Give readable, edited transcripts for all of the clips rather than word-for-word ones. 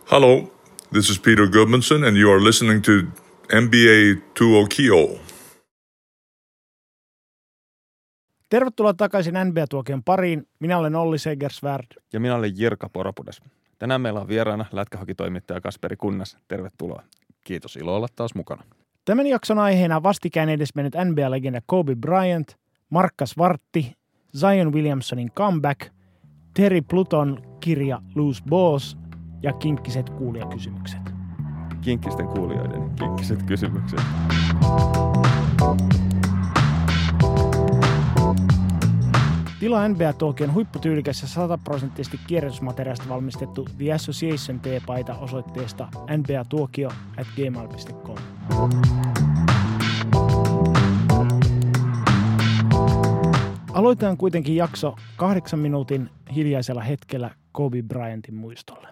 Hello, this is Peter Gudmundsson, and you are listening to NBA 2Okio. Tervetuloa takaisin NBA-tuokion pariin. Minä olen Olli Segersvärd. Ja minä olen Jirka Poropudes. Tänään meillä on vieraana lätkähokitoimittaja Kasperi Kunnas. Tervetuloa. Kiitos, ilo olla taas mukana. Tämän jakson aiheena vastikään edesmennyt NBA-legenda Kobe Bryant, Marcus Vartti, Zion Williamsonin comeback, Terry Pluton kirja Loose Balls ja kinkkiset kuulijakysymykset. Kinkkisten kuulijoiden kinkkiset kysymykset. Tilaa NBA-tuokion huipputyylikäs ja 100% kierrätysmateriaalista valmistettu The Association T-paita osoitteesta nbatuokio@gmail.com. Aloitetaan kuitenkin jakso 8 minuutin hiljaisella hetkellä Kobe Bryantin muistolle.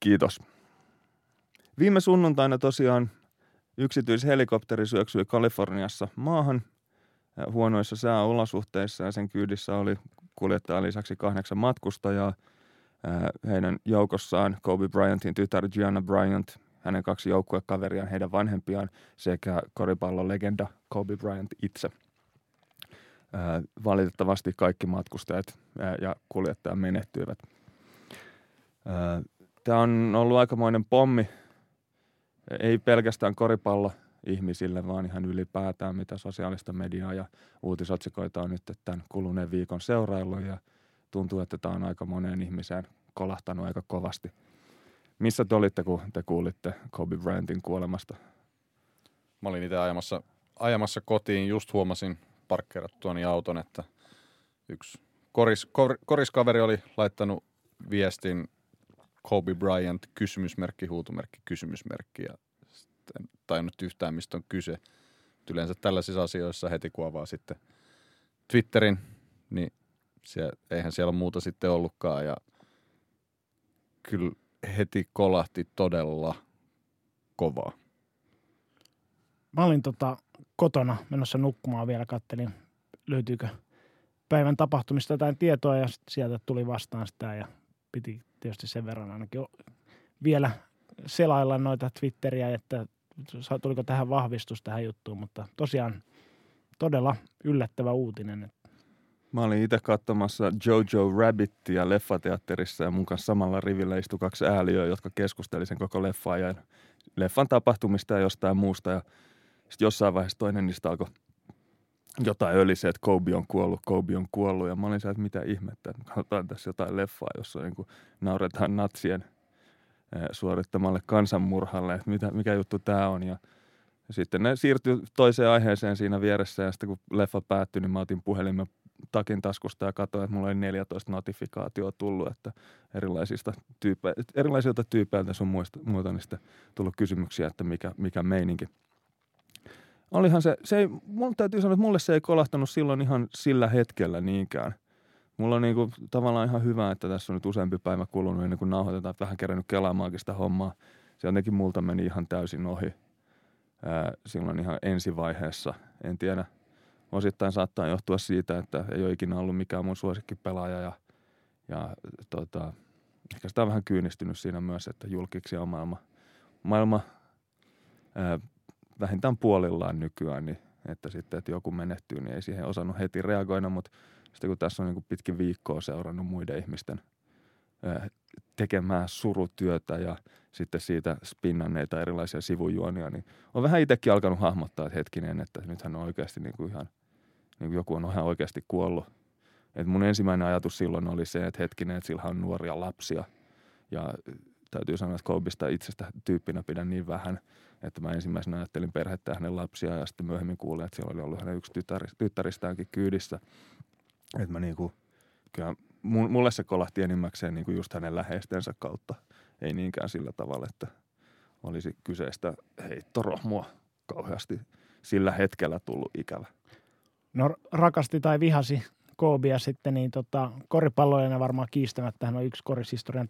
Kiitos. Viime sunnuntaina tosiaan yksityishelikopteri syöksyi Kaliforniassa maahan huonoissa sääolosuhteissa ja sen kyydissä oli kuljettajan lisäksi 8 matkustajaa. Heidän joukossaan Kobe Bryantin tytär Gianna Bryant, hänen 2 joukkuekaveriaan, heidän vanhempiaan sekä koripallon legenda Kobe Bryant itse. Valitettavasti kaikki matkustajat ja kuljettaja menehtyivät. Tämä on ollut aikamoinen pommi, ei pelkästään koripalloihmisille, vaan ihan ylipäätään, mitä sosiaalista mediaa ja uutisotsikoita on nyt tämän kuluneen viikon seuraillut ja tuntuu, että tämä on aika moneen ihmiseen kolahtanut aika kovasti. Missä te olitte, kun te kuulitte Kobe Bryantin kuolemasta? Mä olin itse ajamassa kotiin, just huomasin parkkeerattuani auton, että yksi koriskaveri oli laittanut viestin Kobe Bryant, kysymysmerkki, huutomerkki, kysymysmerkki ja en tajunnut yhtään, mistä on kyse. Yleensä tällaisissa asioissa heti kun avaa sitten Twitterin, niin eihän siellä muuta sitten ollutkaan ja kyllä heti kolahti todella kovaa. Mä olin kotona menossa nukkumaan vielä, kattelin löytyykö päivän tapahtumista jotain tietoa ja sieltä tuli vastaan sitä ja piti tietysti sen verran ainakin vielä selailla noita Twitteriä, että tuliko tähän vahvistus tähän juttuun, mutta tosiaan todella yllättävä uutinen. Mä olin itse katsomassa Jojo Rabbitia leffateatterissa ja mun kanssa samalla rivillä istui 2 ääliöä, jotka keskusteli sen koko leffaa ja leffan tapahtumista ja jostain muusta. Ja sitten jossain vaiheessa toinen niistä alkoi jotain öliseä, että Kobe on kuollut. Ja mä olin siellä, että mitä ihmettä, että katsotaan tässä jotain leffaa, jossa niin kuin nauretaan natsien suorittamalle kansanmurhalle, että mikä juttu tämä on. Ja sitten ne siirtyi toiseen aiheeseen siinä vieressä ja sitten kun leffa päättyi, niin mä otin puhelimen takin taskusta ja katsoin, että mulla oli 14 notifikaatioa tullut, että erilaisilta tyypeiltä sun muuta niin sitten tullut kysymyksiä, että mikä meininki. Olihan mun täytyy sanoa, että mulle se ei kolahtanut silloin ihan sillä hetkellä niinkään. Mulla on niinku tavallaan ihan hyvä, että tässä on nyt useampi päivä kulunut ennen kuin nauhoitetaan, vähän kerännyt kelaamaankin sitä hommaa. Se jotenkin multa meni ihan täysin ohi silloin ihan ensivaiheessa. En tiedä. Osittain saattaa johtua siitä, että ei ole ikinä ollut mikään mun suosikkipelaaja ja ehkä sitä on vähän kyynistynyt siinä myös, että julkiksi on maailma vähintään puolillaan nykyään, niin että sitten, että joku menehtyy, niin ei siihen osannut heti reagoida, mutta sitten kun tässä on niin kuin pitkin viikkoa seurannut muiden ihmisten tekemää surutyötä ja sitten siitä spinnanneita erilaisia sivujuonia, niin on vähän itsekin alkanut hahmottaa, että hetkinen, että nythän on oikeasti niin kuin ihan, niin kuin joku on ihan oikeasti kuollut. Et mun ensimmäinen ajatus silloin oli se, että hetkinen, että sillä on nuoria lapsia ja täytyy sanoa, että Kobesta itsestä tyyppinä pidän niin vähän, että mä ensimmäisenä ajattelin perhettä ja hänen lapsia ja sitten myöhemmin kuulin, että siellä oli ollut hänen yksi tyttäristäänkin kyydissä. Että mä niinku, kyllä mulle se kolahti enimmäkseen niinku just hänen läheistensä kautta. Ei niinkään sillä tavalla, että olisi kyseistä heittorohmua kauheasti sillä hetkellä tullut ikävä. No rakasti tai vihasi Kobea sitten, niin koripalloilijana varmaan kiistämättä hän on yksi korishistorian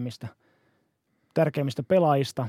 tärkeimmistä pelaajista.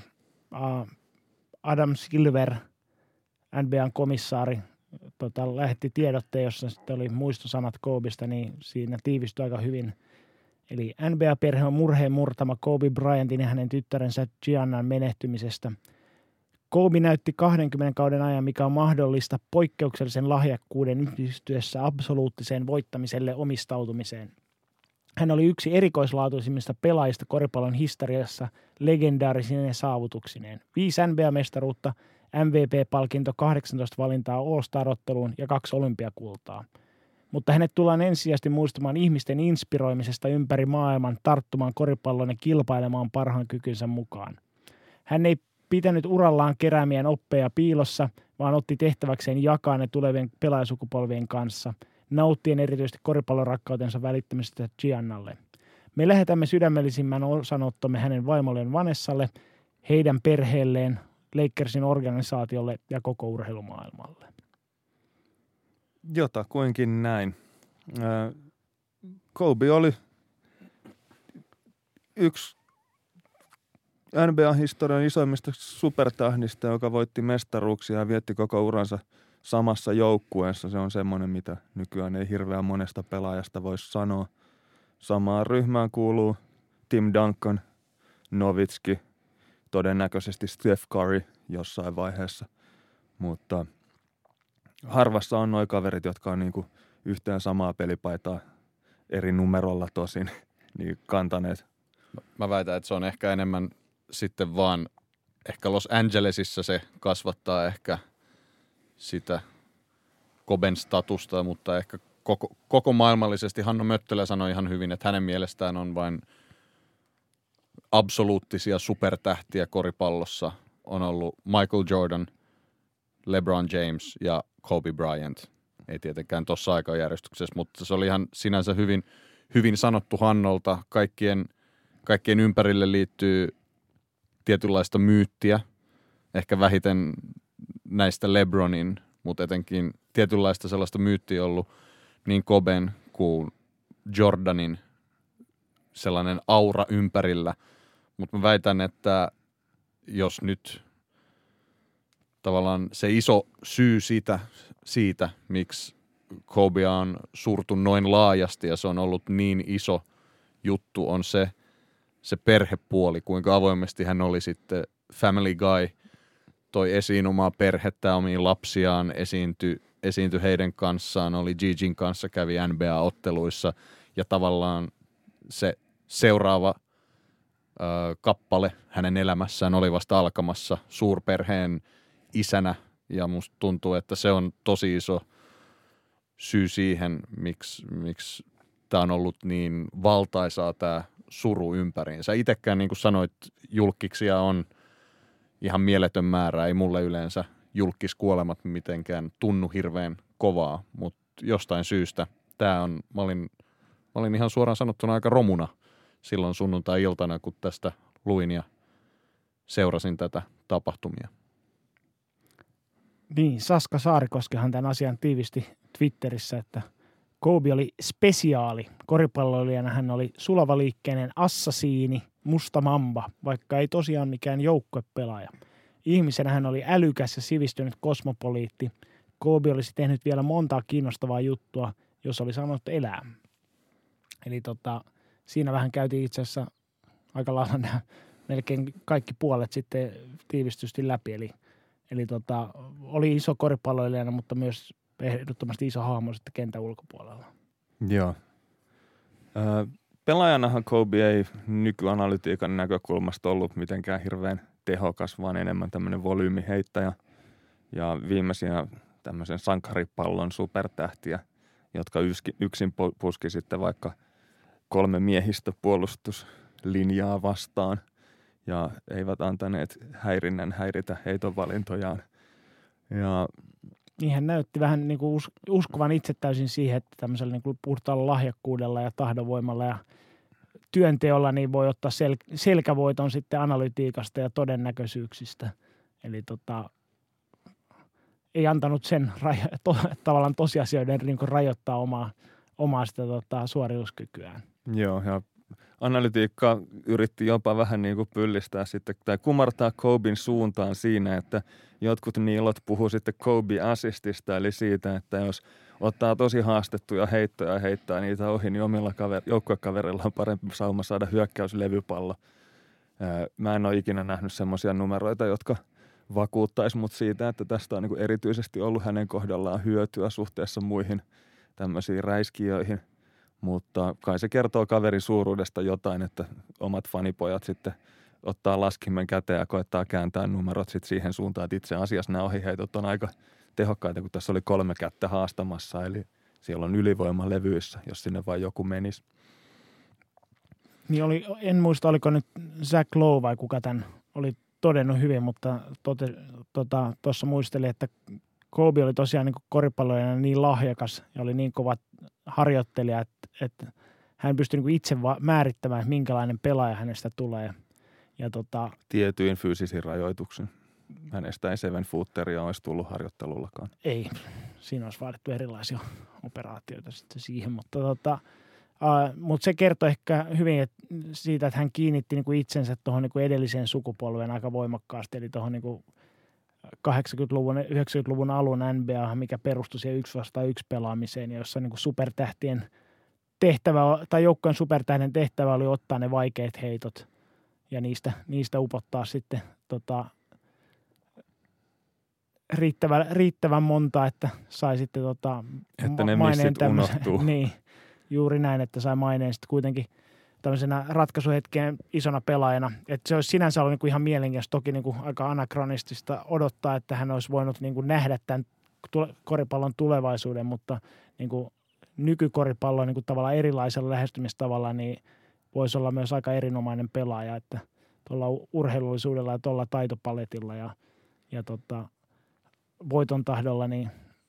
Adam Silver, NBA:n komissaari, lähetti tiedotteen, jossa sitten oli muistosanat Kobesta, niin siinä tiivistyi aika hyvin. Eli NBA-perhe on murheen murtama Kobe Bryantin ja hänen tyttärensä Giannan menehtymisestä. Kobe näytti 20 kauden ajan, mikä on mahdollista poikkeuksellisen lahjakkuuden yhdistyessä absoluuttiseen voittamiselle omistautumiseen. Hän oli yksi erikoislaatuisimmista pelaajista koripallon historiassa legendaarisine saavutuksineen. 5 NBA-mestaruutta, MVP-palkinto, 18 valintaa All-Star-otteluun ja 2 olympiakultaa. Mutta hänet tullaan ensisijaisesti muistamaan ihmisten inspiroimisesta ympäri maailman tarttumaan koripallon ja kilpailemaan parhaan kykynsä mukaan. Hän ei pitänyt urallaan keräämien oppeja piilossa, vaan otti tehtäväkseen jakaa ne tulevien pelaajasukupolvien kanssa, nauttien erityisesti koripallon rakkautensa välittämisestä Giannalle. Me lähetämme sydämellisimmän osanottomme hänen vaimolleen Vanessalle, heidän perheelleen, Lakersin organisaatiolle ja koko urheilumaailmalle. Jotakuinkin näin. Kobe oli yksi NBA-historian isoimmista supertähdistä, joka voitti mestaruuksia ja vietti koko uransa samassa joukkueessa. Se on semmoinen, mitä nykyään ei hirveän monesta pelaajasta voisi sanoa. Samaan ryhmään kuuluu Tim Duncan, Nowitzki, todennäköisesti Steph Curry jossain vaiheessa. Mutta harvassa on nuo kaverit, jotka on niinku yhteen samaa pelipaitaa eri numerolla tosin niin kantaneet. Mä väitän, että se on ehkä enemmän sitten vaan, ehkä Los Angelesissa se kasvattaa ehkä sitä Koben statusta, mutta ehkä koko maailmallisesti Hanno Möttölä sanoi ihan hyvin, että hänen mielestään on vain absoluuttisia supertähtiä koripallossa. On ollut Michael Jordan, LeBron James ja Kobe Bryant. Ei tietenkään tuossa aikajärjestyksessä, mutta se oli ihan sinänsä hyvin sanottu Hannolta. Kaikkien ympärille liittyy tietynlaista myyttiä, ehkä vähiten näistä LeBronin, mutta etenkin tietynlaista sellaista myyttiä ollut niin Koben kuin Jordanin sellainen aura ympärillä. Mutta mä väitän, että jos nyt tavallaan se iso syy siitä, miksi Kobe on surtu noin laajasti ja se on ollut niin iso juttu, on se perhepuoli, kuinka avoimesti hän oli sitten Family Guy, toi esiin omaa perhettä, omiin lapsiaan, esiintyi heidän kanssaan, oli Gigin kanssa, kävi NBA-otteluissa ja tavallaan se seuraava kappale hänen elämässään oli vasta alkamassa suurperheen isänä ja musta tuntuu, että se on tosi iso syy siihen, miksi tämä on ollut niin valtaisaa tämä suru ympäriinsä. Itsekään niin kuin sanoit, julkkiksia on ihan mieletön määrä. Ei mulle yleensä julkkiskuolemat mitenkään tunnu hirveän kovaa, mutta jostain syystä mä olin ihan suoraan sanottuna aika romuna silloin sunnuntai-iltana, kun tästä luin ja seurasin tätä tapahtumia. Niin, Saska Saarikoskehan tämän asian tiivisti Twitterissä, että Kobe oli spesiaali. Koripalloilijana hän oli sulavaliikkeinen assasiini, musta mamba, vaikka ei tosiaan mikään joukkuepelaaja. Ihmisenä hän oli älykäs ja sivistynyt kosmopoliitti. Kobe olisi tehnyt vielä montaa kiinnostavaa juttua, jos oli sanonut elää. Eli siinä vähän käytiin itse asiassa aika lailla nämä melkein kaikki puolet sitten tiivistysti läpi. Eli oli iso koripalloilijana, mutta myös ehdottomasti iso hahmo sitten kentän ulkopuolella. Joo. Pelaajanahan Kobe ei nykyanalytiikan näkökulmasta ollut mitenkään hirveän tehokas, vaan enemmän tämmöinen volyymiheittäjä. Ja viimeisiä tämmöisen sankaripallon supertähtiä, jotka yksin puski sitten vaikka 3 miehistä puolustuslinjaa vastaan ja eivät antaneet häirinnän häiritä heitonvalintojaan. Ja niin hän näytti vähän niin kuin uskovan itse täysin siihen, että tämmöisellä niin kuin puhtaalla lahjakkuudella ja tahdonvoimalla ja työnteolla niin voi ottaa selkävoiton sitten analytiikasta ja todennäköisyyksistä. Eli ei antanut sen tavallaan tosiasioiden niin kuin rajoittaa omaa sitä suorituskykyään. Joo, ja analytiikka yritti jopa vähän niin kuin pyllistää sitten, tai kumartaa Koben suuntaan siinä, että jotkut niilot puhuu sitten Kobe-assistista, eli siitä, että jos ottaa tosi haastettuja heittoja ja heittää niitä ohi, niin omilla joukkuekavereilla on parempi sauma saada hyökkäyslevypallo. Mä en ole ikinä nähnyt semmoisia numeroita, jotka vakuuttaisi mut siitä, että tästä on niin kuin erityisesti ollut hänen kohdallaan hyötyä suhteessa muihin tämmöisiin räiskijöihin. Mutta kai se kertoo kaverin suuruudesta jotain, että omat fanipojat sitten ottaa laskimen käteen ja koettaa kääntää numerot sitten siihen suuntaan, että itse asiassa nämä ohiheitot on aika tehokkaita, kun tässä oli 3 kättä haastamassa, eli siellä on ylivoima levyissä, jos sinne vain joku menisi. Niin en muista, oliko nyt Zach Lowe vai kuka tämän oli todennut hyvin, mutta tuossa muistelin, että Kobe oli tosiaan niin koripalloilijana niin lahjakas ja oli niin kova harjoittelija, että hän pystyi niin itse määrittämään, että minkälainen pelaaja hänestä tulee. Ja tietyin fyysisiin rajoituksin. Hänestä ei 7-footeria olisi tullut harjoittelullakaan. Ei, siinä olisi vaadittu erilaisia operaatioita sitten siihen, mutta Mutta se kertoi ehkä hyvin siitä, että hän kiinnitti niin kuin itsensä tuohon niin kuin edelliseen sukupolveen aika voimakkaasti, eli tuohon niin kuin 80-luvun, 90-luvun alun NBA, mikä perustui siihen 1-1 pelaamiseen, ja jossa niin kuin supertähtien tehtävä, tai joukkojen supertähden tehtävä oli ottaa ne vaikeat heitot ja niistä upottaa sitten riittävän monta, että sai sitten että ne missit unohtuu. Niin, juuri näin, että sai maineen sitten kuitenkin tämmöisenä ratkaisuhetkeen isona pelaajana. Että se olisi sinänsä ollut niinku ihan mielenkiintoista, toki niinku aika anakronistista odottaa, että hän olisi voinut niinku nähdä tämän koripallon tulevaisuuden, mutta niinku nykykoripallon niinku tavallaan erilaisella lähestymistavalla niin voisi olla myös aika erinomainen pelaaja, että tuolla urheilullisuudella ja tuolla taitopaletilla ja voiton tahdolla niin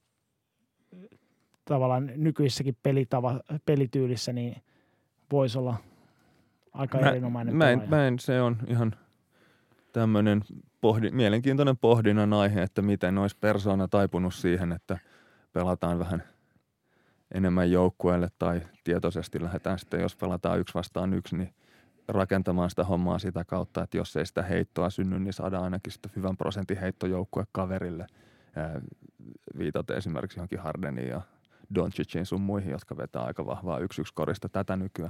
tavallaan nykyisessäkin pelityylissä niin voisi olla aika erinomainen pelaaja. Se on ihan tämmöinen mielenkiintoinen pohdinnan aihe, että miten olisi persoona taipunut siihen, että pelataan vähän enemmän joukkueelle tai tietoisesti lähdetään sitten, jos pelataan 1-1, niin rakentamaan sitä hommaa sitä kautta, että jos ei sitä heittoa synny, niin saadaan ainakin sitten hyvän prosentin heittojoukkue kaverille. Viitaten esimerkiksi johonkin Hardeniin ja Doncicin sun muihin, jotka vetää aika vahvaa 1-1 korista tätä nykyään.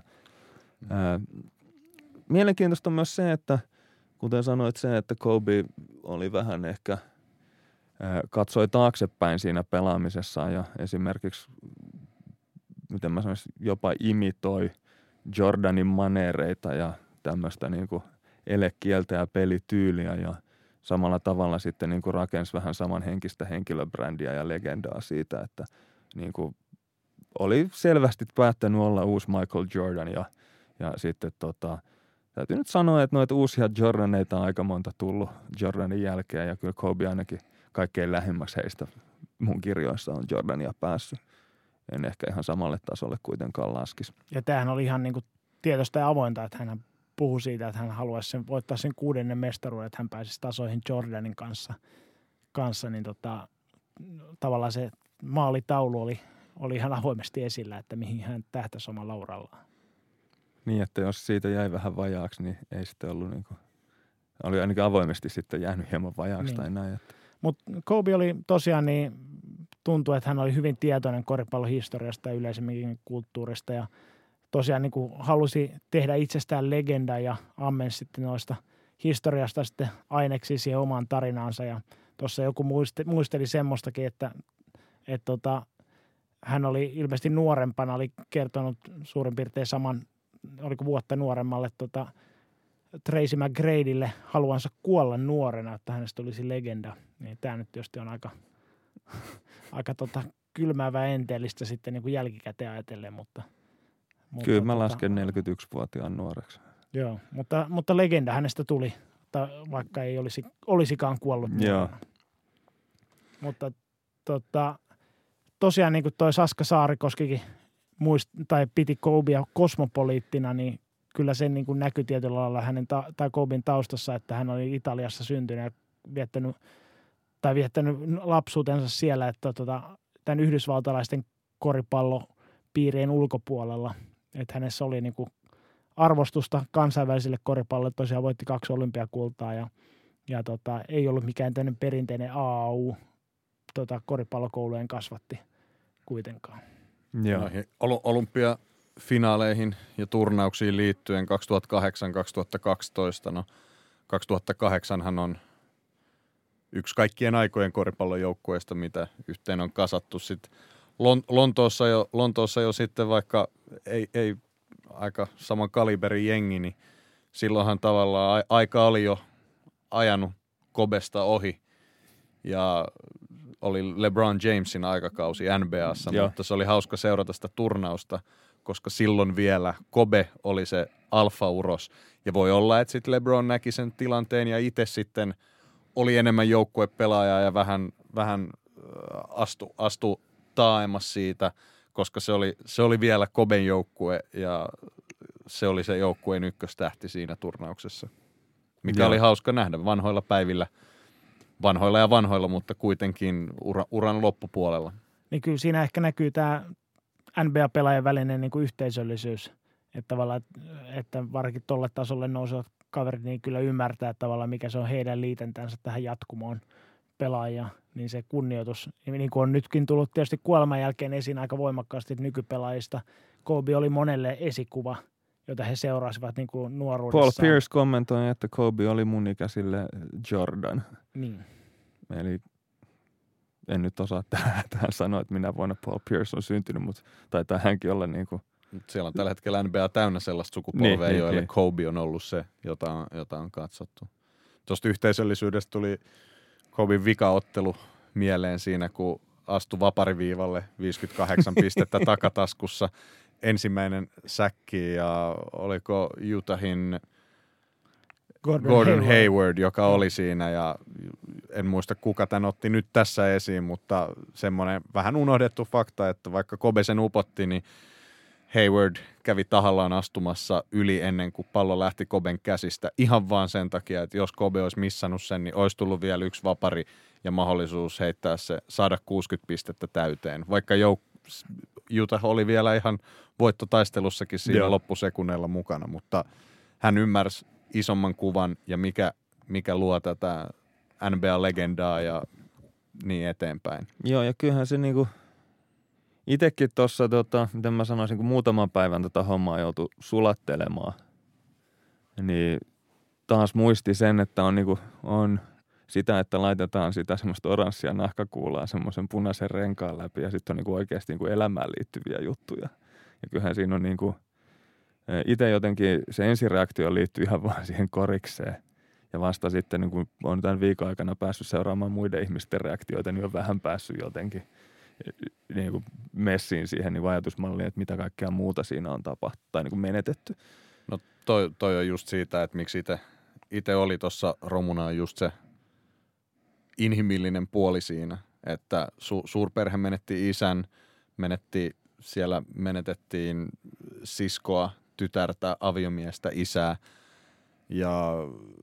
Mielenkiintoista on myös se, että kuten sanoit se, että Kobe oli vähän ehkä katsoi taaksepäin siinä pelaamisessaan ja esimerkiksi, miten mä sanoisin, jopa imitoi Jordanin maneereita ja tämmöistä niin kuin elekieltä ja pelityyliä ja samalla tavalla sitten niin kuin rakensi vähän samanhenkistä henkilöbrändiä ja legendaa siitä, että niin kuin oli selvästi päättänyt olla uusi Michael Jordan ja sitten täytyy nyt sanoa, että noita uusia Jordaneita on aika monta tullut Jordanin jälkeen ja kyllä Kobe ainakin kaikkein lähimmäksi heistä mun kirjoissa on Jordania päässyt. En ehkä ihan samalle tasolle kuitenkaan laskisi. Ja tämähän oli ihan niin kuin tietoista ja avointa, että hän puhui siitä, että hän haluaisi voittaa sen 6. mestaruuden, että hän pääsisi tasoihin Jordanin kanssa niin tavallaan se maalitaulu oli ihan avoimesti esillä, että mihin hän tähtäisi omalla urallaan. Niin, että jos siitä jäi vähän vajaaksi, niin ei sitten ollut niin kuin, oli ainakin avoimesti sitten jäänyt hieman vajaaksi niin. Tai näin. Että. Mutta Kobe oli tosiaan niin, tuntui, että hän oli hyvin tietoinen koripallon historiasta ja yleisemminkin kulttuurista ja tosiaan niin kuin halusi tehdä itsestään legenda ja ammensi sitten noista historiasta sitten aineksi siihen omaan tarinaansa ja tuossa joku muisteli semmoistakin, että hän oli ilmeisesti nuorempana, oli kertonut suurin piirtein saman, oliko vuotta nuoremmalle Tracy McGradylle haluansa kuolla nuorena, että hänestä olisi legenda. Niin tämä nyt tietysti on aika kylmäävää enteellistä sitten niin kuin jälkikäteen ajatellen, mutta kyllä mä lasken 41-vuotiaan nuoreksi. Joo, mutta legenda hänestä tuli, vaikka ei olisikaan kuollut nuorena. Mutta tosiaan niin kuin toi Saska Saarikoskikin piti Kobea kosmopoliittina, niin kyllä se niin kuin näkyi tietyllä lailla hänen tai Koben taustassa, että hän oli Italiassa syntynyt ja viettänyt lapsuutensa siellä, että tämän yhdysvaltalaisten koripallopiirien ulkopuolella, että hänessä oli niin kuin arvostusta kansainvälisille koripalloille, tosiaan voitti 2 olympiakultaa ja ei ollut mikään tämmöinen perinteinen AAU koripallokoulujen kasvatti kuitenkaan. Joo. Olympiafinaaleihin ja turnauksiin liittyen 2008-2012. No 2008han on yksi kaikkien aikojen koripallon joukkueesta, mitä yhteen on kasattu. Sitten Lontoossa jo sitten, vaikka ei aika saman kaliberin jengi, niin silloinhan tavallaan aika oli jo ajanut Kobesta ohi ja oli LeBron Jamesin aikakausi NBAssa, mutta se oli hauska seurata sitä turnausta, koska silloin vielä Kobe oli se alfa-uros. Ja voi olla, että sitten LeBron näki sen tilanteen ja itse sitten oli enemmän joukkuepelaajaa ja vähän astu taaemmas siitä, koska se oli vielä Koben joukkue ja se oli se joukkueen ykköstähti siinä turnauksessa. Mikä oli hauska nähdä vanhoilla päivillä. Vanhoilla, mutta kuitenkin uran loppupuolella. Niin kyllä siinä ehkä näkyy tämä NBA-pelaajien välinen niin kuin yhteisöllisyys. Että tavallaan, että varsinkin tolle tasolle nousevat kaverit niin kyllä ymmärtää että tavallaan, mikä se on heidän liitäntänsä tähän jatkumoon pelaajia. Niin se kunnioitus, niin kuin on nytkin tullut tietysti kuoleman jälkeen esiin aika voimakkaasti nykypelaajista. Kobe oli monelle esikuva, jota he seurasivat niin kuin nuoruudessaan. Paul Pierce kommentoi, että Kobe oli mun ikäisille Jordan. Niin. Eli en nyt osaa tähän sanoa, että minä vuonna Paul Pierce on syntynyt, mutta taitaa hänkin olla niin kuin... Siellä on tällä hetkellä NBA täynnä sellaista sukupolvea, joille niin. Kobe on ollut se, jota on katsottu. Tuosta yhteisöllisyydestä tuli Koben vikaottelu mieleen siinä, kun astui vapariviivalle 58 pistettä takataskussa. Ensimmäinen säkki ja oliko Utahin Gordon Hayward, joka oli siinä ja en muista kuka tämän otti nyt tässä esiin, mutta semmoinen vähän unohdettu fakta, että vaikka Kobe sen upotti, niin Hayward kävi tahallaan astumassa yli ennen kuin pallo lähti Koben käsistä ihan vaan sen takia, että jos Kobe olisi missannut sen, niin olisi tullut vielä yksi vapari ja mahdollisuus heittää se, saada 60 pistettä täyteen. Vaikka Utah oli vielä ihan voittotaistelussakin siinä loppusekunneilla mukana, mutta hän ymmärsi isomman kuvan ja mikä luo tätä NBA-legendaa ja niin eteenpäin. Joo, ja kyllähän se niinku itsekin tuossa, miten mä sanoisin, kun muutaman päivän tätä hommaa joutui sulattelemaan, niin taas muisti sen, että on sitä, että laitetaan sitä semmoista oranssia nahkakuulaa semmoisen punaisen renkaan läpi ja sitten on niinku oikeasti niinku elämään liittyviä juttuja. Ja kyllähän siinä on niinku, itse jotenkin se ensireaktio liittyy ihan vaan siihen korikseen. Ja vasta sitten, niin kun on tämän viikon aikana päässyt seuraamaan muiden ihmisten reaktioita, niin on vähän päässyt jotenkin niin kuin messiin siihen niin ajatusmalliin, että mitä kaikkea muuta siinä on tapahtunut tai niin kuin menetetty. No toi on just siitä, että miksi itse oli tuossa romuna just se inhimillinen puoli siinä, että suurperhe menetti isän, menetettiin siskoa, tytärtä, aviomiestä, isää ja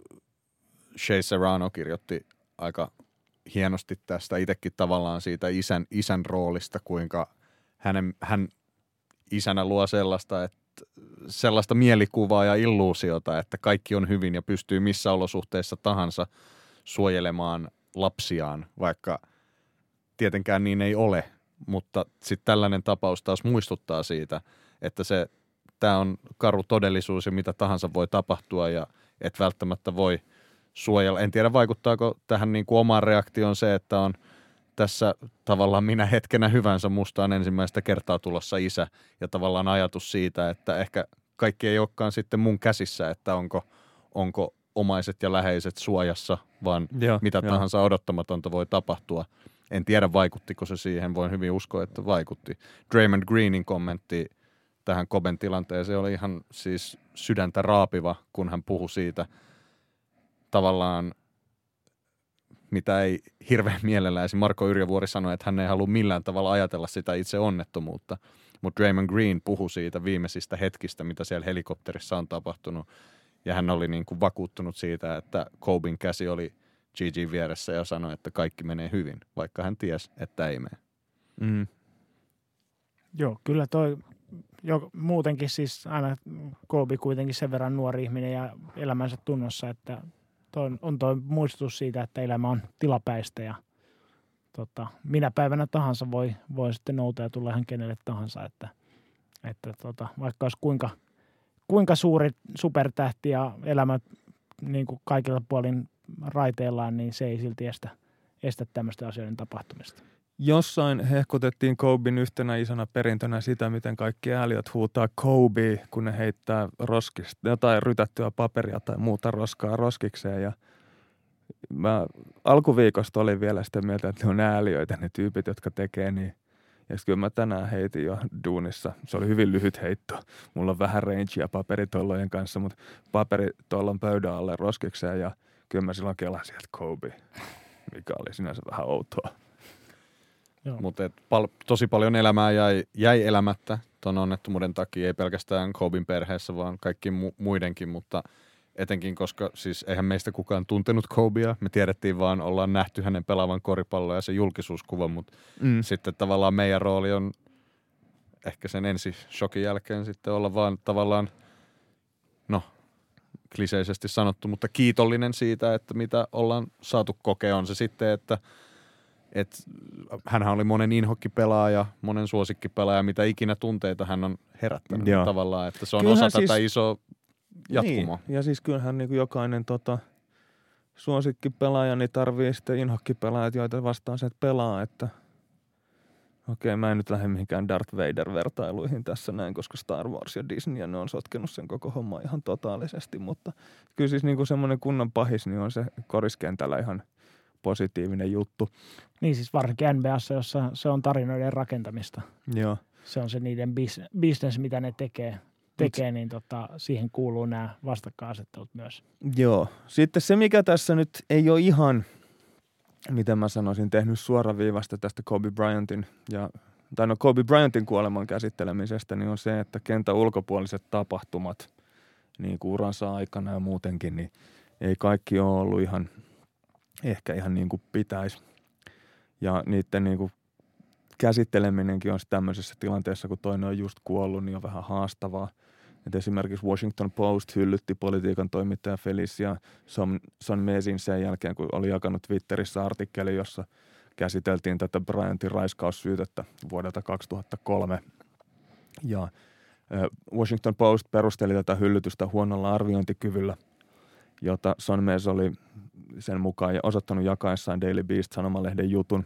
Shea Serrano kirjoitti aika hienosti tästä itsekin tavallaan siitä isän roolista, kuinka hän isänä luo sellaista mielikuvaa ja illuusiota, että kaikki on hyvin ja pystyy missä olosuhteissa tahansa suojelemaan lapsiaan, vaikka tietenkään niin ei ole, mutta sitten tällainen tapaus taas muistuttaa siitä, että tämä on karu todellisuus ja mitä tahansa voi tapahtua ja et välttämättä voi suojella. En tiedä, vaikuttaako tähän niin kuin omaan reaktioon se, että on tässä tavallaan minä hetkenä hyvänsä musta on ensimmäistä kertaa tulossa isä ja tavallaan ajatus siitä, että ehkä kaikki ei olekaan sitten mun käsissä, että onko omaiset ja läheiset suojassa, vaan mitä tahansa odottamatonta voi tapahtua. En tiedä, vaikuttiko se siihen, voin hyvin uskoa, että vaikutti. Draymond Greenin kommentti tähän Koben tilanteeseen oli ihan siis sydäntä raapiva, kun hän puhui siitä tavallaan, mitä ei hirveän mielellään. Marko Yrjävuori sanoi, että hän ei halua millään tavalla ajatella sitä itse onnettomuutta, mutta Draymond Green puhui siitä viimeisistä hetkistä, mitä siellä helikopterissa on tapahtunut, ja hän oli niin kuin vakuuttunut siitä, että Koben käsi oli Gigi vieressä ja sanoi, että kaikki menee hyvin, vaikka hän tiesi, että ei mene. Mm. Joo, kyllä toi muutenkin siis aina Kobe kuitenkin sen verran nuori ihminen ja elämänsä tunnossa, että on toi muistutus siitä, että elämä on tilapäistä ja minä päivänä tahansa voi sitten nouta ja tulla ihan kenelle tahansa, että vaikka olisi kuinka suuri supertähti ja elämä niin kuin kaikilla puolin raiteillaan, niin se ei silti estä tämmöisten asioiden tapahtumista. Jossain hehkutettiin Koben yhtenä isona perintönä sitä, miten kaikki ääliöt huutaa Kobe, kun ne heittää roskista jotain rytättyä paperia tai muuta roskaa roskikseen. Ja mä alkuviikosta olin vielä sitä mieltä, että ne on ääliöitä, ne tyypit, jotka tekee niin. Ja sitten kyllä mä tänään heitin jo duunissa. Se oli hyvin lyhyt heitto. Mulla on vähän rangea paperitollojen kanssa, mutta paperitollon pöydän alle roskikseen. Ja kyllä mä silloin kelasin, että Kobe, mikä oli sinänsä vähän outoa. Mutta tosi paljon elämää jäi elämättä tuon onnettomuuden takia, ei pelkästään Koben perheessä, vaan kaikki muidenkin, mutta etenkin, koska siis eihän meistä kukaan tuntenut Kobea, me tiedettiin vaan, ollaan nähty hänen pelaavan koripalloa ja se julkisuuskuva, mutta sitten tavallaan meidän rooli on ehkä sen ensi-shokin jälkeen sitten olla vaan tavallaan, no kliseisesti sanottu, mutta kiitollinen siitä, että mitä ollaan saatu kokea. On se sitten, että hänhän oli monen inhokkipelaaja, monen suosikkipelaaja, mitä ikinä tunteita hän on herättänyt tavallaan, että se on kyllähän osa tätä isoa jatkumoa. Niin. Ja siis kyllähän niin kuin jokainen suosikkipelaaja niin tarvii sitten inhokkipelaajat, joita vastaan se pelaa, että okei, mä en nyt lähde mihinkään Darth Vader-vertailuihin tässä näin, koska Star Wars ja Disney ja ne on sotkenut sen koko homma ihan totaalisesti, mutta kyllä siis niin kuin semmoinen kunnon pahis, niin on se koriskentällä ihan positiivinen juttu. Niin siis varsinkin NBA:ssa, jossa se on tarinoiden rakentamista. Joo. Se on se niiden business, mitä ne tekee niin siihen kuuluu nämä vastakkainasettelut myös. Joo. Sitten se, mikä tässä nyt ei ole ihan, miten mä sanoisin, tehnyt suoraviivasta tästä Kobe Bryantin kuoleman käsittelemisestä, niin on se, että kentän ulkopuoliset tapahtumat niin kuin uransa aikana ja muutenkin, niin ei kaikki ole ollut ehkä ihan niin kuin pitäisi. Ja niiden niin kuin käsitteleminenkin on tämmöisessä tilanteessa, kun toinen on just kuollut, niin on vähän haastavaa. Et esimerkiksi Washington Post hyllytti politiikan toimittaja Felicia Sonmesin sen jälkeen, kun oli jakanut Twitterissä artikkeli, jossa käsiteltiin tätä Bryantin raiskaussyytettä vuodelta 2003. Ja Washington Post perusteli tätä hyllytystä huonolla arviointikyvyllä, jota Sonmes oli sen mukaan osoittanut jakaessaan Daily Beast-sanomalehden jutun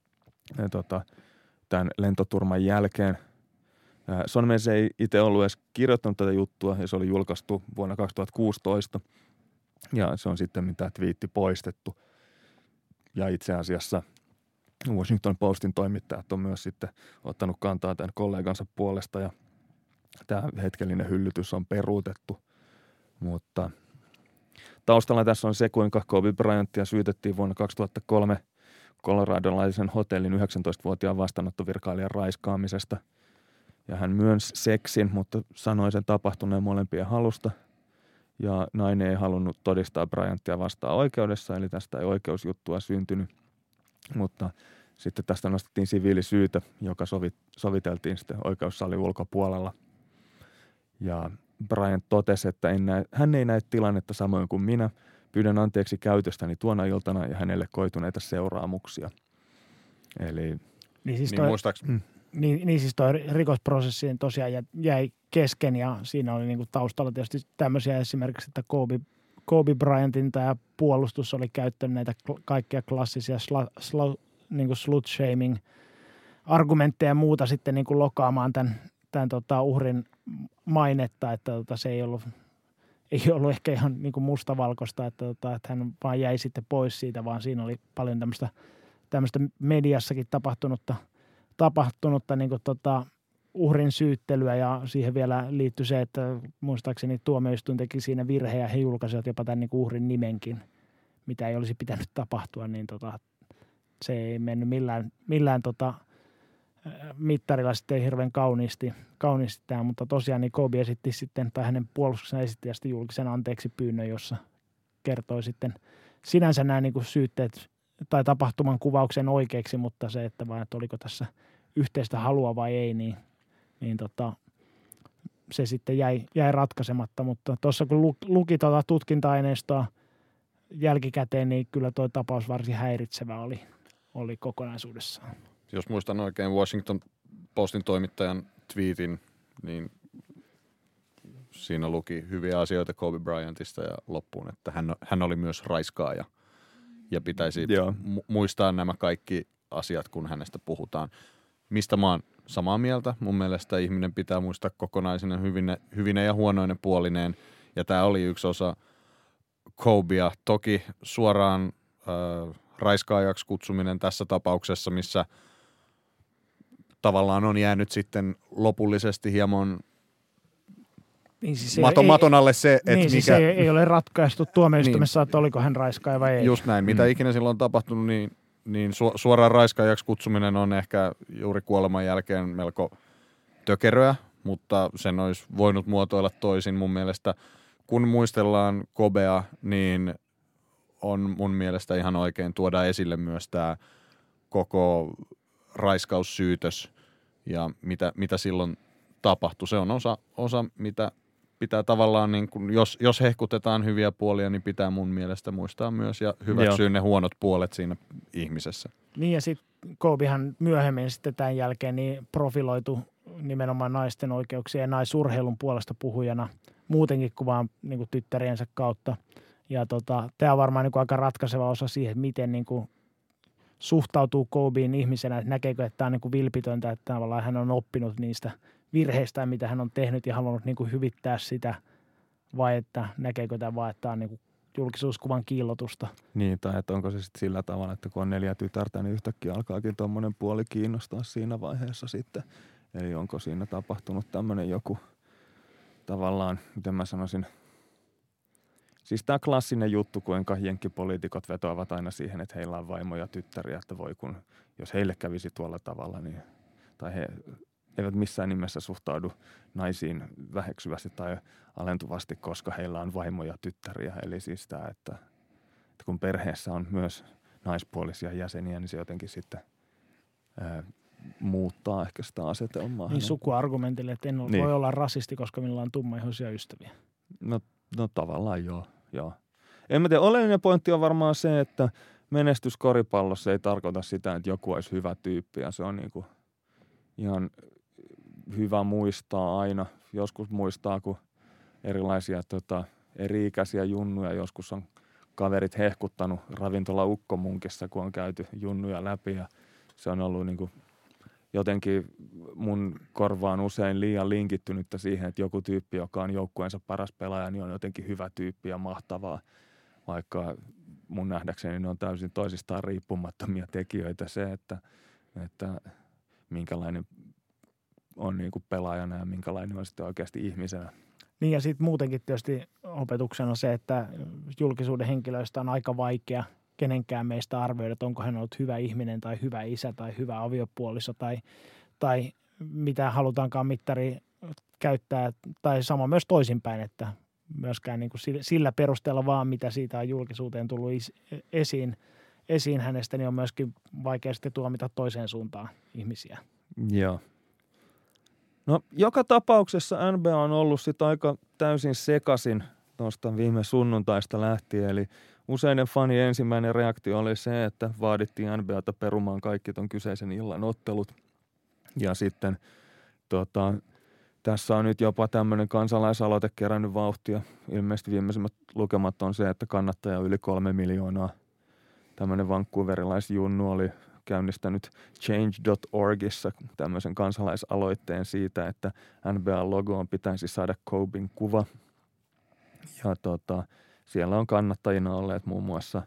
tämän lentoturman jälkeen. Sonmes ei itse ollut edes kirjoittanut tätä juttua ja se oli julkaistu vuonna 2016 ja se on sitten mitä twiitti poistettu. Ja itse asiassa Washington Postin toimittajat on myös sitten ottanut kantaa tämän kollegansa puolesta ja tämä hetkellinen hyllytys on peruutettu, mutta taustalla tässä on se, kuinka Kobe Bryantia syytettiin vuonna 2003 Coloradolaisen hotellin 19-vuotiaan vastaanottovirkailijan raiskaamisesta. Ja hän myönsi seksin, mutta sanoi sen tapahtuneen molempien halusta. Ja nainen ei halunnut todistaa Bryantia vastaan oikeudessa, eli tästä ei oikeusjuttua syntynyt. Mutta sitten tästä nostettiin siviilisyyte, joka soviteltiin sitten oikeussalin ulkopuolella. Ja Bryant totesi, että hän ei näe tilannetta samoin kuin minä. Pyydän anteeksi käytöstäni tuona iltana ja hänelle koituneita seuraamuksia. Eli Niin siis toi rikosprosessi tosiaan jäi kesken ja siinä oli niinku taustalla tietysti tämmöisiä esimerkiksi, että Kobe Bryantin tämä puolustus oli käyttänyt näitä kaikkia klassisia niinku slut-shaming argumentteja ja muuta sitten niinku lokaamaan tämän uhrin mainetta, että se ei ollut ehkä ihan niinku mustavalkoista, että hän vaan jäi sitten pois siitä, vaan siinä oli paljon tämmöistä mediassakin tapahtunutta niin kuin uhrin syyttelyä ja siihen vielä liittyi se, että muistaakseni tuomioistuin teki siinä virhe ja he julkaisivat jopa tämän niin kuin uhrin nimenkin, mitä ei olisi pitänyt tapahtua, niin se ei mennyt millään mittarilla sitten hirveän kauniisti tämä, mutta tosiaan niin Kobe esitti sitten, tai hänen puolustuksensa esitti sitten julkisen anteeksi pyynnön, jossa kertoi sitten sinänsä nämä niin kuin syytteet tai tapahtuman kuvauksen oikeaksi, mutta se, että oliko tässä yhteistä halua vai ei, niin se sitten jäi ratkaisematta. Mutta tuossa kun luki tutkinta-aineistoa jälkikäteen, niin kyllä tuo tapaus varsin häiritsevä oli kokonaisuudessaan. Jos muistan oikein Washington Postin toimittajan tweetin, niin siinä luki hyviä asioita Kobe Bryantista ja loppuun, että hän oli myös raiskaaja. Ja pitäisi muistaa nämä kaikki asiat, kun hänestä puhutaan. Mistä mä oon samaa mieltä. Mun mielestä ihminen pitää muistaa kokonaisena hyvine ja huonoinen puolineen. Ja tämä oli yksi osa Kobea. Toki suoraan raiskaajaksi kutsuminen tässä tapauksessa, missä tavallaan on jäänyt sitten lopullisesti hieman niin siis maton alle se, että niin, siis mikä... ei ole ratkaistu tuomioistuimessa, että oliko hän raiskaaja vai ei. Just näin. Mitä ikinä silloin on tapahtunut, niin suoraan raiskaajaksi kutsuminen on ehkä juuri kuoleman jälkeen melko tökeröä, mutta sen olisi voinut muotoilla toisin mun mielestä. Kun muistellaan Kobea, niin on mun mielestä ihan oikein tuoda esille myös tämä koko raiskaussyytös ja mitä silloin tapahtui. Se on osa mitä pitää tavallaan, niin kun, jos hehkutetaan hyviä puolia, niin pitää mun mielestä muistaa myös ja hyväksyä ne huonot puolet siinä ihmisessä. Niin ja sitten Kobehan myöhemmin sitten tämän jälkeen niin profiloitu nimenomaan naisten oikeuksien ja naisurheilun puolesta puhujana muutenkin kuin vaan niin kuin tyttäriensä kautta. Ja tämä on varmaan niin kuin aika ratkaiseva osa siihen, että miten niin kuin suhtautuu Kobeen ihmisenä, että näkeekö, että tämä on niin kuin vilpitöntä, että tavallaan hän on oppinut niistä virheistä, mitä hän on tehnyt ja halunnut niin kuin hyvittää sitä, vai että näkeekö tämä vaan, että tämä on niin kuin julkisuuskuvan kiillotusta. Niin, tai että onko se sitten sillä tavalla, että kun on 4 tytärtä, niin yhtäkkiä alkaakin tuommoinen puoli kiinnostaa siinä vaiheessa sitten. Eli onko siinä tapahtunut tämmöinen joku tavallaan, miten mä sanoisin, siis tämä klassinen juttu, kuinka jenkkipoliitikot vetoavat aina siihen, että heillä on vaimoja ja tyttäriä, että voi kun, jos heille kävisi tuolla tavalla, niin, tai he eivät missään nimessä suhtaudu naisiin väheksyvästi tai alentuvasti, koska heillä on vaimoja ja tyttäriä. Eli siis tämä, että kun perheessä on myös naispuolisia jäseniä, niin se jotenkin sitten muuttaa ehkä sitä asetelmaa. Niin sukuargumentille, että en voi olla rasisti, koska minulla on tummaihoisia ystäviä. No tavallaan joo. En mä tiedä, oleellinen pointti on varmaan se, että menestys koripallossa ei tarkoita sitä, että joku olisi hyvä tyyppi ja se on niinku ihan hyvä muistaa aina. Joskus muistaa, kun erilaisia eri-ikäisiä junnuja joskus on kaverit hehkuttanut ravintola Ukkomunkissa, kun on käyty junnuja läpi ja se on ollut niinku jotenkin mun korvaan usein liian linkittynyttä siihen, että joku tyyppi, joka on joukkueensa paras pelaaja, niin on jotenkin hyvä tyyppi ja mahtavaa, vaikka mun nähdäkseni ne on täysin toisistaan riippumattomia tekijöitä se, että minkälainen on niin kuin pelaajana ja minkälainen on sitten oikeasti ihmisenä. Niin ja sitten muutenkin tietysti opetuksena se, että julkisuuden henkilöistä on aika vaikea kenenkään meistä arvioida, että onko hän ollut hyvä ihminen tai hyvä isä tai hyvä aviopuoliso tai mitä halutaankaan mittari käyttää. Tai sama myös toisinpäin, että myöskään niin kuin sillä perusteella vaan, mitä siitä on julkisuuteen tullut esiin hänestä, niin on myöskin vaikea sitten tuomita toiseen suuntaan ihmisiä. Joo. No joka tapauksessa NBA on ollut sitten aika täysin sekaisin tuosta viime sunnuntaista lähtien, eli useiden fanien ensimmäinen reaktio oli se, että vaadittiin NBAta perumaan kaikki ton kyseisen illan ottelut. Ja sitten tässä on nyt jopa tämmöinen kansalaisaloite kerännyt vauhtia. Ilmeisesti viimeisimmät lukemat on se, että kannattaja on yli 3 miljoonaa. Tämmöinen vancouverilaisjunnu oli käynnistänyt change.orgissa tämmöisen kansalaisaloitteen siitä, että NBA-logoon pitäisi saada Koben kuva. Ja siellä on kannattajina olleet muun muassa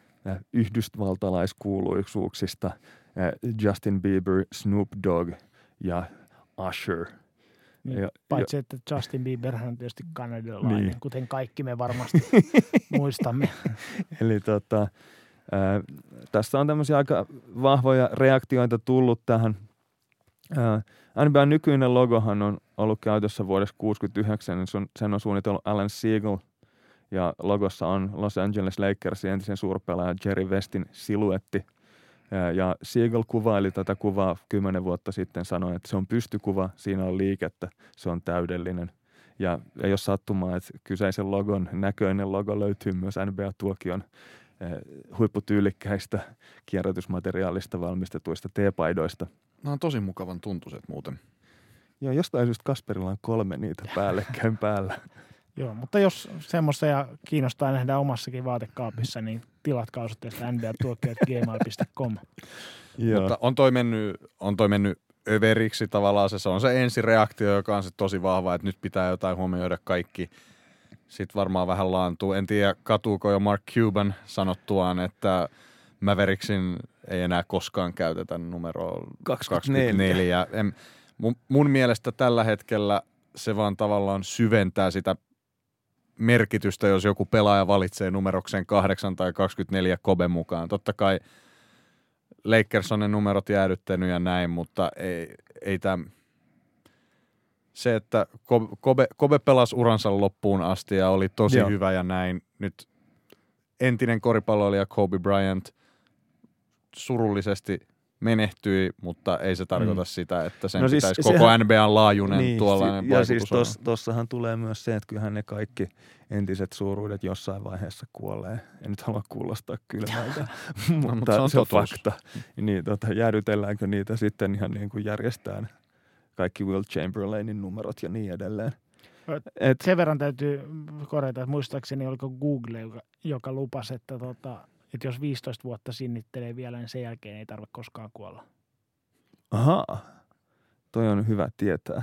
yhdysvaltalaiskuuluisuuksista Justin Bieber, Snoop Dogg ja Usher. Niin, paitsi että Justin Bieberhän on tietysti kanadalainen, niin, kuten kaikki me varmasti muistamme. Eli tässä on tämmöisiä aika vahvoja reaktioita tullut tähän. NBA:n nykyinen logohan on ollut käytössä vuodesta 1969, niin sen on suunnitellut Alan Siegel. Ja logossa on Los Angeles Lakersin entisen suurpelaajan Jerry Westin siluetti. Ja Siegel kuvaili tätä kuvaa 10 vuotta sitten, sanoi, että se on pystykuva, siinä on liikettä, se on täydellinen. Ja ei ole sattumaa, että kyseisen logon näköinen logo löytyy myös NBA-tuokion huipputyylikkäistä kierrätysmateriaalista valmistetuista teepaidoista. Nämä on tosi mukavan tuntuiset muuten. Joo, jostain syystä Kasperilla on 3 niitä päällekkäin päällä. Joo, mutta jos semmoista kiinnostaa nähdä omassakin vaatekaapissa, niin tilatkaa osoitteesta nbatuokiot@gmail.com. Mutta on toi mennyt överiksi tavallaan. Se on se ensireaktio, joka on se tosi vahva, että nyt pitää jotain huomioida kaikki. Sitten varmaan vähän laantuu. En tiedä, katuuko jo Mark Cuban sanottuaan, että Mavericksin ei enää koskaan käytetä numeroa 24. Mun mielestä tällä hetkellä se vaan tavallaan syventää sitä merkitystä, jos joku pelaaja valitsee numerokseen 8 tai 24 Koben mukaan. Totta kai Lakers on ne numerot jäädyttänyt ja näin, mutta ei tämä... Se, että Kobe pelasi uransa loppuun asti ja oli tosi hyvä ja näin. Nyt entinen koripalloilija Kobe Bryant surullisesti menehtyi, mutta ei se tarkoita sitä, että sen No siis pitäisi koko NBA:n laajuinen niin, tuollainen ja vaikutus siis tossahan tulee myös se, että kyllähän ne kaikki entiset suuruudet jossain vaiheessa kuolee. En nyt halua kuulostaa kylmältä, mutta se on fakta. Niin, jäädytelläänkö niitä sitten ihan niin kuin järjestään kaikki Will Chamberlainin numerot ja niin edelleen. Sen verran täytyy korjata, että muistaakseni oliko Google, joka lupasi, että jos 15 vuotta sinnittelee vielä, niin sen jälkeen ei tarvitse koskaan kuolla. Ahaa, toi on hyvä tietää.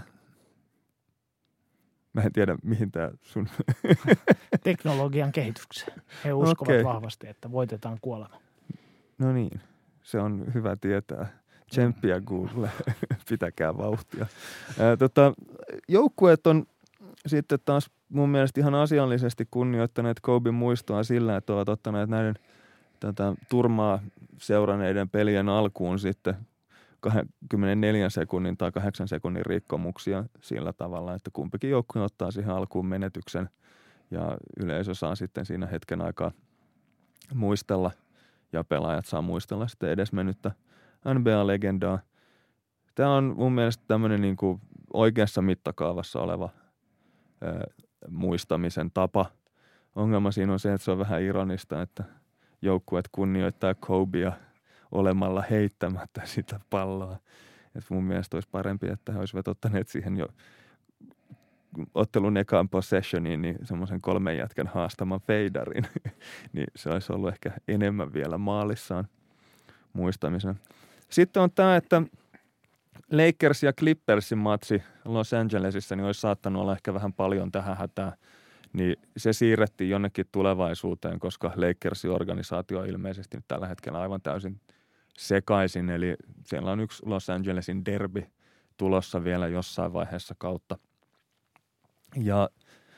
Mä en tiedä, mihin tää sun... Teknologian kehitykseen. He uskovat vahvasti, että voitetaan kuolema. No niin, se on hyvä tietää. Tsemppiä Google, pitäkää vauhtia. Joukkueet on sitten taas mun mielestä ihan asiallisesti kunnioittaneet Koben muistoa sillä, että ovat ottaneet näiden turmaa seuranneiden pelien alkuun sitten 24 sekunnin tai 8 sekunnin rikkomuksia sillä tavalla, että kumpikin joukkue ottaa siihen alkuun menetyksen ja yleisö saa sitten siinä hetken aikaa muistella ja pelaajat saa muistella sitten edesmennyttä NBA-legendaa. Tämä on mun mielestä tämmöinen niin kuin oikeassa mittakaavassa oleva muistamisen tapa. Ongelma siinä on se, että se on vähän ironista, että joukkueet kunnioittaa Kobea olemalla heittämättä sitä palloa. Et mun mielestä olisi parempi, että he olisivat ottaneet siihen jo ottelun ekaan possessioniin niin semmoisen 3 jätkän haastaman feidarin. Niin se olisi ollut ehkä enemmän vielä maalissaan muistamisen. Sitten on tämä, että Lakers ja Clippersin matsi Los Angelesissa niin olisi saattanut olla ehkä vähän paljon tähän hätään. Niin se siirrettiin jonnekin tulevaisuuteen, koska Lakersin organisaatio on ilmeisesti nyt tällä hetkellä aivan täysin sekaisin. Eli siellä on yksi Los Angelesin derby tulossa vielä jossain vaiheessa kautta. Ja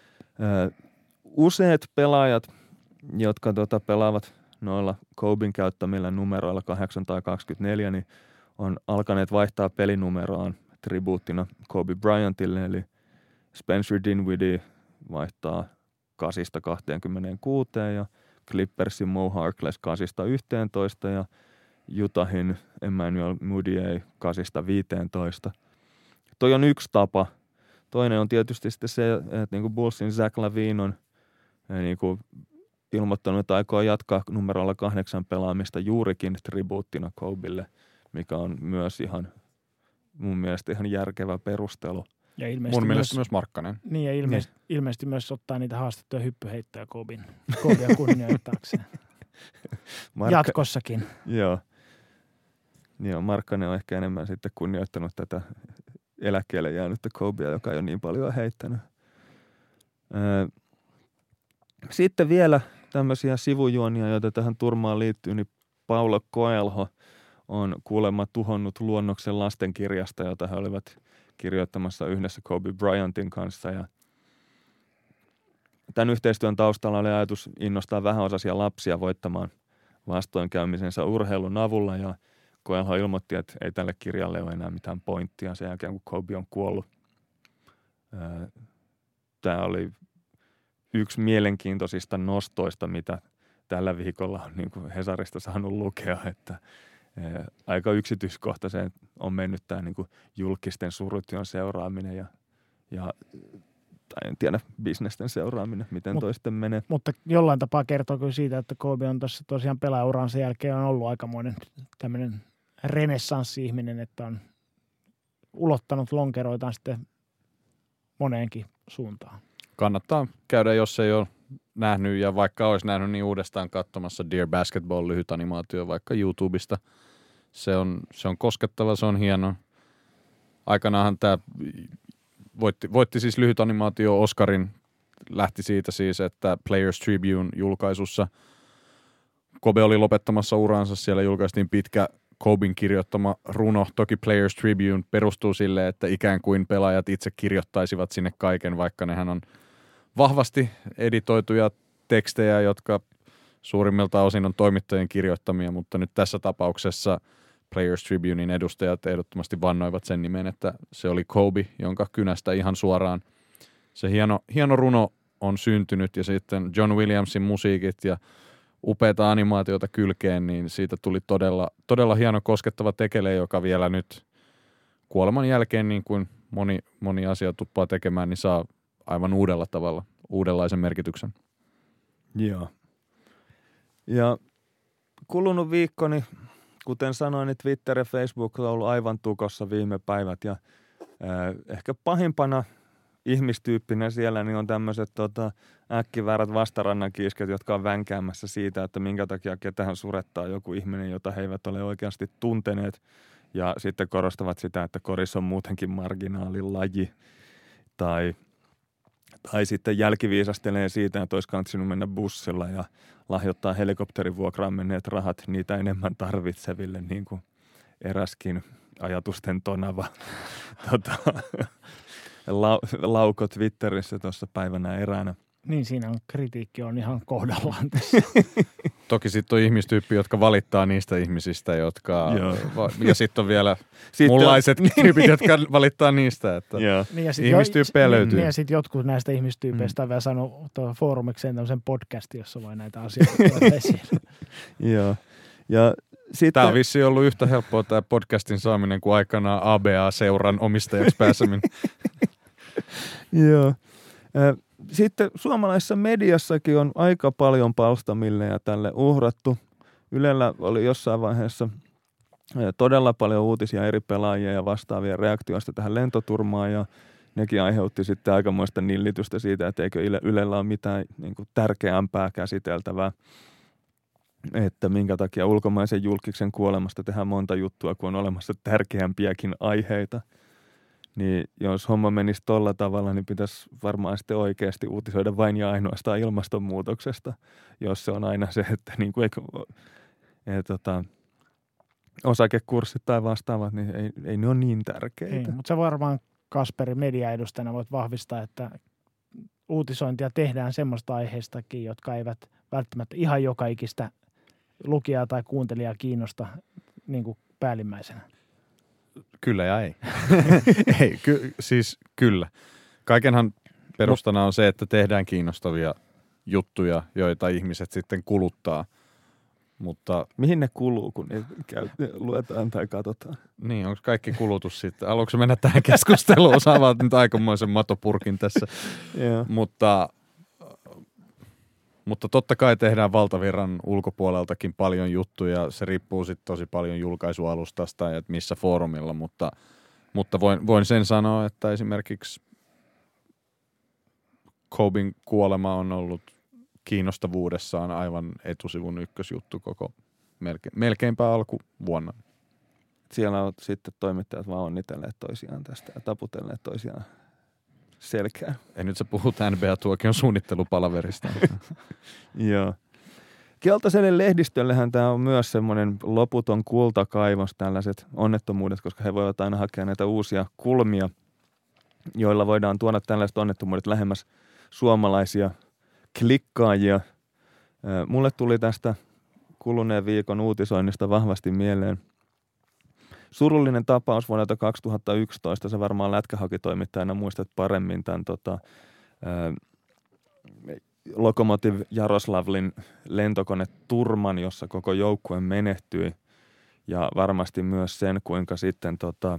useat pelaajat, jotka pelaavat noilla Koben käyttämillä numeroilla 8 tai 24, niin on alkaneet vaihtaa pelinumeroaan tribuuttina Kobe Bryantille, eli Spencer Dinwiddie vaihtaa 8-26 ja Clippersin Mo Harkless 8-11 ja Utahin Emmanuel Mudiay 8-15. Toi on yksi tapa. Toinen on tietysti sitten se, että niinku Bullsin Zach LaVine on niinku ilmoittanut, että aikoo jatkaa numerolla 8 pelaamista juurikin tribuuttina Kobelle, mikä on myös ihan mun mielestä ihan järkevä perustelu. Ja ilmeisesti mun mielestä myös Markkanen. Niin ja ilmeisesti myös ottaa niitä haastettuja hyppyheittoja Kobea kunnioittaakseen. Jatkossakin. Joo, Markkanen on ehkä enemmän sitten kunnioittanut tätä eläkkeelle jäänyttä Kobea, joka ei ole niin paljon heittänyt. Sitten vielä tämmöisiä sivujuonia, joita tähän turmaan liittyy, niin Paulo Coelho on kuulemma tuhonnut luonnoksen lastenkirjasta, jota he olivat kirjoittamassa yhdessä Kobe Bryantin kanssa. Ja tämän yhteistyön taustalla oli ajatus innostaa vähäosaisia lapsia voittamaan vastoinkäymisensä urheilun avulla. Ja Coelho ilmoitti, että ei tälle kirjalle ole enää mitään pointtia sen jälkeen, kun Kobe on kuollut. Tämä oli yksi mielenkiintoisista nostoista, mitä tällä viikolla on niin kuin Hesarista saanut lukea, että aika yksityiskohtaiseen on mennyt tämä niin kuin julkisten surutyön seuraaminen ja tai en tiedä, bisnesten seuraaminen, miten toi sitten menee. Mutta jollain tapaa kertoo kyllä siitä, että Kobe on tuossa tosiaan pelaajauransa jälkeen on ollut aikamoinen tämmöinen renessanssi-ihminen, että on ulottanut lonkeroitaan sitten moneenkin suuntaan. Kannattaa käydä, jos ei ole nähnyt ja vaikka olisi nähnyt, niin uudestaan katsomassa Dear Basketball lyhyt animaatio vaikka YouTubesta. Se on koskettava, se on hieno. Aikanaanhan tämä voitti siis lyhyt animaatio Oscarin, lähti siitä siis, että Players Tribune julkaisussa Kobe oli lopettamassa uransa, siellä julkaistiin pitkä Koben kirjoittama runo. Toki Players Tribune perustuu sille, että ikään kuin pelaajat itse kirjoittaisivat sinne kaiken, vaikka nehän on vahvasti editoituja tekstejä, jotka suurimmilta osin on toimittajien kirjoittamia, mutta nyt tässä tapauksessa Players Tribunein edustajat ehdottomasti vannoivat sen nimen, että se oli Kobe, jonka kynästä ihan suoraan se hieno runo on syntynyt ja sitten John Williamsin musiikit ja upeata animaatiota kylkeen, niin siitä tuli todella hieno koskettava tekele, joka vielä nyt kuoleman jälkeen, niin kuin moni asia tuppaa tekemään, niin saa aivan uudella tavalla uudenlaisen merkityksen. Joo. Ja kulunut viikko, niin kuten sanoin, niin Twitter ja Facebook on ollut aivan tukossa viime päivät ja ehkä pahimpana ihmistyyppinä siellä niin on tämmöiset äkkiväärät vastarannan kiisket, jotka on vänkäämässä siitä, että minkä takia ketään surettaa joku ihminen, jota he eivät ole oikeasti tunteneet. Ja sitten korostavat sitä, että koris on muutenkin marginaalilaji. Tai sitten jälkiviisastelee siitä, että olisi kannattanut mennä bussilla ja lahjoittaa helikopterivuokraan menneet rahat niitä enemmän tarvitseville, niin kuin eräskin ajatusten tonava lauko Twitterissä tuossa päivänä eräänä. Niin, siinä on kritiikki on ihan kohdallaan tässä. Toki sitten on ihmistyyppi, jotka valittaa niistä ihmisistä, jotka... Ja sitten on vielä muunlaiset tyypit, jotka valittaa niistä, että ihmistyyppejä löytyy. Niin, ja sitten jotkut näistä ihmistyypeistä on vielä saanut foorumikseen tämmöisen podcastin, jossa voi näitä asioita esiin. Joo. Ja sitten... Tämä on vissiin ollut yhtä helppoa tämä podcastin saaminen kuin aikanaan ABA-seuran omistajaksi pääseminen. Joo. Sitten suomalaisessa mediassakin on aika paljon palstamilleja tälle uhrattu. Ylellä oli jossain vaiheessa todella paljon uutisia eri pelaajia ja vastaavia reaktioista tähän lentoturmaan ja nekin aiheutti sitten aikamoista nillitystä siitä, että eikö Ylellä ole mitään niin kuin tärkeämpää käsiteltävää, että minkä takia ulkomaisen julkiksen kuolemasta tehdään monta juttua, kun on olemassa tärkeämpiäkin aiheita. Niin jos homma menisi tolla tavalla, niin pitäisi varmaan sitten oikeasti uutisoida vain ja ainoastaan ilmastonmuutoksesta, jos se on aina se, että niin kuin osakekurssit tai vastaavat, niin ei ne ole niin tärkeitä. Ei, mutta sä varmaan Kasperi mediaedustajana voit vahvistaa, että uutisointia tehdään semmoista aiheistakin, jotka eivät välttämättä ihan joka ikistä lukijaa tai kuuntelijaa kiinnosta niin kuin päällimmäisenä. Kyllä ja ei. Siis kyllä. Kaikenhan perustana on se, että tehdään kiinnostavia juttuja, joita ihmiset sitten kuluttaa. Mutta mihin ne kuluu, kun ne luetaan tai katsotaan? Niin, onko kaikki kulutus sitten? Haluatko mennä tähän keskusteluun? Saavat nyt aikamoisen matopurkin tässä. Mutta totta kai tehdään valtavirran ulkopuoleltakin paljon juttuja. Se riippuu sitten tosi paljon julkaisualustasta ja missä foorumilla, mutta voin sen sanoa, että esimerkiksi Kobin kuolema on ollut kiinnostavuudessaan aivan etusivun ykkösjuttu koko melkeinpä alkuvuonna. Siellä on sitten toimittajat vaan onnitelleet toisiaan tästä ja taputelleet toisiaan selkään. Ei nyt sä puhut NBA-tuokion suunnittelupalaverista. Joo. Keltaiselle lehdistöllehän tämä on myös semmoinen loputon kultakaivos, tällaiset onnettomuudet, koska he voivat aina hakea näitä uusia kulmia, joilla voidaan tuoda tällaiset onnettomuudet lähemmäs suomalaisia klikkaajia. Mulle tuli tästä kuluneen viikon uutisoinnista vahvasti mieleen surullinen tapaus vuodelta 2011. Se varmaan lätkähakitoimittajana muistat paremmin tämän Lokomotiv Jaroslavlin lentokoneturman, jossa koko joukkue menehtyi. Ja varmasti myös sen, kuinka sitten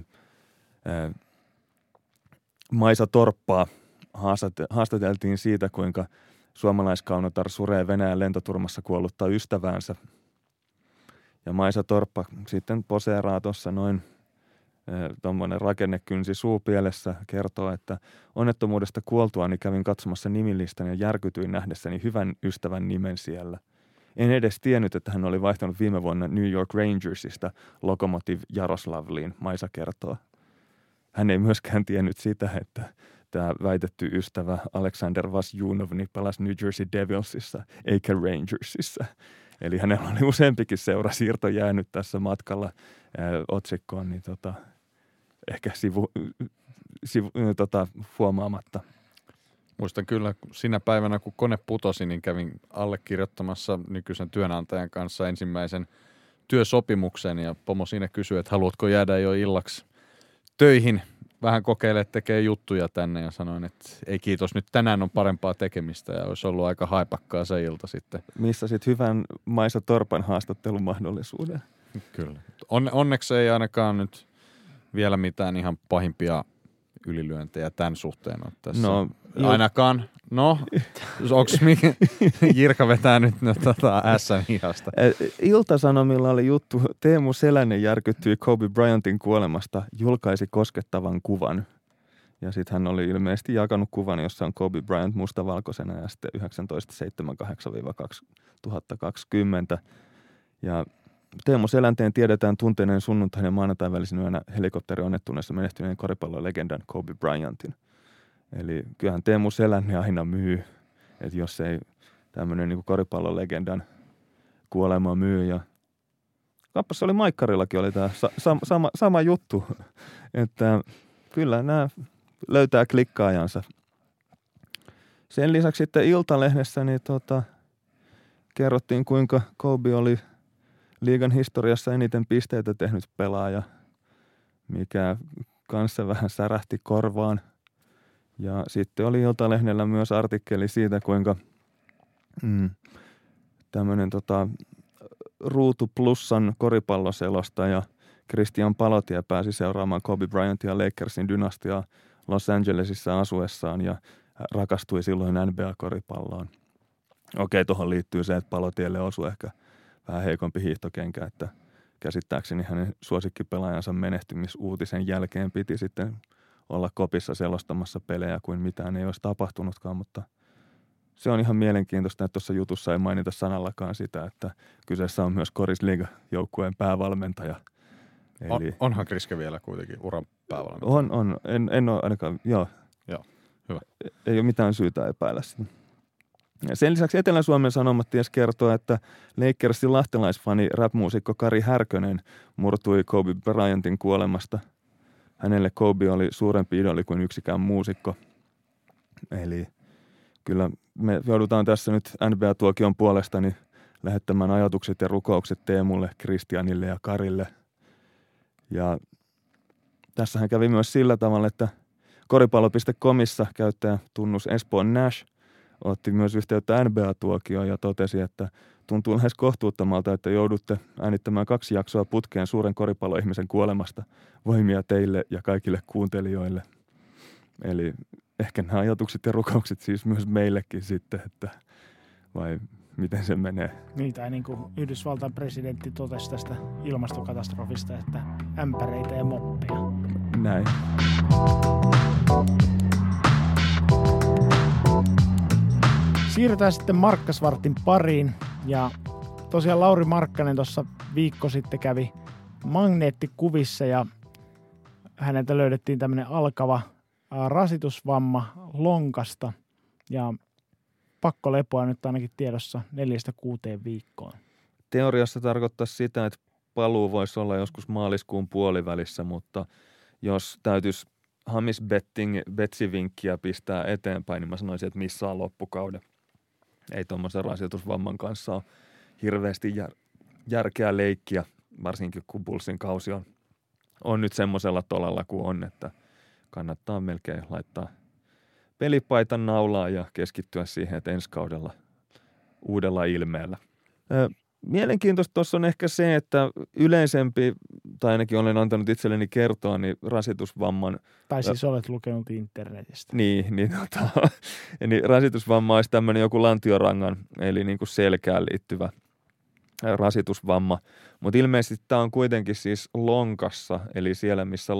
Maisa Torppaa haastateltiin siitä, kuinka suomalaiskaunotar suree Venäjän lentoturmassa kuollutta ystäväänsä. Ja Maisa Torppa sitten poseeraa tuossa noin tuommoinen rakennekynsi suupielessä, kertoo, että onnettomuudesta kuoltuani kävin katsomassa nimilistan ja järkytyin nähdessäni hyvän ystävän nimen siellä. En edes tiennyt, että hän oli vaihtanut viime vuonna New York Rangersista Lokomotiv Jaroslavliin, Maisa kertoo. Hän ei myöskään tiennyt sitä, että tämä väitetty ystävä Alexander Vasjunovni pelasi New Jersey Devilsissa eikä Rangersissa. Eli hänellä oli useampikin seurasiirto jäänyt tässä matkalla otsikkoon, niin ehkä huomaamatta. Muistan kyllä sinä päivänä, kun kone putosi, niin kävin allekirjoittamassa nykyisen työnantajan kanssa ensimmäisen työsopimuksen ja pomo siinä kysyi, että haluatko jäädä jo illaksi töihin vähän kokeilemaan tekee juttuja tänne ja sanoin, että ei kiitos, nyt tänään on parempaa tekemistä ja olisi ollut aika haipakkaa se ilta sitten. Missä sitten hyvän Maisa Torpan haastattelun mahdollisuuden? Kyllä. Onneksi ei ainakaan nyt vielä mitään ihan pahimpia ylilyöntejä tämän suhteen ole tässä. No, ainakaan, onko Jirka vetää nyt ässän hihasta? Ilta-Sanomilla oli juttu, Teemu Selänen järkyttyi Kobe Bryantin kuolemasta, julkaisi koskettavan kuvan. Ja sitten hän oli ilmeisesti jakanut kuvan, jossa on Kobe Bryant mustavalkoisena ja sitten 1978-2020. Ja Teemu Selänteen tiedetään tunteneen sunnuntain ja maanantain välisenä yönä helikopterionnettuneessa menehtyneen koripallolegendan Kobe Bryantin. Eli kyllähän Teemu Selänne aina myy, että jos ei tämmöinen niin koripallolegendan kuolema myy. Ja kappas oli Maikkarillakin oli tämä sama juttu, että kyllä nämä löytää klikkaajansa. Sen lisäksi sitten Iltalehdessä niin kerrottiin, kuinka Kobe oli liigan historiassa eniten pisteitä tehnyt pelaaja, mikä kanssa vähän särähti korvaan. Ja sitten oli Iltalehdellä myös artikkeli siitä, kuinka tämmöinen Ruutu Plussan koripalloselostaja Christian Palotie pääsi seuraamaan Kobe Bryantin ja Lakersin dynastiaa Los Angelesissa asuessaan ja rakastui silloin NBA-koripalloon. Okei, tuohon liittyy se, että Palotielle osui ehkä vähän heikompi hiihtokenkä, että käsittääkseni hänen suosikkipelaajansa menehtymisuutisen jälkeen piti sitten olla kopissa selostamassa pelejä kuin mitään ei olisi tapahtunutkaan, mutta se on ihan mielenkiintoista, että tuossa jutussa ei mainita sanallakaan sitä, että kyseessä on myös Korisliiga-joukkueen päävalmentaja. Eli onhan Kriske vielä kuitenkin uran päävalmentaja? On. En ole ainakaan, joo. Hyvä. Ei ole mitään syytä epäillä sitä. Sen lisäksi Etelä-Suomen Sanomat ties kertoo, että Lakersin lahtelaisfani rap-muusikko Kari Härkönen murtui Kobe Bryantin kuolemasta. Hänelle Kobe oli suurempi idoli kuin yksikään muusikko. Eli kyllä me joudutaan tässä nyt NBA-tuokion puolesta niin lähettämään ajatukset ja rukoukset Teemulle, Kristianille ja Karille. Ja tässähän kävi myös sillä tavalla, että koripallo.comissa käyttäjä tunnus Espoon Nash otti myös yhteyttä NBA-tuokioon ja totesi, että tuntuu lähes kohtuuttomalta, että joudutte äänittämään 2 jaksoa putkeen suuren koripalloihmisen kuolemasta. Voimia teille ja kaikille kuuntelijoille. Eli ehkä nämä ajatukset ja rukoukset siis myös meillekin sitten, että vai miten se menee. Niin, tai niin kuin Yhdysvaltain presidentti totesi tästä ilmastokatastrofista, että ämpäreitä ja moppeja. Näin. Siirrytään sitten Markkasvartin pariin. Ja tosiaan Lauri Markkanen tuossa viikko sitten kävi magneettikuvissa ja häneltä löydettiin tämmöinen alkava rasitusvamma lonkasta ja pakkolepoa nyt ainakin tiedossa 4-6 viikkoon. Teoriassa tarkoittaa sitä, että paluu voisi olla joskus maaliskuun puolivälissä, mutta jos täytyisi Hamis Betsi-vinkkiä pistää eteenpäin, niin mä sanoisin, että missään loppukauden. Ei tuommoisen rasitusvamman kanssa ole hirveästi järkeä leikkiä, varsinkin kun Bullsin kausi on nyt semmoisella tolalla kuin on, että kannattaa melkein laittaa pelipaitan naulaan ja keskittyä siihen, että ensi kaudella uudella ilmeellä. Mielenkiintoista tuossa on ehkä se, että yleisempi, tai ainakin olen antanut itselleni kertoa, niin rasitusvamman... Tai siis olet lukenut internetistä. Niin rasitusvamma olisi tämmöinen joku lantiorangan, eli niin kuin selkään liittyvä rasitusvamma. Mutta ilmeisesti tämä on kuitenkin siis lonkassa, eli siellä missä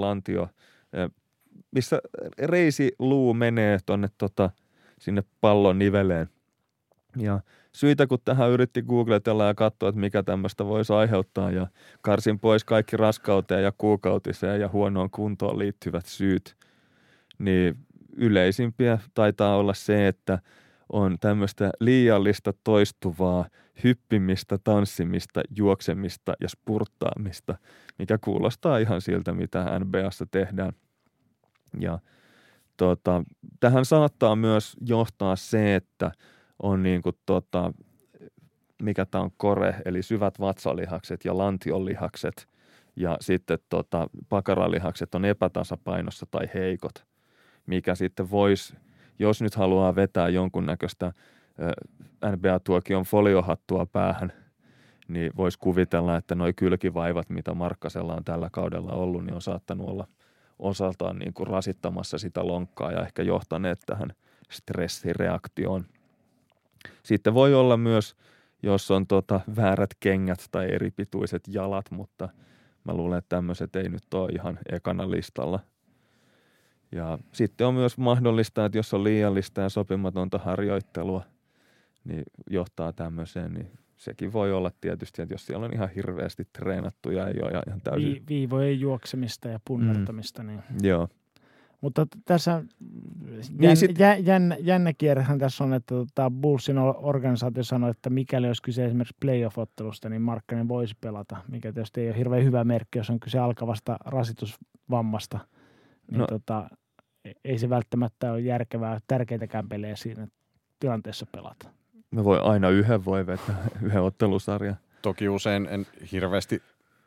missä reisiluu menee tonne sinne pallon niveleen. Ja syitä, kun tähän yritti googletella ja katsoa, että mikä tämmöistä voisi aiheuttaa ja karsin pois kaikki raskauteen ja kuukautiseen ja huonoon kuntoon liittyvät syyt, niin yleisimpiä taitaa olla se, että on tämmöistä liiallista toistuvaa hyppimistä, tanssimista, juoksemista ja spurttaamista, mikä kuulostaa ihan siltä, mitä NBA:ssa tehdään. Ja tähän saattaa myös johtaa se, että on niin kuin mikä tämä on kore, eli syvät vatsalihakset ja lantionlihakset ja sitten pakaralihakset on epätasapainossa tai heikot, mikä sitten voisi, jos nyt haluaa vetää jonkunnäköistä NBA-tuokion foliohattua päähän, niin voisi kuvitella, että nuo kylkivaivat, mitä Markkasella on tällä kaudella ollut, niin on saattanut olla osaltaan niin kuin rasittamassa sitä lonkkaa ja ehkä johtaneet tähän stressireaktioon. Sitten voi olla myös, jos on väärät kengät tai eripituiset jalat, mutta mä luulen, että tämmöiset ei nyt ole ihan ekana listalla. Ja sitten on myös mahdollista, että jos on liiallista ja sopimatonta harjoittelua, niin johtaa tämmöiseen, niin sekin voi olla tietysti, että jos siellä on ihan hirveästi treenattu ja ei ole ihan täysin... Viivojen juoksemista ja punnertamista. Niin. Joo. Mutta tässä jännä kierrehän tässä on, että Bullsin organisaatio sanoi, että mikäli olisi kyse esimerkiksi playoff-ottelusta, niin Markkanen voisi pelata, mikä tietysti ei ole hirveän hyvä merkki, jos on kyse alkavasta rasitusvammasta. Niin ei se välttämättä ole järkevää, tärkeitäkään pelejä siinä tilanteessa pelata. Me voi aina voi vetää yhden ottelusarjan. Toki usein en hirveästi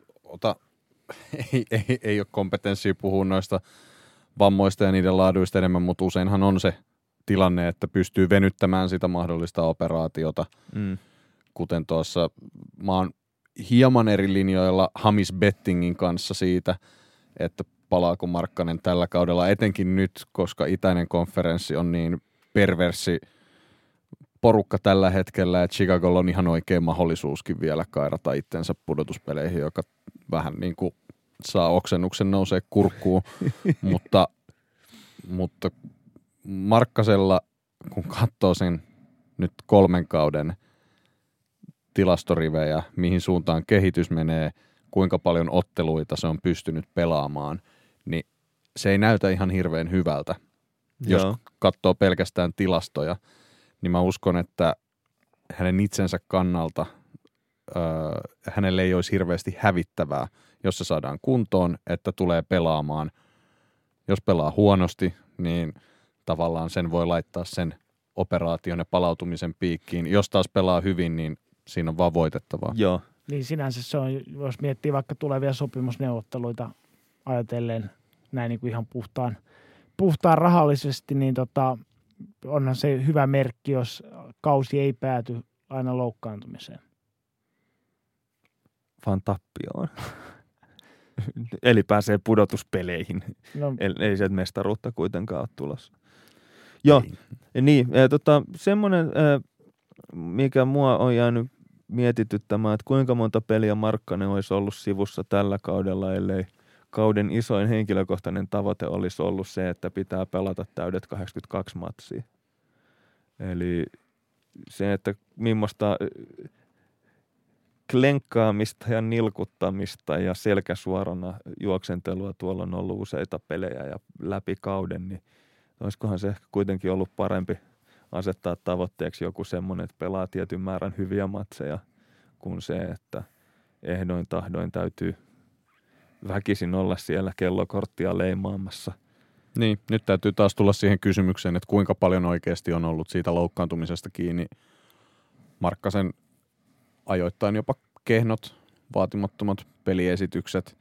ei ole kompetenssia puhua noista vammoista ja niiden laaduista enemmän, mutta useinhan on se tilanne, että pystyy venyttämään sitä mahdollista operaatiota. Kuten tuossa, mä oon hieman eri linjoilla Hamis Bettingin kanssa siitä, että palaako Markkanen tällä kaudella, etenkin nyt, koska itäinen konferenssi on niin perversi porukka tällä hetkellä, että Chicagolla on ihan oikea mahdollisuuskin vielä kairata itsensä pudotuspeleihin, joka vähän niin kuin saa oksennuksen nousee kurkkuun, mutta Markkasella, kun katsoo sen nyt 3 kauden tilastorivejä, mihin suuntaan kehitys menee, kuinka paljon otteluita se on pystynyt pelaamaan, niin se ei näytä ihan hirveän hyvältä. Jos katsoo pelkästään tilastoja, niin mä uskon, että hänen itsensä kannalta hänelle ei olisi hirveästi hävittävää, jos se saadaan kuntoon, että tulee pelaamaan. Jos pelaa huonosti, niin tavallaan sen voi laittaa sen operaation ja palautumisen piikkiin. Jos taas pelaa hyvin, niin siinä on vaan voitettavaa. Joo. Niin sinänsä se on, jos miettii vaikka tulevia sopimusneuvotteluita ajatellen näin niin kuin ihan puhtaan rahallisesti, niin onhan se hyvä merkki, jos kausi ei pääty aina loukkaantumiseen. Vaan tappioon. Eli pääsee pudotuspeleihin. No. Ei se mestaruutta kuitenkaan ole tulossa. Joo, niin. Semmoinen, mikä mua on jäänyt mietityttämään, että kuinka monta peliä Markkanen olisi ollut sivussa tällä kaudella, ellei kauden isoin henkilökohtainen tavoite olisi ollut se, että pitää pelata täydet 82 matsia. Eli se, että millaista klenkkaamista ja nilkuttamista ja selkäsuorana juoksentelua tuolla on ollut useita pelejä ja läpi kauden, niin olisikohan se ehkä kuitenkin ollut parempi asettaa tavoitteeksi joku semmoinen, että pelaa tietyn määrän hyviä matseja, kuin se, että ehdoin tahdoin täytyy väkisin olla siellä kellokorttia leimaamassa. Niin, nyt täytyy taas tulla siihen kysymykseen, että kuinka paljon oikeasti on ollut siitä loukkaantumisesta kiinni. Markkasen ajoittain jopa kehnot, vaatimattomat peliesitykset.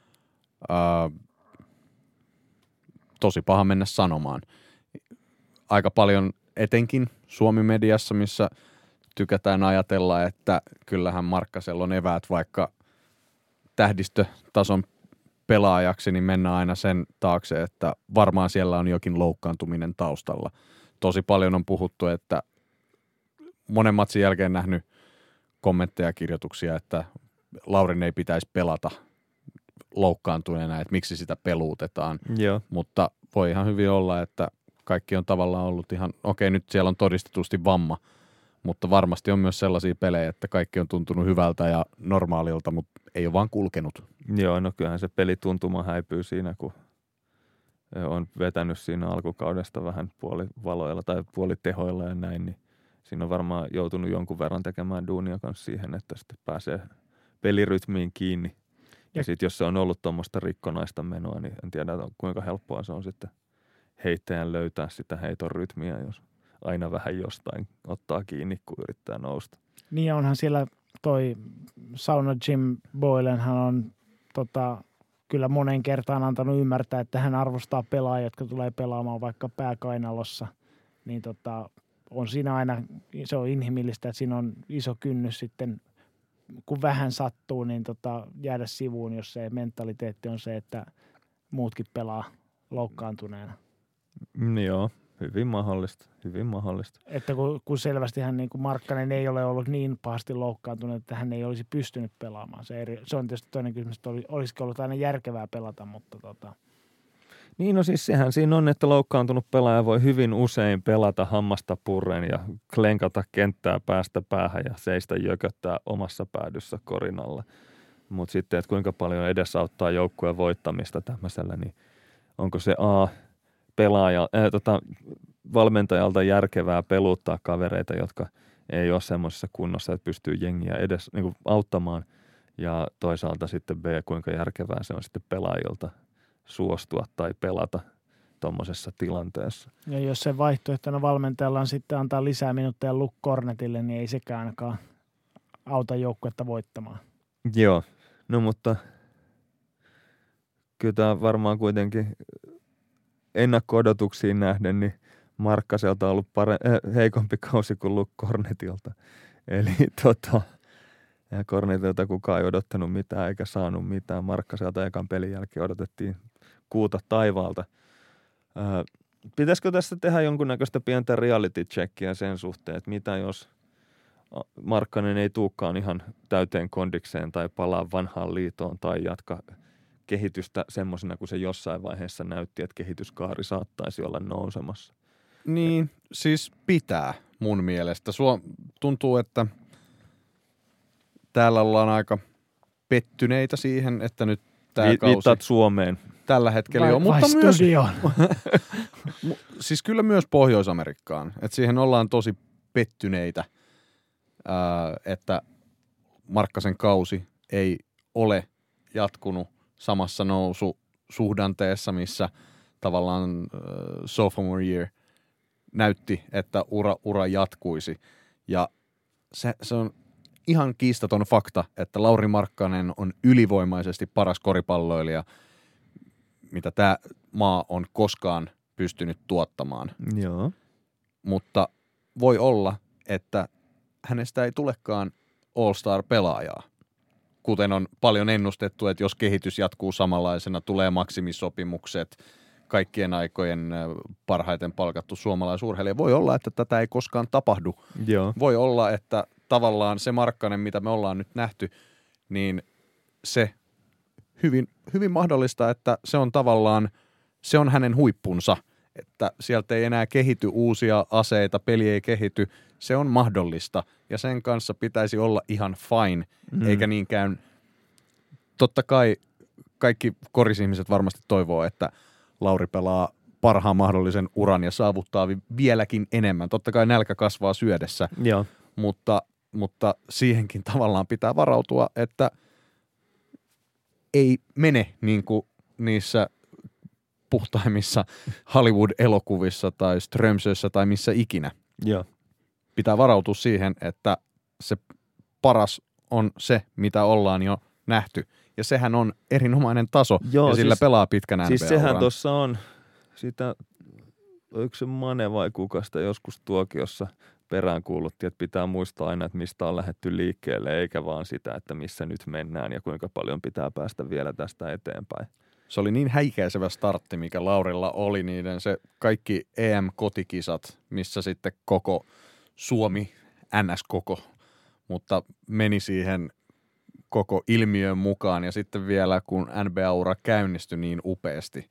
Tosi paha mennä sanomaan. Aika paljon etenkin Suomi-mediassa, missä tykätään ajatella, että kyllähän Markkasella on eväät vaikka tähdistötason pelaajaksi, niin mennään aina sen taakse, että varmaan siellä on jokin loukkaantuminen taustalla. Tosi paljon on puhuttu, että monen matsin jälkeen nähnyt kommentteja ja kirjoituksia, että Laurin ei pitäisi pelata loukkaantuneena, että miksi sitä peluutetaan. Joo. Mutta voi ihan hyvin olla, että kaikki on tavallaan ollut ihan, okei, nyt siellä on todistetusti vamma, mutta varmasti on myös sellaisia pelejä, että kaikki on tuntunut hyvältä ja normaalilta, mutta ei ole vaan kulkenut. Joo, no kyllähän se pelituntuma häipyy siinä, kun on vetänyt siinä alkukaudesta vähän puolivaloilla tai puolitehoilla ja näin, niin siinä on varmaan joutunut jonkun verran tekemään duunia kanssa siihen, että sitten pääsee pelirytmiin kiinni. Ja sitten jos se on ollut tuommoista rikkonaista menoa, niin en tiedä kuinka helppoa se on sitten heittäjän löytää sitä heiton rytmiä, jos aina vähän jostain ottaa kiinni, kun yrittää nousta. Niin onhan siellä toi sauna Jim Boylen, hän on kyllä monen kertaan antanut ymmärtää, että hän arvostaa pelaajia, jotka tulee pelaamaan vaikka pääkainalossa. Niin on siinä aina, se on inhimillistä, että siinä on iso kynnys sitten, kun vähän sattuu, niin jäädä sivuun, jos se mentaliteetti on se, että muutkin pelaa loukkaantuneena. Joo, hyvin mahdollista. Että kun selvästihän niin kuin Markkanen ei ole ollut niin pahasti loukkaantunut, että hän ei olisi pystynyt pelaamaan. Se on tietysti toinen kysymys, että olisiko ollut aina järkevää pelata, mutta Niin, no siis sehän siinä on, että loukkaantunut pelaaja voi hyvin usein pelata hammasta purren ja klenkata kenttää päästä päähän ja seistä jököttää omassa päädyssä korinalla. Mutta sitten, että kuinka paljon edesauttaa joukkueen voittamista tämmöisellä, niin onko se valmentajalta järkevää peluttaa kavereita, jotka ei ole semmoisessa kunnossa, että pystyy jengiä edes niin kuin auttamaan. Ja toisaalta sitten B, kuinka järkevää se on sitten pelaajilta suostua tai pelata tuommoisessa tilanteessa. Ja jos se vaihtoehtona valmentajalla on sitten antaa lisää minuutteja Luke Cornetille, niin ei sekään ainakaan auta joukkuetta voittamaan. Joo, no mutta kyllä tämä varmaan kuitenkin ennakko-odotuksiin nähden, niin Markkaselta on ollut heikompi kausi kuin Luke Cornetilta. Eli ja Cornetilta kukaan ei odottanut mitään eikä saanut mitään. Markkaselta ekan pelin jälkeen odotettiin kuuta taivaalta. Pitäisikö tässä tehdä jonkunnäköistä pientä reality checkia sen suhteen, että mitä jos Markkanen ei tulekaan ihan täyteen kondikseen tai palaa vanhaan liitoon tai jatka kehitystä semmoisena, kun se jossain vaiheessa näytti, että kehityskaari saattaisi olla nousemassa. Niin, siis pitää mun mielestä. Tuntuu, että täällä ollaan aika pettyneitä siihen, että nyt tämä kausi viittaat Suomeen. Tällä hetkellä jo, mutta myös siis kyllä myös Pohjois-Amerikkaan. Että siihen ollaan tosi pettyneitä, että Markkasen kausi ei ole jatkunut samassa noususuhdanteessa, missä tavallaan sophomore year näytti, että ura jatkuisi. Ja se on ihan kiistaton fakta, että Lauri Markkanen on ylivoimaisesti paras koripalloilija, mitä tämä maa on koskaan pystynyt tuottamaan. Joo. Mutta voi olla, että hänestä ei tulekaan all-star-pelaajaa. Kuten on paljon ennustettu, että jos kehitys jatkuu samanlaisena, tulee maksimisopimukset, kaikkien aikojen parhaiten palkattu suomalaisurheilija. Voi olla, että tätä ei koskaan tapahdu. Joo. Voi olla, että tavallaan se Markkanen, mitä me ollaan nyt nähty, niin se hyvin, hyvin mahdollista, että se on tavallaan, se on hänen huippunsa, että sieltä ei enää kehity uusia aseita, peli ei kehity, se on mahdollista ja sen kanssa pitäisi olla ihan fine, eikä niinkään, totta kai kaikki korisihmiset varmasti toivoo, että Lauri pelaa parhaan mahdollisen uran ja saavuttaa vieläkin enemmän. Totta kai nälkä kasvaa syödessä, Joo. mutta siihenkin tavallaan pitää varautua, että ei mene niin kuin niissä puhtaimmissa Hollywood-elokuvissa tai Strömsössä tai missä ikinä. Joo. Pitää varautua siihen, että se paras on se, mitä ollaan jo nähty. Ja sehän on erinomainen taso, Joo, ja sillä siis, pelaa pitkän NBA-uran. Siis sehän tuossa on, sitä, oliko se Mane vai kukasta joskus tuokiossa peräänkuulutti, että pitää muistaa aina, että mistä on lähdetty liikkeelle, eikä vaan sitä, että missä nyt mennään ja kuinka paljon pitää päästä vielä tästä eteenpäin. Se oli niin häikäisevä startti, mikä Laurilla oli, niiden se kaikki EM-kotikisat, missä sitten koko Suomi, NS-koko, mutta meni siihen koko ilmiön mukaan ja sitten vielä kun NBA-ura käynnistyi niin upeasti.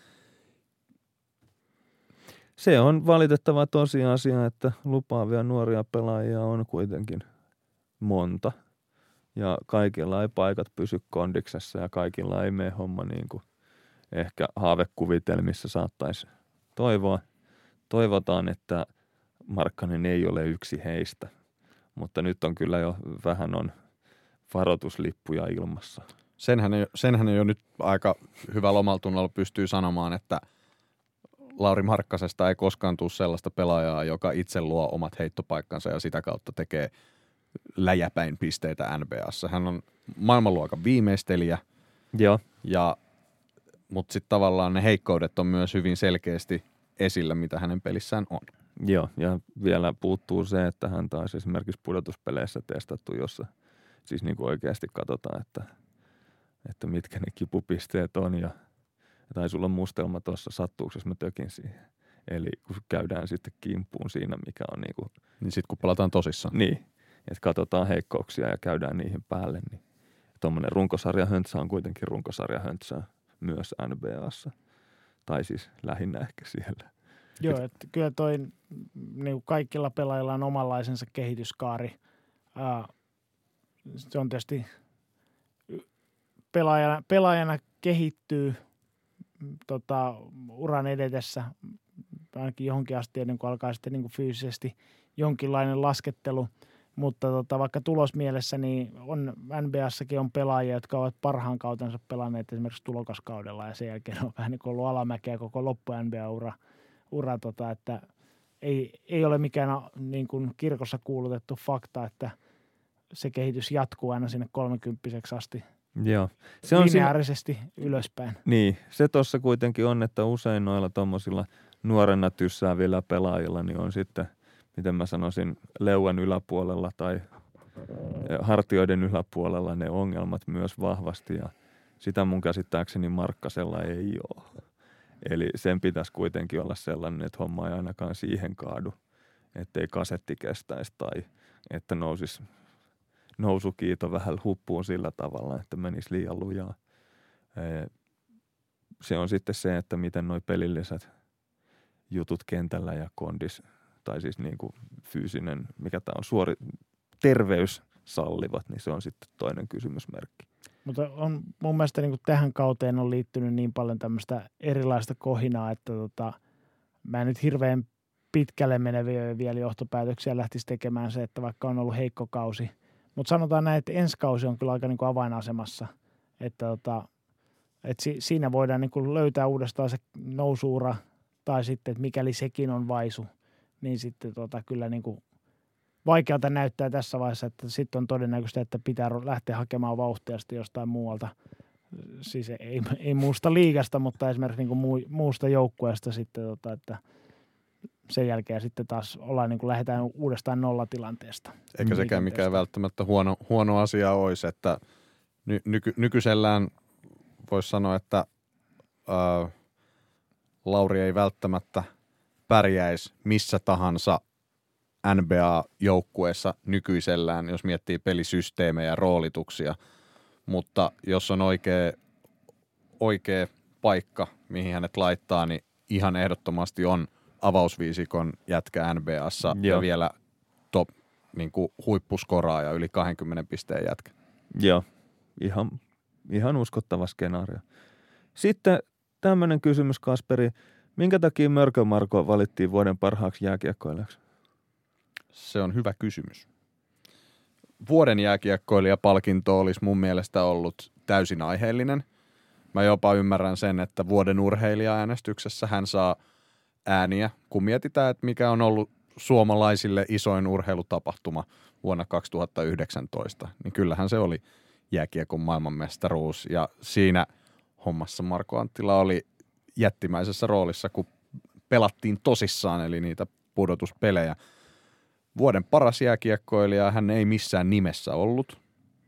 Se on valitettava tosiasia, että lupaavia nuoria pelaajia on kuitenkin monta. Ja kaikilla ei paikat pysy kondiksessa ja kaikilla ei mene homma niin kuin ehkä haavekuvitelmissa saattaisi toivoa. Toivotaan, että Markkanen ei ole yksi heistä, mutta nyt on kyllä jo vähän on varoituslippuja ilmassa. Senhän jo nyt aika hyvällä omaltunnolla pystyy sanomaan, että Lauri Markkasesta ei koskaan tule sellaista pelaajaa, joka itse luo omat heittopaikkansa ja sitä kautta tekee läjäpäin pisteitä NBA:ssa. Hän on maailmanluokan viimeistelijä Joo. Mutta sitten tavallaan ne heikkoudet on myös hyvin selkeästi esillä, mitä hänen pelissään on. Joo, ja vielä puuttuu se, että hän taas esimerkiksi pudotuspeleissä testattu, jossa siis niin kuin oikeasti katsotaan, että mitkä ne kipupisteet on ja taisi olla mustelma tuossa, sattuuko jos mä tökin siihen. Eli kun käydään sitten kimppuun siinä, mikä on niin kuin... Niin sitten kun pelataan tosissaan. Niin, että katsotaan heikkouksia ja käydään niihin päälle, niin tuommoinen runkosarjahöntsä on kuitenkin runkosarjahöntsää myös NBA:ssa. Tai siis lähinnä ehkä siellä. Joo, että kyllä toi niin kaikilla pelaajilla on omanlaisensa kehityskaari. Se on tietysti pelaajana kehittyy uran edetessä ainakin johonkin asti ennen kuin alkaa sitten niin kuin fyysisesti jonkinlainen laskettelu. Mutta vaikka tulosmielessä, niin on NBA:ssakin on pelaajia, jotka ovat parhaan kautensa pelanneet esimerkiksi tulokaskaudella ja sen jälkeen on vähän niin kuin ollut alamäkeä koko loppu NBA-ura, että ei ole mikään niin kuin kirkossa kuulutettu fakta, että se kehitys jatkuu aina sinne 30-vuotiaaksi asti. Joo. Se on lineaarisesti ylöspäin. Niin, se tuossa kuitenkin on, että usein noilla tuommoisilla nuorena tyssäävillä pelaajilla niin on sitten, miten mä sanoisin, leuan yläpuolella tai hartioiden yläpuolella ne ongelmat myös vahvasti ja sitä mun käsittääkseni Markkasella ei ole. Eli sen pitäisi kuitenkin olla sellainen, että homma ei ainakaan siihen kaadu, ettei kasetti kestäisi tai että nousukiito vähän huppuun sillä tavalla, että menisi liian lujaa. Se on sitten se, että miten noi pelilliset jutut kentällä ja kondis, tai siis niin kuin fyysinen, mikä tämä on, terveys sallivat, niin se on sitten toinen kysymysmerkki. Mutta on mun mielestä niin kuin tähän kauteen on liittynyt niin paljon tämmöistä erilaista kohinaa, että mä en nyt hirveän pitkälle meneviä vielä johtopäätöksiä lähtisi tekemään se, että vaikka on ollut heikko kausi. Mutta sanotaan näin, että ensi kausi on kyllä aika niin kuin avainasemassa, että siinä voidaan niin kuin löytää uudestaan se nousuura tai sitten, että mikäli sekin on vaisu, niin sitten kyllä niin kuin vaikealta näyttää tässä vaiheessa, että sitten on todennäköistä, että pitää lähteä hakemaan vauhtia sitten jostain muualta. Siis ei muusta liigasta, mutta esimerkiksi niin kuin muusta joukkueesta sitten, että sen jälkeen sitten taas niin kuin lähdetään uudestaan nollatilanteesta. Eikä sekään mikään välttämättä huono asia olisi, että nykyisellään voisi sanoa, että Lauri ei välttämättä pärjäisi missä tahansa NBA-joukkueessa nykyisellään, jos miettii pelisysteemejä ja roolituksia, mutta jos on oikea paikka, mihin hänet laittaa, niin ihan ehdottomasti on avausviisikon jätkä NBA:ssa ja vielä top niin kuin huippuskoraaja yli 20 pisteen jätkä. Joo, ihan uskottava skenaario. Sitten tämmöinen kysymys, Kasperi. Minkä takia Mörkö Marko valittiin vuoden parhaaksi jääkiekkoilijaksi? Se on hyvä kysymys. Vuoden jääkiekkoilijapalkinto olisi mun mielestä ollut täysin aiheellinen. Mä jopa ymmärrän sen, että vuoden urheilija-äänestyksessä hän saa ääniä, kun mietitään, että mikä on ollut suomalaisille isoin urheilutapahtuma vuonna 2019, niin kyllähän se oli jääkiekon maailmanmestaruus ja siinä hommassa Marko Anttila oli jättimäisessä roolissa, kun pelattiin tosissaan, eli niitä pudotuspelejä. Vuoden paras jääkiekkoilija hän ei missään nimessä ollut.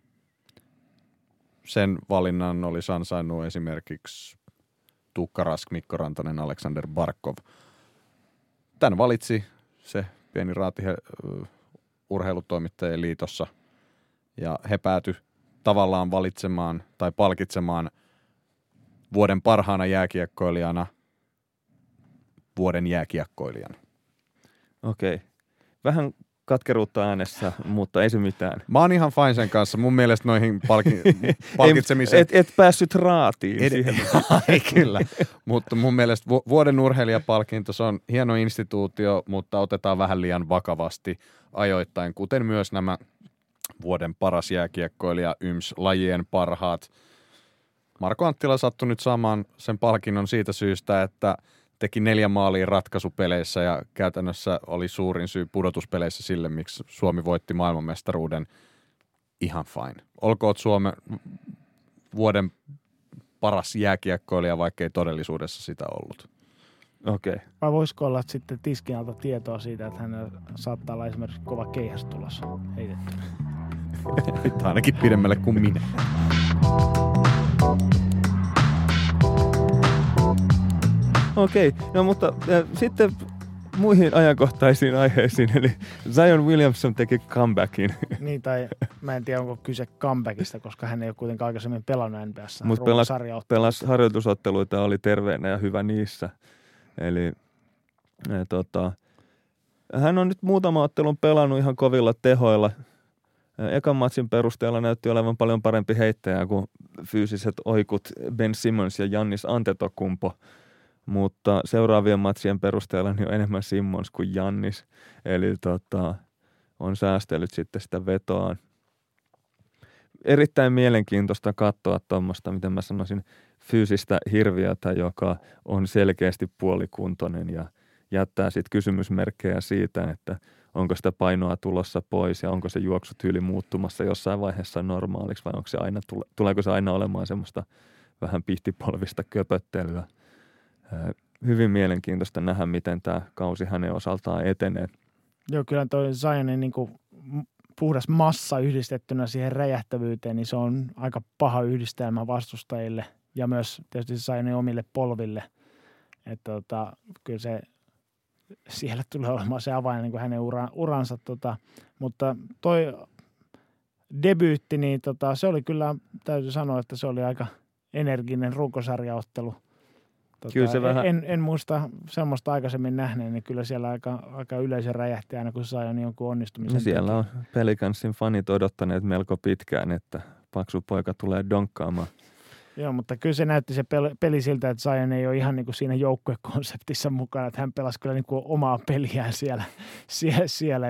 Sen valinnan olisi ansainnut esimerkiksi Tuukka Rask, Mikko Rantanen, Aleksander Barkov. Tän valitsi se pieni raati urheilutoimittajien liitossa ja he päätyi tavallaan valitsemaan tai palkitsemaan vuoden parhaana jääkiekkoilijana vuoden jääkiekkoilijan. Okei. Vähän katkeruutta äänessä, mutta ei se mitään. Mä oon ihan fine sen kanssa. Mun mielestä noihin palkitsemiseen... Et päässyt raatiin siihen. Ei kyllä, mutta mun mielestä vuoden urheilijapalkinto, se on hieno instituutio, mutta otetaan vähän liian vakavasti ajoittain, kuten myös nämä vuoden paras jääkiekkoilija, lajien parhaat. Marko Anttila sattui nyt saamaan sen palkinnon siitä syystä, että teki 4 maalia ratkaisupeleissä ja käytännössä oli suurin syy pudotuspeleissä sille, miksi Suomi voitti maailmanmestaruuden. Ihan fine. Olkoot Suomen vuoden paras jääkiekkoilija, vaikka ei todellisuudessa sitä ollut. Okei. Vai voisiko olla sitten tiskin alta tietoa siitä, että hänellä saattaa olla esimerkiksi kova keihäs tulossa heitetty? Ainakin pidemmälle kuin minä. Okei, no mutta sitten muihin ajankohtaisiin aiheisiin, eli Zion Williamson teki comebackin. Niin, tai mä en tiedä, onko kyse comebackista, koska hän ei ole kuitenkaan aikaisemmin pelannut NBA:ssa. Mutta pelasi harjoitusotteluita, oli terveenä ja hyvä niissä. Eli hän on nyt muutama ottelun pelannut ihan kovilla tehoilla. Ekan matsin perusteella näytti olevan paljon parempi heittäjä kuin fyysiset oikut Ben Simmons ja Giannis Antetokounmpo. Mutta seuraavien matsien perusteella niin on enemmän Simmons kuin Giannis. Eli on säästellyt sitten sitä vetoaan. Erittäin mielenkiintoista katsoa tuommoista, miten mä sanoisin, fyysistä hirviötä, joka on selkeästi puolikuntoinen ja jättää sitten kysymysmerkkejä siitä, että onko sitä painoa tulossa pois ja onko se juoksutyyli muuttumassa jossain vaiheessa normaaliksi vai onko se aina, tuleeko se aina olemaan semmoista vähän pihtipolvista köpöttelyä. Hyvin mielenkiintoista nähdä, miten tämä kausi hänen osaltaan etenee. Joo, kyllä toi Zionin niin kuin puhdas massa yhdistettynä siihen räjähtävyyteen, niin se on aika paha yhdistelmä vastustajille ja myös tietysti Zionin omille polville. Että kyllä se siellä tulee olemaan se avain niin kuin hänen uransa. Mutta toi debyytti, niin se oli kyllä, täytyy sanoa, että se oli aika energinen runkosarjaottelu. Kyllä se vähän... en muista semmoista aikaisemmin nähneen, niin kyllä siellä aika yleisö räjähti aina, kun sai jonkun onnistumisen. No siellä on Pelicansin fanit odottaneet melko pitkään, että paksu poika tulee donkkaamaan. Joo, mutta kyllä se näytti se peli siltä, että Zion ei ole ihan niin kuin siinä joukkuekonseptissa mukana, että hän pelasi kyllä niin kuin omaa peliään siellä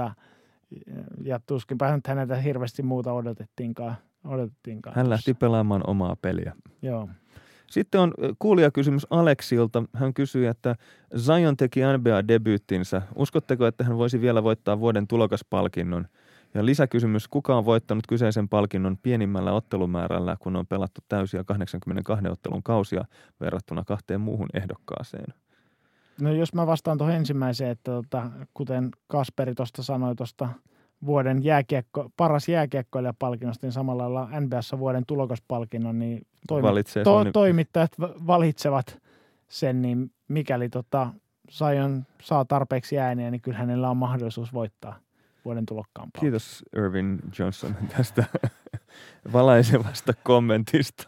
ja tuskinpä nyt häneltä hirveästi muuta odotettiinkaan. Hän lähti pelaamaan omaa peliä. Joo. Sitten on kuulijakysymys Aleksilta. Hän kysyy, että Zion teki NBA-debyyttinsä. Uskotteko, että hän voisi vielä voittaa vuoden tulokaspalkinnon? Ja lisäkysymys, kuka on voittanut kyseisen palkinnon pienimmällä ottelumäärällä, kun on pelattu täysiä 82 ottelun kausia verrattuna 2 muuhun ehdokkaaseen? No jos mä vastaan tuohon ensimmäiseen, että kuten Kasperi tuosta sanoi tuosta vuoden paras jääkiekkoilija-palkinnosta, niin samalla lailla NBA:ssa vuoden tulokaspalkinnon, niin toimittajat valitsevat sen, niin mikäli Zion saa tarpeeksi ääniä, niin kyllä hänellä on mahdollisuus voittaa vuoden tulokkaan palkinnon. Kiitos Irvin Johnson tästä valaisevasta kommentista.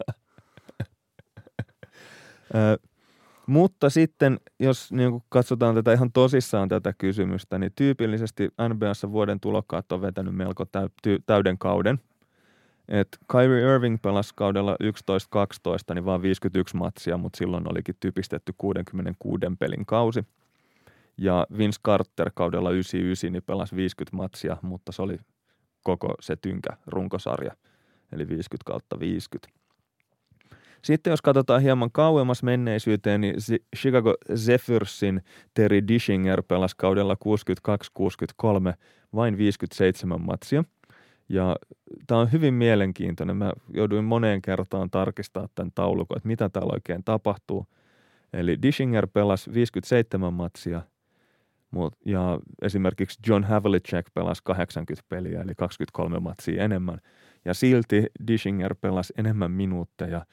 Mutta sitten, jos niin katsotaan tätä ihan tosissaan tätä kysymystä, niin tyypillisesti NBA:ssa vuoden tulokkaat on vetänyt melko täyden kauden. Et Kyrie Irving pelasi kaudella 11-12, niin vaan 51 matsia, mutta silloin olikin typistetty 66 pelin kausi. Ja Vince Carter kaudella 99 niin pelasi 50 matsia, mutta se oli koko se tynkä runkosarja, eli 50/50. Sitten jos katsotaan hieman kauemmas menneisyyteen, niin Chicago Zephyrsin Terry Dishinger pelasi kaudella 62-63 vain 57 matsia. Ja tämä on hyvin mielenkiintoinen. Mä jouduin moneen kertaan tarkistamaan tämän taulukon, että mitä täällä oikein tapahtuu. Eli Dishinger pelasi 57 matsia ja esimerkiksi John Havlicek pelasi 80 peliä, eli 23 matsia enemmän. Ja silti Dishinger pelasi enemmän minuutteja,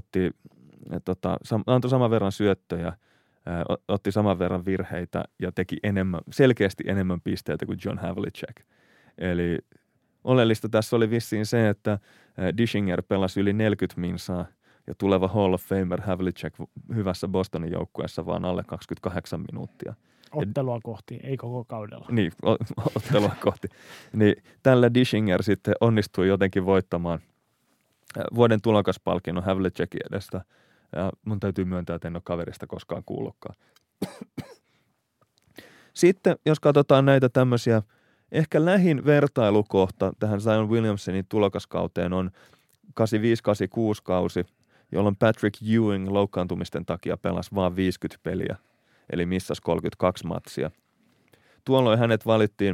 antoi saman verran syöttöjä, otti saman verran virheitä ja teki selkeästi enemmän pisteitä kuin John Havlicek. Eli oleellista tässä oli vissiin se, että Dishinger pelasi yli 40 minsaa ja tuleva Hall of Famer Havlicek hyvässä Bostonin joukkueessa vaan alle 28 minuuttia. Ottelua kohti, ei koko kaudella. Niin, ottelua kohti. Niin, tällä Dishinger sitten onnistui jotenkin voittamaan vuoden tulokaspalkinnon Havlicekin edestä. Ja mun täytyy myöntää, että en ole kaverista koskaan kuullutkaan. Sitten, jos katsotaan näitä tämmöisiä, ehkä lähin vertailukohta tähän Zion Williamsonin tulokaskauteen on 85-86 kausi, jolloin Patrick Ewing loukkaantumisten takia pelasi vain 50 peliä. Eli missasi 32 matsia. Tuolloin hänet valittiin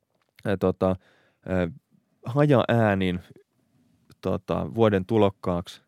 hajaäänin vuoden tulokkaaksi,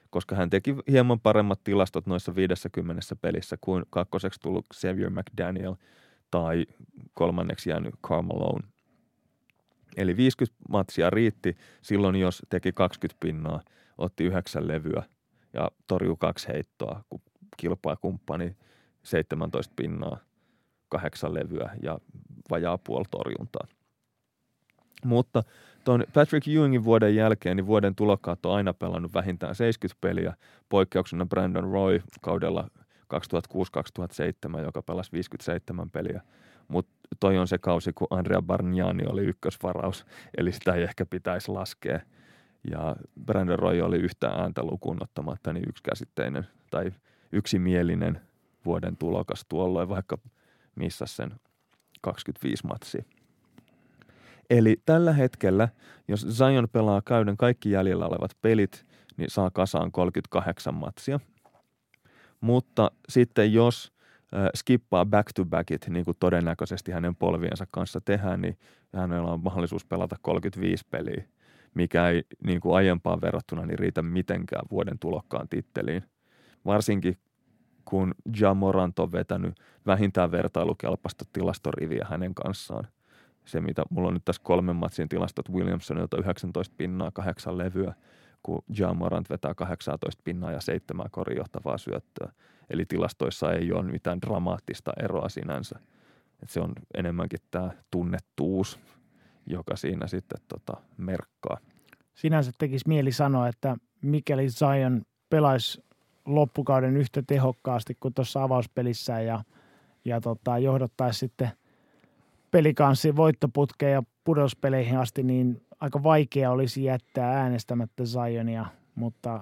koska hän teki hieman paremmat tilastot noissa 50 pelissä kuin kakkoseksi tullut Xavier McDaniel tai kolmanneksi jäänyt Karl Malone. Eli 50 matsia riitti silloin, jos teki 20 pinnaa, otti 9 levyä ja torjui 2 heittoa, kun kilpakumppani 17 pinnaa, 8 levyä ja vajaa puoli torjuntaa. Mutta tuon Patrick Ewingin vuoden jälkeen niin vuoden tulokkaat on aina pelannut vähintään 70 peliä, poikkeuksena Brandon Roy kaudella 2006-2007, joka pelasi 57 peliä. Mutta toi on se kausi, kun Andrea Bargnani oli ykkösvaraus, eli sitä ei ehkä pitäisi laskea. Ja Brandon Roy oli yhtään ääntä lukuun ottamatta niin yksikäsitteinen tai yksimielinen vuoden tulokas tuolloin, vaikka missasi sen 25 matsia. Eli tällä hetkellä, jos Zion pelaa kauden kaikki jäljellä olevat pelit, niin saa kasaan 38 matsia. Mutta sitten jos skippaa back-to-backit, niin kuin todennäköisesti hänen polviensa kanssa tehdään, niin hänellä on mahdollisuus pelata 35 peliä, mikä ei niin kuin aiempaan verrattuna niin riitä mitenkään vuoden tulokkaan titteliin. Varsinkin kun Ja Morant on vetänyt vähintään vertailukelpaista tilastoriviä hänen kanssaan. Se, mitä mulla on nyt tässä 3 matsin tilastot Williamsonilta 19 pinnaa, 8 levyä, kun Ja Morant vetää 18 pinnaa ja 7 korinjohtavaa syöttöä. Eli tilastoissa ei ole mitään dramaattista eroa sinänsä. Et se on enemmänkin tämä tunnettuus, joka siinä sitten merkkaa. Sinänsä tekisi mieli sanoa, että mikäli Zion pelaisi loppukauden yhtä tehokkaasti kuin tuossa avauspelissä ja johdattaisi sitten pelikanssin voittoputkeen ja pudotuspeleihin asti, niin aika vaikea olisi jättää äänestämättä Zionia, mutta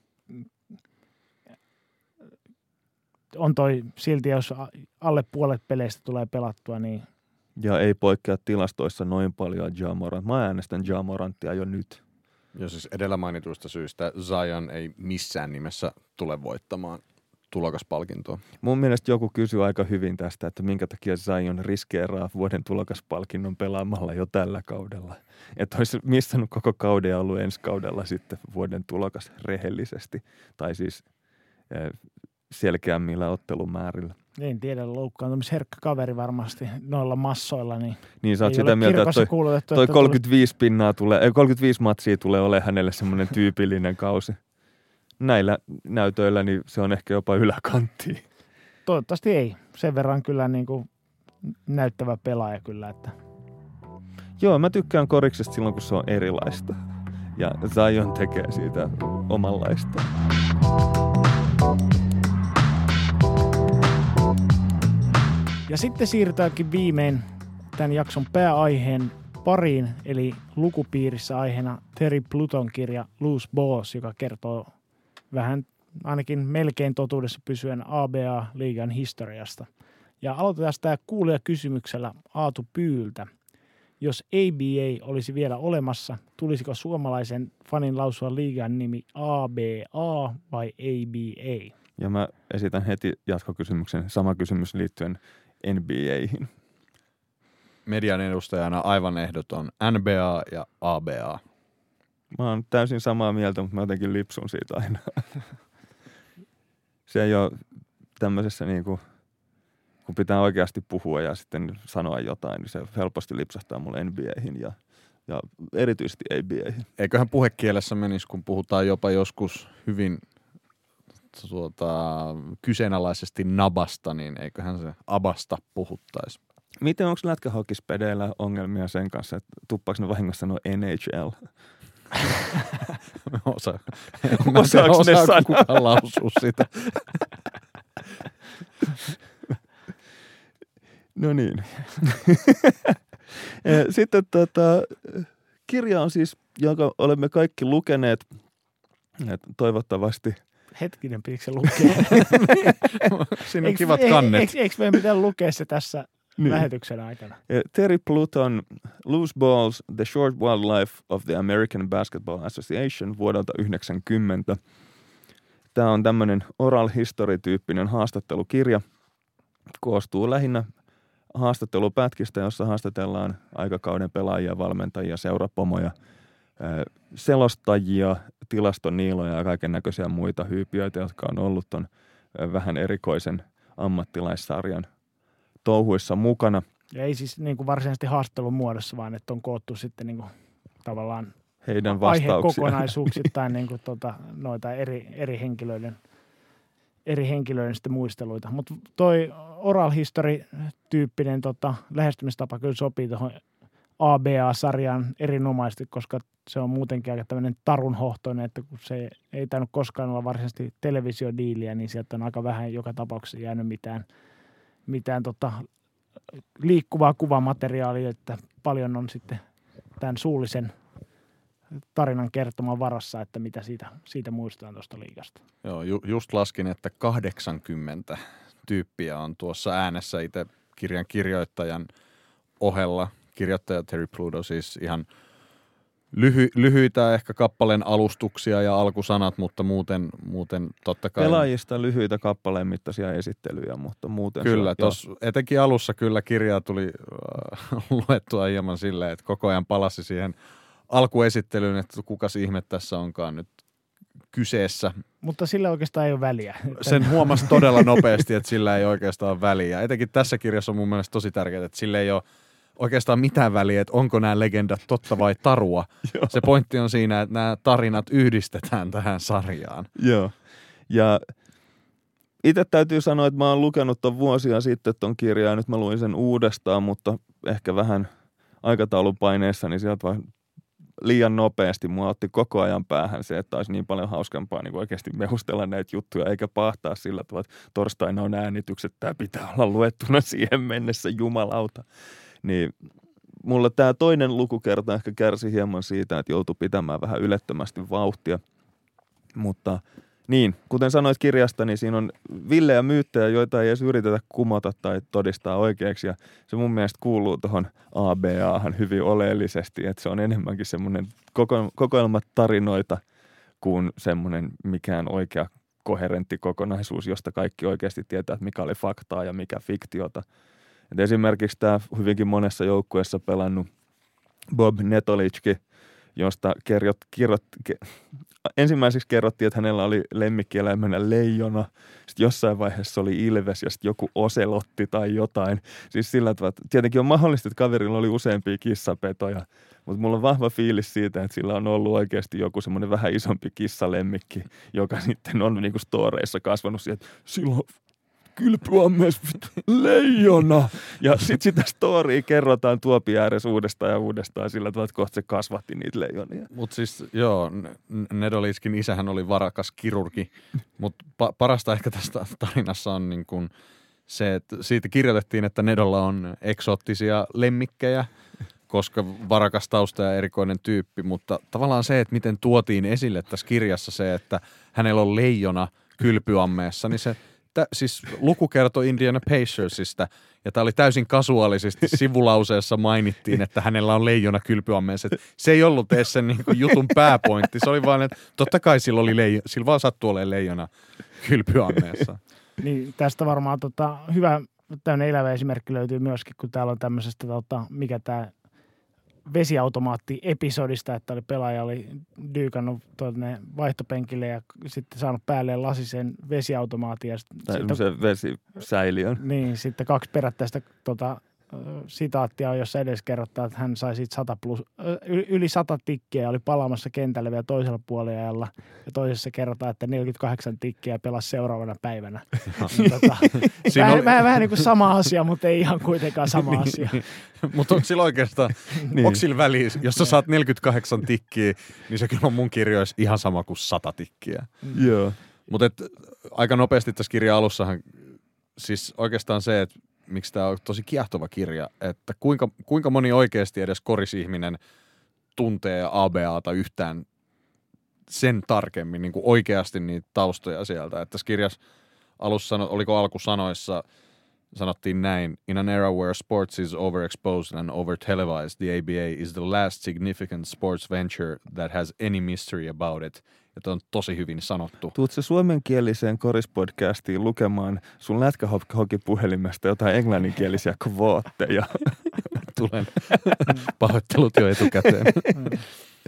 on toi silti, jos alle puolet peleistä tulee pelattua, niin... Ja ei poikkea tilastoissa noin paljon Ja Morant. Mä äänestän Ja Morantia jo nyt. Ja siis edellä mainituista syistä Zion ei missään nimessä tule voittamaan tulokaspalkintoa. Mun mielestä joku kysyy aika hyvin tästä, että minkä takia Zion riskeeraa vuoden tulokaspalkinnon pelaamalla jo tällä kaudella. Että olisi missannut koko kauden ja ollut ensi kaudella sitten vuoden tulokas rehellisesti. Tai siis selkeämmillä ottelumäärillä. En tiedä, loukkaantumisherkkä kaveri varmasti noilla massoilla. Niin sä oot sitä mieltä, että toi 35 matsia tulee olemaan hänelle semmoinen tyypillinen kausi. Näillä näytöillä niin se on ehkä jopa yläkanttiin. Toivottavasti ei. Sen verran kyllä niin kuin näyttävä pelaaja kyllä. Että. Joo, mä tykkään koriksesta silloin, kun se on erilaista. Ja Zion tekee siitä omanlaista. Ja sitten siirrytäänkin viimein tämän jakson pääaiheen pariin, eli lukupiirissä aiheena Terry Pluton kirja Loose Balls, joka kertoo vähän ainakin melkein totuudessa pysyen ABA-liigan historiasta. Ja aloitetaan tämä kuulijakysymyksellä Aatu Pyyltä. Jos ABA olisi vielä olemassa, tulisiko suomalaisen fanin lausua liigan nimi ABA vai ABA? Ja mä esitän heti jatkokysymyksen, sama kysymys liittyen NBA:hin. Median edustajana aivan ehdoton NBA ja ABA. Mä oon täysin samaa mieltä, mutta mä jotenkin lipsun siitä aina. Se ei ole tämmöisessä niinku, kun pitää oikeasti puhua ja sitten sanoa jotain, niin se helposti lipsahtaa mulle NBA:hin ja erityisesti ABA:hin. Eiköhän puhekielessä menisi, kun puhutaan jopa joskus hyvin kyseenalaisesti nabasta, niin eiköhän se abasta puhuttaisi. Miten, onko lätkähokispedeillä ongelmia sen kanssa, että tuppaako ne vahingossa sanoa NHL? Osaako ne sanoa? Kukaan lausuu sitä? No niin. Sitten kirja on siis, jonka olemme kaikki lukeneet, toivottavasti. Hetkinen, pitikö se lukea? Siinä on kivat kannet. Eikö meidän pitää lukea se tässä lähetyksen aikana? Terry Pluton, Loose Balls, The Short Wild Life of the American Basketball Association vuodelta 1990. Tämä on tämmöinen oral history-tyyppinen haastattelukirja. Koostuu lähinnä haastattelupätkistä, jossa haastatellaan aikakauden pelaajia, valmentajia, seurapomoja, selostajia, tilastoniiloja ja kaiken näköisiä muita hyypiöitä, jotka on ollut ton vähän erikoisen ammattilaissarjan touhuissa mukana. Ja ei siis niin kuin varsinaisesti haastattelun muodossa, vaan että on koottu sitten niin kuin tavallaan heidän vastauksia. Aihekokonaisuuksittain niin kuin noita eri henkilöiden sitten muisteluita. Mutta toi oral history-tyyppinen lähestymistapa kyllä sopii tuohon ABA-sarjaan erinomaisesti, koska se on muutenkin aika tämmöinen tarunhohtoinen, että kun se ei tainnut koskaan olla varsinaisesti televisiodiiliä, niin sieltä on aika vähän joka tapauksessa jäänyt mitään liikkuvaa kuvamateriaalia, että paljon on sitten tämän suullisen tarinan kertoman varassa, että mitä siitä muistetaan tuosta liigasta. Joo, just laskin, että 80 tyyppiä on tuossa äänessä itse kirjan kirjoittajan ohella. Kirjoittaja Terry Pluto siis ihan lyhyitä ehkä kappaleen alustuksia ja alkusanat, mutta muuten totta kai. Pelaajista lyhyitä kappaleen mittaisia esittelyjä, mutta muuten. Kyllä, tuossa etenkin alussa kyllä kirjaa tuli luettua hieman silleen, että koko ajan palasi siihen alkuesittelyyn, että kukas ihme tässä onkaan nyt kyseessä. Mutta sillä oikeastaan ei ole väliä. Sen huomasi todella nopeasti, että sillä ei oikeastaan ole väliä. Etenkin tässä kirjassa on mun mielestä tosi tärkeää, että sillä ei ole oikeastaan mitään väliä, että onko nämä legendat totta vai tarua. Se pointti on siinä, että nämä tarinat yhdistetään tähän sarjaan. Joo. Ja itse täytyy sanoa, että mä oon lukenut ton vuosia sitten ton kirjaa, nyt mä luin sen uudestaan, mutta ehkä vähän aikataulupaineessa, niin sieltä vaan liian nopeasti mua otti koko ajan päähän se, että olisi niin paljon hauskempaa niin oikeasti mehustella näitä juttuja, eikä pahtaa sillä tavalla, että torstaina on äänitykset, tämä pitää olla luettuna siihen mennessä, jumalauta. Niin mulla tämä toinen lukukerta ehkä kärsi hieman siitä, että joutui pitämään vähän ylettömästi vauhtia. Mutta niin, kuten sanoit kirjasta, niin siinä on villejä myyttejä, joita ei edes yritetä kumota tai todistaa oikeaksi. Ja se mun mielestä kuuluu tuohon ABAhan hyvin oleellisesti, että se on enemmänkin semmoinen kokoelma tarinoita kuin semmoinen mikään oikea koherentti kokonaisuus, josta kaikki oikeasti tietää, että mikä oli faktaa ja mikä fiktiota. Et esimerkiksi tämä hyvinkin monessa joukkueessa pelannut Bob Netolichki, josta ensimmäiseksi kerrottiin, että hänellä oli lemmikkieläimenä leijona, sitten jossain vaiheessa oli ilves ja sitten joku oselotti tai jotain. Siis sillä tavalla, että tietenkin on mahdollista, että kaverilla oli useampia kissapetoja, mutta mulla on vahva fiilis siitä, että sillä on ollut oikeasti joku semmoinen vähän isompi kissalemmikki, joka sitten on niinku storeissa kasvanut siihen, että silloin kylpyammeessa leijona. Ja sitten sitä storya kerrotaan tuopi ääressä uudestaan ja uudestaan sillä tavalla, että kohta se kasvatti niitä leijonia. Mutta siis joo, Nedolitskin isähän oli varakas kirurgi, mutta parasta ehkä tästä tarinassa on niin kuin se, että siitä kirjoitettiin, että Nedolla on eksoottisia lemmikkejä, koska varakas tausta ja erikoinen tyyppi, mutta tavallaan se, että miten tuotiin esille tässä kirjassa se, että hänellä on leijona kylpyammeessa, niin se siis luku kertoi Indiana Pacersista, ja tämä oli täysin kasuaalisesti sivulauseessa mainittiin, että hänellä on leijona kylpyammeessa. Se ei ollut edes sen niin kuin jutun pääpointti, se oli vaan, että totta kai sillä vaan sattuu olemaan leijona kylpyammeessa. Niin, tästä varmaan hyvä tämmöinen elävä esimerkki löytyy myöskin, kun täällä on tämmöisestä, mikä tämä vesiautomaatti-episodista, että pelaaja oli dyykannut tuonne vaihtopenkille ja sitten saanut päälleen lasisen vesiautomaatin. Tai semmoisen vesisäiliön. Niin, sitten 2 perättäistä sitaattia on, jossa edes kerrottaa, että hän sai siitä yli 100 tikkiä ja oli palaamassa kentälle vielä toisella puoliajalla. Ja toisessa kerrotaan, että 48 tikkiä pelasi seuraavana päivänä. Vähän niin kuin sama asia, mutta ei ihan kuitenkaan sama asia. Mutta onko sillä oikeastaan, onko sillä väliä, jos sä saat 48 tikkiä, niin se kyllä on mun kirjoissa ihan sama kuin 100 tikkiä. Joo. Mutta aika nopeasti tässä kirjan alussahan, siis oikeastaan se, että miksi tämä on tosi kiehtova kirja, että kuinka moni oikeasti edes korisihminen tuntee ABAta yhtään sen tarkemmin, niin kuin oikeasti niitä taustoja sieltä. Että tässä kirjassa alussa, oliko alkusanoissa, sanottiin näin: In an era where sports is overexposed and over-televised, the ABA is the last significant sports venture that has any mystery about it. Että on tosi hyvin sanottu. Tuut se suomenkieliseen korispodcastiin lukemaan sun lätkähokipuhelimesta jotain englanninkielisiä kvootteja. Tulen. Pahoittelut jo etukäteen.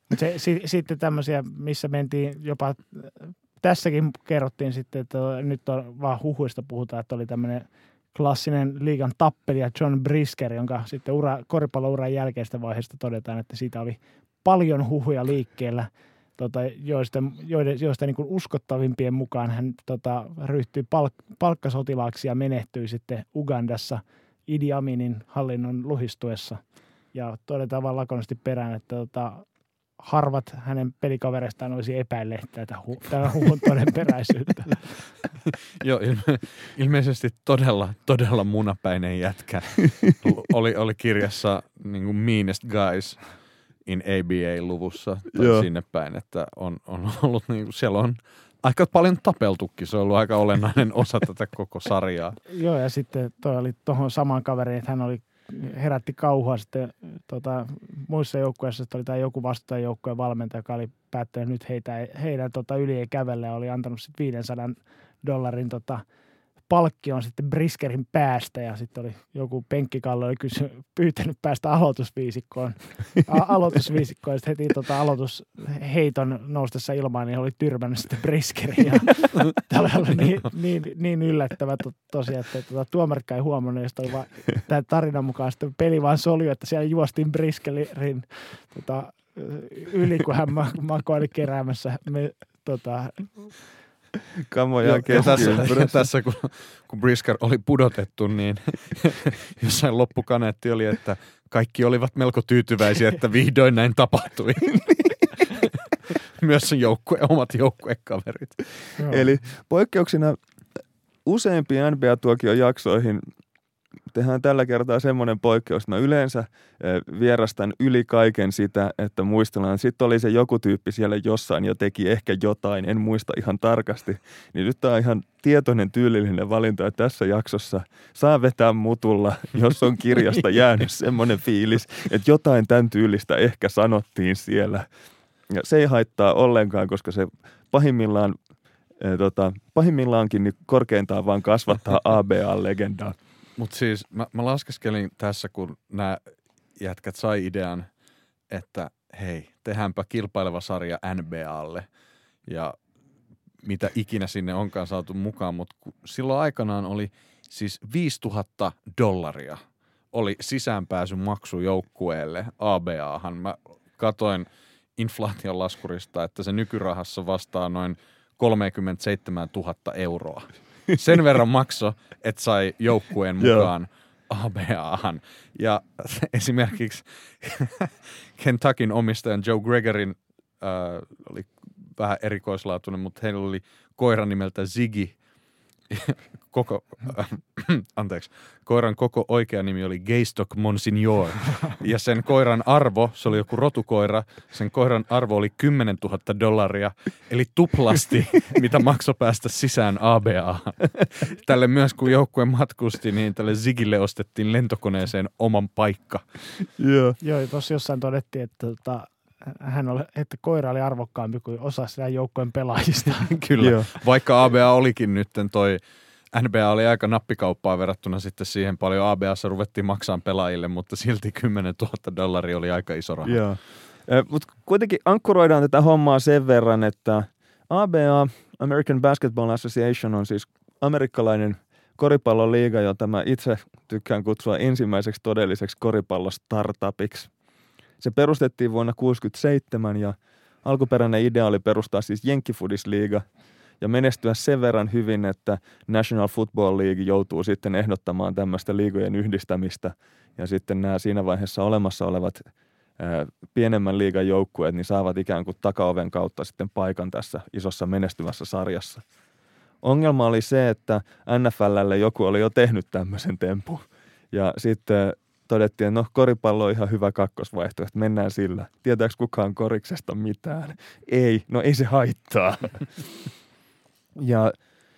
Sitten tämmöisiä, missä mentiin jopa, tässäkin kerrottiin sitten, että nyt on vaan huhuista puhutaan, että oli tämmöinen klassinen liigan tappelija John Brisker, jonka sitten koripallouran jälkeistä vaiheesta todetaan, että siitä oli paljon huhuja liikkeellä, joista niin kuin uskottavimpien mukaan hän ryhtyi palkkasotilaaksi ja menehtyi sitten Ugandassa Idi Aminin hallinnon luhistuessa. Ja todetaan vaan lakonisesti perään, että harvat hänen pelikavereistaan olisi epäilleet tämän huhun todenperäisyyttä. Joo, ilmeisesti todella munapäinen jätkä. oli kirjassa niin kuin Meanest Guys in ABA-luvussa tai sinne päin, että on ollut, niin kuin, siellä on aika paljon tapeltukin. Se on ollut aika olennainen osa tätä koko sarjaa. Joo, ja sitten toi oli tuohon samaan kaveriin, että hän herätti kauhua sitten muissa joukkueissa, että oli tämä joku vastustajajoukkueen valmentaja, joka oli päättänyt nyt heidän yli ei kävellä ja oli antanut sitten $500 palkkion sitten Briskerin päästä ja sitten oli joku penkkikallo oli pyytänyt päästä aloitusviisikkoon ja sitten heti aloitusheiton noustessa ilmaan niin oli tyrmännyt sitten Briskerin ja tämä oli niin yllättävä tosiaan, että tuomarikka ei huomannut, josta oli vaan tämän tarinan mukaan sitten peli vaan soljui, että siellä juostiin Briskerin yli, kun hän makoili keräämässä kamoja tässä kun Brisker oli pudotettu, niin jossain loppukaneetti oli, että kaikki olivat melko tyytyväisiä, että vihdoin näin tapahtui. Myös omat joukkuekaverit. Eli poikkeuksena useimpiin NBA-tuokion jaksoihin tehdään tällä kertaa semmoinen poikkeus, että mä yleensä vierastan yli kaiken sitä, että muistellaan, että sitten oli se joku tyyppi siellä jossain ja teki ehkä jotain, en muista ihan tarkasti. Niin nyt tämä on ihan tietoinen tyylillinen valinta, että tässä jaksossa saa vetää mutulla, jos on kirjasta jäänyt semmoinen fiilis, että jotain tämän tyylistä ehkä sanottiin siellä. Ja se ei haittaa ollenkaan, koska se pahimmillaankin niin korkeintaan vaan kasvattaa ABA-legendaa. Mutta siis mä laskeskelin tässä, kun nämä jätkät sai idean, että hei, tehdäänpä kilpaileva sarja NBAlle ja mitä ikinä sinne onkaan saatu mukaan, mutta silloin aikanaan oli siis $5,000 oli sisäänpääsyn maksu joukkueelle ABAhan. Mä katoin inflaation laskurista, että se nykyrahassa vastaa noin 37 000 euroa. Sen verran makso, että sai joukkueen mukaan ABAhan. Ja esimerkiksi Kentuckyn omistajan Joe Gregorin oli vähän erikoislaatuinen, mutta heillä oli koira nimeltä Ziggy. Koiran koko oikea nimi oli Gaystock Monsignor. Ja sen koiran arvo, se oli joku rotukoira, sen koiran arvo oli $10,000, eli tuplasti, mitä maksoi päästä sisään ABAhan. Tälle myös kun joukkue matkusti, niin tälle Zigille ostettiin lentokoneeseen oman paikka. Joo, tuossa jossain todettiin, että koira oli arvokkaampi kuin osa sitä joukkueen pelaajista. Kyllä, vaikka ABA olikin nyt toi NBA oli aika nappikauppaa verrattuna sitten siihen paljon ABAssa ruvettiin maksamaan pelaajille, mutta silti $10,000 oli aika iso raha. Joo, mutta kuitenkin ankkuroidaan tätä hommaa sen verran, että ABA, American Basketball Association, on siis amerikkalainen koripalloliiga, jota mä itse tykkään kutsua ensimmäiseksi todelliseksi koripallostartupiksi. Se perustettiin vuonna 1967 ja alkuperäinen idea oli perustaa siis Jenkkifudisliiga ja menestyä sen verran hyvin, että National Football League joutuu sitten ehdottamaan tämmöistä liigojen yhdistämistä ja sitten nämä siinä vaiheessa olemassa olevat pienemmän liigan joukkueet niin saavat ikään kuin takaoven kautta sitten paikan tässä isossa menestyvässä sarjassa. Ongelma oli se, että NFLlle joku oli jo tehnyt tämmöisen tempun ja sitten todettiin, että koripallo on ihan hyvä kakkosvaihtoehto, mennään sillä. Tietääkö kukaan koriksesta mitään? Ei, ei se haittaa. Ja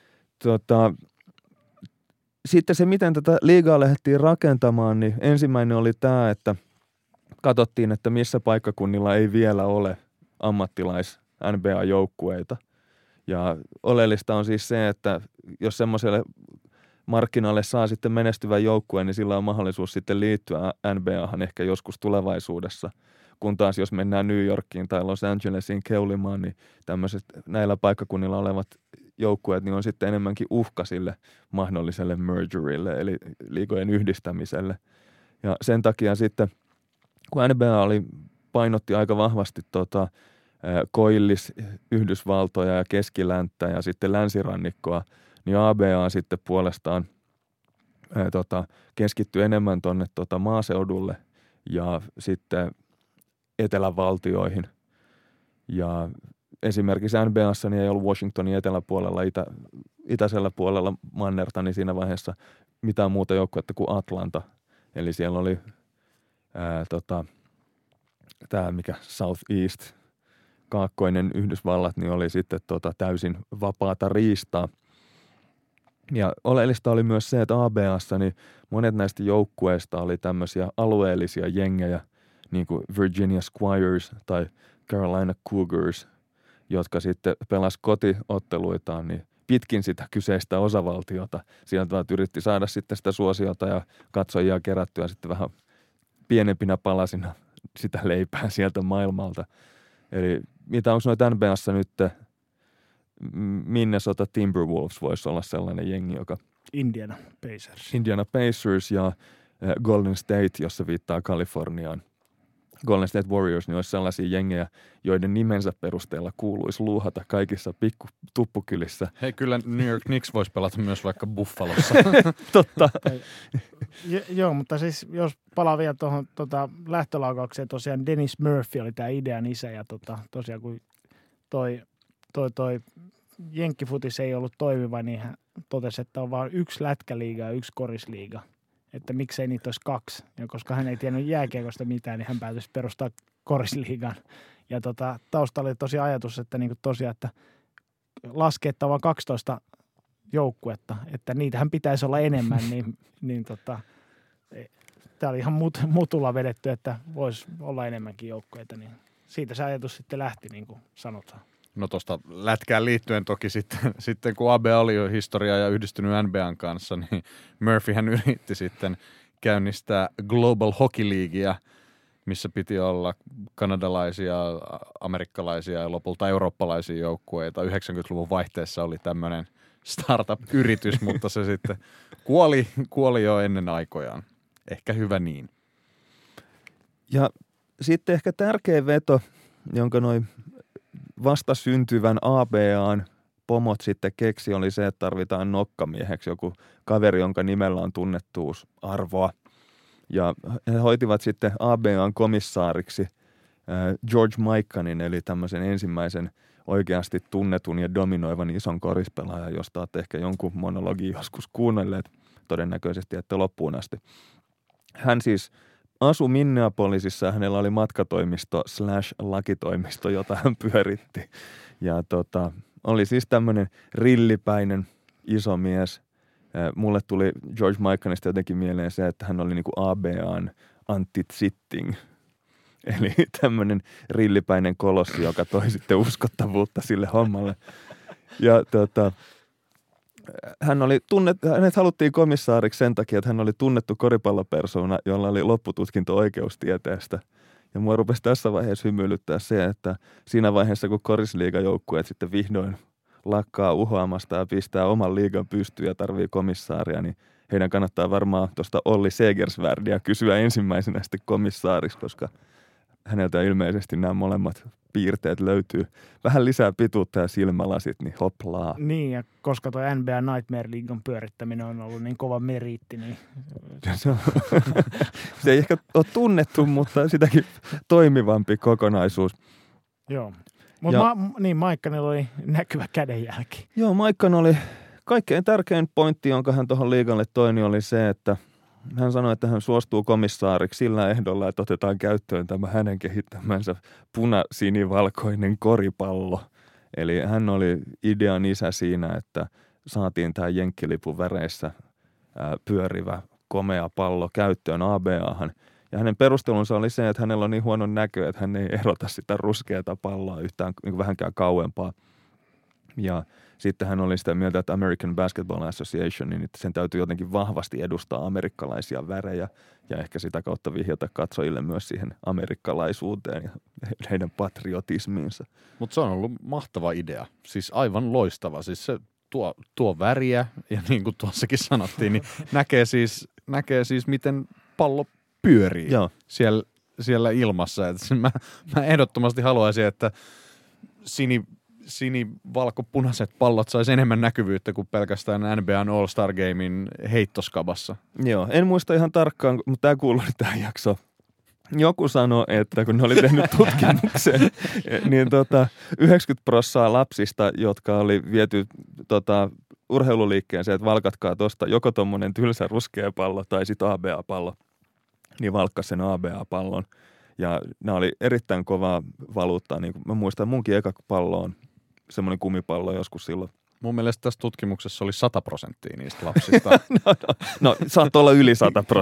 sitten se, miten tätä liigaa lähdettiin rakentamaan, niin ensimmäinen oli tämä, että katsottiin, että missä paikkakunnilla ei vielä ole ammattilais-NBA-joukkueita. Ja oleellista on siis se, että jos semmoiselle markkinalle saa sitten menestyvän joukkueen, niin sillä on mahdollisuus sitten liittyä NBAhan ehkä joskus tulevaisuudessa. kun taas jos mennään New Yorkiin tai Los Angelesiin keulimaan, niin tämmöiset näillä paikkakunnilla olevat joukkueet niin on sitten enemmänkin uhka sille mahdolliselle mergerille, eli liigojen yhdistämiselle. Ja sen takia sitten, kun NBA painotti aika vahvasti koillis Yhdysvaltoja ja keskilänttä ja sitten länsirannikkoa, niin ABA sitten puolestaan keskittyi enemmän tuonne maaseudulle ja sitten etelävaltioihin. Ja esimerkiksi NBAssa niin ei ollut Washingtonin eteläpuolella, itäisellä puolella mannerta, niin siinä vaiheessa mitään muuta joukkuetta kuin Atlanta. Eli siellä oli tämä mikä Southeast, kaakkoinen Yhdysvallat, niin oli sitten täysin vapaata riistaa. Ja oleellista oli myös se, että ABAssa niin monet näistä joukkueista oli tämmöisiä alueellisia jengejä, niin kuin Virginia Squires tai Carolina Cougars, jotka sitten pelasi kotiotteluitaan niin pitkin sitä kyseistä osavaltiota. Sieltä yritti saada sitten sitä suosiota ja katsojia kerättyä sitten vähän pienempinä palasina sitä leipää sieltä maailmalta. Eli mitä onko noita NBAssa nyt? Minnesota Timberwolves voisi olla sellainen jengi, joka... Indiana Pacers ja Golden State, jossa viittaa Kaliforniaan. Golden State Warriors, niin olisi sellaisia jengejä, joiden nimensä perusteella kuuluisi luuhata kaikissa pikku tuppukylissä. Hei, kyllä New York Knicks voisi pelata myös vaikka Buffalossa. Totta. Joo, mutta siis jos palaa vielä tuohon lähtölaukaukseen, tosiaan Dennis Murphy oli tämä idean isä ja tosiaan kun toi jenkkifutis ei ollut toimiva, niin hän totesi, että on vain yksi lätkäliiga ja yksi korisliiga. Että miksei niitä olisi kaksi. Ja koska hän ei tiennyt jääkiekosta mitään, niin hän päätyisi perustaa korisliigan. Ja taustalla oli tosiaan ajatus, että niinku tosiaan, että laskee, että on vain 12 joukkuetta, että niitähän pitäisi olla enemmän, niin tämä oli ihan mutulla vedetty, että voisi olla enemmänkin joukkueita, niin siitä se ajatus sitten lähti, niin kuin sanotaan. No tuosta lätkään liittyen toki sitten kun ABA oli jo historiaa ja yhdistynyt NBAn kanssa, niin Murphyhän yritti sitten käynnistää Global Hockey Leaguea, missä piti olla kanadalaisia, amerikkalaisia ja lopulta eurooppalaisia joukkueita. 90-luvun vaihteessa oli tämmöinen startup-yritys, mutta se sitten kuoli jo ennen aikojaan. Ehkä hyvä niin. Ja sitten ehkä tärkeä veto, jonka noin vasta syntyvän ABAn pomot sitten keksi, oli se, että tarvitaan nokkamieheksi joku kaveri, jonka nimellä on tunnettuusarvoa. Ja he hoitivat sitten ABAn komissaariksi George Mikannin, eli tämmöisen ensimmäisen oikeasti tunnetun ja dominoivan ison korispelaajan, josta olette ehkä jonkun monologin joskus kuunnelleet, todennäköisesti että loppuun asti. Hän siis asui Minneapolisissa ja hänellä oli matkatoimisto/lakitoimisto, jota hän pyöritti. Ja oli siis tämmöinen rillipäinen iso mies. Mulle tuli George Mikanista jotenkin mieleen se, että hän oli niinku ABAn anti-zitting. Eli tämmöinen rillipäinen kolossi, joka toi sitten uskottavuutta sille hommalle. Ja hänet haluttiin komissaariksi sen takia, että hän oli tunnettu koripallopersona, jolla oli loppututkinto oikeustieteestä. Ja mua rupesi tässä vaiheessa hymyilyttää se, että siinä vaiheessa, kun korisliigajoukkueet sitten vihdoin lakkaa uhoamasta ja pistää oman liigan pystyyn ja tarvii komissaaria, niin heidän kannattaa varmaan tuosta Olli Segersvärdia kysyä ensimmäisenä sitten komissaariksi, koska häneltä ilmeisesti nämä molemmat piirteet löytyy. Vähän lisää pituutta ja silmälasit, niin hoplaa. Niin, ja koska tuo NBA Nightmare Leaguean pyörittäminen on ollut niin kova meriitti, niin... Se ei ehkä ole tunnettu, mutta sitäkin toimivampi kokonaisuus. Joo, mutta Maikkanilla oli näkyvä kädenjälki. Joo, Maikkan oli kaikkein tärkein pointti, jonka hän tuohon liigalle toi, niin oli se, että hän sanoi, että hän suostuu komissaariksi sillä ehdolla, että otetaan käyttöön tämä hänen kehittämänsä punasinivalkoinen koripallo. Eli hän oli idean isä siinä, että saatiin tämä jenkkilipun väreissä pyörivä komea pallo käyttöön ABAhan. Ja hänen perustelunsa oli se, että hänellä on niin huono näkö, että hän ei erota sitä ruskeata palloa yhtään niin vähänkään kauempaa. Ja sitten hän oli sitä mieltä, että American Basketball Association, niin sen täytyy jotenkin vahvasti edustaa amerikkalaisia värejä ja ehkä sitä kautta vihjata katsojille myös siihen amerikkalaisuuteen ja heidän patriotismiinsa. Mutta se on ollut mahtava idea, siis aivan loistava. Siis se tuo väriä ja niin kuin tuossakin sanottiin, niin näkee siis miten pallo pyörii siellä ilmassa. Et mä ehdottomasti haluaisin, että sinivalko-punaiset pallot saisi enemmän näkyvyyttä kuin pelkästään NBA:n All-Star Gamein heittoskabassa. Joo, en muista ihan tarkkaan, mutta tämä kuuluu tähän jaksoon. Joku sanoi, että kun ne oli tehnyt tutkimuksen, niin 90% lapsista, jotka oli viety urheiluliikkeeseen, että valkatkaa tuosta joko tommonen tylsä ruskea pallo tai sitten ABA-pallo, niin valkkasi sen ABA-pallon. Ja nämä oli erittäin kovaa valuuttaa. Niin mä muistan, munkin eka pallo on semmoinen kumipallo joskus silloin. Mun mielestä tässä tutkimuksessa oli 100% niistä lapsista. no saattoi olla yli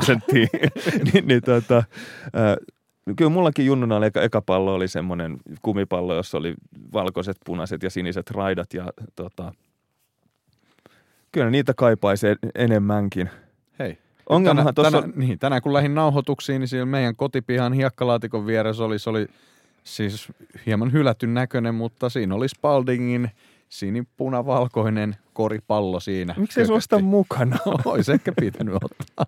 100%. Kyllä mullakin junnuna oli eka pallo oli semmoinen kumipallo, jossa oli valkoiset, punaiset ja siniset raidat. Ja kyllä niitä kaipaisi enemmänkin. Hei. Tänään kun lähdin nauhoituksiin, niin siellä meidän kotipihan hiekkalaatikon vieressä oli siis hieman hylätyn näköinen, mutta siinä oli Spaldingin sinipuna-valkoinen koripallo siinä. Miksei suosta mukana? Olisi ehkä pitänyt ottaa.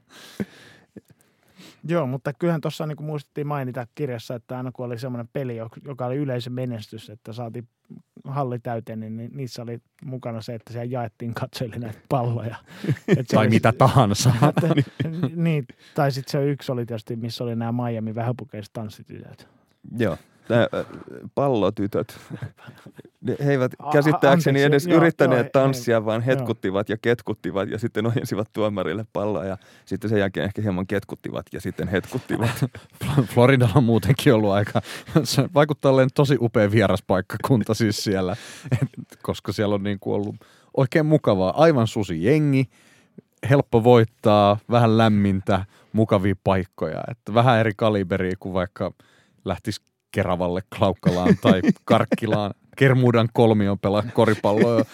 Joo, mutta kyllähän tuossa niin kuin muistettiin mainita kirjassa, että aina kun oli semmoinen peli, joka oli yleisön menestys, että saatiin halli täyteen, niin niissä oli mukana se, että siellä jaettiin katsojille näitä palloja. Tai mitä tahansa. Niin, tai sitten se yksi oli tietysti, missä oli nämä Miami vähäpukeiset tanssitytöt. Joo. Pallotytöt. He eivät käsittääkseni edes yrittäneet tanssia, vaan hetkuttivat ja ketkuttivat ja sitten ojensivat tuomarille palloa ja sitten sen jälkeen ehkä hieman ketkuttivat ja sitten hetkuttivat. Floridalla on muutenkin ollut aika, se vaikuttaa olemaan tosi upea vieraspaikkakunta siis siellä, koska siellä on niin kuin ollut oikein mukavaa, aivan susi jengi, helppo voittaa, vähän lämmintä, mukavia paikkoja, että vähän eri kaliberia kuin vaikka lähtisi Keravalle, Klaukkalaan tai Karkkilaan, Kermudan kolmion pelaa koripalloa.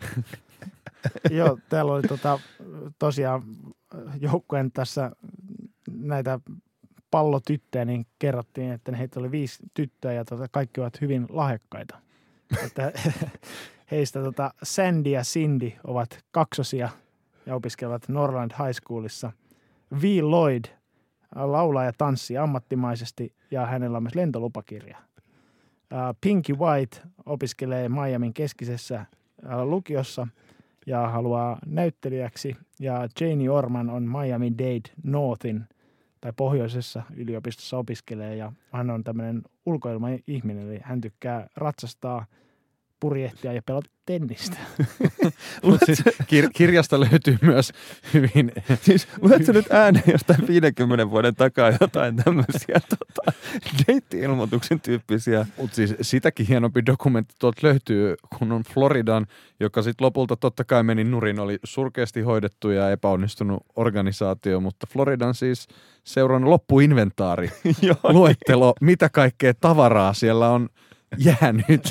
Joo, täällä oli tosiaan joukkueen tässä näitä pallotyttöjä, niin kerrottiin, että heitä oli 5 tyttöä ja kaikki ovat hyvin lahjakkaita. Että heistä Sandy ja Cindy ovat kaksosia ja opiskelevat Norland High Schoolissa. V. Lloyd laulaa ja tanssii ammattimaisesti ja hänellä on myös lentolupakirja. Pinky White opiskelee Miamin keskisessä lukiossa ja haluaa näyttelijäksi. Ja Janie Orman on Miami-Dade Northin tai pohjoisessa yliopistossa opiskelee ja hän on tämmöinen ulkoilmaihminen, eli hän tykkää ratsastaa, purjehtia ja pelata tennistä. Siis kirjasta löytyy myös hyvin... Siis luetko nyt ääneen jostain 50 vuoden takaa jotain tämmöisiä date-ilmoituksen tyyppisiä? Mutta siis sitäkin hienompi dokumentti tuolta löytyy, kun on Floridan, joka sitten lopulta totta kai meni nurin, oli surkeasti hoidettu ja epäonnistunut organisaatio, mutta Floridan siis seuran loppuinventaari, luettelo, mitä kaikkea tavaraa siellä on jäänyt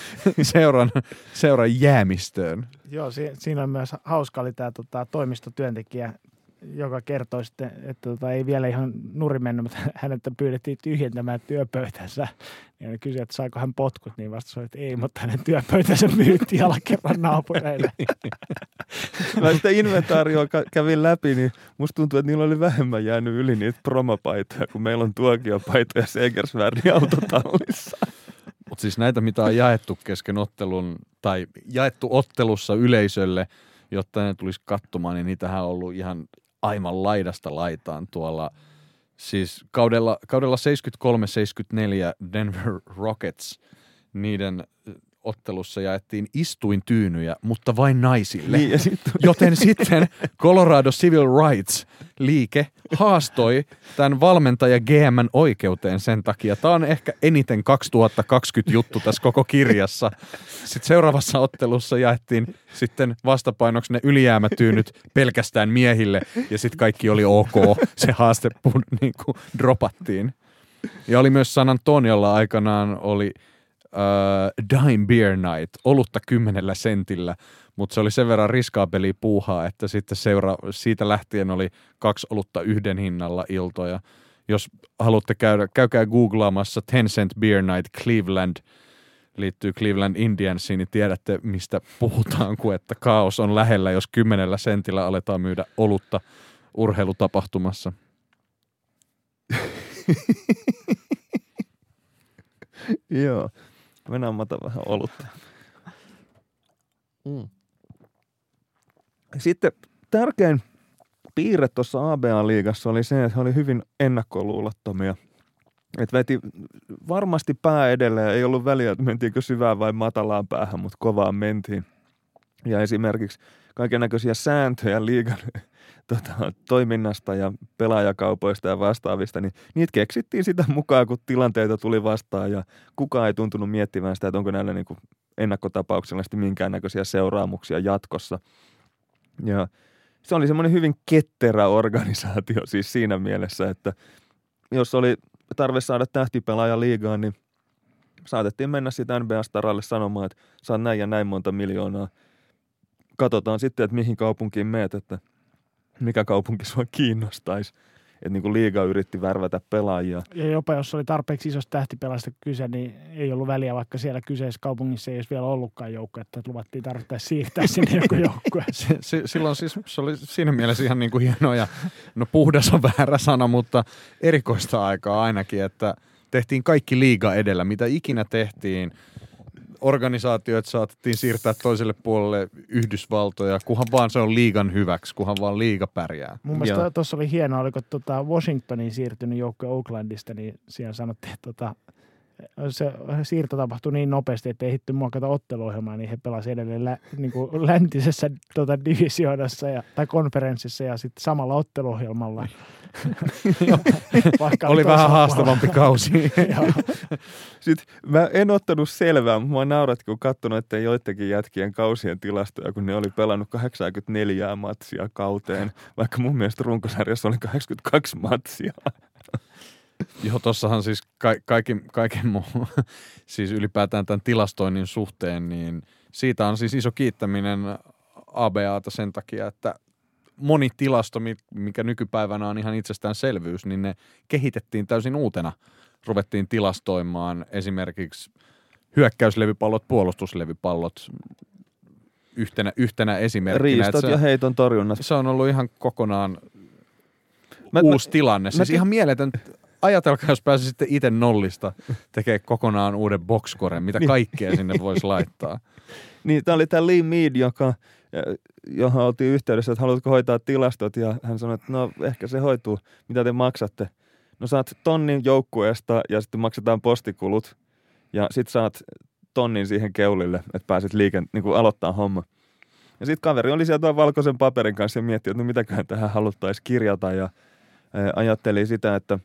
seuran jäämistöön. Joo, siinä on myös hauska oli tämä toimistotyöntekijä, joka kertoi sitten, että ei vielä ihan nurin mennyt, mutta häneltä pyydettiin tyhjentämään työpöytänsä. Ja ne kysyi, että saiko hän potkut, niin vastasi, että ei, mutta hänen työpöytänsä myyttiin alakerran naapureille. Mä sitä inventaarioa kävin läpi, niin musta tuntuu, että niillä oli vähemmän jäänyt yli niitä promopaitoja, kun meillä on tuokiopaitoja Segersvärnin autotallissa. Mutta siis näitä, mitä on jaettu kesken ottelun tai jaettu ottelussa yleisölle, jotta ne tulisi katsomaan, niin niitähän on ollut ihan aivan laidasta laitaan tuolla. Siis kaudella 73-74 Denver Rockets, niiden ottelussa jaettiin istuintyynyjä, mutta vain naisille. Niin, joten sitten Colorado Civil Rights liike haastoi tämän valmentaja GM:n oikeuteen sen takia. Tämä on ehkä eniten 2020 juttu tässä koko kirjassa. Sitten seuraavassa ottelussa jaettiin sitten vastapainoksi ne ylijäämätyynyt pelkästään miehille ja sitten kaikki oli ok. Se haaste niin kuin dropattiin. Ja oli myös San Antoniolla aikanaan oli Dime Beer Night, olutta 10 sentillä, mutta se oli sen verran riskaapeli puuhaa, että sitten siitä lähtien oli 2 olutta 1 hinnalla iltoja. Jos haluatte käykää googlaamassa 10 Cent Beer Night Cleveland, liittyy Cleveland Indiansiin, niin tiedätte, mistä puhutaan, kun että kaos on lähellä, jos 10 sentillä aletaan myydä olutta urheilutapahtumassa. Joo, mennään vähän olutta. Sitten tärkein piirre tuossa ABA-liigassa oli se, että he oli hyvin ennakkoluulottomia. Että veti varmasti pää edelleen, ei ollut väliä, että mentiinkö syvään vai matalaan päähän, mutta kovaan mentiin. Ja esimerkiksi kaikennäköisiä sääntöjä liigan toiminnasta ja pelaajakaupoista ja vastaavista, niin niitä keksittiin sitä mukaan, kun tilanteita tuli vastaan ja kukaan ei tuntunut miettimään sitä, että onko näillä niin kuin ennakkotapauksilla minkäännäköisiä seuraamuksia jatkossa. Ja se oli semmoinen hyvin ketterä organisaatio siis siinä mielessä, että jos oli tarve saada tähtipelaaja liigaan, niin saatettiin mennä sitten NBA-staralle sanomaan, että saat näin ja näin monta miljoonaa. Katsotaan sitten, että mihin kaupunkiin meet, että mikä kaupunki sua kiinnostaisi. Että niin kuin liiga yritti värvätä pelaajia. Ja jopa jos oli tarpeeksi isosta tähtipelaajasta kyse, niin ei ollut väliä, vaikka siellä kyseessä kaupungissa ei edes vielä ollutkaan joukko, että luvattiin tarvittaessa siirtää sinne joku joukkue. Silloin siis se oli siinä mielessä ihan niin kuin hienoa ja no puhdas on väärä sana, mutta erikoista aikaa ainakin, että tehtiin kaikki liiga edellä, mitä ikinä tehtiin. Organisaatioit saatettiin siirtää toiselle puolelle Yhdysvaltoja, kunhan vaan se on liigan hyväksi, kunhan vaan liiga pärjää. Mun mielestä tuossa oli hienoa, oliko Washingtoniin siirtynyt joukko Oaklandista, niin siellä sanottiin, että se siirto tapahtui niin nopeasti, että ei hitty muokata otteluohjelmaa, niin he pelasivat edelleen niin kuin läntisessä divisioonassa tai konferenssissa ja sitten samalla otteluohjelmalla. Oli vähän haastavampi kausi. Sitten mä en ottanut selvää, mutta mä naurat, kun katsonut, että joidenkin jätkien kausien tilastoja, kun ne oli pelannut 84 matsia kauteen, vaikka mun mielestä runkosarjassa oli 82 matsia. Joo, tossahan siis kaiken muu, siis ylipäätään tämän tilastoinnin suhteen, niin siitä on siis iso kiittäminen ABAta sen takia, että moni tilasto, mikä nykypäivänä on ihan itsestäänselvyys, niin ne kehitettiin täysin uutena. Ruvettiin tilastoimaan esimerkiksi hyökkäyslevypallot, puolustuslevypallot yhtenä esimerkkinä. Riistot ja heiton torjunnat. Se on ollut ihan kokonaan uusi tilanne. Siis ihan mieletön. Ajatelkaa, jos pääsisitte itse nollista tekemään kokonaan uuden boxscoren, mitä kaikkea sinne voisi laittaa. Niin, tämä oli tämä Lee Mead, johon oltiin yhteydessä, että haluatko hoitaa tilastot, ja hän sanoi, että no ehkä se hoituu, mitä te maksatte. No saat 1,000 joukkueesta ja sitten maksetaan postikulut, ja sitten saat 1,000 siihen keulille, että pääset niin kuin aloittaa homma. Ja sitten kaveri oli sieltä valkoisen paperin kanssa ja mietti, että no mitäköhän tähän haluttaisiin kirjata, ja ajatteli sitä, että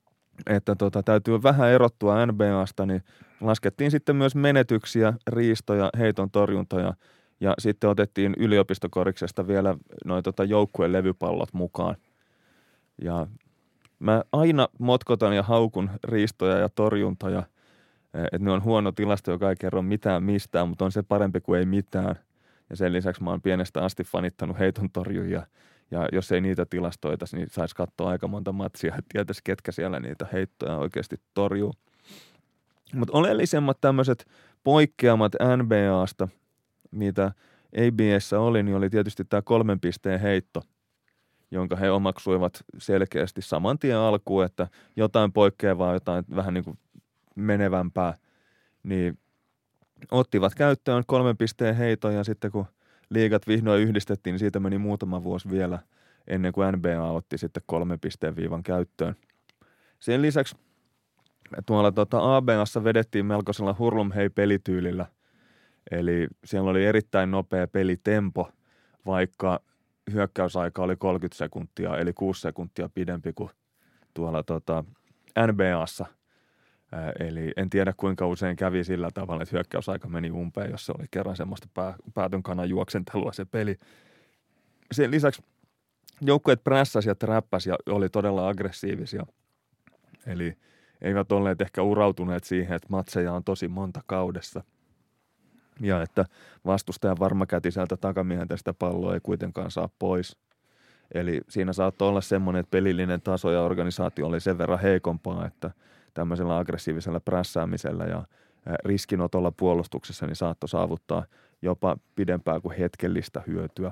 täytyy vähän erottua NBAsta, niin laskettiin sitten myös menetyksiä, riistoja, heiton torjuntoja ja sitten otettiin yliopistokoriksesta vielä noin joukkueen levypallot mukaan. Ja mä aina motkotan ja haukun riistoja ja torjuntoja, että ne on huono tilasto, joka ei kerro mitään mistään, mutta on se parempi kuin ei mitään. Ja sen lisäksi mä oon pienestä asti fanittanut heiton torjujia. Ja jos ei niitä tilastoitaisi, niin saisi katsoa aika monta matsia, että tietäisi, ketkä siellä niitä heittoja oikeasti torjuu. Mutta oleellisemmat tämmöiset poikkeamat NBAsta, mitä ABA:ssa oli, niin oli tietysti tämä 3 pisteen heitto, jonka he omaksuivat selkeästi saman tien alkuun, että jotain poikkeavaa, jotain vähän niin kuin menevämpää, niin ottivat käyttöön 3 pisteen heiton ja sitten kun liigat vihdoin yhdistettiin, niin siitä meni muutama vuosi vielä ennen kuin NBA otti sitten 3 pisteen viivan käyttöön. Sen lisäksi tuolla ABA:ssa vedettiin melkoisella hurlumhei-pelityylillä, eli siellä oli erittäin nopea pelitempo, vaikka hyökkäysaika oli 30 sekuntia, eli 6 sekuntia pidempi kuin tuolla NBA:ssa. Eli en tiedä kuinka usein kävi sillä tavalla, että hyökkäysaika meni umpeen, jos se oli kerran semmoista päätönkanan juoksentelua se peli. Sen lisäksi joukkueet prässäsi ja träppäsi ja oli todella aggressiivisia. Eli eivät olleet ehkä urautuneet siihen, että matseja on tosi monta kaudessa. Ja että vastustajan varmakätiseltä takamieheltä sitä palloa ei kuitenkaan saa pois. Eli siinä saattoi olla semmoinen, että pelillinen taso ja organisaatio oli sen verran heikompaa, että tämmöisellä aggressiivisella prässäämisellä ja riskinotolla puolustuksessa niin saattoi saavuttaa jopa pidempää kuin hetkellistä hyötyä.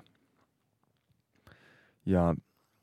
Ja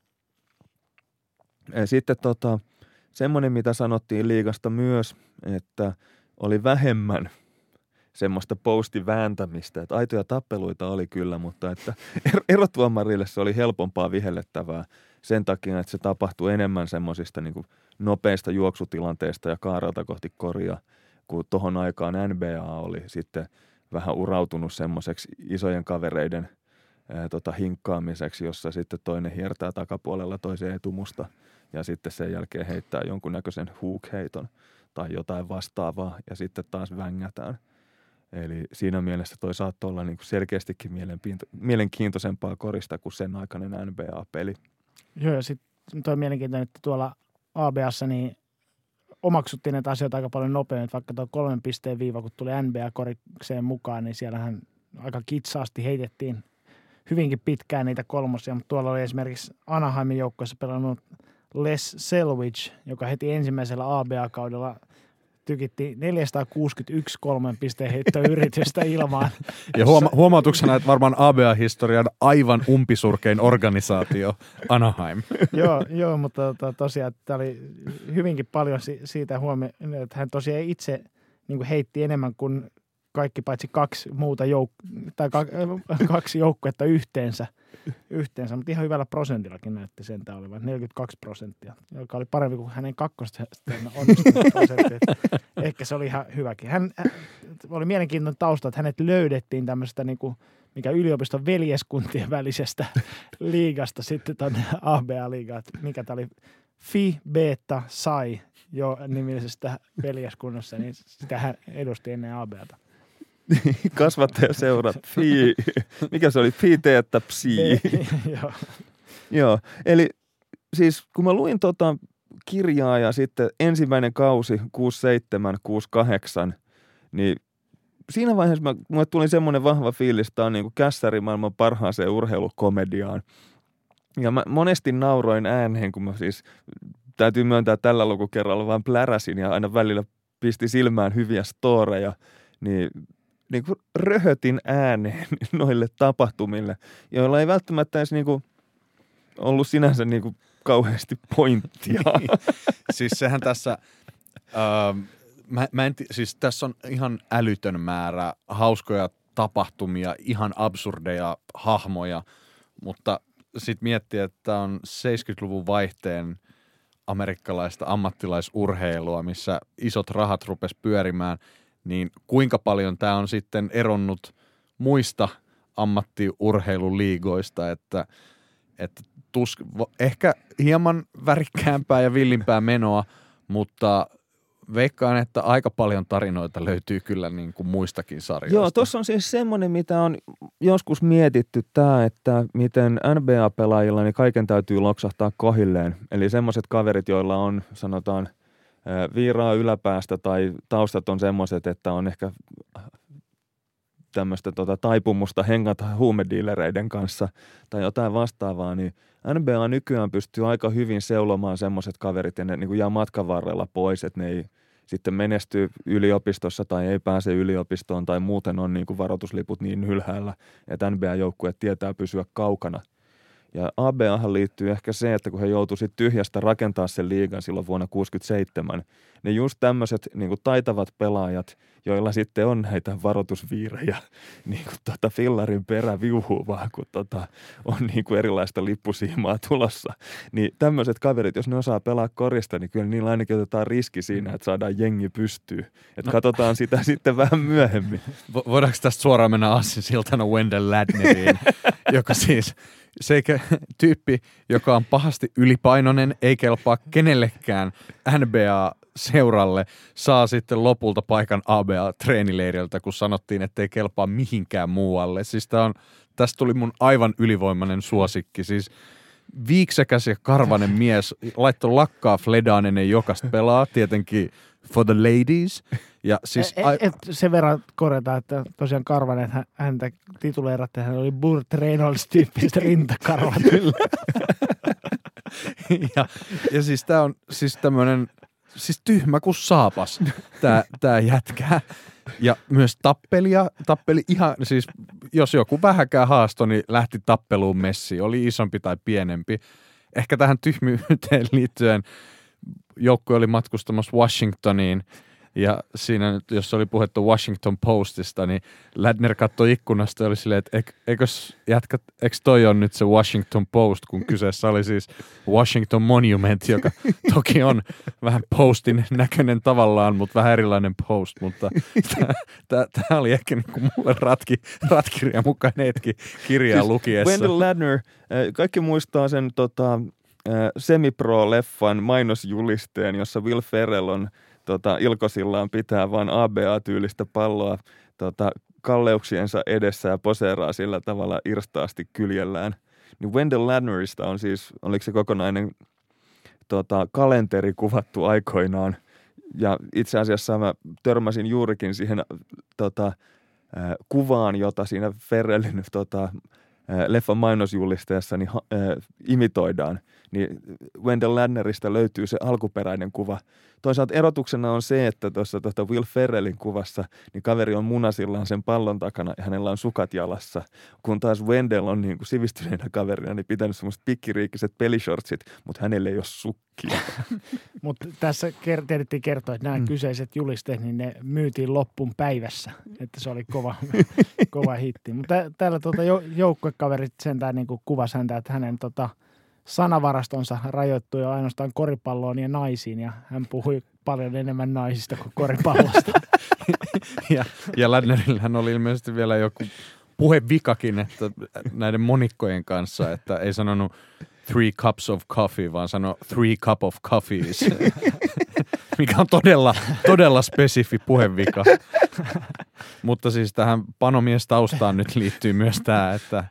sitten semmoinen, mitä sanottiin liigasta myös, että oli vähemmän semmoista postivääntämistä, että aitoja tappeluita oli kyllä, mutta että erotuomarille se oli helpompaa vihellettävää sen takia, että se tapahtui enemmän semmoisista niin kuin nopeista juoksutilanteista ja kaarelta kohti koria, kun tohon aikaan NBA oli sitten vähän urautunut semmoiseksi isojen kavereiden hinkkaamiseksi, jossa sitten toinen hiertää takapuolella toisen etumusta ja sitten sen jälkeen heittää jonkunnäköisen hook-heiton tai jotain vastaavaa ja sitten taas vängätään. Eli siinä mielessä toi saattoi olla niin kuin selkeästikin mielenkiintoisempaa korista kuin sen aikainen NBA-peli. Joo, ja sitten toi mielenkiintoinen, että tuolla ABAssa niin omaksuttiin näitä asioita aika paljon nopeammin, vaikka tuo 3 pisteen viiva, kun tuli NBA-korikseen mukaan, niin siellähän aika kitsaasti heitettiin hyvinkin pitkään niitä kolmosia, mutta tuolla oli esimerkiksi Anaheimin joukkueessa pelannut Les Selvidge, joka heti ensimmäisellä ABA-kaudella tykitti 461 3 pisteen heittoyritystä ilmaan. Ja huomautuksena, että varmaan ABA-historian aivan umpisurkein organisaatio Anaheim. Joo, mutta tosiaan tämä oli hyvinkin paljon siitä huomioon, että hän tosiaan itse niin kuin heitti enemmän kuin kaikki paitsi kaksi joukkuetta yhteensä, mutta ihan hyvällä prosentillakin näytti sentään olevan 42%, joka oli parempi kuin hänen kakkosten onnistunut prosentti. Ehkä se oli ihan hyväkin. Hän oli mielenkiintoinen tausta, että hänet löydettiin tämmöistä niin kuin, mikä yliopiston veljeskuntien välisestä liigasta sitten tuonne ABA-liigaan, mikä tämä oli Phi Beta Psi jo nimisestä veljeskunnassa, niin sitä hän edusti ennen ABAta. Kasvattajaseurat, mikä se oli, Phi Theta Psi. Joo, eli siis kun mä luin kirjaa ja sitten ensimmäinen kausi 67, 68, niin siinä vaiheessa mulle tuli semmoinen vahva fiilis, että tämä on niin kuin kässärimaailman parhaaseen urheilukomediaan. Ja mä monesti nauroin ääneen, kun mä siis täytyy myöntää tällä lukukerralla vaan pläräsin ja aina välillä pisti silmään hyviä storeja, niin kuin röhötin ääneen noille tapahtumille, joilla ei välttämättä edes niin kuin ollut sinänsä niin kuin kauheasti pointtia. Siis sehän tässä, siis tässä on ihan älytön määrä hauskoja tapahtumia, ihan absurdeja hahmoja, mutta sitten miettii, että on 70-luvun vaihteen amerikkalaista ammattilaisurheilua, missä isot rahat rupes pyörimään, niin kuinka paljon tämä on sitten eronnut muista ammattiurheiluliigoista, että ehkä hieman värikkäämpää ja villimpää menoa, mutta veikkaan, että aika paljon tarinoita löytyy kyllä niin kuin muistakin sarjoista. Joo, tuossa on siis semmoinen, mitä on joskus mietitty tämä, että miten NBA-pelaajilla niin kaiken täytyy loksahtaa kohilleen. Eli semmoiset kaverit, joilla on, sanotaan, viiraa yläpäästä tai taustat on semmoiset, että on ehkä tämmöistä taipumusta hengata huumediilereiden kanssa tai jotain vastaavaa, niin NBA nykyään pystyy aika hyvin seulomaan semmoiset kaverit ja ne niin kuin jää matkan varrella pois, että ne ei sitten menesty yliopistossa tai ei pääse yliopistoon tai muuten on niin kuin varoitusliput niin ylhäällä, että NBA-joukkueet tietää pysyä kaukana. Ja ABAhan liittyy ehkä se, että kun he joutuivat tyhjästä rakentaa sen liigan silloin vuonna 1967, niin just tämmöiset niin kuin taitavat pelaajat, joilla sitten on näitä varoitusviirejä, niin kuin fillarin perä viuhuu vaan, kun on niin kuin erilaista lippusiimaa tulossa. Niin tämmöiset kaverit, jos ne osaa pelaa korista, niin kyllä niillä ainakin otetaan riski siinä, että saadaan jengi pystyyn. Että katsotaan sitä sitten vähän myöhemmin. Voidaanko tästä suoraan mennä aasinsiltana Wendell Ladneriin, joka siis se tyyppi, joka on pahasti ylipainoinen, ei kelpaa kenellekään NBA-seuralle, saa sitten lopulta paikan ABA-treenileiriltä, kun sanottiin, että ei kelpaa mihinkään muualle. Siis tästä tuli mun aivan ylivoimainen suosikki. Siis viiksekäs ja karvanen mies laittoi lakkaa Fledaan ennen jokaista pelaa, tietenkin for the ladies. Ja siis sen verran korjataan, että tosiaan Karvanen, että häntä tituleerattiin, hän oli Burt Reynolds-tyyppistä rintakarvat. ja siis tää on siis tämmönen, siis tyhmä kuin saapas tää jätkää. Ja myös tappeli ihan, siis jos joku vähäkään haastoi, niin lähti tappeluun messiin, oli isompi tai pienempi. Ehkä tähän tyhmyyteen liittyen joukkue oli matkustamassa Washingtoniin, ja siinä, jos oli puhettu Washington Postista, niin Ladner katsoi ikkunasta ja oli silleen, että eikö toi on nyt se Washington Post, kun kyseessä oli siis Washington Monument, joka toki on vähän postin näköinen tavallaan, mutta vähän erilainen post, mutta tämä oli ehkä niin kuin mulle ratkirja mukainen hetki kirjaa siis lukiessa. Wendell Ladner, kaikki muistaa sen Semi-Pro-leffan mainosjulisteen, jossa Will Ferrell on ilkosillaan pitää vaan ABA-tyylistä palloa kalleuksiensa edessä ja poseeraa sillä tavalla irstaasti kyljellään. Niin Wendell Ladnerista on siis, oliko se kokonainen kalenteri kuvattu aikoinaan. Ja itse asiassa mä törmäsin juurikin siihen kuvaan, jota siinä Ferrellin leffan mainosjulisteessa niin, imitoidaan. Niin Wendell Ladnerista löytyy se alkuperäinen kuva. Toisaalta erotuksena on se, että tuossa Will Ferrellin kuvassa niin kaveri on munasillaan sen pallon takana ja hänellä on sukat jalassa. Kun taas Wendell on niin kuin sivistyneenä kaverina niin pitänyt semmoiset pikkiriikkiset pelishortsit, mutta hänellä ei ole sukkia. Mutta tässä tiedettiin kertoa, että nämä kyseiset julisteet, niin ne myytiin loppuun päivässä. Että se oli kova hitti. Mutta täällä joukkuekaverit sentään niin kuin kuvasi häntä, että hänen sanavarastonsa rajoittui jo ainoastaan koripalloon ja naisiin, ja hän puhui paljon enemmän naisista kuin koripallosta. ja Ladnerillähän oli ilmeisesti vielä joku puhevikakin että näiden monikkojen kanssa, että ei sanonut 3 cups of coffee, vaan sanoi 3 cup of coffees, mikä on todella spesifi puhevika. Mutta siis tähän panomiestaustaan nyt liittyy myös tämä, että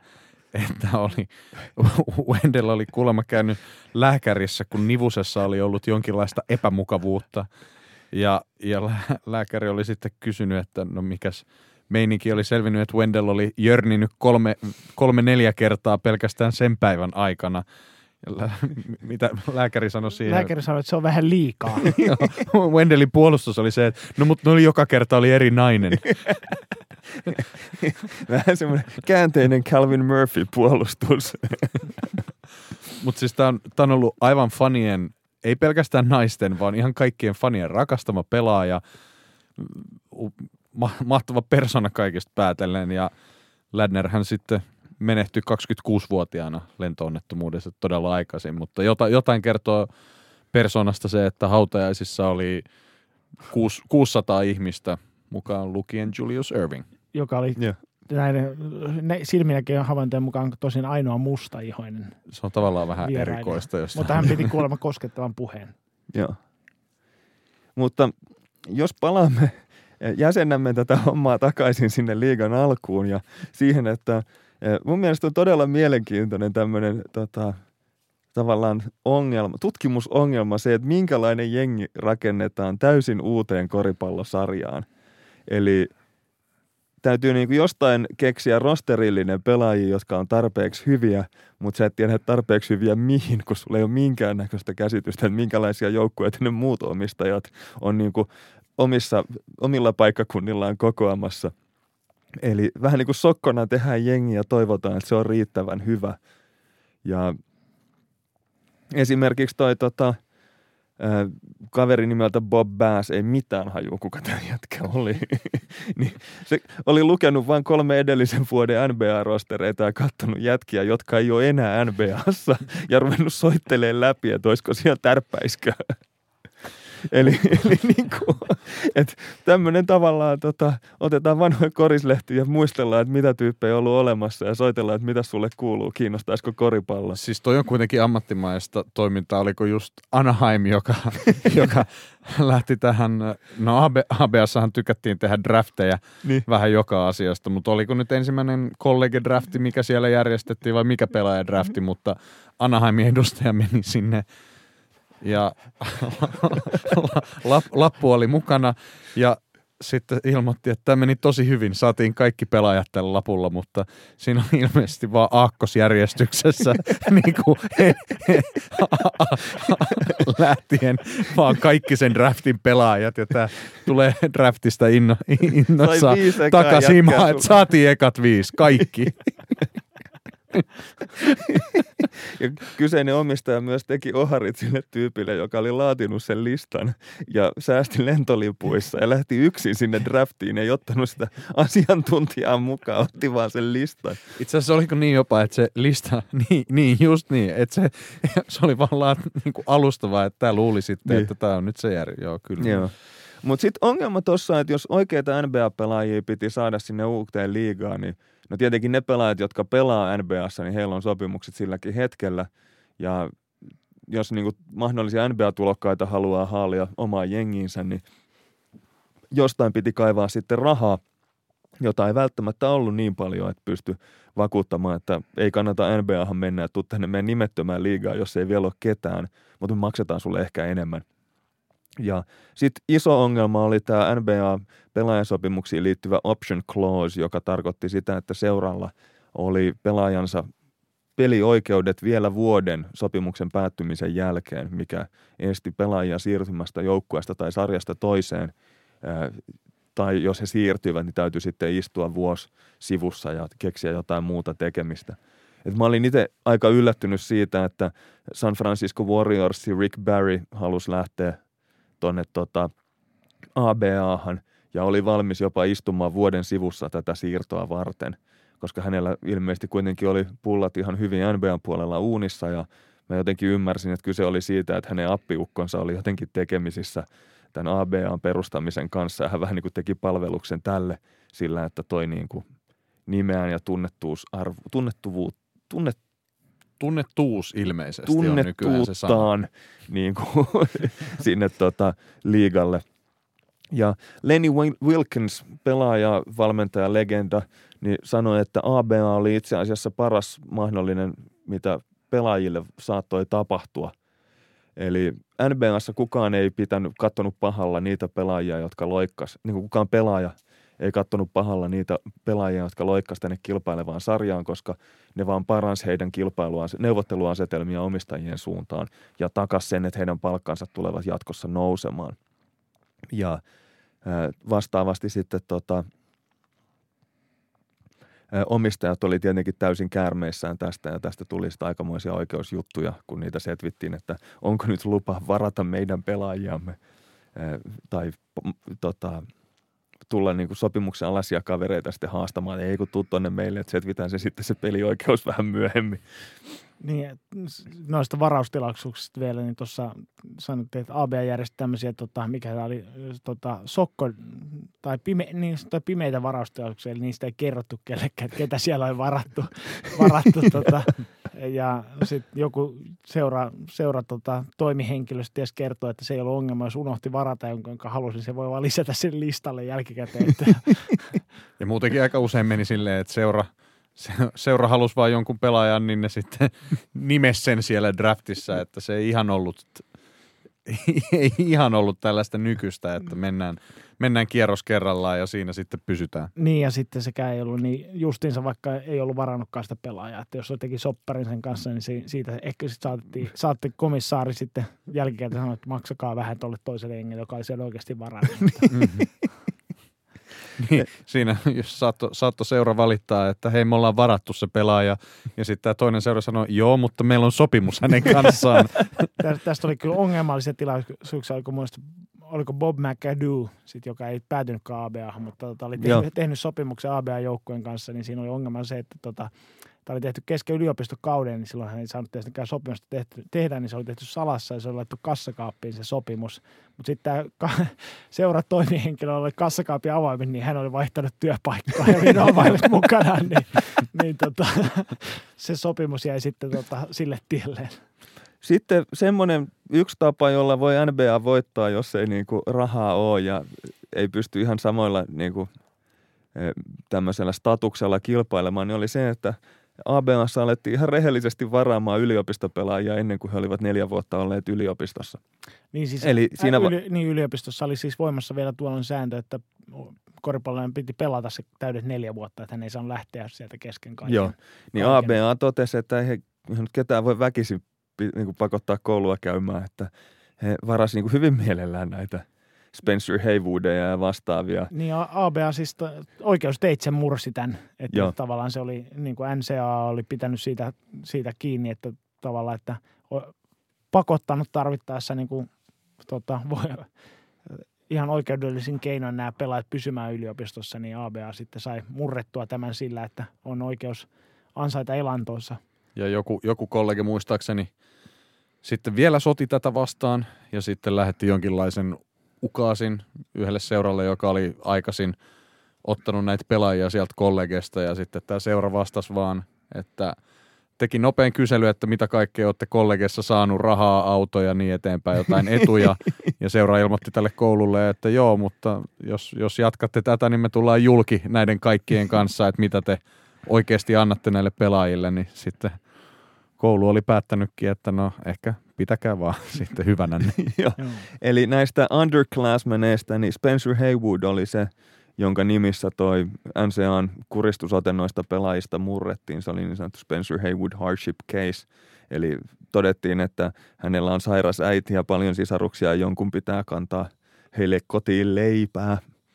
Wendell oli kuulemma käynyt lääkärissä, kun nivusessa oli ollut jonkinlaista epämukavuutta. Ja lääkäri oli sitten kysynyt, että no mikäs meininki, oli selvinnyt, että Wendell oli jörninyt 3-4 kertaa pelkästään sen päivän aikana. Mitä lääkäri sanoi siihen? Lääkäri sanoi, että se on vähän liikaa. Wendellin puolustus oli se, että no mutta oli joka kerta oli eri nainen. Vähän semmoinen käänteinen Calvin Murphy-puolustus. Mutta siis tämä on ollut aivan fanien, ei pelkästään naisten, vaan ihan kaikkien fanien rakastama pelaaja. Mahtava persona kaikista päätellen. Ja Ladnerhän sitten menehtyi 26-vuotiaana lentoonnettomuudessa todella aikaisin. Mutta jotain kertoo persoonasta se, että hautajaisissa oli 600 ihmistä, mukaan lukien Julius Erving. Joka oli näiden silminäkin havaintojen mukaan tosin ainoa mustaihoinen. Se on tavallaan vähän erikoista. Mutta hän piti kuulemma koskettavan puheen. Joo. Mutta jos palaamme, jäsennämme tätä hommaa takaisin sinne liigan alkuun ja siihen, että mun mielestä on todella mielenkiintoinen tämmöinen tavallaan tutkimusongelma se, että minkälainen jengi rakennetaan täysin uuteen koripallosarjaan. Eli täytyy niin kuin jostain keksiä rosterillinen pelaajia, jotka on tarpeeksi hyviä, mutta sä et tiedä tarpeeksi hyviä mihin, kun sulla ei ole minkäännäköistä käsitystä, että minkälaisia joukkueita ne muut omistajat on niin kuin omilla paikkakunnillaan kokoamassa. Eli vähän niin kuin sokkona tehdään jengiä ja toivotaan, että se on riittävän hyvä. Ja esimerkiksi toi kaveri nimeltä Bob Bass, ei mitään hajua, kuka tämä jätkä oli. Niin se oli lukenut vain 3 edellisen vuoden NBA-rostereita ja katsonut jätkiä, jotka ei ole enää NBAssa ja ruvennut soittelemaan läpi, että olisiko siellä tärppäiskö. Eli niin kuin, että tämmöinen tavallaan otetaan vanhoja korislehtiä ja muistellaan, että mitä tyyppejä on ollut olemassa ja soitellaan, että mitä sulle kuuluu, kiinnostaisiko koripallo. Siis toi on kuitenkin ammattimaista toimintaa. Oliko just Anaheim, joka lähti tähän, no ABSsahan tykättiin tehdä drafteja vähän joka asiasta, mutta oliko nyt ensimmäinen college-drafti, mikä siellä järjestettiin vai mikä pelaajadrafti, mutta Anaheimin edustaja meni sinne ja lappu oli mukana ja sitten ilmoitti, että tämä meni tosi hyvin. Saatiin kaikki pelaajat tällä lapulla, mutta siinä on ilmeisesti vaan aakkosjärjestyksessä niin kuin lähtien vaan kaikki sen draftin pelaajat. Ja tämä tulee draftista innossa takaisin, että saatiin ekat 5, kaikki. Ja kyseinen omistaja myös teki oharit sille tyypille, joka oli laatinut sen listan ja säästi lentolipuissa ja lähti yksin sinne draftiin. Ei ottanut sitä asiantuntijaa mukaan, otti vaan sen listan. Itse asiassa oliko niin jopa, että se lista, just niin, että se oli vaan niin kuin alustavaa, että tämä luuli sitten, että tämä on nyt se joo kyllä. Joo. Mutta sitten ongelma tuossa, että jos oikeita NBA-pelaajia piti saada sinne uuteen liigaan, niin no tietenkin ne pelaajat, jotka pelaa NBAssa, niin heillä on sopimukset silläkin hetkellä. Ja jos niinku mahdollisia NBA-tulokkaita haluaa haalia omaa jengiinsä, niin jostain piti kaivaa sitten rahaa, jota ei välttämättä ollut niin paljon, että pysty vakuuttamaan, että ei kannata NBAhan mennä ja tuu tänne meidän nimettömään liigaan, jos ei vielä ole ketään, mutta me maksetaan sulle ehkä enemmän. Ja sitten iso ongelma oli tämä NBA-pelaajasopimuksiin liittyvä option clause, joka tarkoitti sitä, että seuralla oli pelaajansa pelioikeudet vielä vuoden sopimuksen päättymisen jälkeen, mikä esti pelaajia siirtymästä joukkueesta tai sarjasta toiseen. Tai jos he siirtyivät, niin täytyy sitten istua vuosi sivussa ja keksiä jotain muuta tekemistä. Et mä olin itse aika yllättynyt siitä, että San Francisco Warriorsin Rick Barry halusi lähteä tuonne ABAhan ja oli valmis jopa istumaan vuoden sivussa tätä siirtoa varten, koska hänellä ilmeisesti kuitenkin oli pullat ihan hyvin NBAn puolella uunissa ja mä jotenkin ymmärsin, että kyse oli siitä, että hänen appiukkonsa oli jotenkin tekemisissä tämän ABAn perustamisen kanssa ja hän vähän niin kuin teki palveluksen tälle sillä, että toi niin kuin nimeään ja Tunnettuus ilmeisesti on nykyään se sana. Niin kuin sinne liigalle. Ja Lenny Wilkins, pelaaja, valmentaja, legenda, niin sanoi, että ABA oli itse asiassa paras mahdollinen, mitä pelaajille saattoi tapahtua. Eli NBA:ssa kukaan ei kattonut pahalla niitä pelaajia, jotka loikkas, niin kuin kukaan pelaaja ei kattonut pahalla niitä pelaajia, jotka loikkasivat tänne kilpailevaan sarjaan, koska ne vaan paransi heidän neuvotteluasetelmia omistajien suuntaan ja takas sen, että heidän palkkansa tulevat jatkossa nousemaan. Ja vastaavasti sitten omistajat oli tietenkin täysin käärmeissään tästä ja tästä tuli sitä aikamoisia oikeusjuttuja, kun niitä setvittiin, että onko nyt lupa varata meidän pelaajiamme tai tulla niin kuin sopimuksen alaisia kavereita sitten haastamaan, ei kun tuu tonne meille, että setvitään se sitten se pelioikeus vähän myöhemmin. Niin, noista varaustilauksista vielä, niin tuossa sanottiin, että ABA järjesti tämmöisiä, mikä oli, sokko tai pimeitä varaustilauksia, eli niistä ei kerrottu kellekään, että ketä siellä oli varattu ja sitten joku seura toimihenkilöstä ties kertoi, että se ei ollut ongelma, jos unohti varata, jonka halusi, se voi vaan lisätä sen listalle jälkikäteen. Ja muutenkin aika usein meni silleen, että seura halusi vaan jonkun pelaajan, niin ne sitten nimesi sen siellä draftissa, että se ei ihan ollut tällaista nykyistä, että mennään kierros kerrallaan ja siinä sitten pysytään. Niin ja sitten sekään ei ollut niin justiinsa, vaikka ei ollut varannutkaan sitä pelaajaa, että jos teki sopparin sen kanssa, niin siitä ehkä sitten saatte komissaari sitten jälkikäteen sanoa, että maksakaa vähän tuolle toiselle jengille, joka oli siellä oikeasti varannut. Niin, siinä jos saatto seura valittaa, että hei, me ollaan varattu se pelaaja, ja sitten tämä toinen seura sanoo, joo, mutta meillä on sopimus hänen kanssaan. Tästä oli kyllä ongelmallisia tilaisuuksia, oliko Bob McAdoo, joka ei päätynytkään ABAhan, mutta oli tehnyt sopimuksen ABA-joukkueen kanssa, niin siinä oli ongelma se, että tämä oli tehty kesken yliopistokauden, niin silloin hän ei saanut tietystikään sopimusta tehdä, niin se oli tehty salassa ja se oli laittu kassakaappiin se sopimus. Mutta sitten tämä seura toimihenkilö oli kassakaapin avaimet, niin hän oli vaihtanut työpaikkaa ja oli avaimet mukanaan, niin se sopimus jäi sitten sille tielleen. Sitten semmoinen yksi tapa, jolla voi NBA voittaa, jos ei niinku rahaa ole ja ei pysty ihan samoilla niinku tämmöisellä statuksella kilpailemaan, niin oli se, että ABA:ssa alettiin ihan rehellisesti varaamaan yliopistopelaajia ennen kuin he olivat 4 vuotta olleet yliopistossa. Niin siis eli siinä yliopistossa oli siis voimassa vielä tuolloin sääntö, että koripallojen piti pelata se täydet 4 vuotta, että hän ei saanut lähteä sieltä kesken kaiken. Joo, niin ABA totesi, että ei he nyt ketään voi väkisin niin pakottaa koulua käymään, että he varasivat niin hyvin mielellään näitä Spencer Haywoodeja ja vastaavia. Niin ABA siis oikeusteitse mursi tämän, että tavallaan se oli, niin kuin NCAA oli pitänyt siitä kiinni, että tavallaan, että pakottanut tarvittaessa niin kuin, ihan oikeudellisin keinoin nämä pelaajat pysymään yliopistossa, niin ABA sitten sai murrettua tämän sillä, että on oikeus ansaita elantonsa. Ja joku kollegi muistaakseni sitten vielä soti tätä vastaan ja sitten lähetti jonkinlaisen ukaasin yhdelle seuralle, joka oli aikaisin ottanut näitä pelaajia sieltä kollegesta ja sitten tämä seura vastasi vaan, että teki nopean kysely, että mitä kaikkea olette kollegessa saanut, rahaa, autoja ja niin eteenpäin, jotain etuja. Ja seura ilmoitti tälle koululle, että joo, mutta jos jatkatte tätä, niin me tullaan julki näiden kaikkien kanssa, että mitä te oikeasti annatte näille pelaajille, niin sitten koulu oli päättänytkin, että no ehkä pitäkää vaan sitten hyvänänne. Eli näistä underclassmaneista, niin Spencer Haywood oli se, jonka nimissä toi NCAAn kuristusotennoista pelaajista murrettiin. Se oli niin sanottu Spencer Haywood hardship case. Eli todettiin, että hänellä on sairas äiti ja paljon sisaruksia ja jonkun pitää kantaa heille kotiin leipää.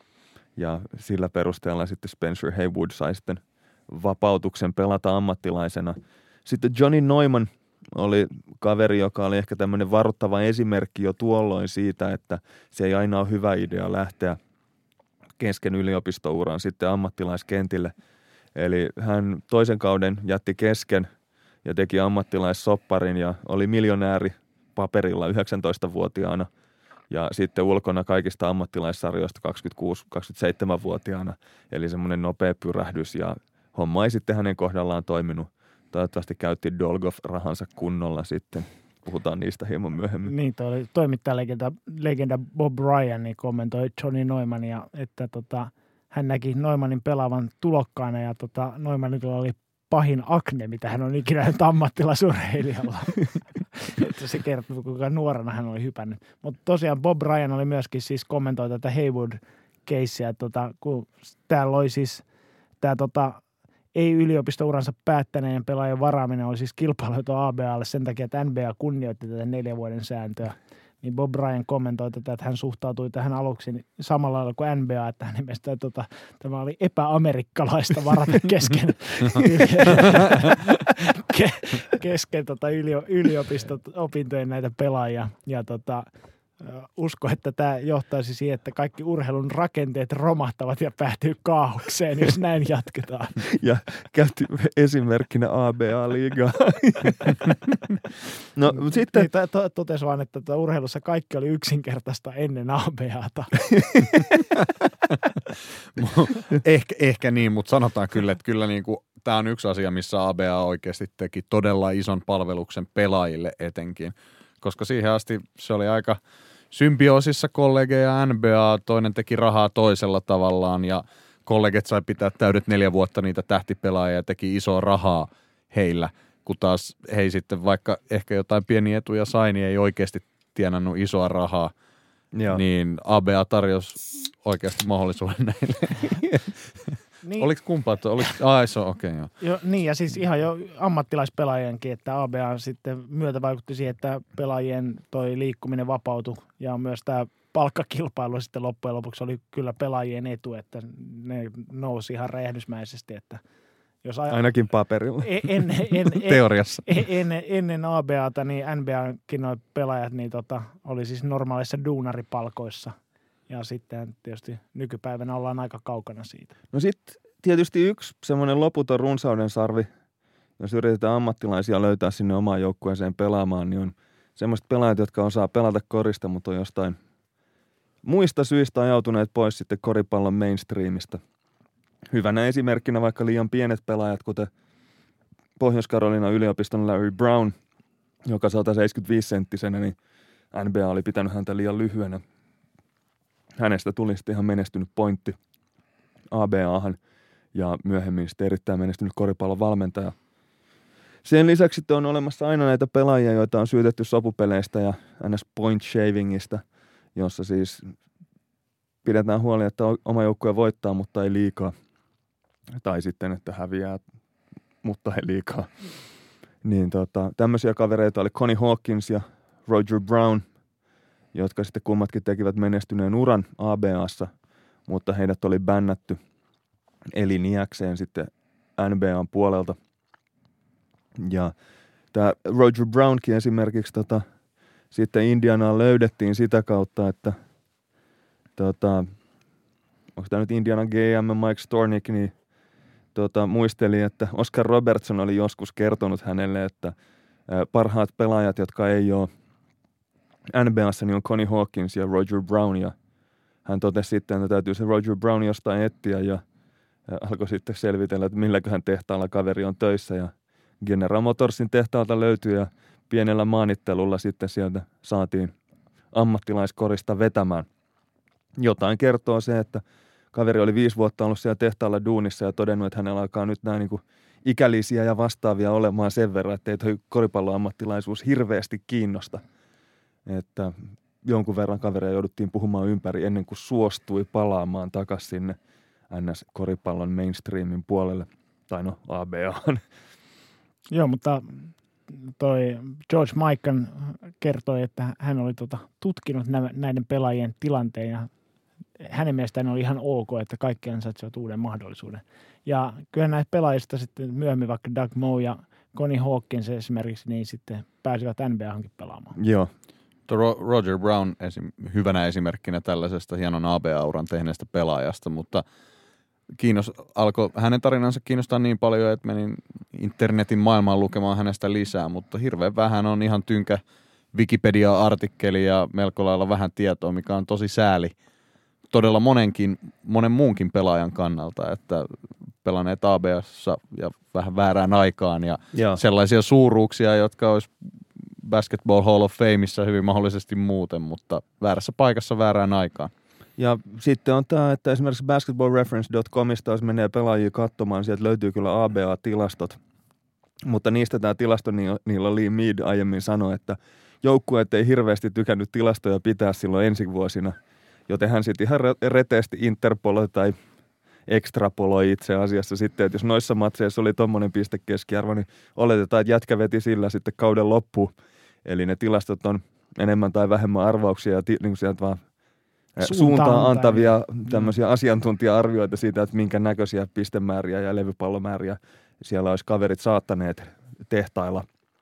Ja sillä perusteella sitten Spencer Haywood sai sitten vapautuksen pelata ammattilaisena. Sitten Johnny Neumann oli kaveri, joka oli ehkä tämmöinen varoittava esimerkki jo tuolloin siitä, että se ei aina ole hyvä idea lähteä kesken yliopistouran sitten ammattilaiskentille. Eli hän toisen kauden jätti kesken ja teki ammattilaissopparin ja oli miljonääri paperilla 19-vuotiaana ja sitten ulkona kaikista ammattilaissarjoista 26-27-vuotiaana. Eli semmoinen nopea pyrähdys ja homma ei sitten hänen kohdallaan toiminut. Toivottavasti käytti Dolgoff-rahansa kunnolla sitten. Puhutaan niistä hieman myöhemmin. Niin, toi toimittajalegenda Bob Ryan niin kommentoi Johnny Neumannia, että hän näki Neumannin pelaavan tulokkaana ja Neumannilla oli pahin akne, mitä hän on ikinä nyt ammattilaisurheilijalla. Että se kertoo, kuinka nuorena hän oli hypännyt. Mutta tosiaan Bob Ryan oli myöskin siis kommentoi tätä Haywood-keissiä, kun täällä oli siis ei yliopistouransa päättäneen pelaajan varaaminen oli siis kilpailuito ABAlle sen takia, että NBA kunnioitti tätä 4 vuoden sääntöä. Niin Bob Ryan kommentoi tätä, että hän suhtautui tähän aluksi samalla lailla kuin NBA, että hänen mielestään tämä oli epäamerikkalaista varata kesken yliopisto-opintojen näitä pelaajia. Ja usko, että tämä johtaisi siihen, että kaikki urheilun rakenteet romahtavat ja päätyy kaaokseen, jos näin jatketaan. Ja käytti esimerkkinä ABA-liigaa. No, sitten niin, totesi vaan, että urheilussa kaikki oli yksinkertaista ennen ABAta. Ehkä niin, mutta sanotaan kyllä, että kyllä niin kuin, tämä on yksi asia, missä ABA oikeasti teki todella ison palveluksen pelaajille etenkin. Koska siihen asti se oli aika symbioosissa kollegeja ja NBA, toinen teki rahaa toisella tavallaan ja kolleget sai pitää täydet 4 vuotta niitä tähtipelaajia ja teki isoa rahaa heillä, kun taas he sitten vaikka ehkä jotain pieniä etuja sai, niin ei oikeasti tienannut isoa rahaa, niin ABA tarjosi oikeasti mahdollisuuden näille. Niin. Oliko kumpaa? Okei. Niin, ja siis ihan jo ammattilaispelaajienkin, että ABA sitten myötä vaikutti siihen, että pelaajien toi liikkuminen vapautui, ja myös tämä palkkakilpailu sitten loppujen lopuksi oli kyllä pelaajien etu, että ne nousi ihan räjähdysmäisesti, että jos ainakin paperilla. Teoriassa. Ennen ABAta, niin NBAkin nuo pelaajat niin oli siis normaaleissa duunaripalkoissa. Ja sitten tietysti nykypäivänä ollaan aika kaukana siitä. No sitten tietysti yksi semmoinen loputon runsauden sarvi jos yritetään ammattilaisia löytää sinne omaan joukkueeseen pelaamaan, niin on semmoiset pelaajat, jotka osaa pelata korista, mutta on jostain muista syistä ajautuneet pois sitten koripallon mainstreamista. Hyvänä esimerkkinä vaikka liian pienet pelaajat, kuten Pohjois-Carolinan yliopiston Larry Brown, joka 175-senttisenä, niin NBA oli pitänyt häntä liian lyhyenä. Hänestä tuli sitten ihan menestynyt pointti ABAhan ja myöhemmin sitten erittäin menestynyt koripallon valmentaja. Sen lisäksi on olemassa aina näitä pelaajia, joita on syytetty sopupeleistä ja ns. Point shavingista, jossa siis pidetään huoli, että oma joukkue voittaa, mutta ei liikaa. Tai sitten, että häviää, mutta ei liikaa. Niin tämmöisiä kavereita oli Connie Hawkins ja Roger Brown, jotka sitten kummatkin tekivät menestyneen uran ABAssa, mutta heidät oli bännätty eliniäkseen sitten NBAn puolelta. Ja tämä Roger Brownkin esimerkiksi sitten Indianaan löydettiin sitä kautta, että onko tämä nyt Indianan GM Mike Stornick, niin muisteli, että Oscar Robertson oli joskus kertonut hänelle, että parhaat pelaajat, jotka ei ole NBAssa, niin on Connie Hawkins ja Roger Brown, ja hän totesi sitten, että täytyy se Roger Brown jostain etsiä, ja alkoi sitten selvitellä, että milläköhän tehtaalla kaveri on töissä, ja General Motorsin tehtaalta löytyi, ja pienellä maanittelulla sitten sieltä saatiin ammattilaiskorista vetämään. Jotain kertoo se, että kaveri oli 5 vuotta ollut siellä tehtaalla duunissa ja todennut, että hänellä alkaa nyt nämä niin kuin ikälisiä ja vastaavia olemaan sen verran, että ei toi koripalloammattilaisuus hirveästi kiinnosta. Että jonkun verran kaveria jouduttiin puhumaan ympäri ennen kuin suostui palaamaan takaisin sinne NS-koripallon mainstreamin puolelle, tai no ABAhan. Joo, mutta toi George Mikan kertoi, että hän oli tutkinut näiden pelaajien tilanteen ja hänen mielestään oli ihan ok, että kaikki ansaitsivat uuden mahdollisuuden. Ja kyllä näistä pelaajista sitten myöhemmin vaikka Doug Moe ja Connie Hawkins esimerkiksi, niin sitten pääsivät NBA:hankin pelaamaan. Joo. Roger Brown hyvänä esimerkkinä tällaisesta hienon ABA-uran tehneestä pelaajasta, mutta alkoi hänen tarinansa kiinnostaa niin paljon, että menin internetin maailmaan lukemaan hänestä lisää, mutta hirveän vähän on ihan tynkä Wikipedia-artikkeli ja melko lailla vähän tietoa, mikä on tosi sääli todella monen muunkin pelaajan kannalta, että pelanneet ABA:ssa ja vähän väärään aikaan ja sellaisia suuruuksia, jotka olisi Basketball Hall of Fameissa hyvin mahdollisesti muuten, mutta väärässä paikassa väärään aikaan. Ja sitten on tämä, että esimerkiksi basketballreference.comista, jos menee pelaajia katsomaan, sieltä löytyy kyllä ABA-tilastot. Mutta niistä tämä tilasto, niillä Lee Mead aiemmin sanoi, että joukkueet ei hirveästi tykännyt tilastoja pitää silloin ensi vuosina. Joten hän sitten ihan reteesti interpoloi tai ekstrapoloi itse asiassa sitten, että jos noissa matseissa oli tommonen pistekeskiarvo, niin oletetaan, että jätkä veti sillä sitten kauden loppuun. Eli ne tilastot on enemmän tai vähemmän arvauksia ja niin sieltä vaan suuntaan antavia tämmöisiä asiantuntija-arvioita siitä, että minkä näköisiä pistemääriä ja levypallomääriä siellä olisi kaverit saattaneet tehtailla.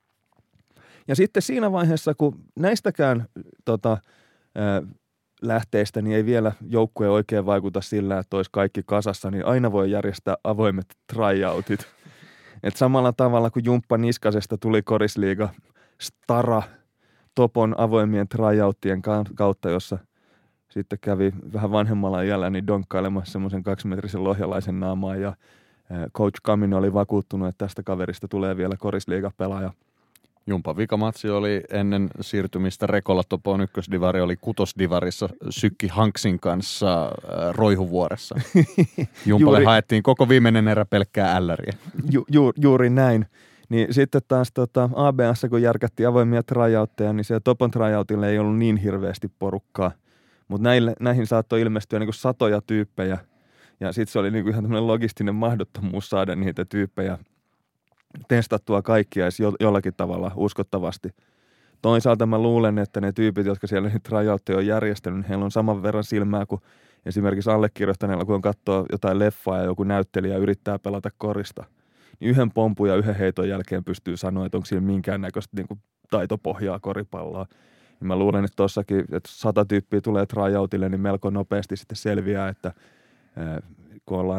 Ja sitten siinä vaiheessa, kun näistäkään lähteistä niin ei vielä joukkue oikein vaikuta sillä, että olisi kaikki kasassa, niin aina voi järjestää avoimet tryoutit. Et samalla tavalla kuin Jumppa Niskasesta tuli Korisliiga Stara Topon avoimien tryoutien kautta, jossa sitten kävi vähän vanhemmalla iällä niin donkkailemassa semmoisen 2-metrisen lohjalaisen naamaan ja coach Kamino oli vakuuttunut, että tästä kaverista tulee vielä Korisliiga-pelaaja. Jumpan vikamatsi oli ennen siirtymistä Rekolla Topoon ykkösdivari, oli kutosdivarissa Sykki Hanksin kanssa Roihuvuoressa. Jumpalle haettiin koko viimeinen erä pelkkää älläriä. Juuri näin. Niin sitten taas ABA:ssa, kun järkättiin avoimia tryoutteja, niin siellä Topon tryoutille ei ollut niin hirveästi porukkaa. Mutta näihin saattoi ilmestyä niin kuin satoja tyyppejä. Ja sitten se oli niin kuin ihan tämmöinen logistinen mahdottomuus saada niitä tyyppejä testattua kaikkia edes jollakin tavalla uskottavasti. Toisaalta mä luulen, että ne tyypit, jotka siellä niitä tryoutteja on järjestänyt, niin heillä on saman verran silmää kuin esimerkiksi allekirjoittaneella, kun on katsoo jotain leffaa ja joku näyttelijä yrittää pelata korista. Niin yhden pompun ja yhden heiton jälkeen pystyy sanoa, että onko siinä minkäännäköistä niin kuin taitopohjaa koripalloa. Ja mä luulen, että tossakin, että 100 tyyppiä tulee tryoutille, niin melko nopeasti sitten selviää, että kun ollaan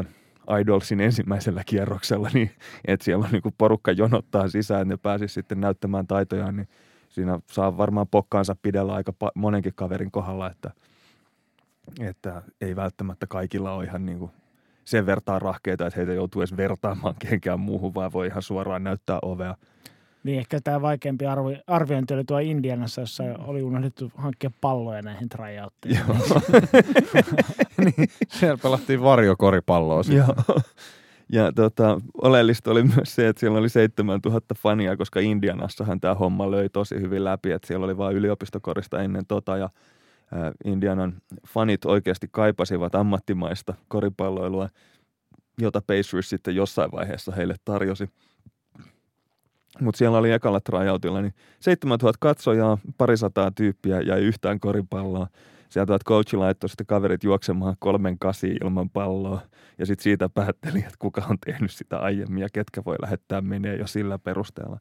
Idolsin ensimmäisellä kierroksella, niin että siellä on niin kuin porukka jonottaa sisään, että ne pääsisi sitten näyttämään taitojaan, niin siinä saa varmaan pokkaansa pidellä aika monenkin kaverin kohdalla, että ei välttämättä kaikilla ole ihan niin kuin sen vertaan rahkeita, että heitä joutuu edes vertaamaan kehenkään muuhun, vaan voi ihan suoraan näyttää ovea. Niin ehkä tämä vaikeampi arviointi oli tuo Indianassa, jossa oli unohdettu hankkia palloja näihin tryouttiin. Joo. Niin, siellä pelattiin varjokoripalloa. Joo. Ja oleellista oli myös se, että siellä oli 7000 fania, koska Indianassahan tämä homma löi tosi hyvin läpi, että siellä oli vain yliopistokorista ennen ja Indianan fanit oikeasti kaipasivat ammattimaista koripalloilua, jota Pacers sitten jossain vaiheessa heille tarjosi. Mutta siellä oli ekalla tryoutilla niin 7000 katsojaa, 200 tyyppiä ja ei yhtään koripalloa. Sieltä coachi laittoi sitten kaverit juoksemaan 3-8 ilman palloa ja sitten siitä päätteli, että kuka on tehnyt sitä aiemmin ja ketkä voi lähettää menee jo sillä perusteella.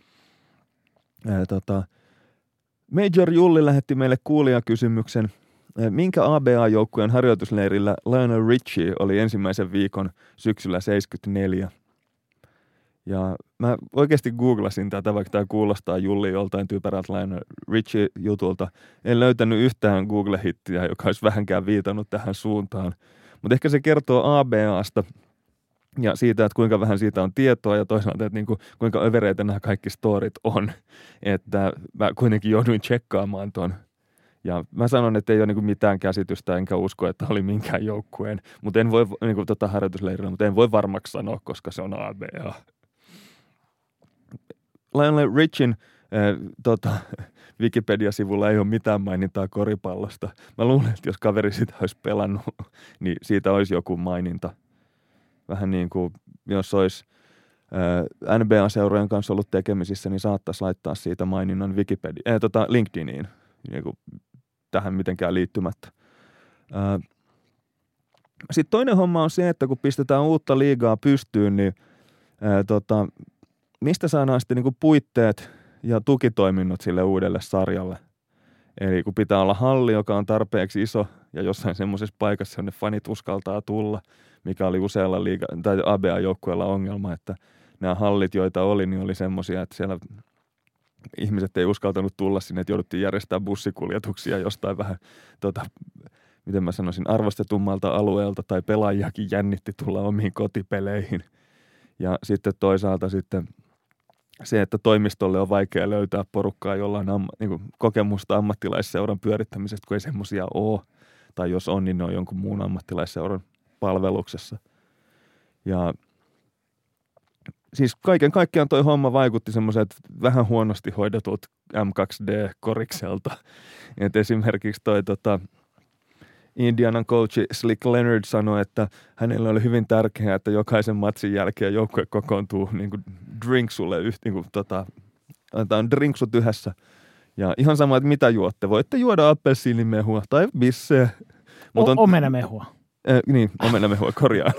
Major Julli lähetti meille kuulijakysymyksen. Minkä ABA-joukkueen harjoitusleirillä Lionel Richie oli ensimmäisen viikon syksyllä 74? Ja mä oikeasti googlasin tätä, vaikka tämä kuulostaa Julli joltain typerältä Lionel Richie-jutulta. En löytänyt yhtään Google-hittiä, joka olisi vähänkään viitannut tähän suuntaan. Mutta ehkä se kertoo ABAsta ja siitä, että kuinka vähän siitä on tietoa ja toisaalta, että niinku, kuinka övereitä nämä kaikki storit on. Että mä kuitenkin jouduin tsekkaamaan ton. Ja mä sanon, että ei ole niinku mitään käsitystä, enkä usko, että oli minkään joukkueen. Mutta en voi niinku, harjoitusleirillä, mutta en voi varmaksi sanoa, koska se on ABA. Lionel Richin Wikipedia-sivulla ei ole mitään mainintaa koripallosta. Mä luulen, että jos kaveri sitä olisi pelannut, niin siitä olisi joku maininta. Vähän niin kuin, jos olisi NBA-seurojen kanssa ollut tekemisissä, niin saattaisi laittaa siitä maininnan LinkedIniin, niin kuin tähän mitenkään liittymättä. Sitten toinen homma on se, että kun pistetään uutta liigaa pystyyn, niin mistä saadaan sitten niin kuin puitteet ja tukitoiminnot sille uudelle sarjalle? Eli kun pitää olla halli, joka on tarpeeksi iso ja jossain semmoisessa paikassa, jonne fanit uskaltaa tulla, mikä oli usealla tai ABA-joukkueella ongelma, että nämä hallit, joita oli, niin oli semmoisia, että siellä ihmiset ei uskaltanut tulla sinne, että jouduttiin järjestämään bussikuljetuksia jostain vähän, miten mä sanoisin, arvostetummalta alueelta tai pelaajakin jännitti tulla omiin kotipeleihin. Ja sitten toisaalta sitten se, että toimistolle on vaikea löytää porukkaa, jolla on niin kokemusta ammattilaisseuran pyörittämisestä, kun ei semmoisia ole. Tai jos on, niin ne on jonkun muun ammattilaisseuran palveluksessa. Ja siis kaiken kaikkiaan toi homma vaikutti semmoiset vähän huonosti hoidetut M2D-korikselta. Et esimerkiksi toi Indianan coachi Slick Leonard sanoi, että hänelle oli hyvin tärkeää, että jokaisen matsin jälkeen joukkue kokoontuu niin kuin drinksulle, antaa drinksut yhdessä. Ja ihan sama, että mitä juotte. Voitte juoda appelsiinimehua tai bisseä. Omenamehua. Niin, omenamehua korjaan.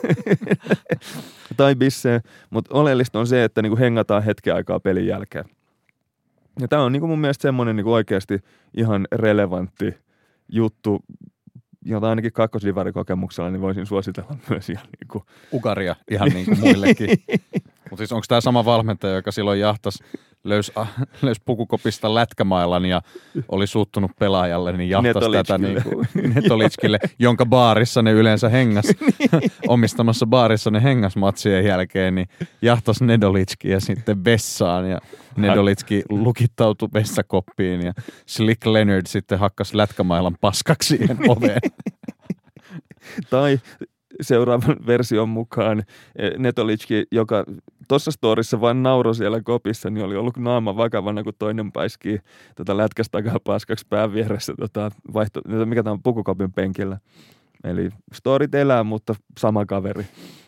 tai bisseä. Mutta oleellista on se, että niinku hengataan hetken aikaa pelin jälkeen. Ja tämä on niinku mun mielestä semmoinen niinku oikeasti ihan relevantti juttu, jota ainakin kakkosdivarikokemuksella niin voisin suositella myös ihan niin kuin Ukaria ihan niin kuin muillekin. Mutta siis onko tämä sama valmentaja, joka silloin jahtasi, löysi pukukopista lätkämailan ja oli suuttunut pelaajalle, niin jahtasi tätä niin kuin Netolitskille, jonka baarissa ne yleensä hengas, omistamassa baarissa ne hengas matsien jälkeen, niin jahtasi Nedolitskiä sitten vessaan ja Nedolitski lukittautui vessakoppiin ja Slick Leonard sitten hakkasi lätkämailan paskaksi siihen oveen. Tai seuraavan version mukaan Netolitski, joka tuossa storissa vain nauroi siellä kopissa, niin oli ollut naama vakavana, kun toinen paiskii lätkästä takaa paskaksi pään vieressä, mikä tämä on, pukukopin penkillä. Eli storit elää, mutta sama kaveri.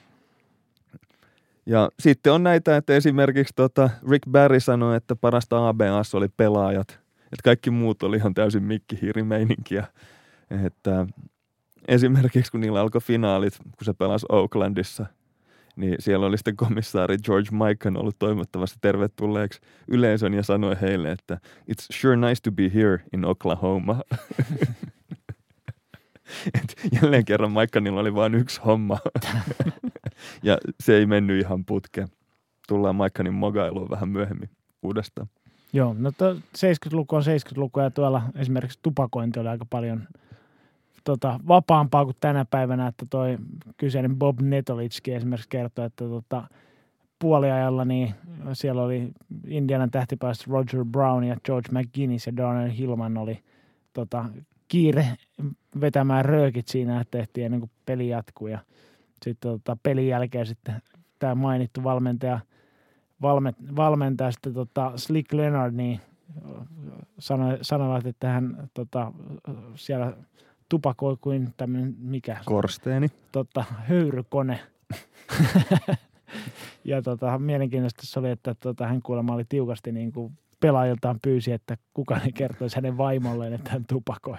Ja sitten on näitä, että esimerkiksi Rick Barry sanoi, että parasta ABA:ssa oli pelaajat. Että kaikki muut oli ihan täysin mikkihiirimeininkiä. Että esimerkiksi kun niillä alkoi finaalit, kun se pelasi Oaklandissa, niin siellä oli sitten komissaari George Mikan ollut toivottavasti tervetulleeksi yleisön ja sanoi heille, että it's sure nice to be here in Oklahoma. Jälleen kerran Maikkanilla oli vain yksi homma. Ja se ei mennyt ihan putkeen. Tullaan Maikkanin mogailuun vähän myöhemmin uudestaan. Joo, no 70-luku on 70-luku ja tuolla esimerkiksi tupakointi oli aika paljon vapaampaa kuin tänä päivänä, että toi kyseinen Bob Netolitsky esimerkiksi kertoi, että puoliajalla niin siellä oli Indianan tähtipäästä Roger Brown ja George McGuinness ja Darnell Hillman oli kiire vetämään röökit siinä, että tehtiin ennen kuin peli jatkuu ja sitten pelin jälkeen sitten tämä mainittu valmentaja sitten Slick Leonard niin sanoivat, että hän siellä tupakoi kuin tämmöinen mikä? Korsteeni. Höyrykone. Ja mielenkiintoista se oli, että hän kuulemma oli tiukasti niin kuin pelaajiltaan pyysi, että kukaan ei kertoisi hänen vaimolleen, että hän tupakoi.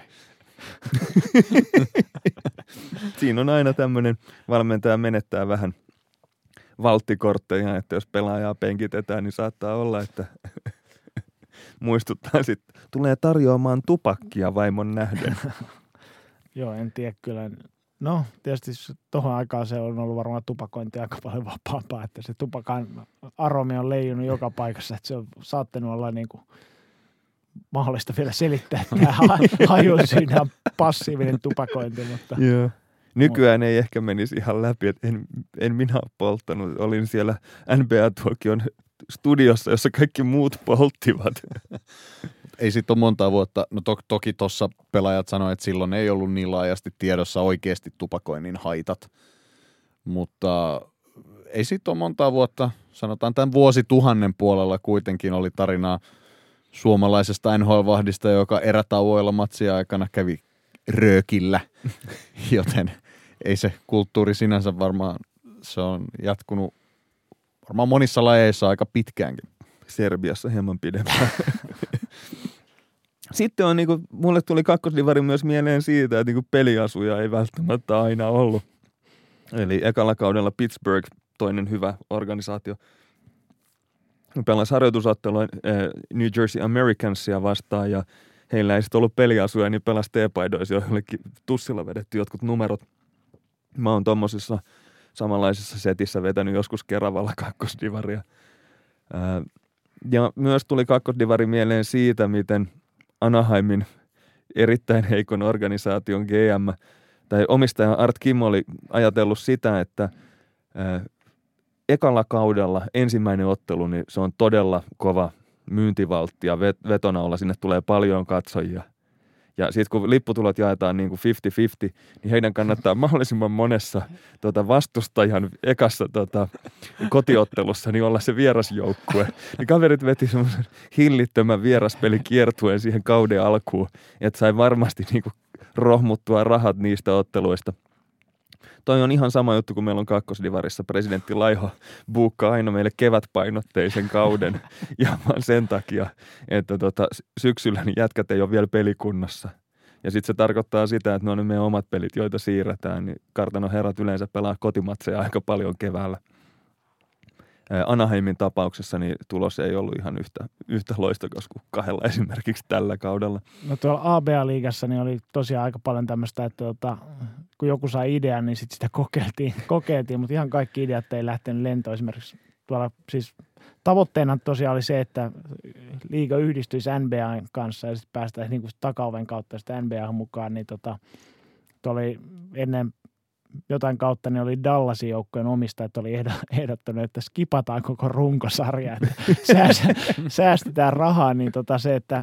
Siinä on aina tämmöinen valmentaja menettää vähän valttikortteja, että jos pelaajaa penkitetään, niin saattaa olla, että muistuttaa sitten, tulee tarjoamaan tupakkia vaimon nähden. Joo, en tiedä kyllä. No, tietysti tuohon aikaan se on ollut varmaan tupakointi aika paljon vapaampaa, että se tupakan aromi on leijunut joka paikassa, että se on saattanut olla niin kuin mahdollista vielä selittää, että tämä hajusyynä on passiivinen tupakointi, mutta... Joo. Nykyään ei ehkä menisi ihan läpi, että en minä ole polttanut. Olin siellä NBA-tuokion studiossa, jossa kaikki muut polttivat. Ei sitten ole montaa vuotta. No toki tuossa pelaajat sanoivat, että silloin ei ollut niin laajasti tiedossa oikeasti tupakoinnin haitat. Mutta ei sitten ole montaa vuotta. Sanotaan tämän vuosituhannen puolella kuitenkin oli tarinaa suomalaisesta NHL-vahdista, joka erätauoilla matsia aikana kävi röökillä, joten ei se kulttuuri sinänsä varmaan, se on jatkunut varmaan monissa lajeissa aika pitkäänkin. Serbiassa hieman pidempään. Sitten on niinku, mulle tuli kakkosdivari myös mieleen siitä, että niinku peliasuja ei välttämättä aina ollut. Eli ekalla kaudella Pittsburgh, toinen hyvä organisaatio, pelasi harjoitusottelua New Jersey Americansia vastaan ja heillä ei sitten ollut peliasuja, niin pelasi teepaidoissa, joillekin tussilla vedetty jotkut numerot. Mä oon tommosissa samanlaisessa setissä vetänyt joskus Keravalla kakkosdivaria. Ja myös tuli kakkosdivari mieleen siitä, miten Anaheimin erittäin heikon organisaation GM tai omistaja Art Kim oli ajatellut sitä, että ekalla kaudella ensimmäinen ottelu, niin se on todella kova myyntivaltti ja vetonaulla sinne tulee paljon katsojia. Ja sitten kun lipputulot jaetaan niin kuin 50-50, niin heidän kannattaa mahdollisimman monessa vastustajan ekassa kotiottelussa niin olla se vierasjoukkue. Niin kaverit veti semmoisen hillittömän vieraspelikiertueen siihen kauden alkuun, että sai varmasti niin kuin rohmuttua rahat niistä otteluista. Toi on ihan sama juttu, kun meillä on kakkosdivarissa presidentti Laiho buukkaa aina meille kevätpainotteisen kauden ja vaan sen takia, että syksyllä niin jätkät ei ole vielä pelikunnassa. Ja sitten se tarkoittaa sitä, että ne on ne meidän omat pelit, joita siirretään, niin kartanon herrat yleensä pelaa kotimatseja aika paljon keväällä. Anaheimin tapauksessa niin tulos ei ollut ihan yhtä loistokas kuin kahdella esimerkiksi tällä kaudella. No tuolla ABA-liigassa niin oli tosiaan aika paljon tämmöistä, että kun joku sai idean, niin sit sitä kokeiltiin, mutta ihan kaikki ideat ei lähtenyt lentoon. Esimerkiksi tuolla siis tavoitteena tosiaan oli se, että liiga yhdistyisi NBAn kanssa ja sitten päästäisiin niin kuin takaoven kautta sitä NBAhan mukaan, niin oli ennen jotain kautta ne oli Dallasin joukkojen omistajat oli ehdottanut, että skipataan koko runkosarja, että säästetään rahaa, niin se, että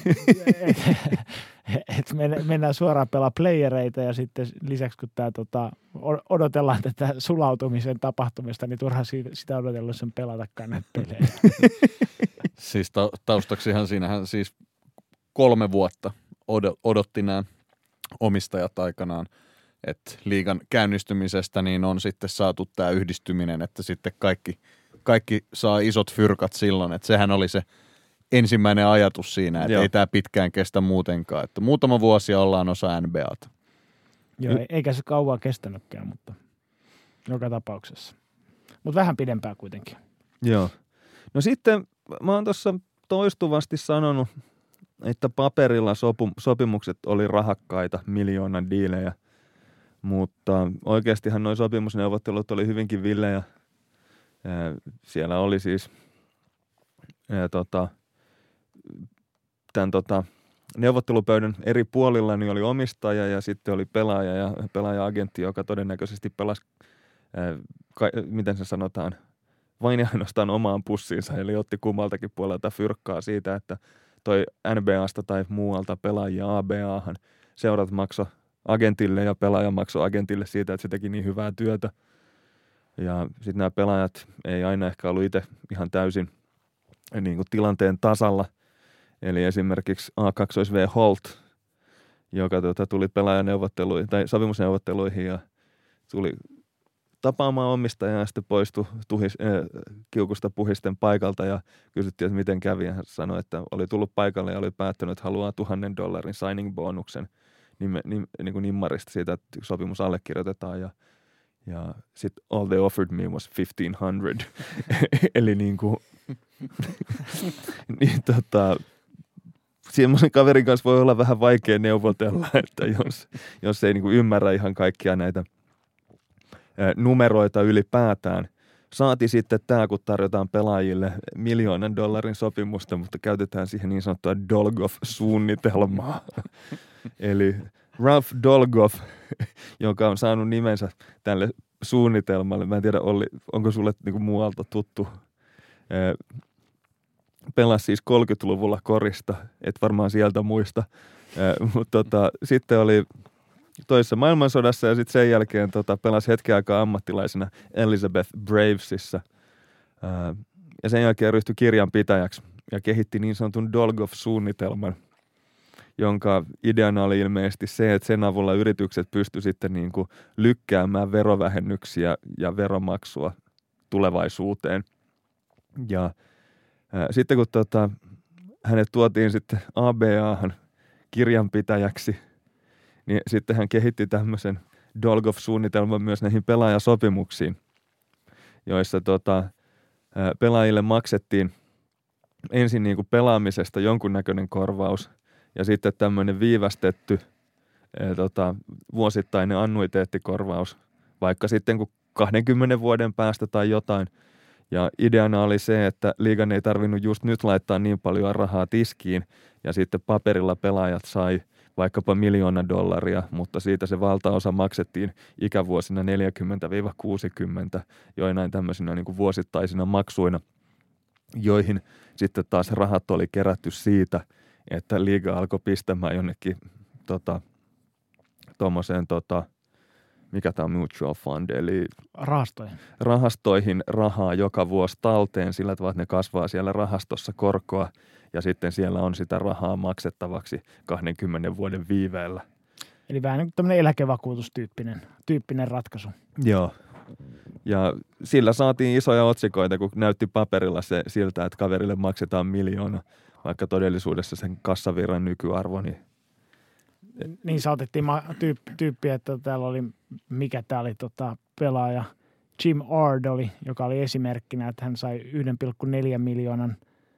mennään suoraan pelaa playereita ja sitten lisäksi kun tämä odotellaan tätä sulautumisen tapahtumista, niin turhaan sitä odotella sen pelatakaan näitä pelejä. Siis taustaksihan siinähän siis 3 vuotta odotti nämä omistajat aikanaan, että liigan käynnistymisestä niin on sitten saatu tämä yhdistyminen, että sitten kaikki saa isot fyrkat silloin, että sehän oli se ensimmäinen ajatus siinä, että ei tämä pitkään kestä muutenkaan, että muutama vuosi ollaan osa NBAta. Joo, eikä se kauan kestänytkään, mutta joka tapauksessa. Mutta vähän pidempään kuitenkin. Joo. No sitten mä oon tuossa toistuvasti sanonut että paperilla sopimukset oli rahakkaita, miljoonan diilejä, mutta oikeastihan nuo sopimusneuvottelut oli hyvinkin villejä. Siellä oli siis tämän neuvottelupöydän eri puolilla niin oli omistaja ja sitten oli pelaaja ja pelaaja-agentti, joka todennäköisesti pelasi, miten se sanotaan, vain ja ainoastaan omaan pussiinsa, eli otti kummaltakin puolelta fyrkkaa siitä, että toi NBAsta tai muualta pelaajia ABAhan seurat maksoi agentille ja pelaaja maksoi agentille siitä, että se teki niin hyvää työtä. Ja sitten nämä pelaajat ei aina ehkä ollut itse ihan täysin niin kuin tilanteen tasalla. Eli esimerkiksi A2V Holt, joka tuli pelaajaneuvotteluihin tai sopimusneuvotteluihin ja tuli tapaamaan omistajaa ja sitten poistui kiukusta puhisten paikalta ja kysyttiin, että miten kävi. Ja hän sanoi, että oli tullut paikalle ja oli päättänyt, että haluaa $1,000 signing-bonuksen niin kuin nimmarista siitä, että sopimus allekirjoitetaan. Ja sitten all they offered me was $1,500. Eli niin kuin semmoisen kaverin kanssa voi olla vähän vaikea neuvotella, että jos ei niin kuin ymmärrä ihan kaikkia näitä numeroita ylipäätään. Saati sitten tämä, kun tarjotaan pelaajille $1,000,000 sopimusta, mutta käytetään siihen niin sanottua Dolgoff-suunnitelmaa. Eli Ralph Dolgoff, joka on saanut nimensä tälle suunnitelmalle. Mä en tiedä, onko sulle niinku muualta tuttu. Pelasi siis 30-luvulla korista, et varmaan sieltä muista. Mutta sitten oli toisessa maailmansodassa ja sitten sen jälkeen pelasi hetken aikaa ammattilaisena Elizabeth Bravesissa. Ja sen jälkeen ryhtyi kirjanpitäjäksi ja kehitti niin sanotun Dolgoff-suunnitelman, jonka ideana oli ilmeisesti se, että sen avulla yritykset pysty sitten niin kuin lykkäämään verovähennyksiä ja veromaksua tulevaisuuteen. Ja sitten kun hänet tuotiin sitten ABAhan kirjanpitäjäksi, niin sitten hän kehitti tämmöisen Dolgoff-suunnitelman myös näihin pelaajasopimuksiin, joissa pelaajille maksettiin ensin niin kuin pelaamisesta jonkunnäköinen korvaus ja sitten tämmöinen viivästetty vuosittainen annuiteettikorvaus, vaikka sitten kun 20 vuoden päästä tai jotain. Ja ideana oli se, että liigan ei tarvinnut just nyt laittaa niin paljon rahaa tiskiin ja sitten paperilla pelaajat sai vaikkapa $1,000,000, mutta siitä se valtaosa maksettiin ikävuosina 40-60 joinain tämmöisinä niin kuin vuosittaisina maksuina, joihin sitten taas rahat oli kerätty siitä, että liiga alkoi pistämään jonnekin tuommoiseen, mikä tämä on mutual fund, eli rahastoihin rahaa joka vuosi talteen sillä tavalla, että ne kasvaa siellä rahastossa korkoa ja sitten siellä on sitä rahaa maksettavaksi 20 vuoden viiveellä. Eli vähän niin kuin tämmöinen eläkevakuutustyyppinen ratkaisu. Joo. Ja sillä saatiin isoja otsikoita, kun näytti paperilla se siltä, että kaverille maksetaan 1,000,000, vaikka todellisuudessa sen kassavirran nykyarvo. Niin saatettiin tyyppiä, että täällä oli, mikä tää oli pelaaja, Jim Ardoli, joka oli esimerkkinä, että hän sai 1,4 miljoonan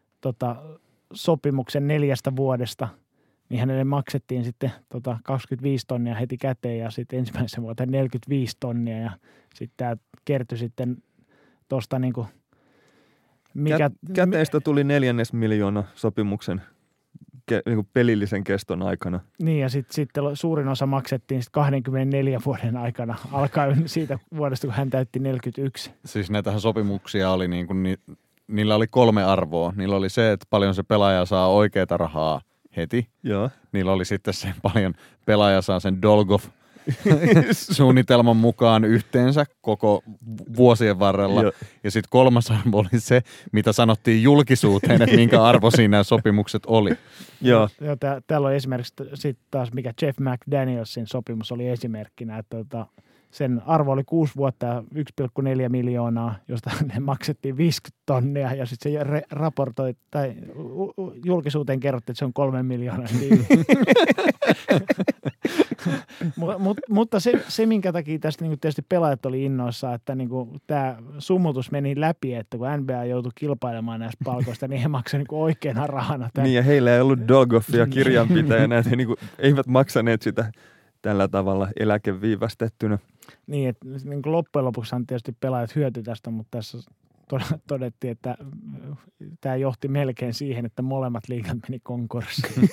sopimuksen 4 vuodesta, niin hänelle maksettiin sitten 25 tonnia heti käteen ja sitten ensimmäisen vuoteen 45 tonnia ja sitten tämä kertyi sitten tuosta niinku käteistä tuli 400,000 sopimuksen niinku pelillisen keston aikana. Niin ja sitten suurin osa maksettiin 24 vuoden aikana alkaen siitä vuodesta, kun hän täytti 41. Siis näitähän sopimuksia oli niillä oli 3 arvoa. Niillä oli se, että paljon se pelaaja saa oikeaa rahaa heti. Joo. Niillä oli sitten se paljon pelaaja saa sen Dolgoff-suunnitelman mukaan yhteensä koko vuosien varrella. Joo. Ja sitten 3. arvo oli se, mitä sanottiin julkisuuteen, että minkä arvoisia nämä sopimukset oli. Joo. Täällä on esimerkiksi sitten taas, mikä Jeff McDanielsin sopimus oli esimerkkinä, että sen arvo oli 6 vuotta ja 1,4 miljoonaa, josta ne maksettiin 50 tonnia ja sitten se raportoi tai julkisuuteen kerrottiin, että se on 3 miljoonaa. Mutta se, minkä takia tästä niin tietysti pelaajat oli innoissaan, että niin tämä summutus meni läpi, että kun NBA joutui kilpailemaan näistä palkoista, niin he maksoivat niin oikeana rahana. Niin, ja heillä ei ollut Dolgoffia kirjanpitäjänä, että he niin eivät maksaneet sitä tällä tavalla eläkeviivästettynä. Niin, että niin loppujen lopuksi tietysti pelaajat hyötyi tästä, mutta tässä todettiin, että tämä johti melkein siihen, että molemmat liigat meni konkurssiin.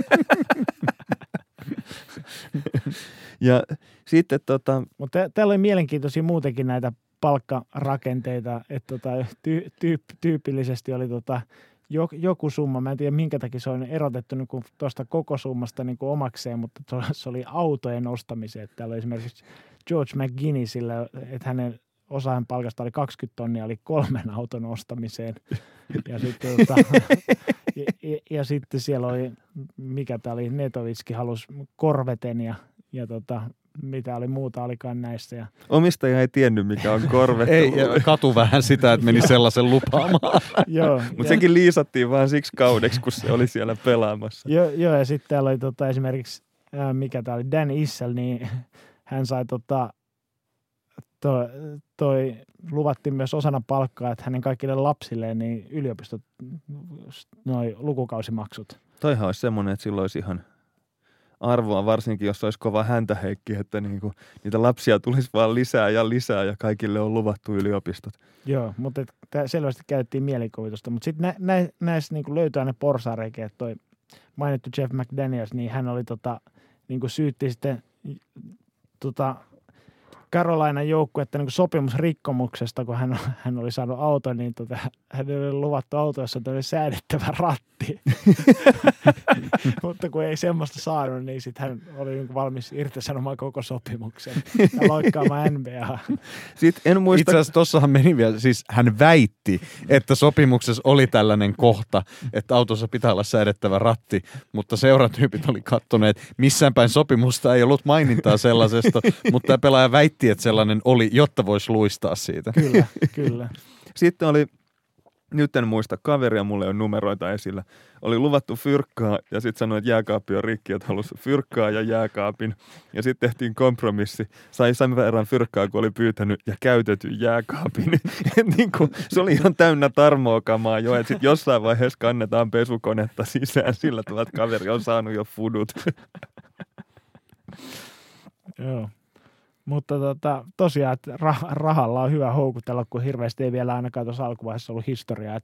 Ja sitten Mutta täällä oli mielenkiintoisia muutenkin näitä palkkarakenteita, että tyypillisesti oli joku summa, mä en tiedä minkä takia se on erotettu niin tuosta koko summasta niin kuin omakseen, mutta se oli autojen ostamiseen. Täällä oli esimerkiksi George McGinnisillä, että hänen osahan palkasta oli 20 tonnia, oli 3 auton ostamiseen. Ja sitten, ja sitten siellä oli, mikä tämä oli, Netovitski halusi Corveten ja mitä oli muuta olikaan näissä. Ja omistaja ei tiennyt, mikä on Corvette. Ei, katu vähän sitä, että meni sellaisen lupaamaan. Mutta sekin liisattiin vaan siksi kaudeksi, kun se oli siellä pelaamassa. Joo, ja sitten täällä oli esimerkiksi, mikä tämä oli, Dan Issel, niin hän sai luvattiin myös osana palkkaa, että hänen kaikille lapsilleen niin yliopistot, noi lukukausimaksut. Toihan olisi semmoinen, että silloin olisi ihan arvoa, varsinkin jos olisi kova häntäheikki, että niinku, niitä lapsia tulisi vaan lisää ja kaikille on luvattu yliopistot. Joo, mutta selvästi käytettiin mielikuvitusta, mutta sitten näissä niinku löytyy aina porsareikiä, että toi mainittu Jeff McDaniels, niin hän oli niinku syytti sitten Carolinan joukkuetta niin sopimusrikkomuksesta, kun hän oli saanut auton, niin hänelle oli luvattu auto, jossa oli säädettävä ratti. Mutta kun ei semmoista saanut, niin sitten hän oli niin valmis irtisanomaan koko sopimuksen ja loikkaamaan NBA. Sitten en muista. Itse asiassa tossahan meni vielä, siis hän väitti, että sopimuksessa oli tällainen kohta, että autossa pitää olla säädettävä ratti, mutta seuratyypit oli kattoneet, missään päin sopimusta ei ollut mainintaa sellaisesta, mutta tämä pelaaja väitti, että sellainen oli, jotta voisi luistaa siitä. Kyllä. Sitten oli, nyt en muista, kaveria, mulle on numeroita esillä. Oli luvattu fyrkkaa ja sitten sanoi, että jääkaappi on rikki, että halusi fyrkkaa ja jääkaapin. Ja sitten tehtiin kompromissi. Sai sen verran fyrkkaa, kun oli pyytänyt ja käytetyn jääkaapin. Niin kuin, se oli ihan täynnä tarmookamaa jo, että sitten jossain vaiheessa kannetaan pesukonetta sisään sillä tavalla, että kaveri on saanut jo fudut. Joo. Mutta tosiaan, että rahalla on hyvä houkutella, kun hirveästi ei vielä ainakaan tuossa alkuvaiheessa ollut historiaa.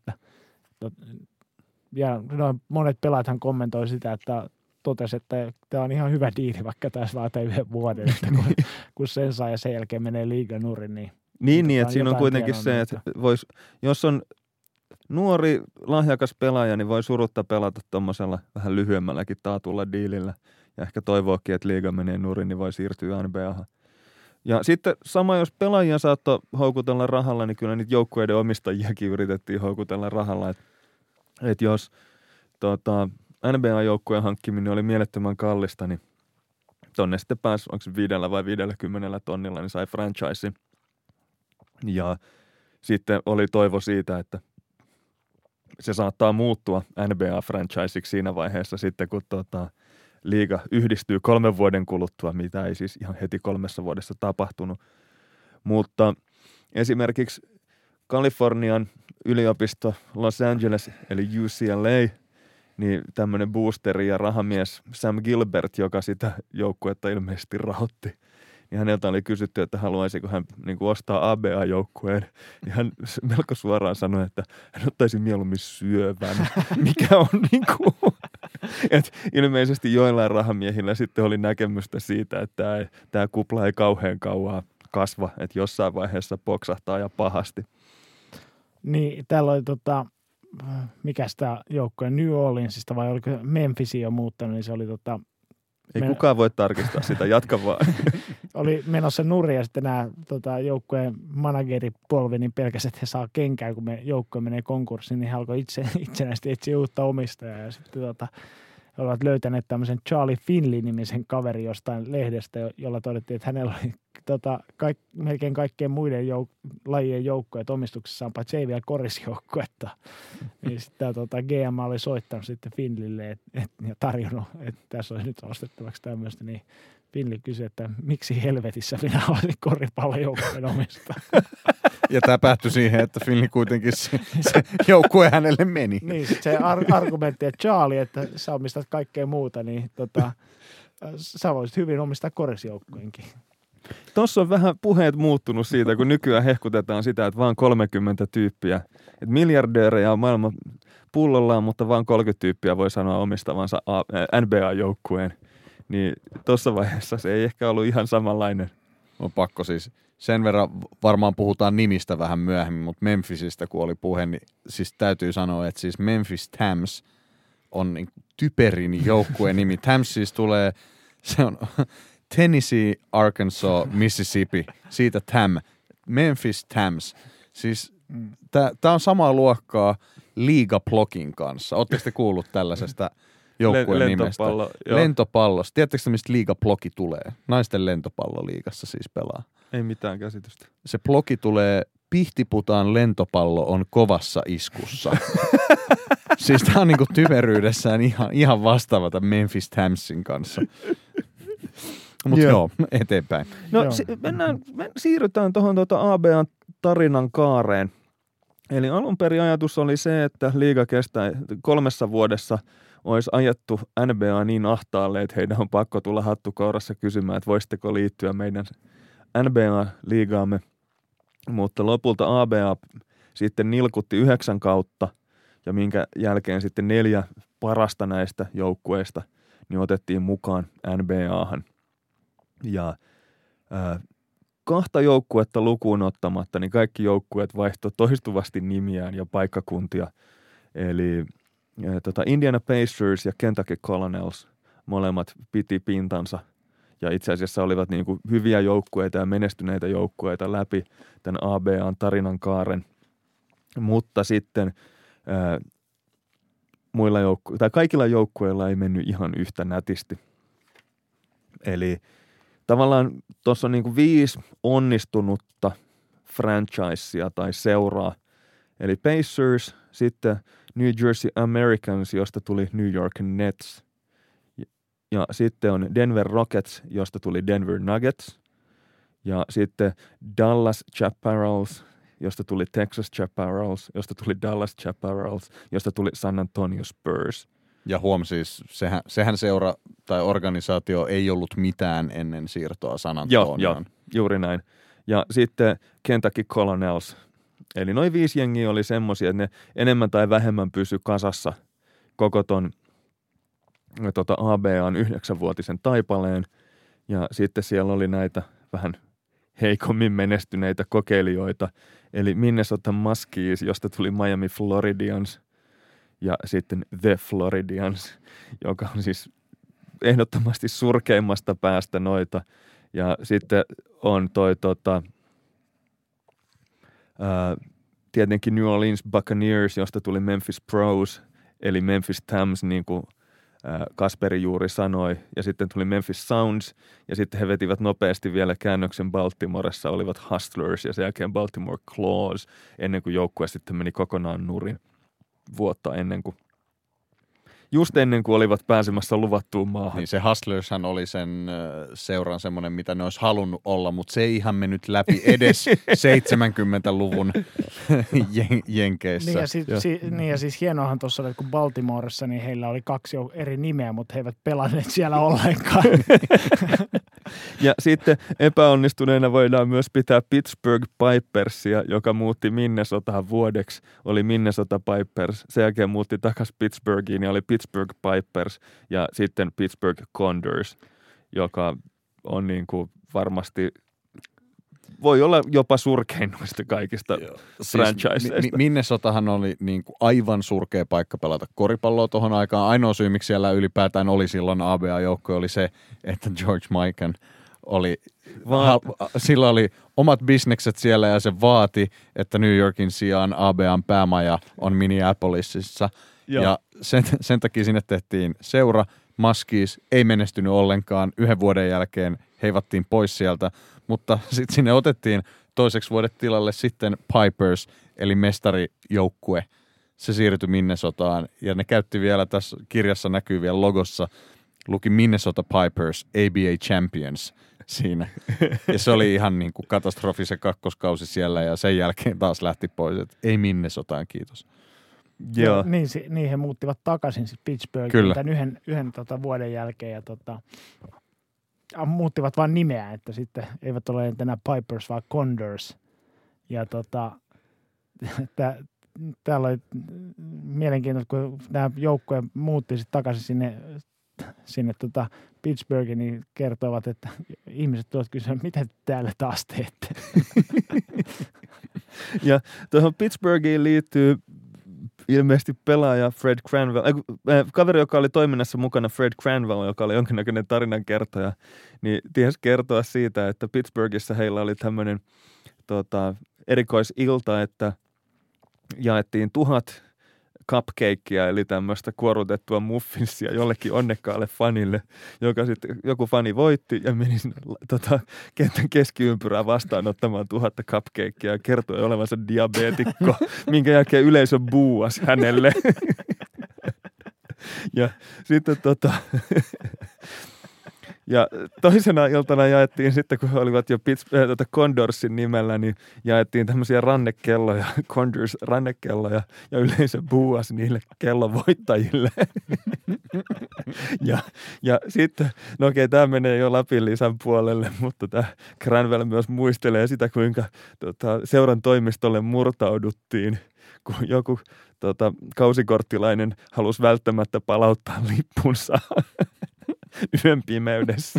Ja monet pelaathan kommentoi sitä, että totesi, että tämä on ihan hyvä diili, vaikka tässä vaatii 1 vuoden, että kun sen saa ja sen jälkeen menee liigan nurin. Niin, että siinä on kuitenkin se, että jos on nuori lahjakas pelaaja, niin voi surutta pelata tuommoisella vähän lyhyemmälläkin taatulla diilillä. Ja ehkä toivookin, että liiga menee nurin, niin voi siirtyä NBAhan. Ja sitten sama, jos pelaajia saattoi houkutella rahalla, niin kyllä niitä joukkueiden omistajiakin yritettiin houkutella rahalla. Että jos NBA-joukkueen hankkiminen oli mielettömän kallista, niin tonne sitten pääsi, onko se 5 vai 50 tonnilla, niin sai franchisein. Ja sitten oli toivo siitä, että se saattaa muuttua NBA-franchiseiksi siinä vaiheessa sitten, kun liiga yhdistyy 3 vuoden kuluttua, mitä ei siis ihan heti 3 vuodessa tapahtunut. Mutta esimerkiksi Kalifornian yliopisto Los Angeles, eli UCLA, niin tämmöinen boosteri ja rahamies Sam Gilbert, joka sitä joukkuetta ilmeisesti rahoitti, niin häneltä oli kysytty, että haluaisiko hän niin kuin ostaa ABA-joukkueen. Ja hän melko suoraan sanoi, että hän ottaisi mieluummin syövän, mikä on niin kuin, että ilmeisesti joillain rahamiehillä sitten oli näkemystä siitä, että tämä kupla ei kauhean kauaa kasva, että jossain vaiheessa poksahtaa ja pahasti. Niin, täällä oli mikäs tämä joukkue, New Orleansista vai oliko Memphisiin jo muuttanut, niin se oli ei kukaan voi tarkistaa sitä, jatka vaan. Oli menossa nurin ja sitten nämä joukkueen manageripolvi niin pelkästään, että he saa kenkää, kun joukkue menee konkurssiin, niin he alkoi itsenäisesti etsiä uutta omistajaa. Ja sitten he olivat löytäneet tämmöisen Charlie Finley-nimisen kaveri jostain lehdestä, jolla todettiin, että hänellä oli melkein kaikkien muiden lajien joukkueet omistuksessaan, paitsi ei vielä korisjoukkuetta. Niin sitten GM oli soittanut sitten Finleylle ja tarjonnut, että tässä olisi nyt ostettavaksi tämmöistä, niin Finley kysyi, että miksi helvetissä minä olisin koripallojoukkueen omistaa. Ja tämä päättyi siihen, että Finley kuitenkin se joukkue hänelle meni. Niin, se argumentti, että Charlie, että sä omistat kaikkea muuta, niin sä voisit hyvin omistaa korisjoukkueenkin. Tuossa on vähän puheet muuttunut siitä, kun nykyään hehkutetaan sitä, että vaan 30 tyyppiä. Että miljardöörejä on maailman pullollaan, mutta vaan 30 tyyppiä voi sanoa omistavansa NBA-joukkueen. Niin tuossa vaiheessa se ei ehkä ollut ihan samanlainen. On pakko siis. Sen verran varmaan puhutaan nimistä vähän myöhemmin, mutta Memphisistä kun oli puhe, niin siis täytyy sanoa, että siis Memphis Tams on niin typerin joukkueen nimi. Tams siis tulee, se on Tennessee, Arkansas, Mississippi, siitä Tam, Memphis Tams. Siis tää on samaa luokkaa Liiga-blogin kanssa. Ootteko te kuullut tällaisesta joukkueen nimestä? Lentopallosta. Tiedättekö mistä Liiga-blogi tulee? Naisten lentopalloliigassa siis pelaa. Ei mitään käsitystä. Se blogi tulee, Pihtiputaan lentopallo on kovassa iskussa. Siis tää on niinku typeryydessään ihan vastaava tämän Memphis Tamsin kanssa. Mutta joo, eteenpäin. No siirrytään tuohon ABAn tarinan kaareen. Eli alun perin ajatus oli se, että liiga kestää 3 vuodessa olisi ajettu NBA niin ahtaalle, että heidän on pakko tulla hattukourassa kysymään, että voisitteko liittyä meidän NBA-liigaamme. Mutta lopulta ABA sitten nilkutti 9 kautta, ja minkä jälkeen sitten 4 parasta näistä joukkueista niin otettiin mukaan NBAhan. Ja 2 joukkuetta lukuun ottamatta, niin kaikki joukkueet vaihtoi toistuvasti nimiään ja paikkakuntia. Eli Indiana Pacers ja Kentucky Colonels molemmat piti pintansa ja itse asiassa olivat niin kuin hyviä joukkueita ja menestyneitä joukkueita läpi tämän ABAn tarinan kaaren. Mutta sitten kaikilla joukkueilla ei mennyt ihan yhtä nätisti. Eli tavallaan tuossa on niin kuin 5 onnistunutta franchisea tai seuraa. Eli Pacers, sitten New Jersey Americans, josta tuli New York Nets. Ja sitten on Denver Rockets, josta tuli Denver Nuggets. Ja sitten Dallas Chaparrals, josta tuli Texas Chaparrals, josta tuli Dallas Chaparrals, josta tuli San Antonio Spurs. Ja siis, sehän seura tai organisaatio ei ollut mitään ennen siirtoa San Antonioon. Joo, juuri näin. Ja sitten Kentucky Colonels. Eli noin 5 jengiä oli semmoisia, että ne enemmän tai vähemmän pysy kasassa koko ton ABAn 9-vuotisen taipaleen. Ja sitten siellä oli näitä vähän heikommin menestyneitä kokeilijoita. Eli Minnesota Muskies, josta tuli Miami Floridians. Ja sitten The Floridians, joka on siis ehdottomasti surkeimmasta päästä noita. Ja sitten on tietenkin New Orleans Buccaneers, josta tuli Memphis Pros, eli Memphis Tams, niin kuin Kasperi juuri sanoi. Ja sitten tuli Memphis Sounds, ja sitten he vetivät nopeasti vielä käännöksen Baltimoressa, olivat Hustlers, ja sen jälkeen Baltimore Claws, ennen kuin joukkue sitten meni kokonaan nurin vuotta ennen kuin olivat pääsemässä luvattuun maahan. Niin se Hustlershan oli sen seuran semmoinen, mitä ne olisi halunnut olla, mutta se ei ihan mennyt läpi edes 70-luvun jenkeissä. Niin ja siis hienoahan tuossa oli, kun Baltimoressa, niin heillä oli 2 eri nimeä, mutta he eivät pelanneet siellä ollenkaan. Ja sitten epäonnistuneena voidaan myös pitää Pittsburgh Pipersia, joka muutti Minnesotaan vuodeksi, oli Minnesota Pipers. Sen jälkeen muutti takaisin Pittsburghiin ja oli Pittsburgh Pipers ja sitten Pittsburgh Condors, joka on niin kuin varmasti, voi olla jopa surkein noista kaikista franchiseista. Siis Minnesotahan oli niin kuin aivan surkea paikka pelata koripalloa tuohon aikaan. Ainoa syy, miksi siellä ylipäätään oli silloin ABA-joukko, oli se, että George Mikan sillä oli omat bisnekset siellä ja se vaati, että New Yorkin sijaan ABAn päämaja on Minneapolisissa. Ja sen takia sinne tehtiin seura. Muskies ei menestynyt ollenkaan. 1 vuoden jälkeen heivattiin pois sieltä, mutta sitten sinne otettiin toiseksi vuodet tilalle sitten Pipers, eli mestarijoukkue. Se siirtyi Minnesotaan ja ne käytti vielä tässä kirjassa näkyy vielä logossa, luki Minnesota Pipers, ABA Champions siinä. Ja se oli ihan niin kuin katastrofi se kakkoskausi siellä ja sen jälkeen taas lähti pois, että ei Minnesotaan, kiitos. Joo. Niin he muuttivat takaisin siis Pittsburghiin tämän yhden vuoden jälkeen ja muuttivat vain nimeä, että sitten eivät ole enää Pipers vaan Condors. Ja täällä oli mielenkiintoista, kun nämä joukkoja muutti sitten takaisin sinne Pittsburghiin, niin kertovat, että ihmiset tuovat kysyä, mitä te täällä taas teette? Ja tuohon Pittsburghiin liittyy ilmeisesti pelaaja Fred Cranwell, kaveri, joka oli toiminnassa mukana, Fred Cranwell, joka oli jonkinnäköinen tarinankertoja, niin ties kertoa siitä, että Pittsburghissa heillä oli tämmöinen erikoisilta, että jaettiin 1000 cupcakea, eli tämmöistä kuorutettua muffinsia jollekin onnekkaalle fanille, joka sitten joku fani voitti ja meni sinne kentän keskiympyrää vastaanottamaan 1000 cupcakea ja kertoi olevansa diabeetikko, minkä jälkeen yleisö buuasi hänelle. Ja sitten ja toisena iltana jaettiin sitten, kun he olivat jo Condorsin nimellä, niin jaettiin tämmöisiä rannekelloja, Condors rannekelloja, ja yleisö buuasi niille kellovoittajille. ja sitten, no okei, tämä menee jo Lapin-Liisan puolelle, mutta tämä Cranwell myös muistelee sitä, kuinka seuran toimistolle murtauduttiin, kun joku kausikorttilainen halusi välttämättä palauttaa lippunsa yön pimeydessä.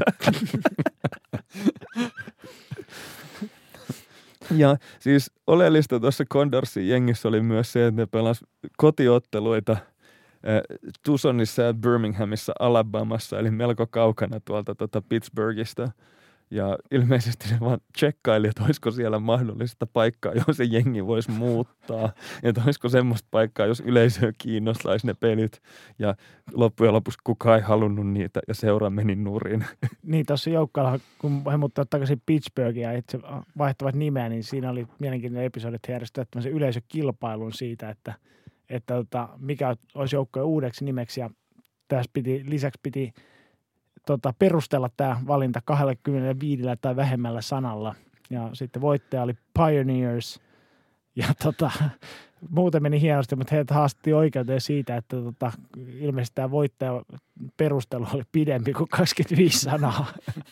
Ja siis oleellista tuossa Condorsin jengissä oli myös se, että ne pelasivat kotiotteluita Tucsonissa ja Birminghamissa Alabamassa, eli melko kaukana tuolta Pittsburghista. Ja ilmeisesti se vaan tsekkaili, että olisiko siellä mahdollista paikkaa, johon se jengi voisi muuttaa. Että olisiko semmoista paikkaa, jos yleisöä kiinnostaisi ne pelit. Ja loppujen lopuksi kukaan ei halunnut niitä ja seura meni nurin. Niin, tuossa joukkueella, kun he muuttavat takaisin Pittsburghia ja itse vaihtavat nimeä, niin siinä oli mielenkiintoinen episodi, että he järjestivät tämmöisen yleisökilpailun siitä, että mikä olisi joukkueen uudeksi nimeksi. Ja tässä lisäksi piti perustella tämä valinta 25 tai vähemmällä sanalla. Ja sitten voittaja oli Pioneers. Ja muuten meni hienosti, mutta heitä haastettiin oikeuteen siitä, että ilmeisesti tämä voittaja perustelu oli pidempi kuin 25 sanaa.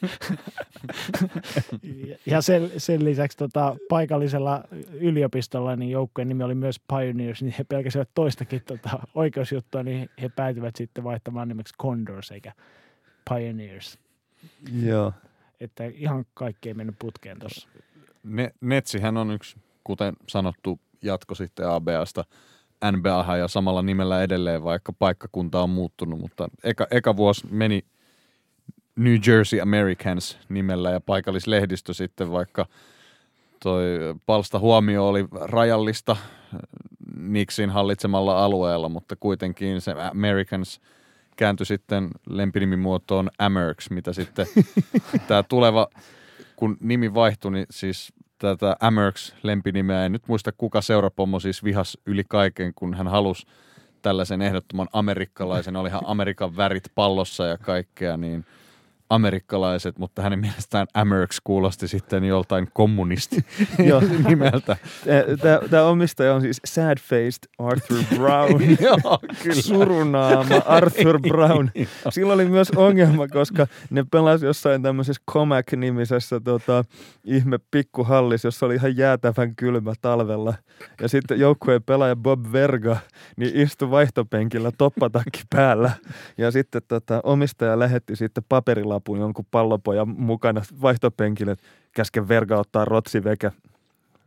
Ja sen lisäksi paikallisella yliopistolla niin joukkueen nimi oli myös Pioneers, niin he pelkäsivät toistakin oikeusjuttua, niin he päätyivät sitten vaihtamaan nimeksi Condors eikä Pioneers. Joo. Että ihan kaikki ei mennyt putkeen tuossa. Netsihän on yksi, kuten sanottu, jatko sitten ABAsta NBAhan ja samalla nimellä edelleen, vaikka paikkakunta on muuttunut, mutta eka vuosi meni New Jersey Americans nimellä ja paikallislehdistö sitten, vaikka toi palsta huomio oli rajallista Knicksin hallitsemalla alueella, mutta kuitenkin se Americans kääntyi sitten lempinimimuotoon Amerks, mitä sitten tämä tuleva, kun nimi vaihtui, niin siis tätä Amerks-lempinimeä, en nyt muista kuka seurapommo siis vihas yli kaiken, kun hän halusi tällaisen ehdottoman amerikkalaisen, olihan Amerikan värit pallossa ja kaikkea, niin amerikkalaiset, mutta hänen mielestään Amerks kuulosti sitten joltain kommunisti nimeltä. Tämä omistaja on siis sad-faced Arthur Brown. Joo, kyllä. Surunaama Arthur Brown. Sillä oli myös ongelma, koska ne pelasi jossain tämmöisessä Comac-nimisessä ihme pikkuhallis, jossa oli ihan jäätävän kylmä talvella. Ja sitten joukkueen pelaaja Bob Verga niin istui vaihtopenkillä toppatakki päällä. Ja sitten omistaja lähetti sitten paperilapun jonkun pallopojan mukana vaihtopenkille, käsken Verga ottaa rotsivekä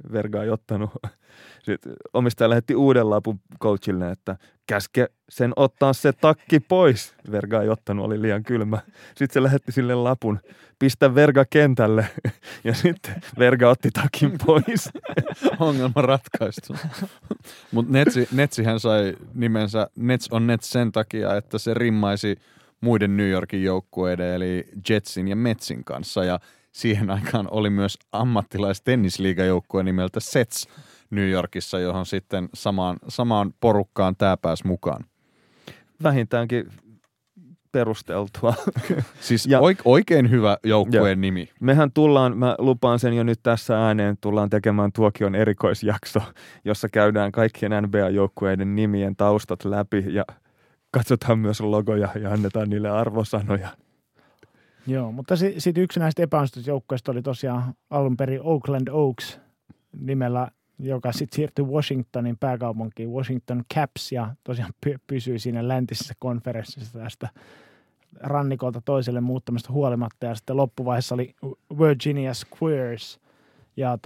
Verga ei ottanut. Sitten omistaja lähetti uuden lapun coachille, että käske sen ottaa se takki pois. Verga ei ottanut, oli liian kylmä. Sitten se lähetti sille lapun, pistä Verga kentälle. Ja sitten Verga otti takin pois. Ongelma ratkaistu. Mutta Netsihän sai nimensä Nets on Nets sen takia, että se rimmaisi muiden New Yorkin joukkueiden eli Jetsin ja Metsin kanssa. Ja siihen aikaan oli myös ammattilaistennisliigajoukkue nimeltä Sets New Yorkissa, johon sitten samaan porukkaan tämä pääsi mukaan. Vähintäänkin perusteltua. Siis oikein hyvä joukkueen nimi. Mehän mä lupaan sen jo nyt tässä ääneen, tullaan tekemään Tuokion erikoisjakso, jossa käydään kaikkien NBA-joukkueiden nimien taustat läpi ja katsotaan myös logoja ja annetaan niille arvosanoja. Joo, mutta sitten yksi näistä epäonnistusjoukkueista oli tosiaan alun perin Oakland Oaks nimellä, joka sitten siirtyi Washingtonin pääkaupunkiin, Washington Caps, ja tosiaan pysyi siinä läntisessä konferenssissa tästä rannikolta toiselle muuttamasta huolimatta, ja sitten loppuvaiheessa oli Virginia Squares, ja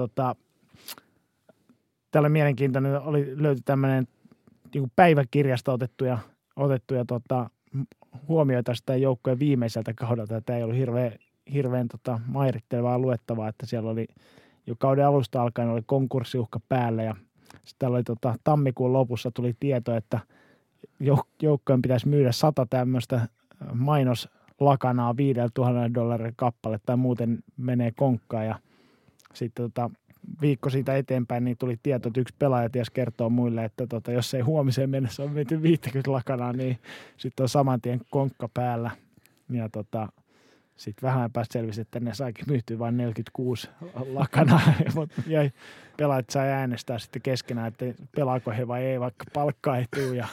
tällä mielenkiintoinen löytyi tämmöinen niin päiväkirjasta otettuja huomioita sitä joukkojen viimeiseltä kaudelta, että ei ollut hirveän mairittelevaa luettavaa, että siellä oli jo kauden alusta alkaen oli konkurssiuhka päällä, ja sitten oli tammikuun lopussa tuli tieto, että joukkojen pitäisi myydä 100 tämmöistä mainoslakanaa $5,000 kappale tai muuten menee konkkaan, ja sitten viikko siitä eteenpäin niin tuli tieto, että yksi pelaaja ties kertoo muille, että jos ei huomiseen mennessä ole myyty 50 lakanaa, niin sitten on saman tien konkka päällä. Ja sitten vähän päästä selvisi, että ne saikin myytyä vain 46 lakanaa. Ja pelaajat sai äänestää sitten keskenään, että pelaako he vai ei, vaikka palkka ei tule. Ja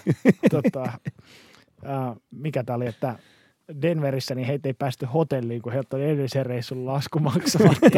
mikä tämä oli, että Denverissä niin heitä ei päästy hotelliin, kun heiltä oli edellisen reissun lasku maksamatta.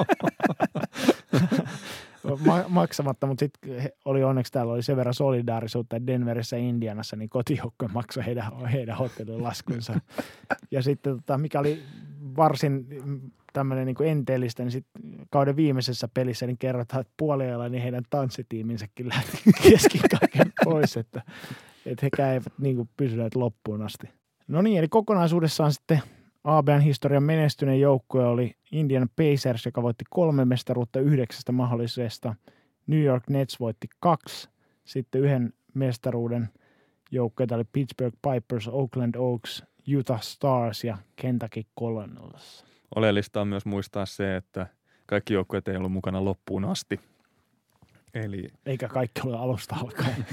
Maksamatta, mutta sitten oli onneksi täällä oli sen verran solidaarisuutta, että Denverissä ja Indianassa niin kotijoukkue maksoi heidän hotellilaskunsa. Ja sitten mikä oli varsin tämmöinen niin kuin enteellistä, niin sitten kauden viimeisessä pelissä niin kerrotaan, että puoliajalla niin heidän tanssitiiminsäkin lähti kesken kaiken pois, että hekään eivät niin kuin pysyneet loppuun asti. No niin, eli kokonaisuudessaan sitten ABAn historian menestyneen joukkue oli Indiana Pacers, joka voitti 3 mestaruutta 9 mahdollisesta. New York Nets voitti 2. Sitten 1 mestaruuden joukkueita oli Pittsburgh Pipers, Oakland Oaks, Utah Stars ja Kentucky Colonels. Oleellista on myös muistaa se, että kaikki joukkueet ei ollut mukana loppuun asti. Eikä kaikki ole alusta alkaen.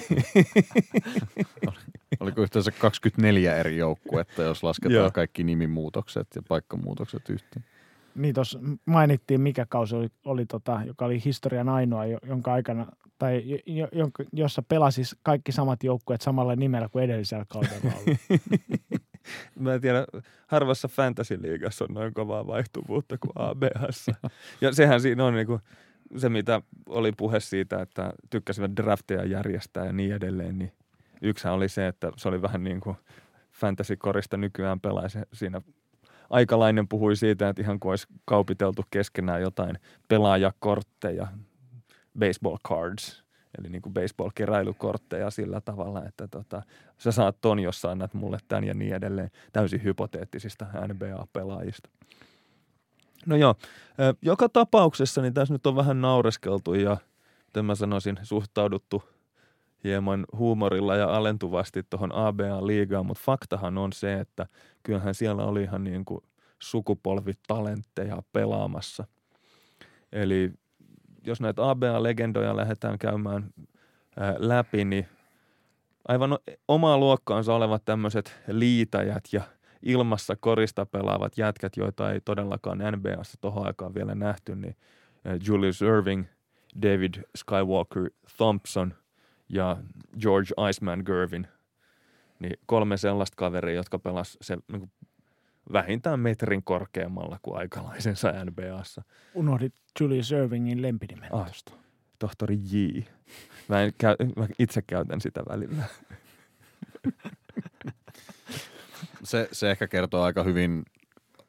Oliko yhteensä 24 eri joukkuetta, jos lasketaan kaikki nimimuutokset ja paikkamuutokset yhteen? Niin tuossa mainittiin, mikä kausi oli joka oli historian ainoa, jonka aikana, tai jossa pelasi kaikki samat joukkueet samalla nimellä kuin edellisellä kaudella oli. Mä en tiedä, harvassa fantasy-liigassa on noin kovaa vaihtuvuutta kuin ABA:ssa. Ja sehän siinä on niinku se, mitä oli puhe siitä, että tykkäsivät drafteja järjestää ja niin edelleen, niin yksihän oli se, että se oli vähän niin kuin fantasy-korista nykyään pelaisi. Siinä aikalainen puhui siitä, että ihan kuin olisi kaupiteltu keskenään jotain pelaajakortteja, baseball cards, eli niin kuin baseball-keräilykortteja sillä tavalla, että sä saat ton, jos sä annat mulle tän ja niin edelleen, täysin hypoteettisista NBA-pelaajista. No joo, joka tapauksessa niin tässä nyt on vähän naureskeltu ja miten mä sanoisin, suhtauduttu hieman huumorilla ja alentuvasti tuohon ABA-liigaan, mutta faktahan on se, että kyllähän siellä oli ihan niin kuin sukupolvitalentteja pelaamassa. Eli jos näitä ABA-legendoja lähdetään käymään läpi, niin aivan omaa luokkaansa olevat tämmöiset liitäjät ja ilmassa korista pelaavat jätkät, joita ei todellakaan NBA:ssa tohon aikaan vielä nähty, niin Julius Erving, David Skywalker Thompson ja George Iceman Gervin, niin 3 sellaista kaveria, jotka pelasivat se niin kuin vähintään metrin korkeammalla kuin aikalaisensa NBA:ssa. Unohdit Julius Ervingin lempinimen tuosta. Tohtori J. Mä itse käytän sitä välillä. Se ehkä kertoo aika hyvin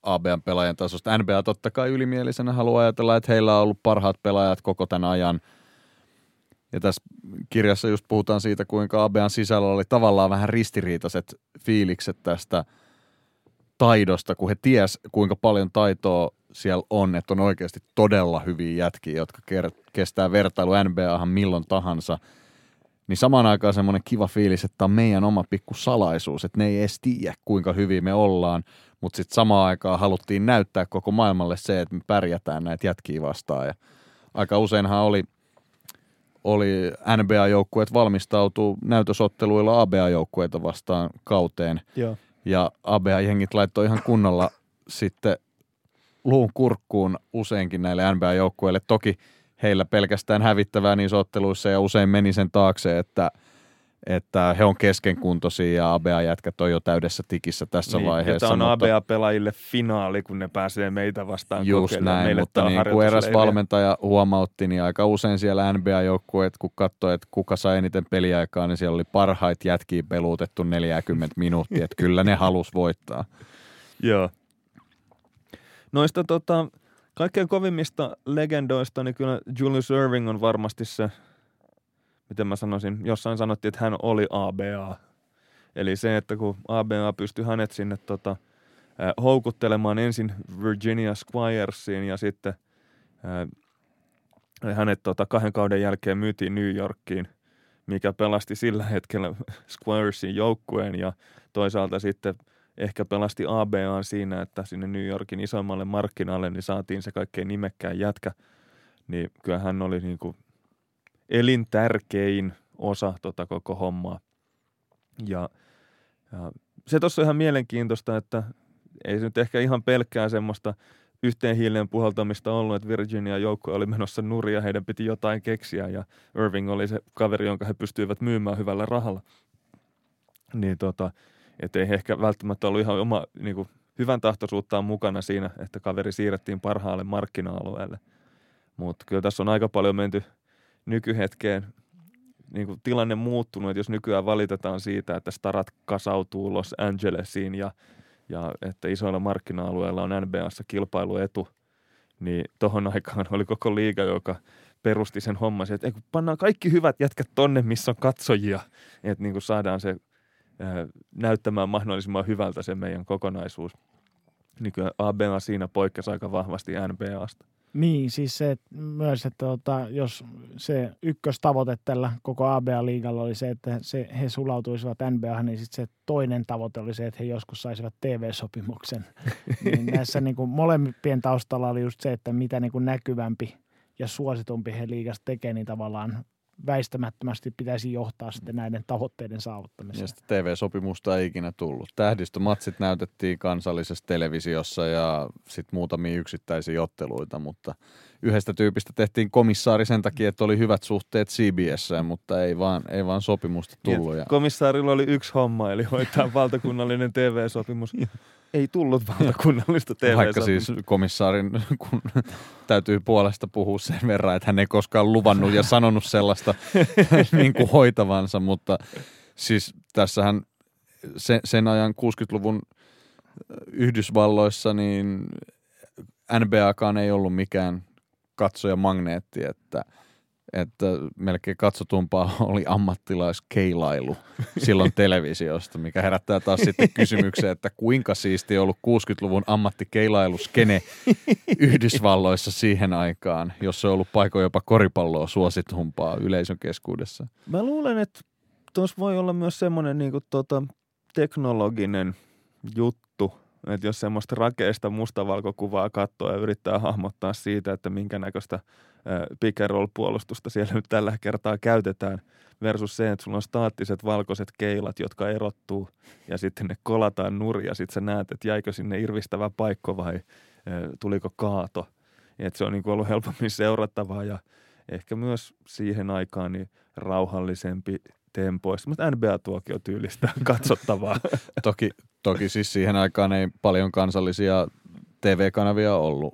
ABAn pelaajan tasosta. NBA totta kai ylimielisenä haluaa ajatella, että heillä on ollut parhaat pelaajat koko tämän ajan. Ja tässä kirjassa just puhutaan siitä, kuinka ABAn sisällä oli tavallaan vähän ristiriitaiset fiilikset tästä taidosta, kun he ties kuinka paljon taitoa siellä on, että on oikeasti todella hyviä jätkiä, jotka kestää vertailu NBAhan milloin tahansa. Niin samaan aikaan semmoinen kiva fiilis, että on meidän oma pikku salaisuus, että ne ei edes tiedä, kuinka hyviä me ollaan, mutta sitten samaan aikaan haluttiin näyttää koko maailmalle se, että me pärjätään näitä jätkiä vastaan. Ja aika useinhan oli NBA-joukkueet valmistautuu näytösotteluilla ABA-joukkueita vastaan kauteen. Joo. Ja ABA-jengit laittoi ihan kunnolla sitten luun kurkkuun useinkin näille NBA-joukkueille. Toki heillä pelkästään hävittävää niissä otteluissa ja usein meni sen taakse, että he on keskenkuntoisia ja ABA-jätkät on jo täydessä tikissä tässä vaiheessa. Ja tämä on ABA-pelaajille finaali, kun ne pääsee meitä vastaan just kokeilemaan. näin, mutta niin kuin eräs valmentaja huomautti, niin aika usein siellä NBA-joukkueet, kun katsoi, että kuka sai eniten peliaikaa, niin siellä oli parhaita jätkiä peluutettu 40 minuuttia, että kyllä ne halus voittaa. Joo. Noista kaikkein kovimmista legendoista, niin kyllä Julius Erving on varmasti se, miten mä sanoisin, jossain sanottiin, että hän oli ABA. Eli se, että kun ABA pystyi hänet sinne houkuttelemaan ensin Virginia Squiresiin ja sitten hänet 2 kauden jälkeen myytiin New Yorkiin, mikä pelasti sillä hetkellä Squiresin joukkueen ja toisaalta sitten ehkä pelasti ABAn siinä, että sinne New Yorkin isoimmalle markkinalle niin saatiin se kaikkein nimekkään jätkä. Niin kyllä hän oli niin kuin elintärkein osa koko hommaa. Ja se tuossa on ihan mielenkiintoista, että ei se nyt ehkä ihan pelkkää semmoista yhteen hiileen puhaltamista ollut, että Virginia joukkue oli menossa nurin ja heidän piti jotain keksiä ja Irving oli se kaveri, jonka he pystyivät myymään hyvällä rahalla. Niin että ei ehkä välttämättä ollut ihan oma niin kuin, hyvän tahtoisuuttaan mukana siinä, että kaveri siirrettiin parhaalle markkina-alueelle. Mutta kyllä tässä on aika paljon menty nykyhetkeen niin kuin tilanne muuttunut, että jos nykyään valitetaan siitä, että starat kasautuu Los Angelesiin ja että isoilla markkina-alueilla on NBA:ssa kilpailuetu, niin tohon aikaan oli koko liiga, joka perusti sen homman, että kun pannaan kaikki hyvät jätkät tonne, missä on katsojia, että niin kuin saadaan se näyttämään mahdollisimman hyvältä se meidän kokonaisuus. Niin kyllä ABA siinä poikkesi aika vahvasti NBA:sta. Niin, siis se että myös, että jos se ykköstavoite tällä koko ABA-liigalla oli se, että he sulautuisivat NBA:han, niin sitten se toinen tavoite oli se, että he joskus saisivat TV-sopimuksen. Niin näissä niin kuin molempien taustalla oli just se, että mitä niin kuin näkyvämpi ja suositumpi he liigasta tekee, niin tavallaan väistämättömästi pitäisi johtaa sitten näiden tavoitteiden saavuttamiseen. Ja sitten TV-sopimusta ei ikinä tullut. Tähdistömatsit näytettiin kansallisessa televisiossa ja sitten muutamia yksittäisiä otteluita, mutta yhdestä tyypistä tehtiin komissaari sen takia, että oli hyvät suhteet CBS:ään, mutta ei vaan sopimusta tullut. Ja komissaarilla oli yksi homma, eli hoitaa valtakunnallinen TV-sopimus. Ei tullut valtakunnallista TV-sopimusta. Vaikka siis komissaarin kun täytyy puolesta puhua sen verran, että hän ei koskaan luvannut ja sanonut sellaista niin kuin hoitavansa, mutta siis tässähän sen ajan 60-luvun Yhdysvalloissa niin NBAkaan ei ollut mikään katsojamagneetti, että melkein katsotumpaa oli ammattilaiskkeilailu silloin televisiosta, mikä herättää taas sitten kysymyksen, että kuinka siisti on ollut 60-luvun ammattikkeilailuskene Yhdysvalloissa siihen aikaan, jos se on ollut paikoin jopa koripalloa suositumpaa yleisön keskuudessa. Mä luulen, että tuossa voi olla myös semmoinen niinku teknologinen juttu, että jos semmoista rakeista mustavalkokuvaa katsoo ja yrittää hahmottaa siitä, että minkä näköistä pick and roll -puolustusta siellä nyt tällä kertaa käytetään versus se, että sulla on staattiset valkoiset keilat, jotka erottuu ja sitten ne kolataan nurin ja sitten sä näet, että jäikö sinne irvistävä paikko vai tuliko kaato. Että se on niin kuin ollut helpommin seurattavaa ja ehkä myös siihen aikaan niin rauhallisempi tempoista, mutta NBA-tuokio tyylistä katsottavaa. Toki siis siihen aikaan ei paljon kansallisia TV-kanavia ollut.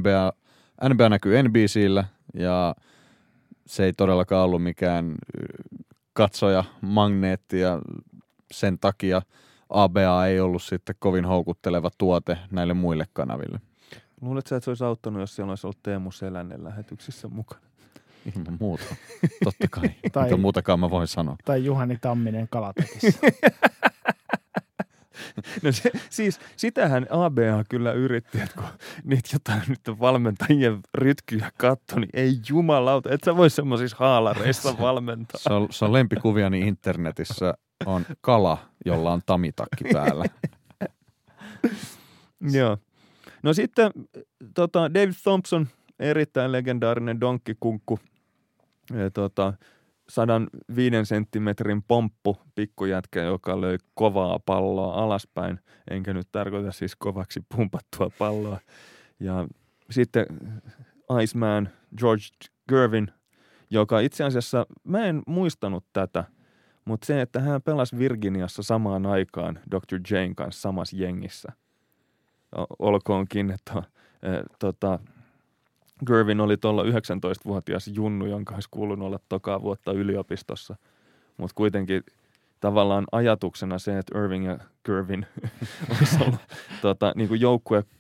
NBA näkyy NBC:llä ja se ei todellakaan ollut mikään katsoja magneetti ja sen takia ABA ei ollut sitten kovin houkutteleva tuote näille muille kanaville. Luuletko, että se olisi auttanut, jos siellä olisi ollut Teemu Selänen lähetyksissä mukana? Ilman muuta, totta kai. Tai- Mitä muutakaan mä voin sanoa. Tai Juhani Tamminen Kalatekissa. No siis sitähän ABA kyllä yritti, että kun niitä jotain nyt valmentajien rytkyjä katsoi, niin ei jumalauta, et sä voi semmoisissa haalareissa valmentaa. Se on lempikuviani internetissä, on kala, jolla on tamitakki päällä. Joo. No sitten David Thompson, erittäin legendaarinen donkkikunkku, 105 senttimetrin pomppu, pikkujätkä, joka löi kovaa palloa alaspäin, enkä nyt tarkoita siis kovaksi pumpattua palloa. Ja sitten Iceman George Gervin, joka itse asiassa, mä en muistanut tätä, mutta se, että hän pelasi Virginiassa samaan aikaan Dr. Jane kanssa samassa jengissä. Olkoonkin, että Gervin oli tuolla 19-vuotias junnu, jonka olisi kuulunut olla tokaa vuotta yliopistossa. Mutta kuitenkin tavallaan ajatuksena se, että Irving ja Gervin olisi ollut niin kuin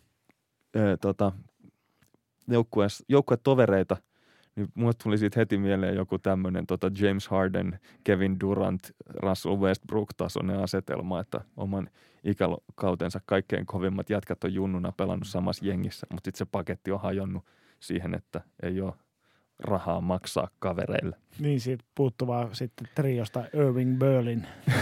joukkuetovereita, niin mulle tuli siitä heti mieleen joku tämmöinen James Harden, Kevin Durant, Russell Westbrook-tasoinen asetelma, että oman ikäkautensa kaikkein kovimmat jätkät on junnuna pelannut samassa jengissä, mutta sitten se paketti on hajonnut siihen, että ei ole rahaa maksaa kavereille. Niin, siitä puuttuvaa sitten triosta Irving Berlin.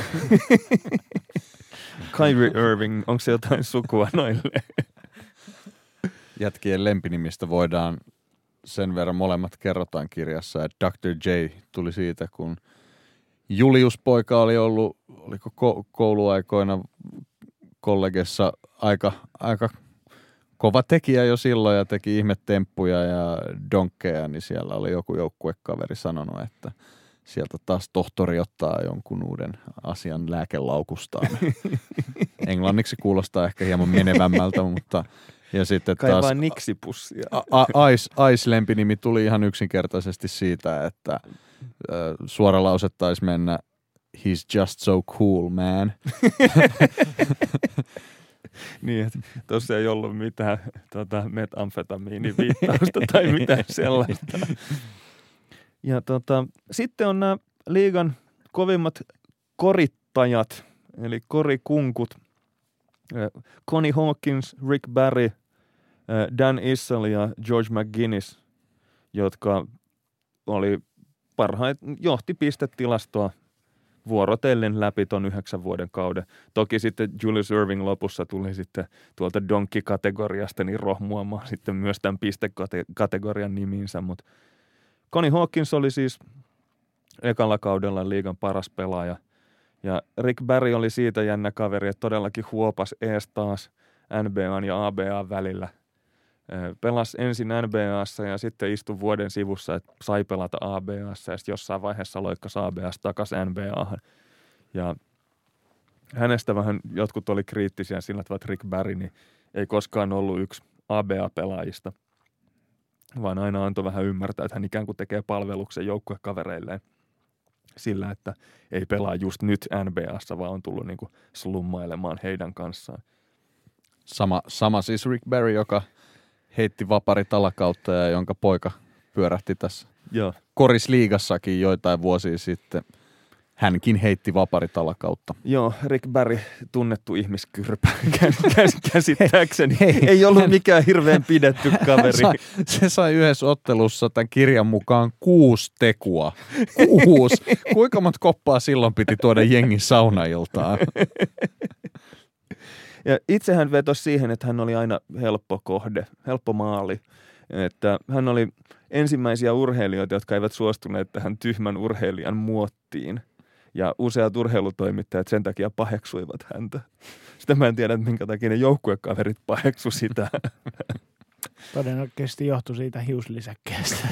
Kyrie Irving, onko se jotain sukua noille? Jätkien lempinimistä voidaan sen verran molemmat kerrotaan kirjassa, että Dr. J tuli siitä, kun Julius-poika oli ollut, oliko kouluaikoina kollegessa aika kova tekijä jo silloin ja teki ihmetemppuja ja donkkeja, niin siellä oli joku joukkuekaveri sanonut, että sieltä taas tohtori ottaa jonkun uuden asian lääkelaukustaan. Englanniksi kuulostaa ehkä hieman menevämmältä, mutta ja sitten Kai taas vaan niksipussia. Ice-lempinimi tuli ihan yksinkertaisesti siitä, että suora lause taisi mennä "He's just so cool, man." Niin, että tuossa ei ollut mitään metamfetamiiniviittausta tai mitään sellaista. Ja sitten on nämä liigan kovimmat korittajat, eli korikunkut. Connie Hawkins, Rick Barry, Dan Issel ja George McGuinness, jotka johti pistetilastoa vuorotellen läpi ton 9 vuoden kauden. Toki sitten Julius Irving lopussa tuli sitten tuolta donkki-kategoriasta niin rohmuamaan sitten myös tämän pistekategorian nimiinsä, mutta Connie Hawkins oli siis ekalla kaudella liigan paras pelaaja. Ja Rick Barry oli siitä jännä kaveri, että todellakin huopas ees taas NBA:n ja ABA:n välillä. Pelasi ensin NBA:ssa ja sitten istui vuoden sivussa, että sai pelata ABA:ssa ja sitten jossain vaiheessa loikkasi ABA:sta takaisin NBA:han. Ja hänestä vähän jotkut oli kriittisiä sillä, että Rick Barry niin ei koskaan ollut yksi ABA-pelaajista, vaan aina antoi vähän ymmärtää, että hän ikään kuin tekee palveluksen joukkuekavereilleen sillä, että ei pelaa just nyt NBA:ssa, vaan on tullut niinku slummailemaan heidän kanssaan. Sama siis Rick Barry, joka heitti vaparitalakautta ja jonka poika pyörähti tässä korisliigassakin joitain vuosia sitten. Hänkin heitti vaparitalakautta. Joo, Rick Barry, tunnettu ihmiskyrpä, käsittääkseni. Ei ollut mikään hirveän pidetty kaveri. Se sai yhdessä ottelussa tämän kirjan mukaan 6 tekua. 6. Kuinka monta koppaa silloin piti tuoda jengin saunailtaan? Ja itse hän vetosi siihen, että hän oli aina helppo kohde, helppo maali. Että hän oli ensimmäisiä urheilijoita, jotka eivät suostuneet tähän tyhmän urheilijan muottiin. Ja useat urheilutoimittajat sen takia paheksuivat häntä. Sitä mä en tiedä, minkä takia ne joukkuekaverit paheksu sitä. Todennäköisesti johtui siitä hiuslisäkkeestä.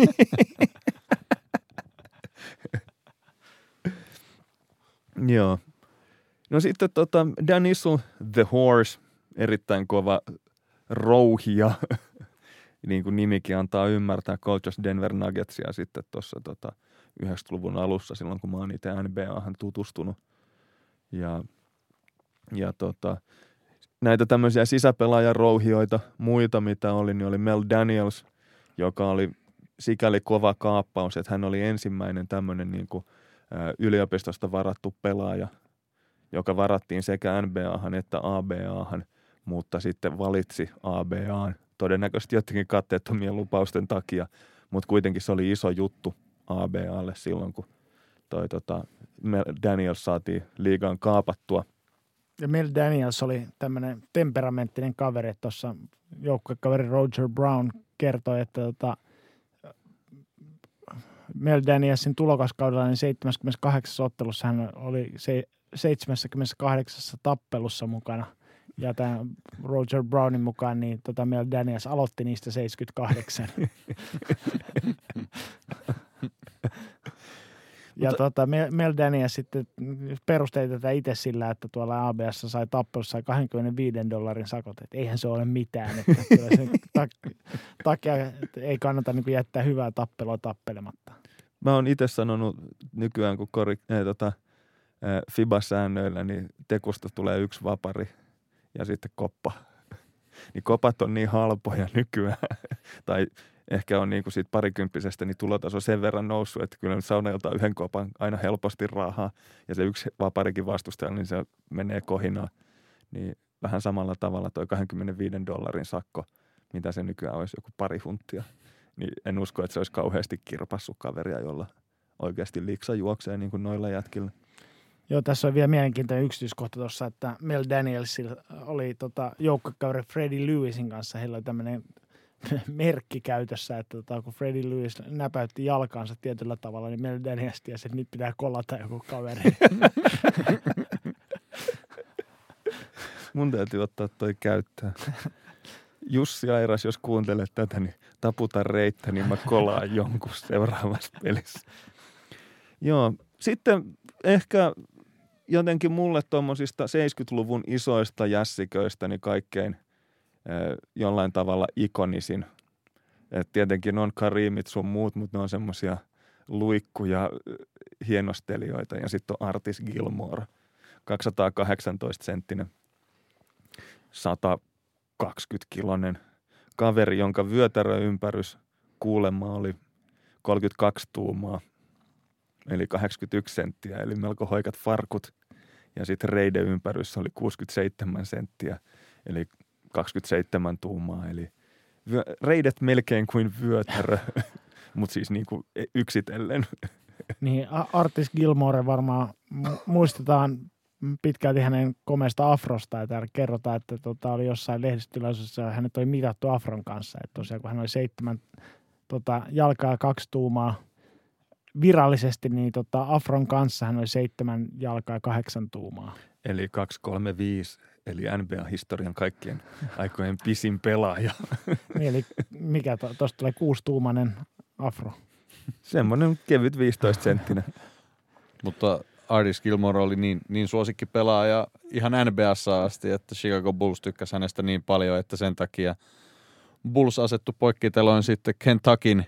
Joo. No sitten Dan Issel, The Horse, erittäin kova rouhia, niin kuin nimikin antaa ymmärtää, coachasi Denver Nuggetsia sitten tuossa 90-luvun alussa silloin, kun mä oon itse NBA:han tutustunut. Ja Ja näitä tämmöisiä sisäpelaajarouhioita, muita mitä oli, niin oli Mel Daniels, joka oli sikäli kova kaappaus, että hän oli ensimmäinen tämmöinen niin kuin yliopistosta varattu pelaaja, joka varattiin sekä NBAhan että ABAhan, mutta sitten valitsi ABAan. Todennäköisesti jotenkin katteettomien lupausten takia, mutta kuitenkin se oli iso juttu ABAlle silloin, kun Mel Daniels saatiin liigaan kaapattua. Ja Mel Daniels oli tämmöinen temperamenttinen kaveri, että tuossa joukkuekaveri Roger Brown kertoi, että Mel Danielsin tulokaskaudella niin 78 ottelussa hän oli 78 tappelussa mukana. Ja tämän Roger Brownin mukaan niin Mel Daniels aloitti niistä 78. Ja Mel Daniels sitten perusteli tätä itse sillä, että tuolla ABS sai tappelussa $25 sakot. Että eihän se ole mitään. Että kyllä sen takia ei kannata niin kuin jättää hyvää tappelua tappelematta. Mä oon itse sanonut nykyään, kun FIBA-säännöillä, niin tekusta tulee 1 vapari ja sitten koppa. Niin kopat on niin halpoja nykyään. Tai ehkä on niin kuin siitä parikymppisestä niin tulotaso sen verran noussut, että kyllä saunailta 1 kopan aina helposti rahaa. Ja se 1 vaparikin vastustajalla, niin se menee kohinaan. Niin vähän samalla tavalla toi $25 sakko, mitä se nykyään olisi joku pari hunttia. Niin en usko, että se olisi kauheasti kirpassut kaveria, jolla oikeasti liksa juoksee niin kuin noilla jätkillä. Joo, tässä on vielä mielenkiintoinen yksityiskohta tuossa, että Mel Danielsilla oli joukkokaveri Freddie Lewisin kanssa. Heillä oli tämmöinen merkki käytössä, että kun Freddie Lewis näpäytti jalkaansa tietyllä tavalla, niin Mel Daniels tiesi, että nyt pitää kolata joku kaveri. Mun täytyy ottaa toi käyttöön. Jussi Airas, jos kuuntelet tätä, niin taputa reittä, niin mä kolaan jonkun seuraavassa pelissä. Joo, sitten ehkä jotenkin mulle tuommoisista 70-luvun isoista jässiköistä niin kaikkein jollain tavalla ikonisin. Et tietenkin on Kareemit sun muut, mutta ne on semmoisia luikkuja hienostelijoita. Ja sitten on Artis Gilmore, 218-senttinen, 120-kiloinen kaveri, jonka vyötäröympärys kuulemma oli 32 tuumaa, eli 81 senttiä, eli melko hoikat farkut. Ja sitten reideympärys oli 67 senttiä, eli 27 tuumaa, eli reidet melkein kuin vyötärö, mutta siis niin kuin yksitellen. Niin, Artis Gilmore varmaan muistetaan pitkälti hänen komeasta afrosta, ja täällä kerrotaan, että oli jossain lehdistötilaisuudessa, hänet oli mitattu afron kanssa, että tosiaan kun hän oli 7 jalkaa 2 tuumaa virallisesti, niin afron kanssa hän oli 7 jalkaa 8 tuumaa. Eli 235, eli NBA-historian kaikkien aikojen pisin pelaaja. Niin, eli mikä tuosta tulee 6-tuumainen afro? Semmoinen kevyt 15-senttinen. Mutta Artis Gilmore oli niin suosikki pelaaja ihan NBA:ssa asti, että Chicago Bulls tykkäsi hänestä niin paljon, että sen takia Bulls asettui poikkiteloin sitten Kentuckyn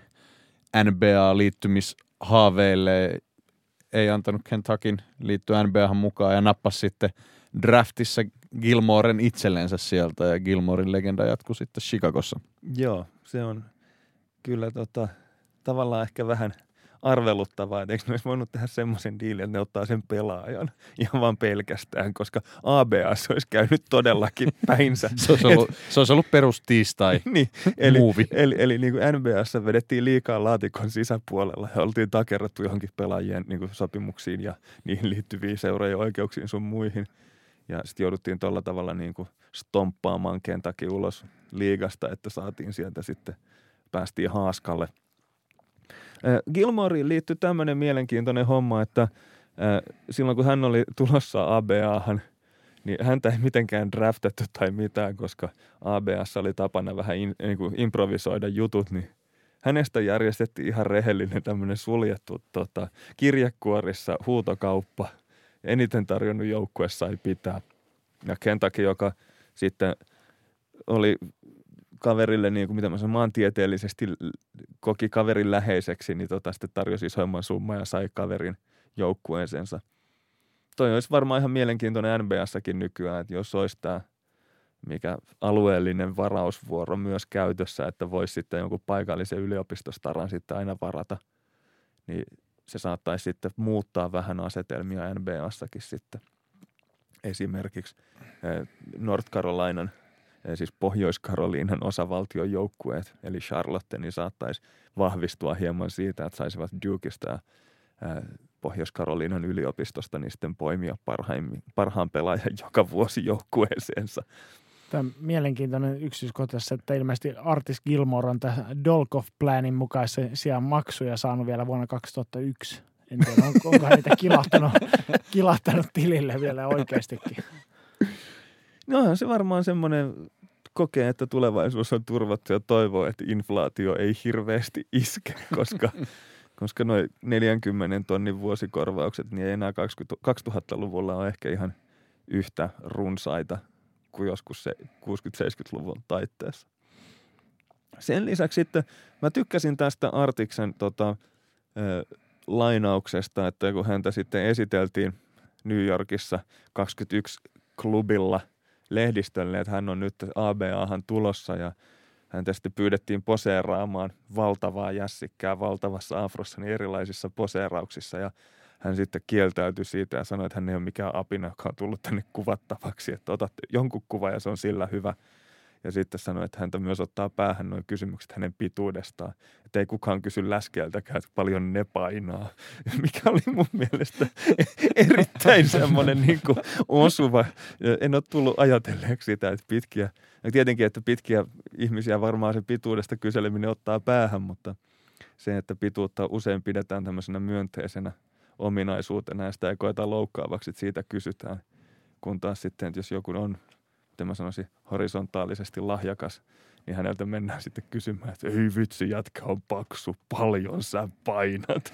NBA-liittymishaaveille. Ei antanut Kentuckyn liittyä NBA:han mukaan ja nappasi sitten draftissa Gilmoren itsellensä sieltä ja Gilmoren legenda jatkui sitten Chicagossa. Joo, se on kyllä tavallaan ehkä vähän arveluttavaa, että eikö ne olisi voinut tehdä semmoisen diilin, että ne ottaa sen pelaajan ihan vaan pelkästään, koska ABA:ssa olisi käynyt todellakin päinsä. se olisi ollut perus tiistai niin, eli niin kuin NBA:ssa vedettiin liikaa laatikon sisäpuolella ja oltiin takerrattu johonkin pelaajien niin kuin sopimuksiin ja niihin liittyviin seurojen oikeuksiin sun muihin. Ja sitten jouduttiin tuolla tavalla niin kuin stomppaamaan Kentucky ulos liigasta, että saatiin sieltä sitten, päästiin haaskalle. Gilmoreen liittyi tämmöinen mielenkiintoinen homma, että silloin kun hän oli tulossa ABA:han, niin häntä ei mitenkään draftattu tai mitään, koska ABA:ssa oli tapana vähän niin kuin improvisoida jutut, niin hänestä järjestettiin ihan rehellinen tämmöinen suljettu kirjekuorissa huutokauppa. Eniten tarjonnut joukkue sai pitää. Ja Kentucky, joka sitten oli kaverille, niin kuin mitä mä sanon, maantieteellisesti koki kaverin läheiseksi, niin sitten tarjosi isoimman summan ja sai kaverin joukkueensa. toi olisi varmaan ihan mielenkiintoinen NBAssakin nykyään, että jos olisi tämä mikä alueellinen varausvuoro myös käytössä, että voisi sitten jonkun paikallisen yliopistostaran sitten aina varata, niin se saattaisi sitten muuttaa vähän asetelmia NBAssakin sitten. Esimerkiksi North Carolinan, siis Pohjois-Carolinan osavaltion joukkueet, eli Charlotte, niin saattaisi vahvistua hieman siitä, että saisivat Dukesta ja Pohjois-Carolinan yliopistosta niin sitten poimia parhaan pelaajan joka vuosi joukkueeseensa. Tämä on mielenkiintoinen yksityiskohta, että ilmeisesti Artis Gilmore on tässä Dolgoff-planin mukaisia maksuja saanut vielä vuonna 2001. En tiedä, onko niitä kilahtanut tilille vielä oikeastikin. No se varmaan semmoinen kokee, että tulevaisuus on turvattu ja toivoo, että inflaatio ei hirveästi iske, koska noin 40 tonnin vuosikorvaukset niin ei enää 2000-luvulla ole ehkä ihan yhtä runsaita kuin joskus se 60-70-luvun taitteessa. Sen lisäksi sitten mä tykkäsin tästä Artiksen lainauksesta, että kun häntä sitten esiteltiin New Yorkissa 21 klubilla lehdistölle, että hän on nyt ABAhan tulossa ja häntä sitten pyydettiin poseeraamaan valtavaa jässikkää valtavassa afrossa niin erilaisissa poseerauksissa ja hän sitten kieltäytyi siitä ja sanoi, että hän ei ole mikään apina, joka on tullut tänne kuvattavaksi, että otatte jonkun kuva ja se on sillä hyvä. Ja sitten sanoi, että häntä myös ottaa päähän nuo kysymykset hänen pituudestaan. Että ei kukaan kysy läskeeltäkään, että paljon ne painaa. Mikä oli mun mielestä erittäin semmoinen niin kuin osuva. En ole tullut ajatelleeksi sitä, että pitkiä, ja tietenkin, että pitkiä ihmisiä varmaan se pituudesta kyseleminen ottaa päähän, mutta se, että pituutta usein pidetään tämmöisenä myönteisenä ominaisuutena ja sitä ei koeta loukkaavaksi, että siitä kysytään. Kun taas sitten, että jos joku on, miten mä sanoisin, horisontaalisesti lahjakas, niin häneltä mennään sitten kysymään, että ei vitsi, jätkä on paksu, paljon sä painat.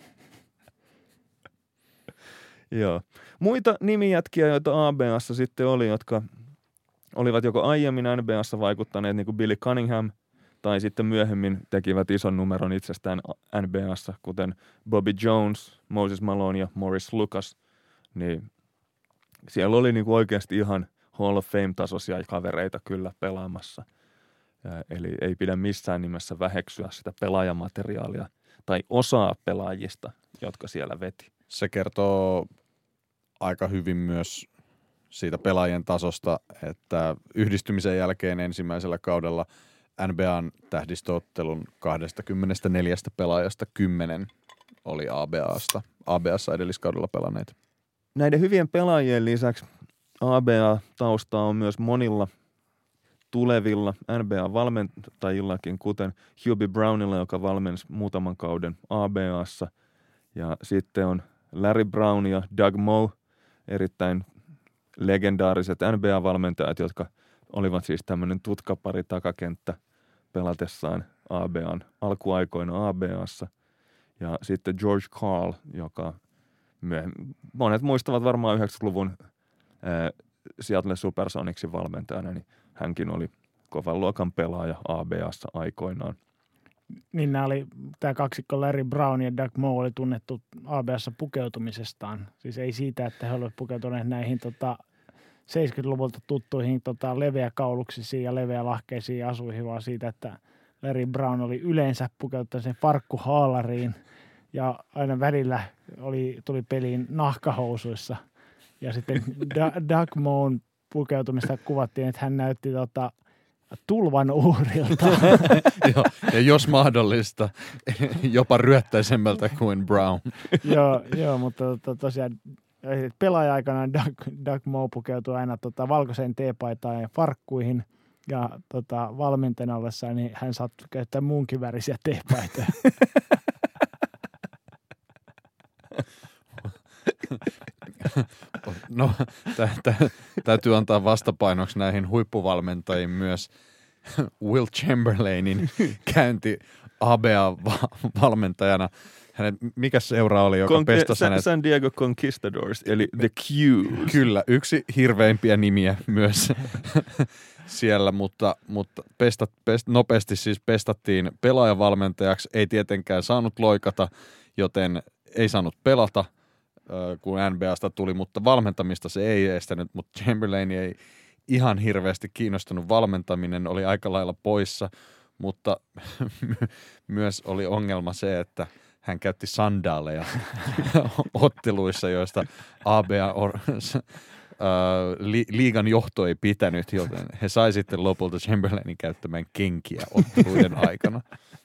Joo. Muita nimijätkiä, joita ABAssa sitten oli, jotka olivat joko aiemmin NBAssa vaikuttaneet, niin kuin Billy Cunningham, tai sitten myöhemmin tekivät ison numeron itsestään NBAssa, kuten Bobby Jones, Moses Malone ja Morris Lucas, niin siellä oli niin kuin oikeasti ihan Hall of Fame-tasoisia kavereita kyllä pelaamassa. Eli ei pidä missään nimessä väheksyä sitä pelaajamateriaalia tai osaa pelaajista, jotka siellä veti. Se kertoo aika hyvin myös siitä pelaajien tasosta, että yhdistymisen jälkeen ensimmäisellä kaudella NBAn tähdistöottelun 24 pelaajasta 10 oli ABAssa edelliskaudella pelanneet. Näiden hyvien pelaajien lisäksi ABA-taustaa on myös monilla tulevilla NBA-valmentajillakin, kuten Hubie Brownilla, joka valmensi muutaman kauden ABAssa. Ja sitten on Larry Brown ja Doug Moe, erittäin legendaariset NBA-valmentajat, jotka olivat siis tämmöinen tutkapari takakenttä pelatessaan ABAn alkuaikoina ABAssa. Ja sitten George Karl, joka monet muistavat varmaan 90-luvun Seattle Supersonicsin valmentajana, niin hänkin oli kovan luokan pelaaja ABAssa aikoinaan. Niin tämä kaksikko Larry Brown ja Doug Moe oli tunnettu ABAssa pukeutumisestaan. Siis ei siitä, että he olivat pukeutuneet näihin 70-luvulta tuttuihin leveäkauluksisiin ja leveälahkeisiin asuihin, vaan siitä, että Larry Brown oli yleensä pukeutunut sen farkkuhaalariin ja aina välillä tuli peliin nahkahousuissa. Ja sitten Doug Moen pukeutumista kuvattiin, että hän näytti tulvan uhrilta. Ja jos mahdollista, jopa ryöttäisemmältä kuin Brown. Joo, mutta tosiaan pelaaja-aikana Doug Moe pukeutui aina valkoiseen teepaitaan ja farkkuihin. Ja valmentajana ollessaan niin hän saattoi käyttää muunkin värisiä teepaitoja. No, täytyy antaa vastapainoksi näihin huippuvalmentajiin myös Will Chamberlainin käynti ABA-valmentajana. Mikä seura oli, joka pestasi hänet? San Diego Conquistadors, eli The Qs. Kyllä, yksi hirveimpiä nimiä myös siellä, mutta nopeasti siis pestattiin pelaajavalmentajaksi. Ei tietenkään saanut loikata, joten ei saanut pelata. kun NBAsta tuli, mutta valmentamista se ei estänyt, mutta Chamberlain ei ihan hirveästi kiinnostunut valmentaminen, oli aika lailla poissa, mutta myös oli ongelma se, että hän käytti sandaaleja otteluissa, joista liigan johto ei pitänyt, joten he sai sitten lopulta Chamberlainin käyttämään kenkiä otteluiden aikana.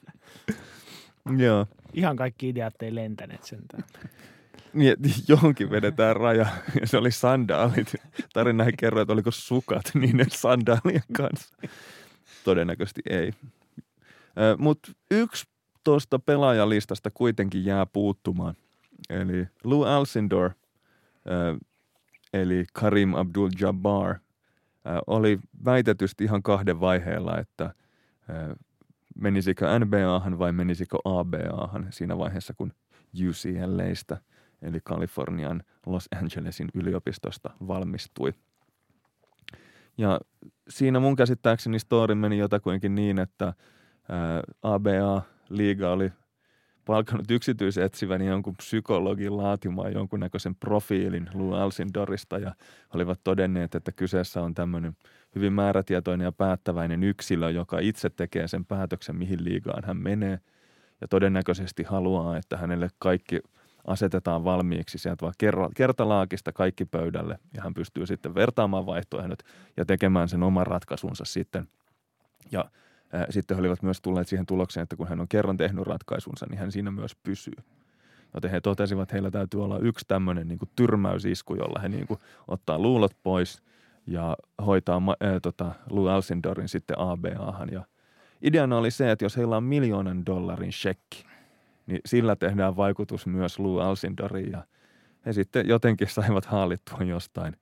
Joo. Ihan kaikki ideat ei lentäneet sentään. Niin, johonkin vedetään raja, ja se oli sandaalit. Tarina ei kerro, että oliko sukat niiden sandaalien kanssa. Todennäköisesti ei. Mutta yksi tuosta pelaajalistasta kuitenkin jää puuttumaan. Eli Lou Alcindor, eli Kareem Abdul-Jabbar, oli väitetysti ihan kahden vaiheella, että menisikö NBAhan vai menisikö ABAhan siinä vaiheessa, kun UCLAsta, eli Kalifornian Los Angelesin yliopistosta valmistui. Ja siinä mun käsittääkseni story meni jotakuinkin niin, että ABA-liiga oli palkannut yksityisetsivän jonkun psykologin laatimaan jonkunnäköisen profiilin Lou Alcindorista ja olivat todenneet, että kyseessä on tämmöinen hyvin määrätietoinen ja päättäväinen yksilö, joka itse tekee sen päätöksen, mihin liigaan hän menee ja todennäköisesti haluaa, että hänelle kaikki asetetaan valmiiksi sieltä vaan kertalaakista kaikki pöydälle ja hän pystyy sitten vertaamaan vaihtoehdot ja tekemään sen oman ratkaisunsa sitten. Ja sitten he olivat myös tulleet siihen tulokseen, että kun hän on kerran tehnyt ratkaisunsa, niin hän siinä myös pysyy. Joten he totesivat, että heillä täytyy olla yksi tämmöinen niin kuin tyrmäysisku, jolla he niin kuin ottaa luulot pois ja hoitaa Lou Alcindorin sitten ABAhan. Ja ideana oli se, että jos heillä on $1 000 000 shekki, niin sillä tehdään vaikutus myös Lou Alcindoriin. Ja he sitten jotenkin saivat haalittua jostain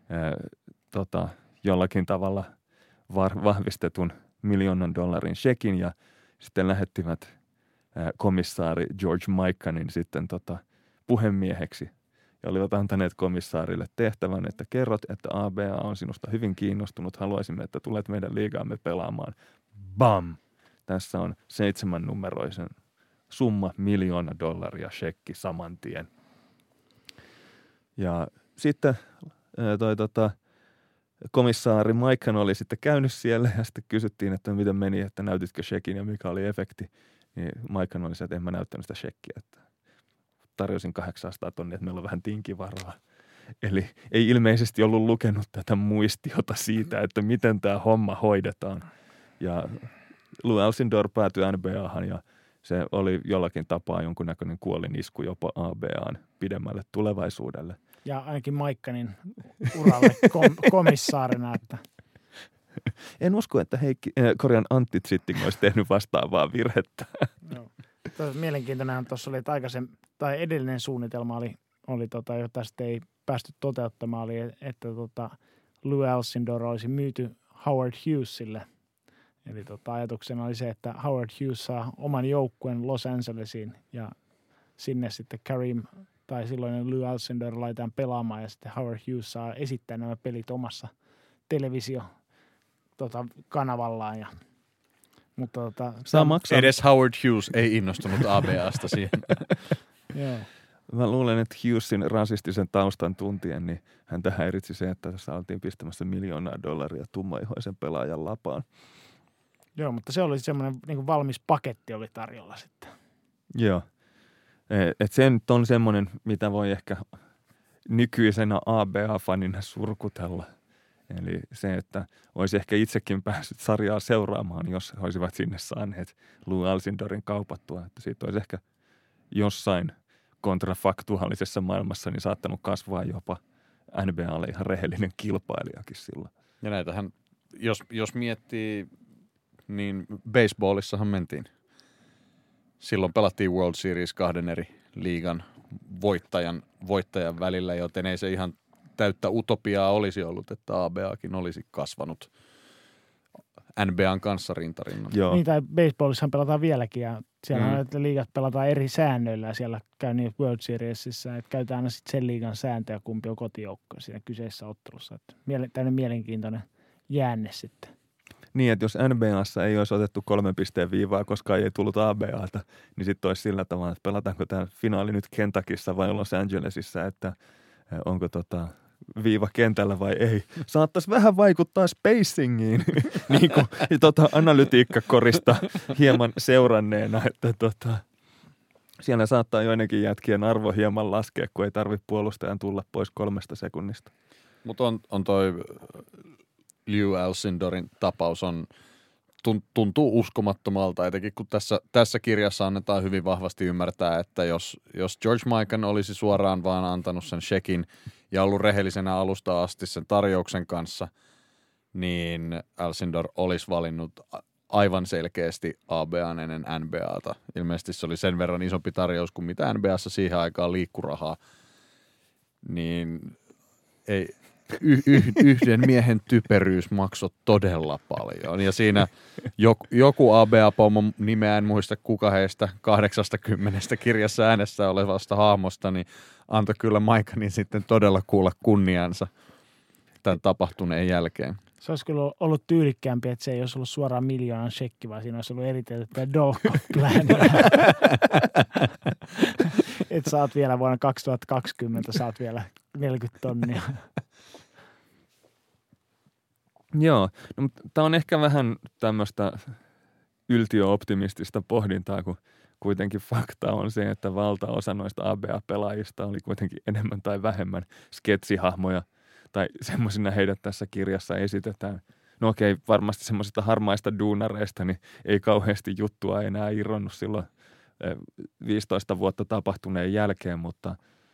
jollakin tavalla vahvistetun $1 000 000 shekin ja sitten lähettivät komissaari George Michanin sitten puhemieheksi ja olivat antaneet komissaarille tehtävän, että kerrot, että ABA on sinusta hyvin kiinnostunut, haluaisimme, että tulet meidän liigaamme pelaamaan. Bam! Tässä on 7-numeroisen summa $1 000 000 shekki saman tien. Ja sitten komissaari Maikan oli sitten käynyt siellä ja sitten kysyttiin, että miten meni, että näytitkö shekin ja mikä oli efekti. Niin Maikan oli se, että en mä näyttänyt sitä shekkiä, että tarjosin 800 tonnia, että meillä on vähän tinkivaraa. Eli ei ilmeisesti ollut lukenut tätä muistiota siitä, että miten tämä homma hoidetaan. Ja Lou Alcindor päätyi NBAhan ja se oli jollakin tapaa jonkunnäköinen kuolinisku jopa ABAan pidemmälle tulevaisuudelle. Ja ainakin Maikkanin uralle komissaarina, että en usko, että Antti Zitting olisi tehnyt vastaavaa virhettä. Joo. Mielenkiintoinen tuossa oli, että edellinen suunnitelma oli jota sitten ei päästy toteuttamaan, oli, että Lou Alcindor olisi myyty Howard Hughesille. Eli ajatuksena oli se, että Howard Hughes saa oman joukkueen Los Angelesiin ja sinne sitten Kareem tai silloinen Lou Alcindor laitetaan pelaamaan ja sitten Howard Hughes saa esittää nämä pelit omassa televisio-kanavallaan. Mutta saa maksaa. Edes Howard Hughes ei innostunut ABAsta siihen. Joo. Mä luulen, että Hughesin rasistisen taustan tuntien, niin hän häiritsi se, että tässä oltiin pistämässä $1 000 000 tummaihoisen pelaajan lapaan. Joo, mutta se oli semmoinen niin kuin valmis paketti oli tarjolla sitten. Joo. Että se nyt on semmoinen, mitä voi ehkä nykyisenä ABA-fanina surkutella. Eli se, että olisi ehkä itsekin päässyt sarjaa seuraamaan, jos he olisivat sinne saaneet Lou Alcindorin kaupattua. Että siitä olisi ehkä jossain kontrafaktuaalisessa maailmassa niin saattanut kasvaa jopa NBAlle ihan rehellinen kilpailijakin silloin. Ja näitähän, jos miettii, niin baseballissahan mentiin. Silloin pelattiin World Series 2 eri liigan voittajan välillä, joten ei se ihan täyttä utopiaa olisi ollut, että ABAkin olisi kasvanut NBAn kanssa rintarinnan. Joo. Niin, tai baseballissahan pelataan vieläkin ja siellä on, että liigat pelataan eri säännöillä ja siellä käy niin World Seriesissä, että käytetään aina sitten sen liigan sääntöjä, kumpi on kotijoukko siinä kyseisessä ottelussa. Tällainen mielenkiintoinen jäänne sitten. Niin, että jos NBAssa ei olisi otettu 3 pisteen viivaa, koska ei tullut ABAta, niin sitten olisi sillä tavalla, että pelataanko tämä finaali nyt Kentuckyssa vai Los Angelesissa, että onko viiva kentällä vai ei. Saattaisi vähän vaikuttaa spacingiin, niin kuin analytiikkakorista hieman seuranneena, että siellä saattaa joidenkin jätkien arvo hieman laskea, kun ei tarvitse puolustajan tulla pois 3 sekunnista. Mutta on toi Lew Alcindorin tapaus tuntuu uskomattomalta, etenkin kun tässä kirjassa annetaan hyvin vahvasti ymmärtää, että jos George Mikan olisi suoraan vaan antanut sen shekin ja ollut rehellisenä alusta asti sen tarjouksen kanssa, niin Alcindor olisi valinnut aivan selkeästi ABAn ennen NBAta. Ilmeisesti se oli sen verran isompi tarjous kuin mitä NBAssa siihen aikaan liikkurahaa, niin ei... Yhden miehen typeryys maksoi todella paljon. Ja siinä joku ABA-pomo, nimeä en muista kuka heistä 80 kirjassa äänessä olevasta hahmosta, niin antoi kyllä Mikanin sitten todella kuulla kunniansa tämän tapahtuneen jälkeen. Se olisi kyllä ollut tyylikkäämpi, että se ei olisi ollut suoraan miljoonan shekki, vaan siinä olisi ollut eritelty tämä Dolko-plan. Että saat vielä vuonna 2020, saat vielä 40 tonnia. Joo, no, mutta tämä on ehkä vähän tämmöistä yltiöoptimistista pohdintaa, kun kuitenkin fakta on se, että valtaosa noista ABA-pelaajista oli kuitenkin enemmän tai vähemmän sketsihahmoja, tai semmoisina heidät tässä kirjassa esitetään. No okei, varmasti semmoisista harmaista duunareista, niin ei kauheasti juttua enää irronnut silloin 15 vuotta tapahtuneen jälkeen, mutta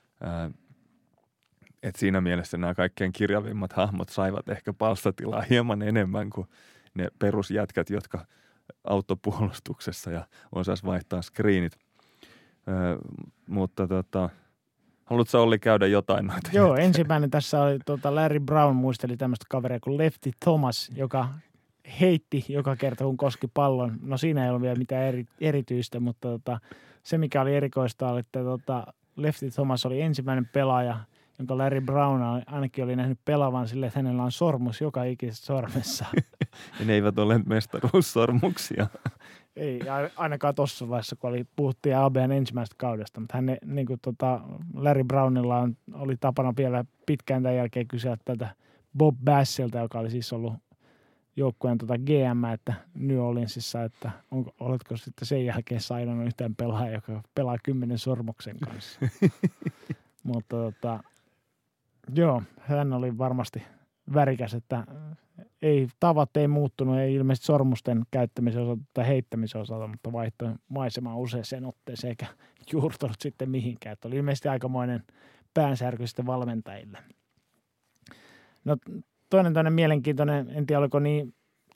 et siinä mielessä nämä kaikkein kirjavimmat hahmot saivat ehkä palstatilaa hieman enemmän kuin ne perusjätkät, jotka autopuolustuksessa ja osas vaihtaa screenit. Mutta haluatko Olli käydä jotain noita? Joo, ensimmäinen tässä oli Larry Brown muisteli tämmöistä kaveria kuin Lefty Thomas, joka heitti joka kerta, kun koski pallon. No siinä ei ollut vielä mitään erityistä, mutta se mikä oli erikoista oli, että Lefty Thomas oli ensimmäinen pelaaja, jonka Larry Brown ainakin oli nähnyt pelaavan silleen, että hänellä on sormus joka ikisessä sormessa. Ja ne eivät ole mestaruussormuksia. Ei ainakaan tuossa vaiheessa, kun puhuttiin ABN ensimmäisestä kaudesta, mutta hän, niin kuin Larry Brownilla oli tapana vielä pitkään tämän jälkeen kysyä tätä Bob Bassilta, joka oli siis ollut joukkueen GM, että New Orleansissa, että oletko sitten sen jälkeen sainannut yhtään pelaajaa, joka pelaa 10 sormuksen kanssa. Mutta joo, hän oli varmasti värikäs, että tavat ei muuttunut, ei ilmeisesti sormusten käyttämisen osalta tai heittämisen osalta, mutta vaihtoi maisemaa useaseen otteeseen eikä juurtunut sitten mihinkään. Että oli ilmeisesti aikamoinen päänsärky sitten valmentajille. No toinen mielenkiintoinen, en tiedä oliko niin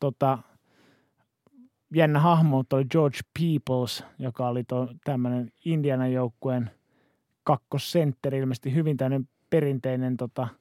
jännä hahmo, mutta oli George Peoples, joka oli tämmöinen Indianan joukkueen kakkosentteri, ilmeisesti hyvin tämmöinen perinteinen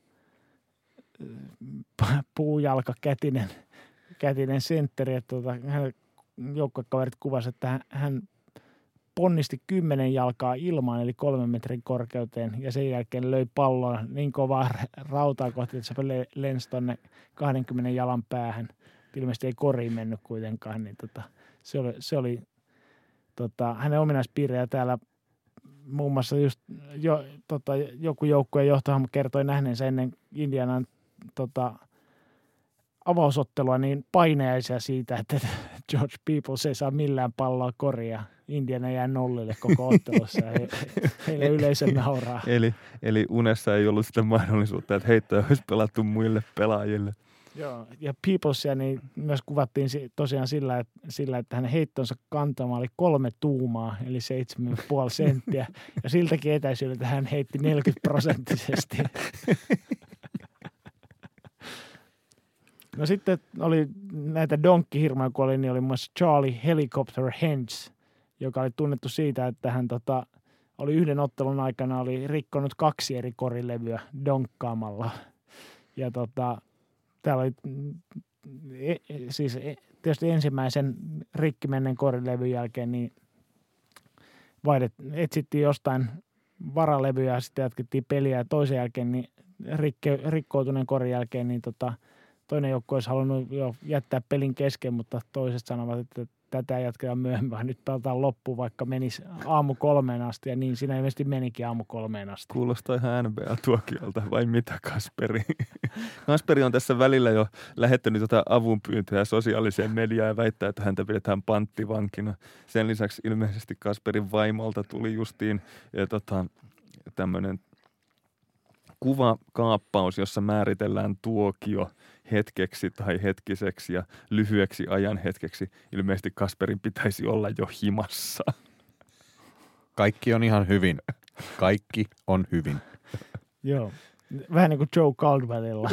puujalkakätinen sentteri, että hän joukkuekaverit kuvasi, että hän ponnisti 10 jalkaa ilmaan, eli 3 metrin korkeuteen, ja sen jälkeen löi pallon niin kovaa rautaa kohti, että se lensi tonne 20 jalan päähän. Ilmeisesti ei koriin mennyt kuitenkaan, niin se oli hänen ominaispiirejä täällä. Muun muassa just joku joukkueen johtohahmo kertoi nähneensä ennen Indianan avausottelua niin paineaisia siitä, että George Peoples ei saa millään palloa koria. Indiana jää nollille koko ottelussa ja heille yleisö nauraa. Eli unessa ei ollut sitä mahdollisuutta, että heittoja olisi pelattu muille pelaajille. Joo, ja Peoplesia niin myös kuvattiin tosiaan sillä, että hänen heittonsa kantama oli 3 tuumaa, eli 7,5 senttiä. Ja siltäkin etäisyydeltä hän heitti 40%. No sitten oli näitä donkkihirmoja, kun oli, niin oli myös Charlie Helicopter Hens, joka oli tunnettu siitä, että hän oli yhden ottelun aikana oli rikkonut 2 eri korilevyä donkkaamalla. Ja täällä oli siis tietysti ensimmäisen rikki menneen korilevyn jälkeen niin etsittiin jostain varalevyjä ja sitten jatkettiin peliä ja toisen jälkeen niin rikkoutuneen korin jälkeen niin toinen joukkue olisi halunnut jo jättää pelin kesken, mutta toiset sanovat, että tätä jatketaan myöhemmin, vaan nyt pelataan loppuun, vaikka menisi 3:00 asti, ja niin siinä ilmeisesti menikin 3:00 asti. Kuulostaa ihan NBA-tuokiolta, vai mitä Kasperi? Kasperi on tässä välillä jo lähettänyt jotain avunpyyntöjä sosiaaliseen mediaan ja väittää, että häntä pidetään panttivankina. Sen lisäksi ilmeisesti Kasperin vaimolta tuli justiin tämmöinen kuvakaappaus, jossa määritellään tuokio hetkeksi tai hetkiseksi ja lyhyeksi ajan hetkeksi. Ilmeisesti Kasperin pitäisi olla jo himassa. Kaikki on ihan hyvin. Kaikki on hyvin. Joo. Vähän niin kuin Joe Caldwellilla.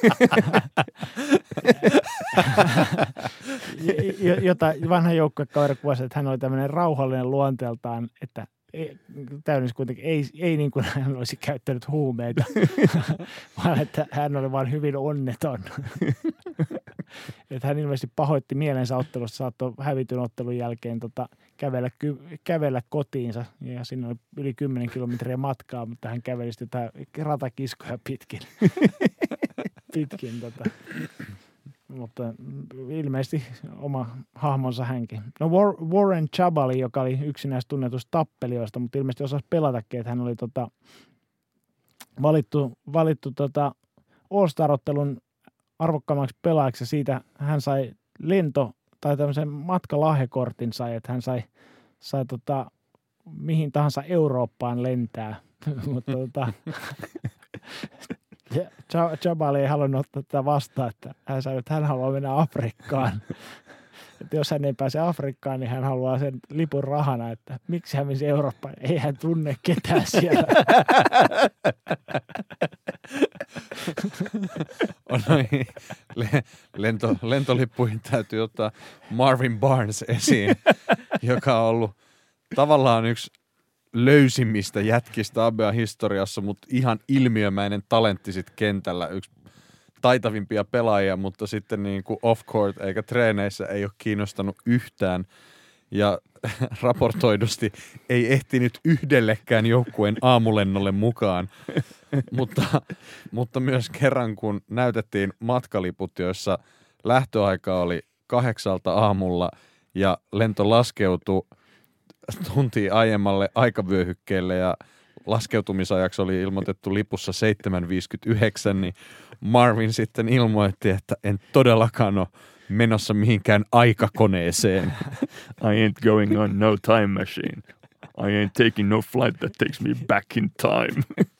Jota vanha joukkuekaveri kuvasi, että hän oli tämmöinen rauhallinen luonteeltaan, että täydennys kuitenkin ei niin kuin hän olisi käyttänyt huumeita, vaan että hän oli vaan hyvin onneton. Että hän ilmeisesti pahoitti mielensä ottelussa, saattoi hävityn ottelun jälkeen kävellä kotiinsa. Ja siinä oli yli 10 kilometriä matkaa, mutta hän käveli sitä ratakiskoja pitkin. Mutta ilmeisesti oma hahmonsa hänkin. No Warren Chabali, joka oli yksi näistä tunnetuista tappelijoista, mutta ilmeisesti osasi pelatakin, että hän oli valittu All-Star-ottelun arvokkaammaksi pelaajaksi, ja siitä hän sai tai tämmöisen matkalahjakortin sai, että hän sai mihin tahansa Eurooppaan lentää. Mutta Jabali ei halunnut ottaa tätä vastaan, että hän sanoi, että hän haluaa mennä Afrikkaan. Että jos hän ei pääse Afrikkaan, niin hän haluaa sen lipun rahana, että miksi hän menisi Eurooppaan. Ei hän tunne ketään siellä. Lentolippuihin täytyy ottaa Marvin Barnes esiin, joka on ollut tavallaan yksi löysimmistä jätkistä ABA-historiassa, mutta ihan ilmiömäinen talentti sit kentällä, yksi taitavimpia pelaajia, mutta sitten niin kuin off-court eikä treeneissä ei ole kiinnostanut yhtään. Ja raportoidusti ei ehtinyt yhdellekään joukkueen aamulennolle mukaan. Mutta myös kerran, kun näytettiin matkaliput, joissa lähtöaika oli 8 aamulla ja lento laskeutui tuntia aiemmalle aikavyöhykkeelle ja laskeutumisajaksi oli ilmoitettu lipussa 7:59, niin Marvin sitten ilmoitti, että en todellakaan ole menossa mihinkään aikakoneeseen. I ain't going on no time machine. I ain't taking no flight that takes me back in time.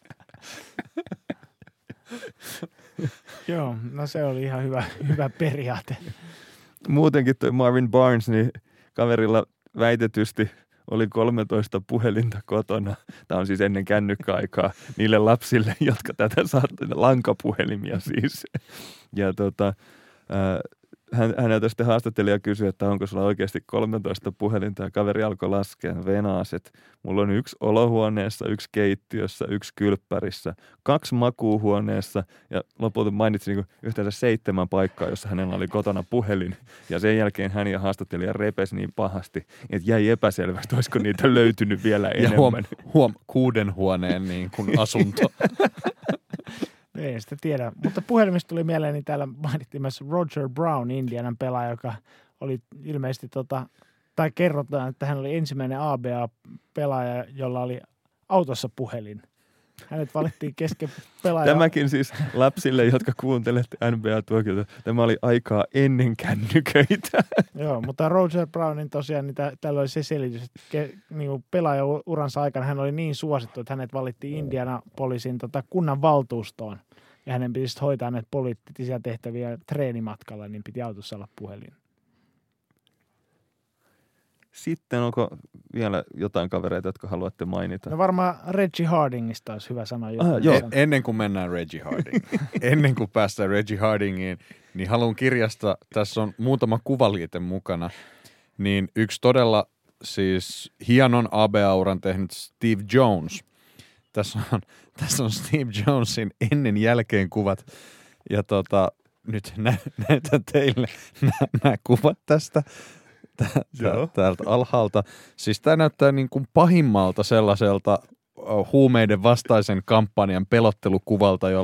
Joo, no se oli ihan hyvä periaate. Muutenkin toi Marvin Barnes, niin kaverilla väitetysti oli 13 puhelinta kotona. Tämä on siis ennen kännykkäaikaa niille lapsille, jotka tätä saattavat, lankapuhelimia siis. Ja häneltä sitten haastattelija kysyi, että onko sulla oikeasti 13 puhelinta, ja kaveri alkoi laskea venaas, että mulla on 1 olohuoneessa, 1 keittiössä, 1 kylppärissä, 2 makuuhuoneessa, ja lopulta mainitsin niin yhteensä 7 paikkaa, jossa hänellä oli kotona puhelin, ja sen jälkeen hän ja haastattelija repesi niin pahasti, että jäi epäselvästi, olisiko niitä löytynyt vielä enemmän. Ja 6 huoneen niin kuin asunto. Ei sitä tiedä, mutta puhelimista tuli mieleen, niin täällä mainittiin myös Roger Brown, Indianan pelaaja, joka oli ilmeisesti, tai kerrotaan, että hän oli ensimmäinen ABA-pelaaja, jolla oli autossa puhelin. Hänet valittiin kesken pelaaja. Tämäkin siis lapsille, jotka kuuntelette NBA-tuokiota, tämä oli aikaa ennen kännyköitä. Joo, mutta Roger Brownin tosiaan, niin tällä oli se selitys, että niin pelaajauransa aikana hän oli niin suosittu, että hänet valittiin Indianapolisin kunnan valtuustoon. Ja hänen piti hoitaa näitä poliittisia tehtäviä treenimatkalla, niin piti autossa olla puhelin. Sitten onko vielä jotain kavereita, jotka haluatte mainita? No varmaan Reggie Hardingista olisi hyvä sanoa. Ennen kuin mennään Reggie Hardingiin, ennen kuin päästään Reggie Hardingiin, niin haluan kirjasta, tässä on muutama kuvaliite mukana, niin yksi todella siis hienon ABA-uran tehnyt Steve Jones. Tässä on Steve Jonesin ennen jälkeen kuvat, ja nyt näytän teille nämä kuvat tästä. Täältä alhaalta. Siis tämä näyttää niin kuin pahimmalta sellaiselta huumeiden vastaisen kampanjan pelottelukuvalta, jolla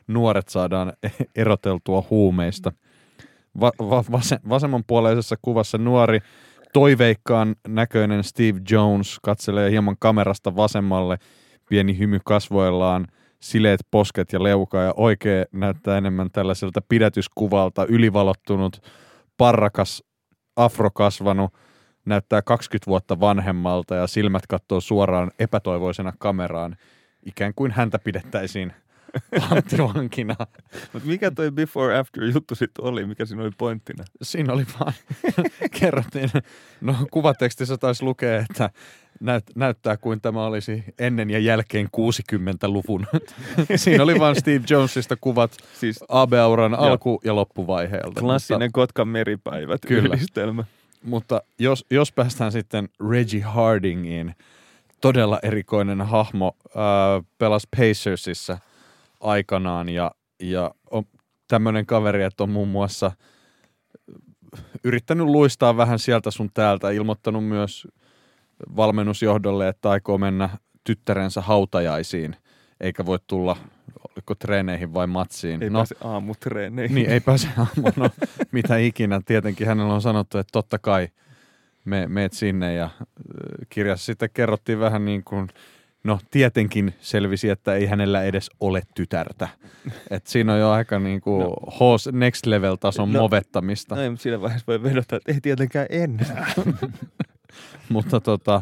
nuoret saadaan eroteltua huumeista. Vasemmanpuoleisessa kuvassa nuori toiveikkaan näköinen Steve Jones katselee hieman kamerasta vasemmalle, pieni hymy kasvoillaan, sileet posket ja leuka, ja oikea näyttää enemmän tällaiselta pidätyskuvalta, ylivalottunut, parrakas, afrokasvanut, näyttää 20 vuotta vanhemmalta ja silmät katsoo suoraan epätoivoisena kameraan, ikään kuin häntä pidettäisiin panttivankina. Mutta mikä toi before after juttu sitten oli? Mikä siinä oli pointtina? Siinä oli vaan, kerrottiin, no kuvatekstissä taisi lukea, että näyttää kuin tämä olisi ennen ja jälkeen 60-luvun. Siinä oli vaan Steve Jonesista kuvat siis Abe-auran alku- ja loppuvaiheelta. Klassinen Kotkan meripäivät yhdistelmä. Mutta jos päästään sitten Reggie Hardingiin, todella erikoinen hahmo, pelasi Pacersissa aikanaan ja on tämmöinen kaveri, että on muun muassa yrittänyt luistaa vähän sieltä sun täältä, ilmoittanut myös valmennusjohdolle, että aikoo mennä tyttärensä hautajaisiin, eikä voi tulla oliko treeneihin vai matsiin. Ei pääse aamutreeneihin. Niin, ei pääse aamuun. No, mitä ikinä. Tietenkin hänellä on sanottu, että totta kai meet sinne, ja kirjassa sitten kerrottiin vähän niin kuin, no tietenkin selvisi, että ei hänellä edes ole tytärtä. Et siinä on jo aika niin kuin next level tason movettamista. No, siinä vaiheessa voi vedota, että ei tietenkään ennen. Mutta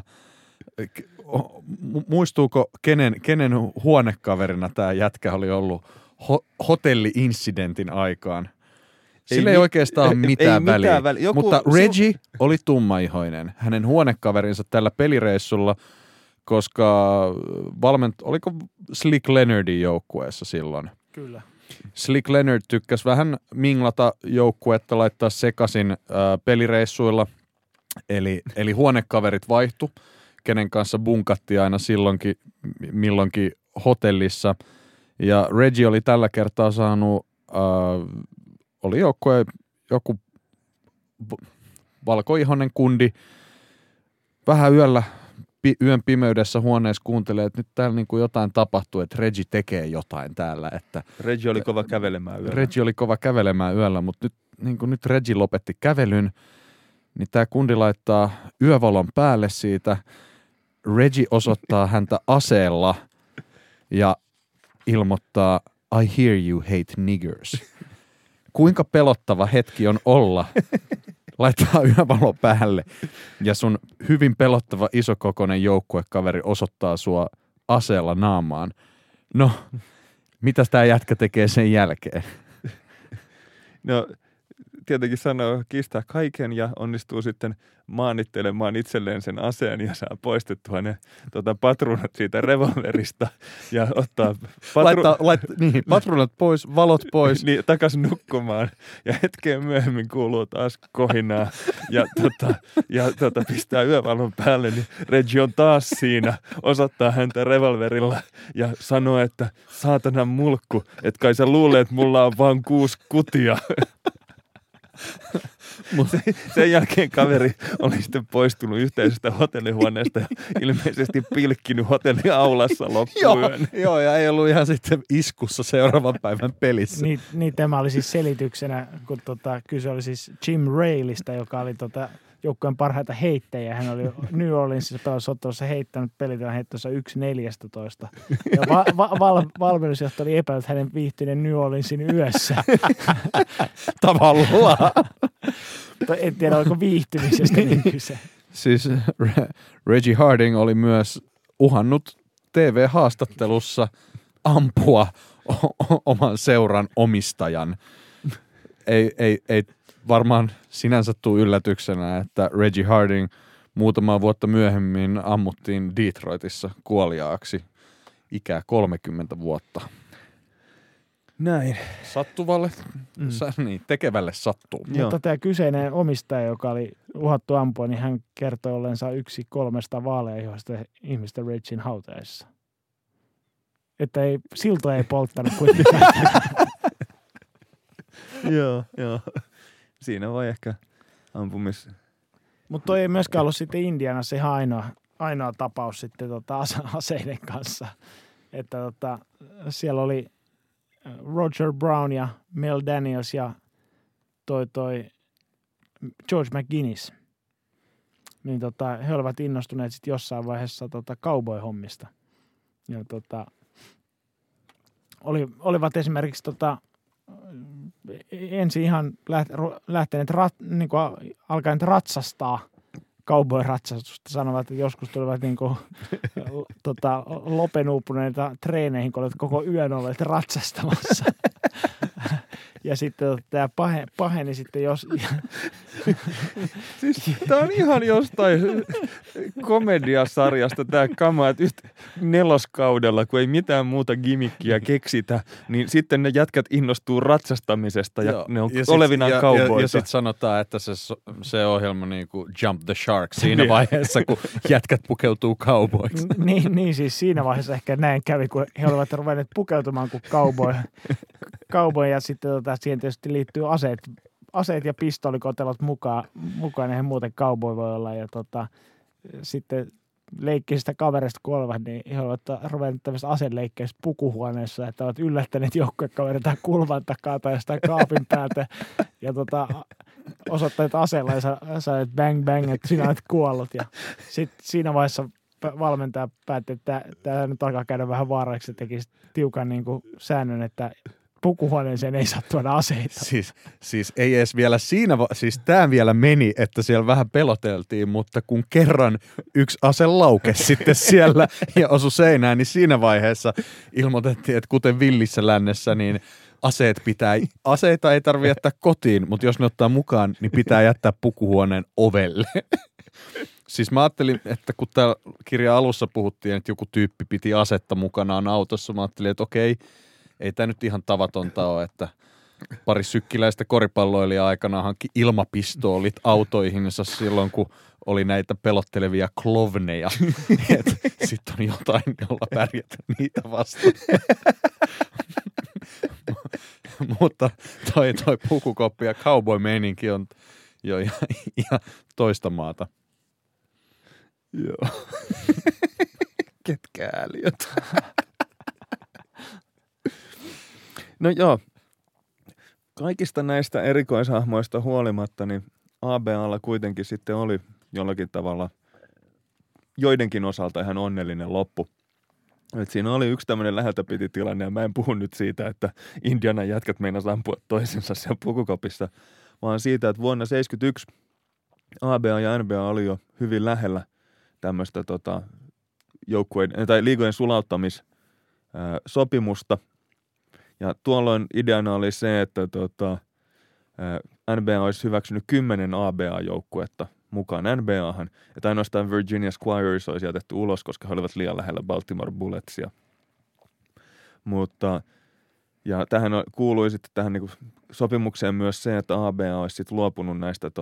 muistuuko kenen huonekaverina tämä jätkä oli ollut hotelli-incidentin aikaan? Sillä ei oikeastaan ole mitään väliä. Mutta Reggie oli tummaihoinen. Hänen huonekaverinsa tällä pelireissulla, koska oliko Slick Leonardin joukkueessa silloin? Kyllä. Slick Leonard tykkäsi vähän minglata joukkuetta, laittaa sekaisin pelireissuilla. Eli huonekaverit vaihtui, kenen kanssa bunkattiin aina silloinkin milloinkin hotellissa. Ja Reggie oli tällä kertaa saanut, oli joku valkoihoinen kundi, vähän yön pimeydessä huoneessa kuuntelee, että nyt täällä niin kuin jotain tapahtuu, että Reggie tekee jotain täällä. Että Reggie oli kova kävelemään yöllä. Mutta nyt Reggie lopetti kävelyn, niin tämä kundi laittaa yövalon päälle siitä. Reggie osoittaa häntä aseella ja ilmoittaa, I hear you hate niggers. Kuinka pelottava hetki on olla, laittaa yövalo päälle ja sun hyvin pelottava isokokoinen joukkuekaveri osoittaa sua aseella naamaan. No, mitä tämä jätkä tekee sen jälkeen? No, tietenkin sanoo kiistää kaiken ja onnistuu sitten maanittelemaan itselleen sen aseen ja saa poistettua ne patruunat siitä revolverista ja ottaa patruunat pois, valot pois. Niin, takaisin nukkumaan ja hetken myöhemmin kuuluu taas kohinaa ja pistää yövalon päälle, niin Reggie on taas siinä, osoittaa häntä revolverilla ja sanoo, että saatanan mulkku, että kai sä luulet, että mulla on vaan 6 kutia. Sen jälkeen kaveri oli sitten poistunut yhteisestä hotellihuoneesta ja ilmeisesti pilkkinyt hotelliaulassa loppuyön. Joo, ja ei ollut ihan sitten iskussa seuraavan päivän pelissä. Niin tämä oli siis selityksenä, kun kyse oli siis Jim Rayleista, joka oli joukkueen parhaita heittäjiä. Hän oli New Orleansissa pelasottelussa heittänyt pelitään heittossa 1-14. Ja valmennusjohto oli epäillyt hänen viihtyneen New Orleansin yössä. Tavallaan. En tiedä, oliko viihtymisestä niin kyse. Siis Reggie Harding oli myös uhannut TV-haastattelussa ampua oman seuran omistajan. Ei varmaan sinänsä tule yllätyksenä, että Reggie Harding muutamaa vuotta myöhemmin ammuttiin Detroitissa kuoliaaksi. Ikää 30 vuotta. Näin. Sattuvalle, niin, tekevälle sattuu. Mutta tämä kyseinen omistaja, joka oli uhattu ampua, niin hän kertoi ollensa 1/3 vaaleaihoista ihmistä Reggien hautajaisissa. Että siltoja ei polttanut kuitenkaan. Joo. Siinä voi ehkä ampumis. Mutta toi ei myöskään ollut sitten Indianassa ihan ainoa tapaus sitten aseiden kanssa. Että siellä oli Roger Brown ja Mel Daniels ja toi George McGuinness. Niin he olivat innostuneet sitten jossain vaiheessa cowboy-hommista. Ja olivat esimerkiksi ensin ihan lähteneet niinku alkaneet ratsastaa cowboy-ratsastusta. Sanovat, että joskus tulivat niinku, lopenuupuneita treeneihin, kun olivat koko yön olleet ratsastamassa. Ja sitten tämä paheni sitten Siis tää on ihan jostain komediasarjasta tää kama, että neloskaudella, kun ei mitään muuta gimmickiä keksitä, niin sitten ne jätkät innostuu ratsastamisesta ja ne on olevinaan cowboyta. Ja sitten sanotaan, että se ohjelma niinku Jump the Shark siinä vaiheessa, kun jätkät pukeutuu cowboyksi. Niin siis siinä vaiheessa ehkä näin kävi, kun he olivat ruvenneet pukeutumaan kuin cowboy ja sitten siihen tietysti liittyy aseet ja pistolikotelot mukaan, eihän muuten cowboy voi olla. Ja sitten leikkisistä kavereista kun olivat, niin he olivat ruvenneet tämmöistä aseleikkeistä pukuhuoneessa, että ovat yllättäneet joukkuekavereita kulman takaa tai jostain kaapin päältä ja osoittaneet aseella ja sanoit bang bang, että sinä olet kuollut. Ja sitten siinä vaiheessa valmentaja päätti, että tämä nyt alkaa käydä vähän vaaralliseksi ja tekisi tiukan niin kuin säännön, että pukuhuoneeseen ei saa tuoda aseita. Siis ei edes vielä siinä, siis tämä vielä meni, että siellä vähän peloteltiin, mutta kun kerran yksi ase laukesi sitten siellä ja osui seinään, niin siinä vaiheessa ilmoitettiin, että kuten villissä lännessä, niin aseita ei tarvitse jättää kotiin, mutta jos ne ottaa mukaan, niin pitää jättää pukuhuoneen ovelle. Siis mä ajattelin, että kun täällä kirjan alussa puhuttiin, että joku tyyppi piti asetta mukanaan autossa, mä ajattelin, että okei, ei tämä nyt ihan tavatonta ole, että pari sykkiläistä koripalloilijaa aikanaan hankki ilmapistoolit autoihinsa silloin, kun oli näitä pelottelevia klovneja. Sitten on jotain, jolla pärjätä niitä vastaan. Mutta toi pukukoppi ja cowboy-meininki on jo ihan toista maata. Joo. Ketkä ääliöt. No joo, kaikista näistä erikoishahmoista huolimatta, niin ABAlla kuitenkin sitten oli jollakin tavalla joidenkin osalta ihan onnellinen loppu. Et siinä oli yksi tämmöinen läheltä piti tilanne, ja mä en puhu nyt siitä, että Indianan jätkät meinas ampua toisensa siellä pukukopissa, vaan siitä, että vuonna 1971 ABA ja NBA oli jo hyvin lähellä tämmöistä joukkueiden tai liigojen sulauttamissopimusta. Ja tuolloin ideana oli se, että NBA olisi hyväksynyt 10 ABA-joukkuetta mukaan NBAhan, että ainoastaan Virginia Squires olisi jätetty ulos, koska he olivat liian lähellä Baltimore Bulletsia. Mutta, ja tähän kuului sitten tähän niin kuin sopimukseen myös se, että ABA olisi sitten luopunut näistä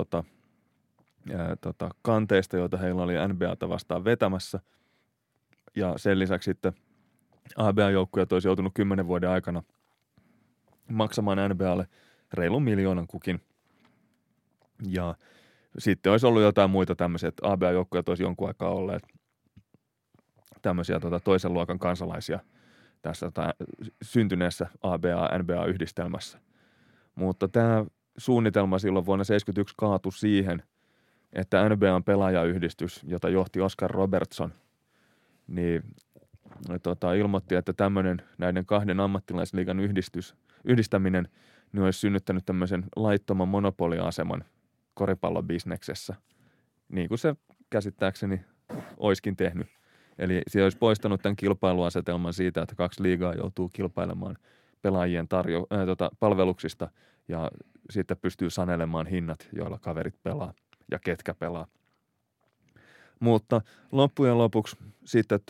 kanteista, joita heillä oli NBAta vastaan vetämässä. Ja sen lisäksi sitten ABA-joukkueet olisi joutunut 10 vuoden aikana maksamaan NBAlle reilun 1 miljoonan kukin. Ja sitten olisi ollut jotain muita tämmöisiä, että ABA-joukkueet olisi jonkun aikaa olleet tämmöisiä toisen luokan kansalaisia tässä syntyneessä ABA-NBA-yhdistelmässä. Mutta tämä suunnitelma silloin vuonna 1971 kaatui siihen, että NBAn pelaajayhdistys, jota johti Oscar Robertson, niin ilmoitti, että tämmöinen näiden kahden ammattilaisliigan yhdistäminen niin olisi synnyttänyt tämmöisen laittoman monopoliaseman koripallobisneksessä, niin kuin se käsittääkseni olisikin tehnyt. Eli se olisi poistanut tämän kilpailuasetelman siitä, että 2 liigaa joutuu kilpailemaan pelaajien palveluksista ja sitten pystyy sanelemaan hinnat, joilla kaverit pelaa ja ketkä pelaa. Mutta loppujen lopuksi sitten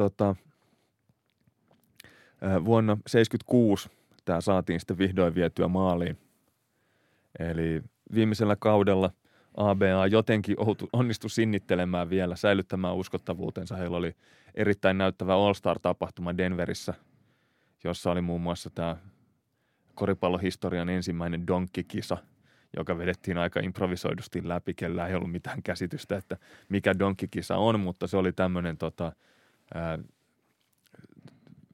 vuonna 1976 tämä saatiin sitten vihdoin vietyä maaliin. Eli viimeisellä kaudella ABA jotenkin onnistui sinnittelemään vielä, säilyttämään uskottavuutensa. Heillä oli erittäin näyttävä All-Star-tapahtuma Denverissä, jossa oli muun muassa tämä koripallohistorian ensimmäinen donkkikisa, joka vedettiin aika improvisoidusti läpi, kellä ei ollut mitään käsitystä, että mikä donkkikisa on, mutta se oli tämmöinen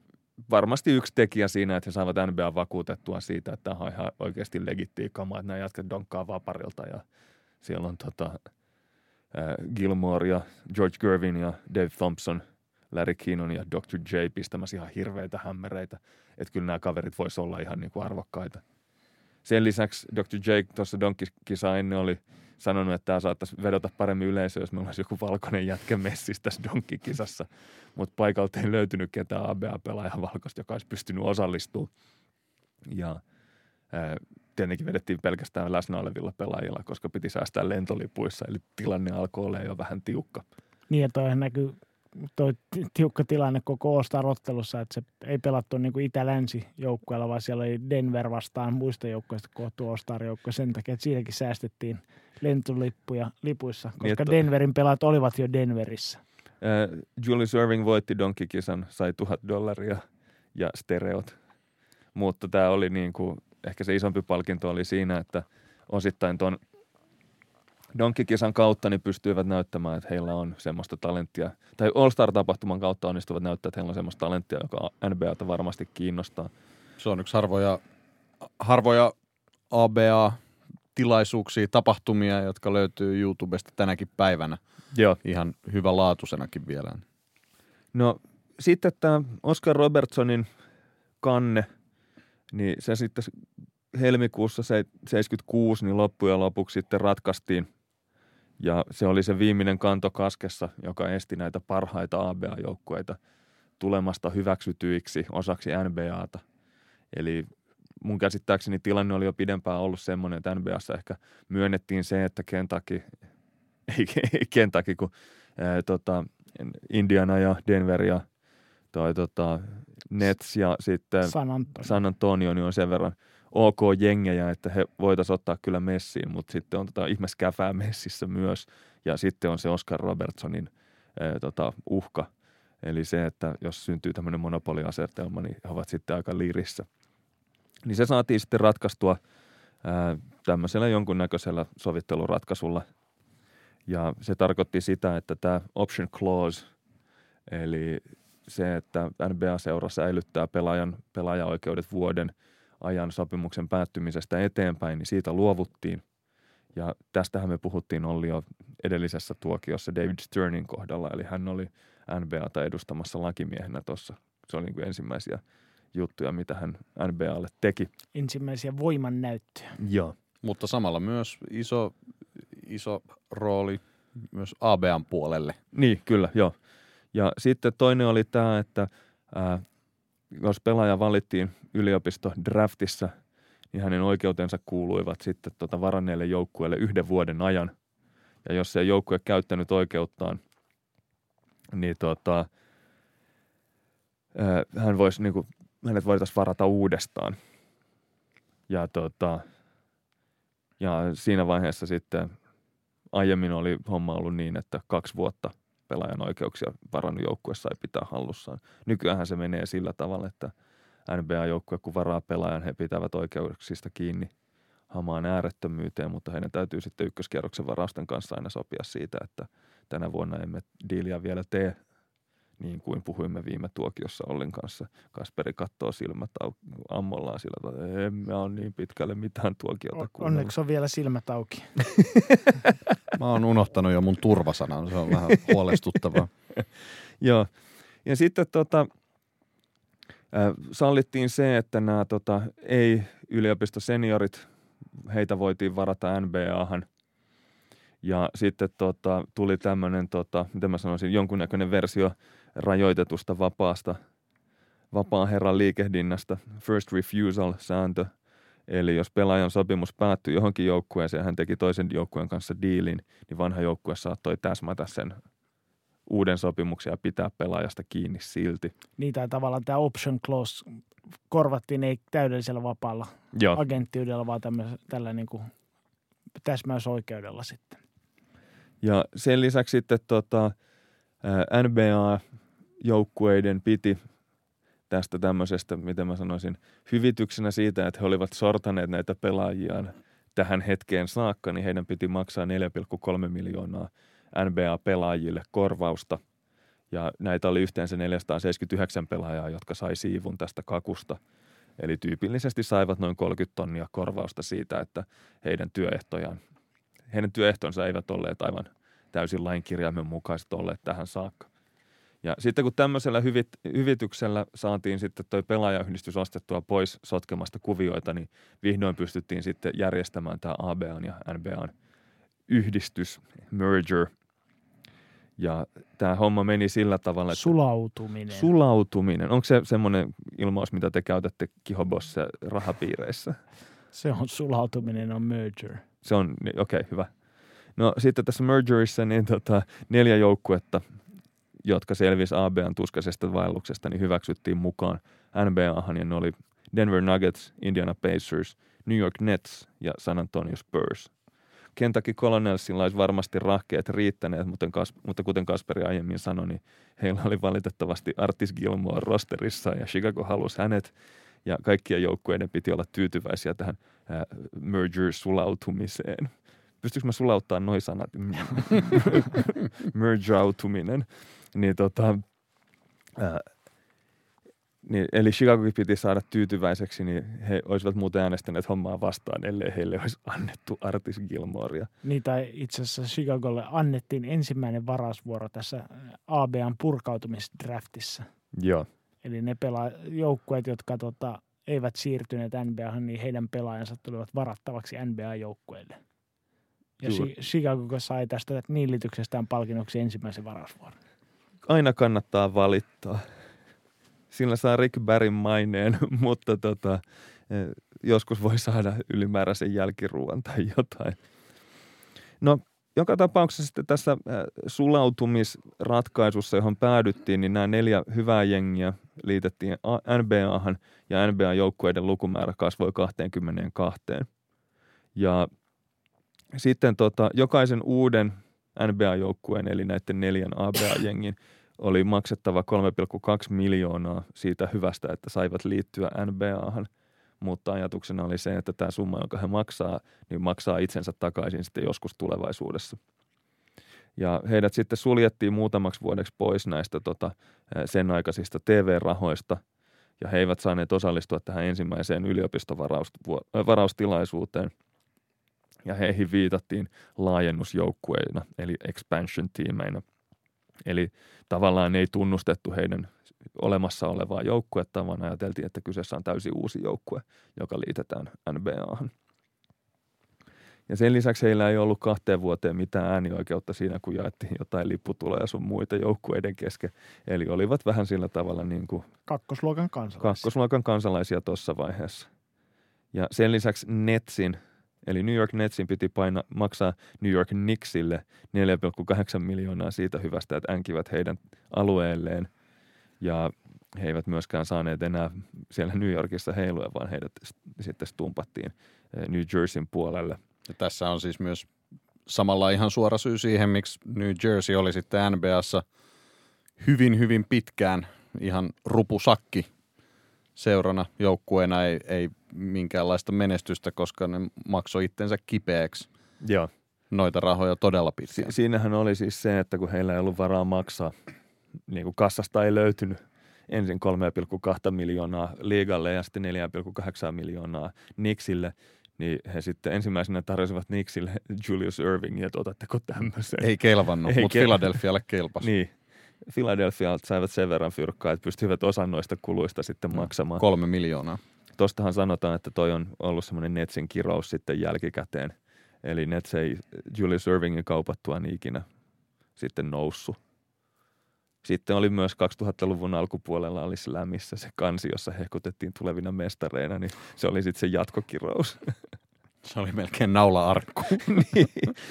varmasti yksi tekijä siinä, että he saavat NBA vakuutettua siitä, että tämä on ihan oikeasti legittiä kamaa, että nämä jätkät donkkaa vaparilta ja siellä on Gilmore ja George Gervin ja Dave Thompson, Larry Keenan ja Dr. J pistämässä ihan hirveitä hämmereitä, että kyllä nämä kaverit vois olla ihan niin kuin arvokkaita. Sen lisäksi Dr. J tuossa donkkikisaa ennen oli sanonut, että tämä saattaisi vedota paremmin yleisöä, jos meillä olisi joku valkoinen jätkä messissä tässä donkkikisassa. Mutta paikalta ei löytynyt ketään ABA-pelaajan valkoista, joka olisi pystynyt osallistumaan. Ja tietenkin vedettiin pelkästään läsnä olevilla pelaajilla, koska piti säästää lentolipuissa. Eli tilanne alkoi olla jo vähän tiukka. Niin ja toihan näkyy toi tiukka tilanne koko All-Star-ottelussa, että se ei pelattu niin kuin itä-länsi-joukkueella, vaan siellä oli Denver vastaan muista joukkueista koottu All-Star-joukkue sen takia, että siinäkin säästettiin lentolippuja lipuissa, koska niin, Denverin pelaat olivat jo Denverissä. Julius Erving voitti donkkikisan, sai $1,000 ja stereot, mutta tämä oli niin kuin, ehkä se isompi palkinto oli siinä, että osittain tuon donkkikisan kautta niin pystyivät näyttämään, että heillä on semmoista talenttia, tai All-Star-tapahtuman kautta onnistuvat näyttää, että heillä on semmoista talenttia, joka NBA:ta varmasti kiinnostaa. Se on yksi harvoja ABA-tilaisuuksia, tapahtumia, jotka löytyy YouTubesta tänäkin päivänä. Joo. Ihan hyvälaatuisenakin vielä. No sitten tämä Oscar Robertsonin kanne, niin se sitten helmikuussa 76 niin loppujen lopuksi sitten ratkaistiin. Ja se oli se viimeinen kanto kaskessa, joka esti näitä parhaita ABA-joukkueita tulemasta hyväksytyiksi osaksi NBA:ta. Eli mun käsittääkseni tilanne oli jo pidempään ollut semmoinen, että NBA:ssa ehkä myönnettiin se, että Kentucky, kun Indiana ja Denver ja Nets ja sitten San Antonio niin on sen verran OK-jengejä, että he voitaisiin ottaa kyllä messiin, mutta sitten on ihmeskäfää messissä myös, ja sitten on se Oscar Robertsonin uhka. Eli se, että jos syntyy tämmöinen monopoliasetelma, niin he ovat sitten aika liirissä. Niin se saatiin sitten ratkaistua tämmöisellä jonkunnäköisellä sovitteluratkaisulla, ja se tarkoitti sitä, että tämä option clause, eli se, että NBA-seura säilyttää pelaajaoikeudet vuoden ajan sopimuksen päättymisestä eteenpäin, niin siitä luovuttiin. Ja tästähän me puhuttiin Olli jo edellisessä tuokiossa David Sternin kohdalla, eli hän oli NBA:ta edustamassa lakimiehenä tuossa. Se oli niin kuin ensimmäisiä juttuja, mitä hän NBA:lle teki. Ensimmäisiä voimannäyttöjä. Joo. Mutta samalla myös iso rooli myös ABA:n puolelle. Niin, kyllä, joo. Ja sitten toinen oli tämä, että jos pelaaja valittiin yliopistodraftissa, niin hänen oikeutensa kuuluivat sitten varanneelle joukkueelle 1 vuoden ajan. Ja jos se joukkue käyttänyt oikeuttaan, niin hänet voitaisiin varata uudestaan. Ja siinä vaiheessa sitten aiemmin oli homma ollut niin, että 2 vuotta pelaajan oikeuksia varannut joukkue sai pitää hallussaan. Nykyäänhän se menee sillä tavalla, että NBA-joukkue kun varaa pelaajan, he pitävät oikeuksista kiinni hamaan äärettömyyteen, mutta heidän täytyy sitten ykköskierroksen varausten kanssa aina sopia siitä, että tänä vuonna emme diiliä vielä tee, niin kuin puhuimme viime tuokiossa Ollin kanssa. Kasperi katsoo silmät ammollaan sillä, että emme ole niin pitkälle mitään tuokiota kuunnella. Onneksi on vielä silmät auki. Mä oon unohtanut jo mun turvasanan, se on vähän huolestuttavaa. Joo, ja sitten sallittiin se, että nämä ei-yliopistoseniorit, heitä voitiin varata NBA:han. Ja sitten tuli tämmöinen, miten mä sanoisin, jonkunnäköinen versio rajoitetusta vapaan herran liikehdinnästä, first refusal-sääntö. Eli jos pelaajan sopimus päättyi johonkin joukkueeseen ja hän teki toisen joukkueen kanssa diilin, niin vanha joukkue saattoi täsmätä sen uuden sopimuksen ja pitää pelaajasta kiinni silti. Niin tai tavallaan tämä option clause korvattiin ei täydellisellä vapaalla agenttiudella, vaan tällä niin kuin täsmäysoikeudella sitten. Ja sen lisäksi sitten NBA-joukkueiden piti tästä tämmöisestä, miten mä sanoisin, hyvityksenä siitä, että he olivat sortaneet näitä pelaajiaan tähän hetkeen saakka, niin heidän piti maksaa $4,3 miljoonaa NBA-pelaajille korvausta. Ja näitä oli yhteensä 479 pelaajaa, jotka sai siivun tästä kakusta. Eli tyypillisesti saivat noin 30 tonnia korvausta siitä, että heidän työehtonsa eivät olleet aivan täysin lainkirjaimen mukaiset olleet tähän saakka. Ja sitten kun tämmöisellä hyvityksellä saatiin sitten toi pelaajayhdistys ostettua pois sotkemasta kuvioita, niin vihdoin pystyttiin sitten järjestämään tämä ABAn ja NBAn yhdistys, merger. Ja tämä homma meni sillä tavalla, että Sulautuminen. Onko se semmoinen ilmaus, mitä te käytätte Kihobossa rahapiireissä? Se on sulautuminen, on merger. Se on, okei, hyvä. No sitten tässä mergerissa niin 4 joukkuetta, jotka selvisi ABAn tuskaisesta vaelluksesta, niin hyväksyttiin mukaan NBAhan, ja ne oli Denver Nuggets, Indiana Pacers, New York Nets ja San Antonio Spurs. Kentucky Colonelsilla olisi varmasti rahkeet riittäneet, mutta kuten Kasperi aiemmin sanoi, niin heillä oli valitettavasti Artis Gilmore rosterissa ja Chicago halusi hänet. Ja kaikkien joukkueiden piti olla tyytyväisiä tähän merger-sulautumiseen. Pystyykö mä sulauttaa noi sanat? Mergeautuminen. Niin, eli Chicagokin piti saada tyytyväiseksi, niin he olisivat muuten äänestäneet hommaa vastaan, ellei heille olisi annettu Artis Gilmorea. Niin, tai itse asiassa Chicagolle annettiin ensimmäinen varausvuoro tässä ABAn purkautumisdraftissa. Joo. Eli ne joukkueet, jotka eivät siirtyneet NBAhan, niin heidän pelaajansa tulivat varattavaksi NBA-joukkueille. Ja Chicago sai tästä niillityksestään palkinnoksi ensimmäisen varausvuoron. Aina kannattaa valittaa. Sillä saa Rick Barryn maineen, mutta joskus voi saada ylimääräisen jälkiruuan tai jotain. No, joka tapauksessa sitten tässä sulautumisratkaisussa, johon päädyttiin, niin nämä 4 hyvää jengiä liitettiin NBAhan ja NBA-joukkueiden lukumäärä kasvoi 22. Ja sitten jokaisen uuden NBA-joukkueen, eli näiden 4 ABA-jengin, oli maksettava 3,2 miljoonaa siitä hyvästä, että saivat liittyä NBAhan, mutta ajatuksena oli se, että tämä summa, jonka he maksaa, niin maksaa itsensä takaisin sitten joskus tulevaisuudessa. Ja heidät sitten suljettiin muutamaksi vuodeksi pois näistä sen aikaisista TV-rahoista, ja he eivät saaneet osallistua tähän ensimmäiseen yliopistovaraus-tilaisuuteen, ja heihin viitattiin laajennusjoukkueina, eli expansion-tiimeinä. Eli tavallaan ei tunnustettu heidän olemassa olevaa joukkuetta, vaan ajateltiin, että kyseessä on täysin uusi joukkue, joka liitetään NBAhan. Ja sen lisäksi heillä ei ollut 2 vuoteen mitään äänioikeutta siinä, kun jaettiin jotain lipputuloja sun muita joukkueiden kesken. Eli olivat vähän sillä tavalla niin kuin kakkosluokan kansalaisia tuossa vaiheessa. Ja sen lisäksi Netsin, eli New York Netsin piti maksaa New York Knicksille 4,8 miljoonaa siitä hyvästä, että änkivät heidän alueelleen. Ja he eivät myöskään saaneet enää siellä New Yorkissa heilua, vaan heidät sitten stumpattiin New Jerseyn puolelle. Ja tässä on siis myös samalla ihan suora syy siihen, miksi New Jersey oli sitten NBAssa hyvin pitkään ihan rupusakki seurana. Joukkueena ei minkäänlaista menestystä, koska ne maksoi itsensä kipeäksi. Joo. Noita rahoja todella pitkään. Siinähän oli siis se, että kun heillä ei ollut varaa maksaa, niin kuin kassasta ei löytynyt ensin 3,2 miljoonaa liigalle ja sitten 4,8 miljoonaa Knicksille, niin he sitten ensimmäisenä tarjosivat Knicksille Julius Irvingia, että otatteko tämmöisen. Ei kelvannut, mutta Philadelphialle kelpasi. Niin. Philadelphialta saivat sen verran fyrkkaa, että pystyivät osan noista kuluista sitten maksamaan. 3 miljoonaa. Tostahan sanotaan, että toi on ollut semmoinen Netsin kirous sitten jälkikäteen. Eli Nets ei Julius Irvingin kaupattuaan ikinä sitten noussut. Sitten oli myös 2000-luvun alkupuolella oli Slamissa se kansi, jossa hehkutettiin tulevina mestareina, niin se oli sitten se jatkokirous. Se oli melkein naula-arkku. Niin.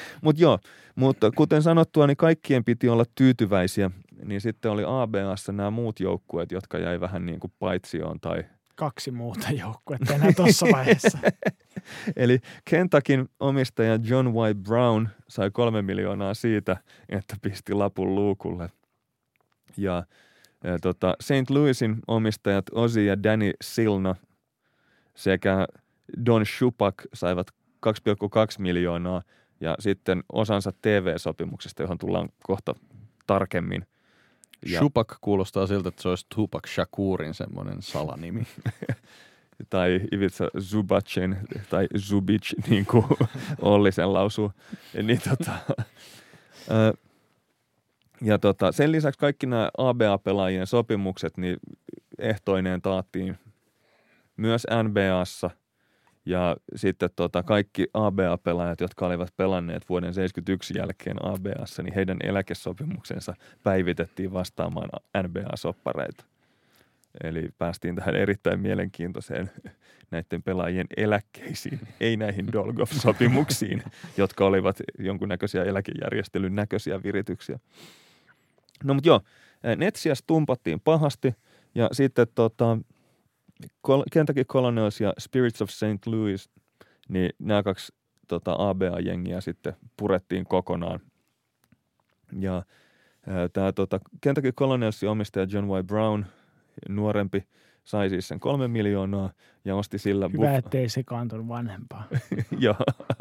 Mutta kuten sanottua, niin kaikkien piti olla tyytyväisiä. Niin sitten oli ABAssa nämä muut joukkueet, jotka jäi vähän niin kuin paitsioon tai 2 muuta joukkuetta enää tuossa vaiheessa. Eli Kentuckyn omistaja John Y. Brown sai 3 miljoonaa siitä, että pisti lapun luukulle. Ja St. Louisin omistajat Ozzy ja Danny Silna sekä Don Shupak saivat 2,2 miljoonaa ja sitten osansa TV-sopimuksesta, johon tullaan kohta tarkemmin. Shupak kuulostaa siltä, että se olisi Tupac Shakurin semmoinen salanimi. Tai Ivica Zubacin tai Zubic, niin kuin Olli sen lausuu. Niin, sen lisäksi kaikki nämä ABA-pelaajien sopimukset niin ehtoineen taattiin myös NBA:ssa. Ja sitten kaikki ABA-pelaajat, jotka olivat pelanneet vuoden 1971 jälkeen ABA:ssa, niin heidän eläkesopimuksensa päivitettiin vastaamaan NBA-soppareita. Eli päästiin tähän erittäin mielenkiintoiseen näiden pelaajien eläkkeisiin, ei näihin Dolgov-sopimuksiin, jotka olivat jonkunnäköisiä eläkejärjestelyn näköisiä virityksiä. No mutta joo, Netsiä stumpattiin pahasti ja sitten Kentucky Colonels ja Spirits of St. Louis, niin nämä kaksi ABA-jengiä sitten purettiin kokonaan. Ja tämä Kentucky Colonelsin omistaja John Y. Brown, nuorempi, sai siis sen 3 miljoonaa ja osti sillä... Hyvä, ettei sekaantunut vanhempaa. Joo.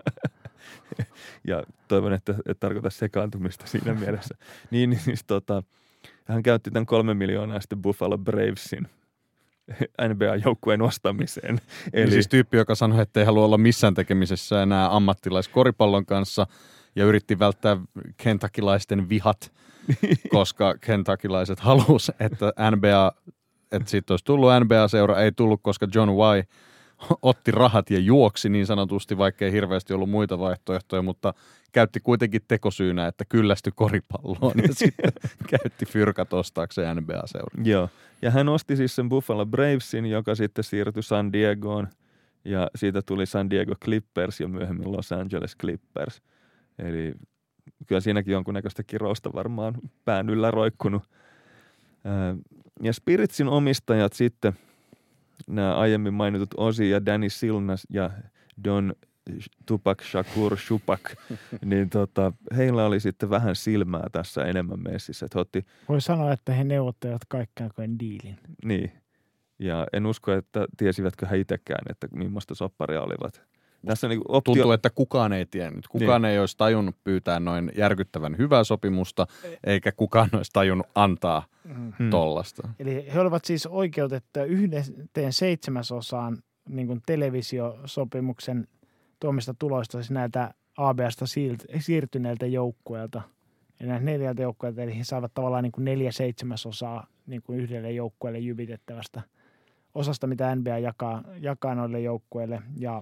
Ja toivon, että et tarkoita sekaantumista siinä mielessä. Hän käytti tämän 3 miljoonaa sitten Buffalo Bravesin NBA-joukkueen ostamiseen. Eli siis tyyppi, joka sanoi, että ei halua olla missään tekemisessä enää ammattilaiskoripallon kanssa ja yritti välttää kentuckylaisten vihat, koska kentuckylaiset halusi, että siitä olisi tullut NBA-seura, ei tullut, koska John Y. otti rahat ja juoksi niin sanotusti, vaikka ei hirveästi ollut muita vaihtoehtoja, mutta käytti kuitenkin tekosyynä, että kyllästyi koripalloon ja sitten käytti fyrkat ostaakseen NBA-seura. Joo, ja hän osti siis sen Buffalo Bravesin, joka sitten siirtyi San Diegoon ja siitä tuli San Diego Clippers ja myöhemmin Los Angeles Clippers. Eli kyllä siinäkin jonkunnäköistä kirousta varmaan pään yllä roikkunut. Ja Spiritsin omistajat sitten, nämä aiemmin mainitut Ozzy ja Danny Silnas ja Don Tupac Shakur Shupak, niin heillä oli sitten vähän silmää tässä enemmän messissä. Voi sanoa, että he neuvottelivat kaikkea kuin diilin. Niin, ja en usko, että tiesivätkö he itsekään, että millaista sopparia olivat. Tässä tuntuu, että kukaan ei tiennyt. Kukaan ei olisi tajunnut pyytää noin järkyttävän hyvää sopimusta, eikä kukaan olisi tajunnut antaa tollasta. Eli he olivat siis oikeutettuja 1/7 niin kuin televisiosopimuksen tuomista tuloista, siis näiltä ABAsta siirtyneiltä joukkueilta. Ja näitä 4 joukkueelta, eli he saivat tavallaan niin kuin 4/7 niin kuin yhdelle joukkueelle jyvitettävästä osasta, mitä NBA jakaa noille joukkueille. Ja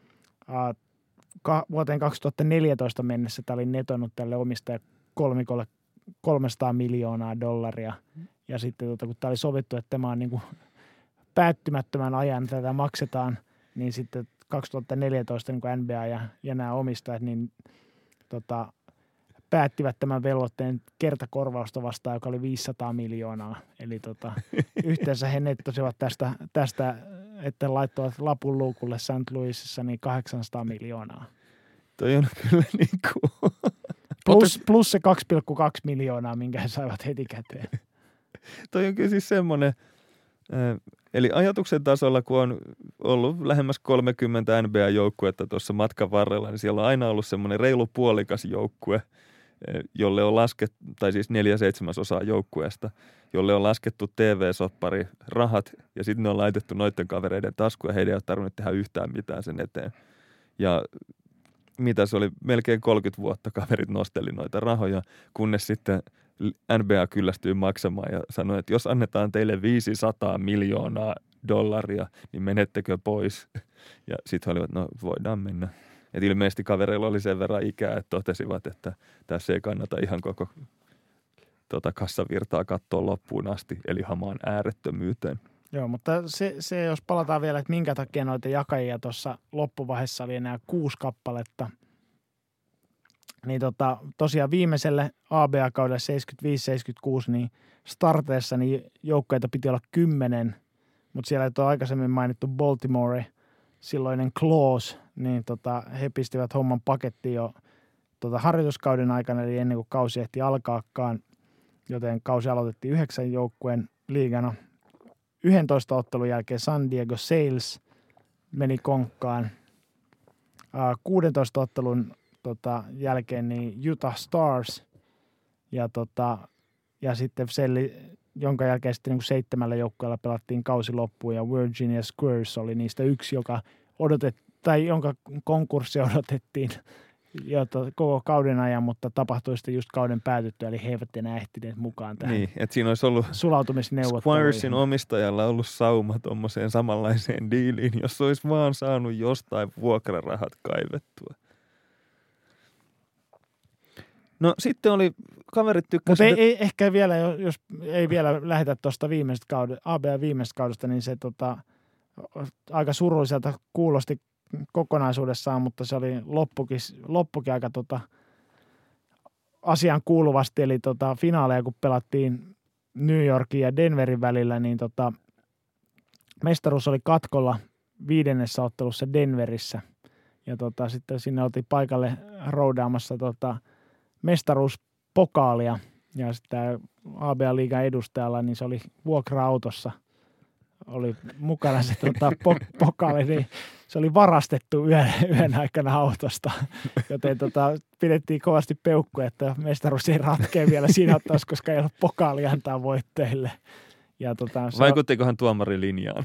vuoteen 2014 mennessä tämä oli netonnut tälle omistajakolmikolle $300 miljoonaa. Ja sitten kun tämä oli sovittu, että tämä on niin kuin päättymättömän ajan tätä maksetaan, niin sitten 2014 niin kuin NBA ja nämä omistajat niin päättivät tämän velvoitteen kertakorvausta vastaan, joka oli $500 miljoonaa. Eli yhteensä he nettosivat tästä, että laittoivat lapun luukulle St. Louisissa niin $800 miljoonaa. Toi on kyllä niin kuin... Plus se 2,2 miljoonaa, minkä he saivat heti käteen. Toi on kyllä siis semmoinen, eli ajatuksen tasolla, kun on ollut lähemmäs 30 NBA-joukkuetta tuossa matkan varrella, niin siellä on aina ollut semmoinen reilu puolikas joukkue, jolle on laskettu, tai siis 4/7 joukkueesta, jolle on laskettu TV-soppari rahat, ja sitten ne on laitettu noiden kavereiden taskuun, ja heidän ei ole tarvinnut tehdä yhtään mitään sen eteen. Ja mitä se oli, melkein 30 vuotta kaverit nosteli noita rahoja, kunnes sitten NBA kyllästyy maksamaan ja sanoi, että jos annetaan teille $500 miljoonaa, niin menettekö pois? Ja sitten he olivat, no voidaan mennä. Et ilmeisesti kavereilla oli sen verran ikää, että totesivat, että tässä ei kannata ihan koko kassavirtaa katsoa loppuun asti, eli hamaan äärettömyyteen. Joo, mutta se jos palataan vielä, että minkä takia noita jakajia tuossa loppuvaiheessa oli enää 6 kappaletta, niin tosiaan viimeiselle ABA-kaudelle 75-76, niin starteissa niin joukkueita piti olla 10, mutta siellä on aikaisemmin mainittu Baltimore, silloinen Claws, niin he pistivät homman pakettiin jo harjoituskauden aikana, eli ennen kuin kausi ehti alkaakaan, joten kausi aloitettiin 9 joukkueen liigana. 11 ottelun jälkeen San Diego Sales meni konkkaan. 16 ottelun jälkeen niin Utah Stars ja ja sitten jonka jälkeen sitten niin kuin 7 joukkueella pelattiin kausi loppuun ja Virginia Squires oli niistä yksi, jonka konkurssi odotettiin koko kauden ajan, mutta tapahtui sitten just kauden päätyttyä, eli he eivät enää ehtineet mukaan tähän Niin, että siinä olisi ollut sulautumisneuvotteluihin. Squiresin omistajalla ollut sauma tuommoiseen samanlaiseen diiliin, jos olisi vaan saanut jostain vuokrarahat kaivettua. No sitten oli, kaverit tykkäsivät. Mutta ei ehkä vielä, jos ei vielä lähdetä tuosta viimeisestä kaudesta, niin se aika surulliselta kuulosti kokonaisuudessaan, mutta se oli loppukin aika asian kuuluvasti, eli finaaleja kun pelattiin New Yorkin ja Denverin välillä, niin mestaruus oli katkolla 5. ottelussa Denverissä, ja sitten sinne oltiin paikalle roudaamassa mestaruuspokaalia, ja sitten ABA-liigan edustajalla, niin se oli vuokra-autossa, oli mukana se pokaali, niin se oli varastettu yön aikana autosta, joten pidettiin kovasti peukkuja, että mestaruus ei ratkea vielä siinä otteessa, koska ei ole pokaali antaa voittajille. Ja vaikuttikohan tuomari linjaan?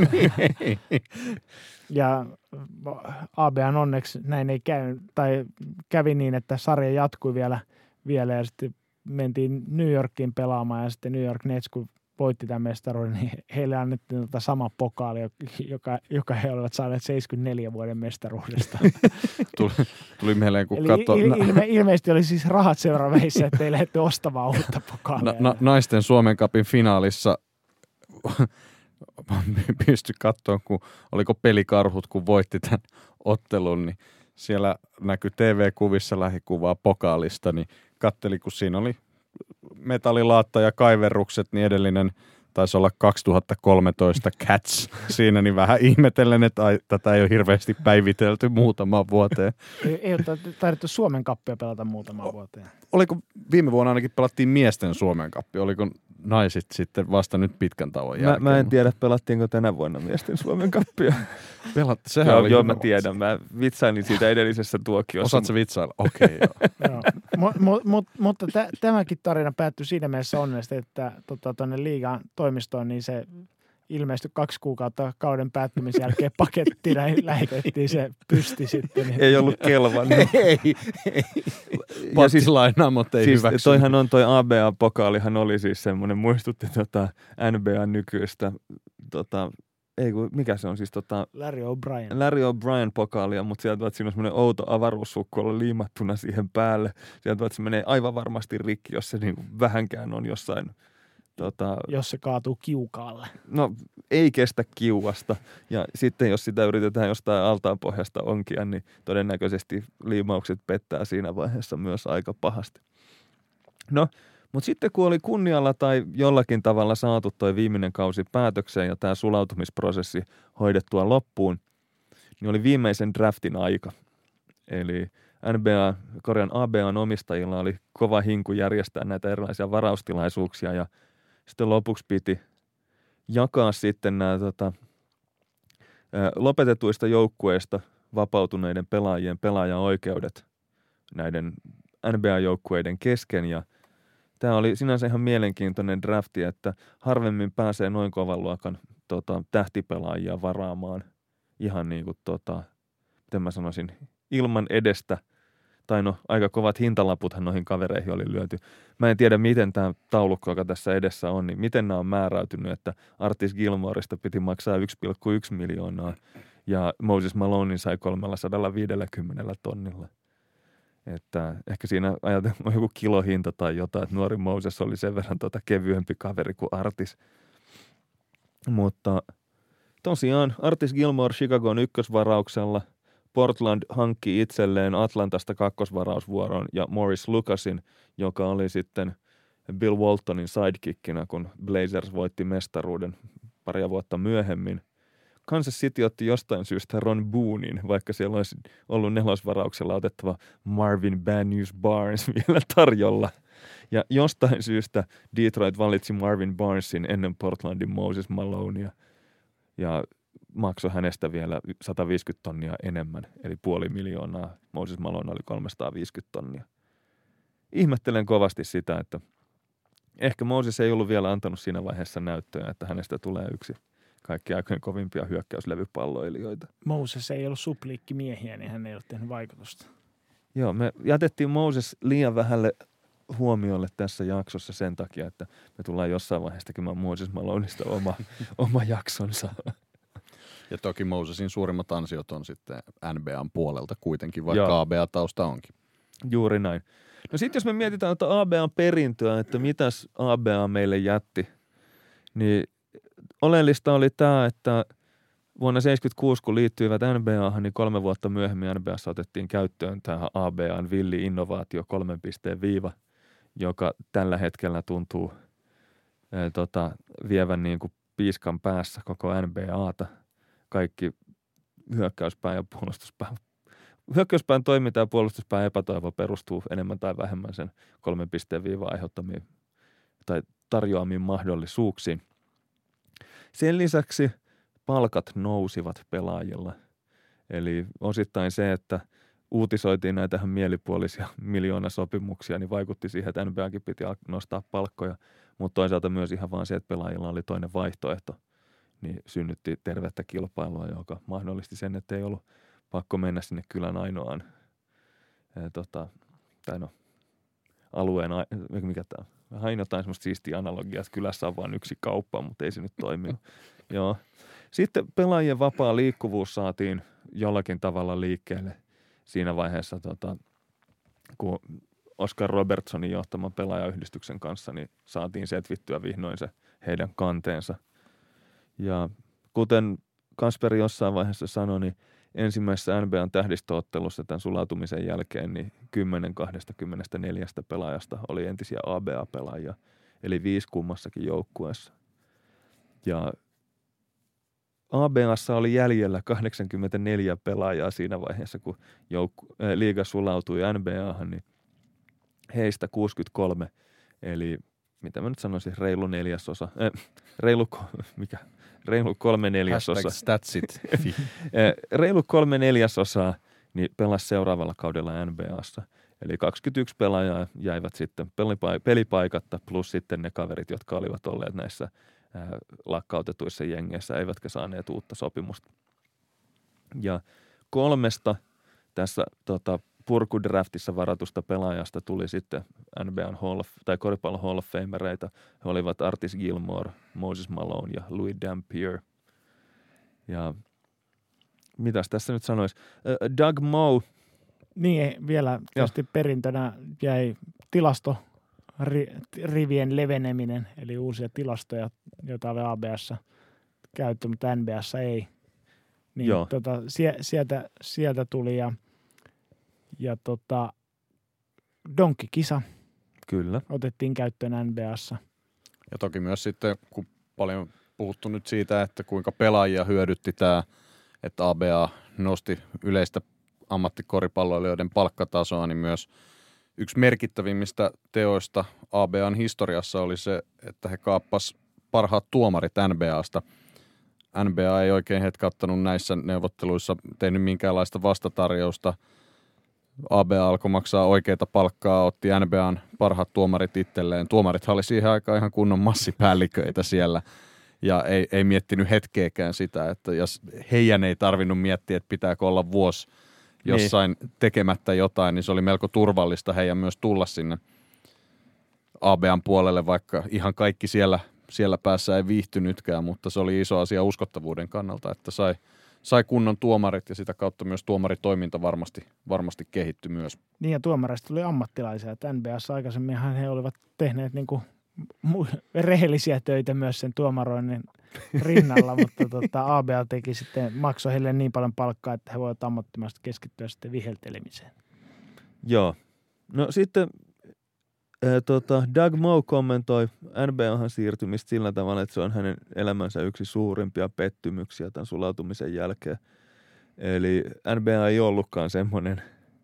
Ja ABAn onneksi näin ei käynyt, tai kävi niin, että sarja jatkui vielä ja sitten mentiin New Yorkiin pelaamaan ja sitten New York Nets, kun voitti tämän mestaruuden, niin heille annettiin sama pokaali, joka he olivat saaneet 74 vuoden mestaruudesta. Tuli mieleen, kun ilmeisesti oli siis rahat seuraavissa, että ei lähdetty ostamaan uutta pokaalia. Naisten Suomen Cupin finaalissa pysty katsoa, kun oliko pelikarhut, kun voitti tämän ottelun, niin siellä näkyi TV-kuvissa lähikuvaa pokaalista, niin katteli, kun siinä oli metallilaatta ja kaiverrukset, niin edellinen taisi olla 2013 Cats siinä, niin vähän ihmetellen, että tätä ei ole hirveästi päivitelty muutamaan vuoteen. Ei ole taidettu Suomen Cupia pelata muutamaan vuoteen. Oliko viime vuonna ainakin pelattiin miesten Suomen Cupia? Oliko naiset sitten vasta nyt pitkän tauon jälkeen? Mä en tiedä, pelattiinko tänä vuonna miesten Suomen Cupia. Sehän oli joo, mä tiedän. Mä vitsailin siitä edellisessä tuokiossa. Osaatko vitsailla? Okei, joo. Mutta tämäkin tarina päättyi siinä mielessä onnellisesti, että tuonne liigan toimistoon, niin se ilmeisesti 2 kuukautta kauden päättymisen jälkeen pakettina lähetettiin se pysti sitten. Ei ollut kelvannut. Ei. Siis lainaa, mutta ei siis hyväksy. Toihan on toi ABA-pokaalihan oli siis semmoinen, muistutti NBA nykyistä, mikä se on siis Larry O'Brien pokaalia, mutta sieltä siinä on semmoinen outo avaruussukku olla liimattuna siihen päälle. Sieltä se menee aivan varmasti rikki, jos se niin vähänkään on jossain jos se kaatuu kiukaalle. No ei kestä kiuasta. Ja sitten jos sitä yritetään jostain altaanpohjasta onkia, niin todennäköisesti liimaukset pettää siinä vaiheessa myös aika pahasti. No, mutta sitten kun oli kunnialla tai jollakin tavalla saatu toi viimeinen kausi päätökseen ja tämä sulautumisprosessi hoidettua loppuun, niin oli viimeisen draftin aika. Eli ABAn omistajilla oli kova hinku järjestää näitä erilaisia varaustilaisuuksia ja sitten lopuksi piti jakaa sitten nämä lopetetuista joukkueista vapautuneiden pelaajien pelaajaoikeudet näiden NBA-joukkueiden kesken. Ja tämä oli sinänsä ihan mielenkiintoinen drafti, että harvemmin pääsee noin kovan luokan tähtipelaajia varaamaan ihan niin kuin miten mä sanoisin, ilman edestä. Tai no, aika kovat hintalaputhan noihin kavereihin oli lyöty. Mä en tiedä, miten tämä taulukko, joka tässä edessä on, niin miten nämä on määräytynyt, että Artis Gilmoresta piti maksaa 1,1 miljoonaa ja Moses Malonein sai 350 tonnilla. Että ehkä siinä ajatellaan joku kilohinta tai jotain, että nuori Moses oli sen verran kevyempi kaveri kuin Artis. Mutta tosiaan Artis Gilmore Chicagon ykkösvarauksella. Portland hankki itselleen Atlantasta kakkosvarausvuoron ja Morris Lucasin, joka oli sitten Bill Waltonin sidekickinä, kun Blazers voitti mestaruuden paria vuotta myöhemmin. Kansas City otti jostain syystä Ron Boonein, vaikka siellä olisi ollut 4. varauksella otettava Marvin Bad News Barnes vielä tarjolla. Ja jostain syystä Detroit valitsi Marvin Barnesin ennen Portlandin Moses Malonea ja maksoi hänestä vielä 150 tonnia enemmän, eli 500 000. Moses Malone oli 350 tonnia. Ihmettelen kovasti sitä, että ehkä Moses ei ollut vielä antanut siinä vaiheessa näyttöä, että hänestä tulee yksi kaikki aikojen kovimpia hyökkäyslevypalloilijoita. Moses ei ollut supliikkimiehiä, niin hän ei ole tehnyt vaikutusta. Joo, me jätettiin Moses liian vähälle huomiolle tässä jaksossa sen takia, että me tullaan jossain vaiheessa tekemään Moses Maloneista oma jaksonsa. Ja toki Mosesin suurimmat ansiot on sitten NBAn puolelta kuitenkin, vaikka ABA-tausta onkin. Juuri näin. No sitten jos me mietitään että ABAn perintöä, että mitäs ABA meille jätti, niin oleellista oli tämä, että vuonna 1976, kun liittyivät NBAhan, niin 3 vuotta myöhemmin NBAssa otettiin käyttöön tähän ABAn villi innovaatio 3 pisteen viiva, joka tällä hetkellä tuntuu vievän niin kuin piiskan päässä koko NBAta. Kaikki hyökkäyspään ja puolustuspään. Hyökkäyspään toiminta ja puolustuspään epätoivo perustuu enemmän tai vähemmän sen 3 pisteen viiva aiheuttamiin tai tarjoamiin mahdollisuuksiin. Sen lisäksi palkat nousivat pelaajilla. Eli osittain se, että uutisoitiin näitä mielipuolisia miljoonasopimuksia, niin vaikutti siihen, että NBAkin piti nostaa palkkoja, mutta toisaalta myös ihan vaan se, että pelaajilla oli toinen vaihtoehto, niin synnytti tervettä kilpailua, joka mahdollisti sen, että ei ollut pakko mennä sinne kylän ainoaan alueen, mikä tämä on? Hain jotain semmoista siistiä analogiaa, että kylässä on vain yksi kauppa, mutta ei se nyt toiminut. Joo. Sitten pelaajien vapaa liikkuvuus saatiin jollakin tavalla liikkeelle siinä vaiheessa, kun Oscar Robertsonin johtaman pelaajayhdistyksen kanssa niin saatiin setvittyä vihdoin se heidän kanteensa. Ja kuten Kasperi jossain vaiheessa sanoi, niin ensimmäisessä NBAn tähdistöottelussa tämän sulautumisen jälkeen niin 10-24 pelaajasta oli entisiä ABA-pelaajia, eli 5 kummassakin joukkueessa. Ja ABAssa oli jäljellä 84 pelaajaa siinä vaiheessa, kun liiga sulautui NBAhan, niin heistä 63, eli mitä mä nyt sanoisin, reilu 3/4. Hashtag statsit. Reilu 3/4 niin pelasi seuraavalla kaudella NBAssa. Eli 21 pelaajaa jäivät sitten pelipaikatta, plus sitten ne kaverit, jotka olivat olleet näissä lakkautetuissa jengeissä, eivätkä saaneet uutta sopimusta. Ja 3 tässä purkudraftissa varatusta pelaajasta tuli sitten NBAn koripallon Hall of Famereita. He olivat Artis Gilmore, Moses Malone ja Louis Dampier. Ja mitäs tässä nyt sanoisi? Doug Moe. Niin, vielä tietysti perintönä jäi tilastorivien leveneminen, eli uusia tilastoja, joita oli ABA:ssa käytetty, mutta NBA:ssa ei. Niin sieltä tuli ja donkkikisa Kyllä. otettiin käyttöön NBA:ssa. Ja toki myös sitten, kun paljon puhuttu nyt siitä, että kuinka pelaajia hyödytti tämä, että ABA nosti yleistä ammattikoripalloilijoiden palkkatasoa, niin myös yksi merkittävimmistä teoista ABAn historiassa oli se, että he kaappas parhaat tuomarit NBAsta. NBA ei oikein ottanut näissä neuvotteluissa tehnyt minkäänlaista vastatarjousta. ABA alkoi maksaa oikeita palkkaa, otti NBAn parhaat tuomarit itselleen. Tuomarithan oli siihen aikaan ihan kunnon massipäälliköitä siellä ja ei miettinyt hetkeäkään sitä, että jos heidän ei tarvinnut miettiä, että pitääkö olla vuosi jossain tekemättä jotain, niin se oli melko turvallista heidän myös tulla sinne ABAn puolelle, vaikka ihan kaikki siellä päässä ei viihtynytkään, mutta se oli iso asia uskottavuuden kannalta, että sai kunnon tuomarit ja sitä kautta myös tuomaritoiminta varmasti kehittyi myös. Niin ja tuomareista tuli ammattilaisia, että NBA:ssa aikaisemminhan he olivat tehneet niinku rehellisiä töitä myös sen tuomaroinnin rinnalla, mutta ABA teki sitten, maksoi heille niin paljon palkkaa, että he voivat ammattimaisesti keskittyä sitten viheltelemiseen. Joo. No sitten Doug Moe kommentoi NBA:han siirtymistä sillä tavalla, että se on hänen elämänsä yksi suurimpia pettymyksiä tämän sulautumisen jälkeen. Eli NBA ei ollutkaan semmoinen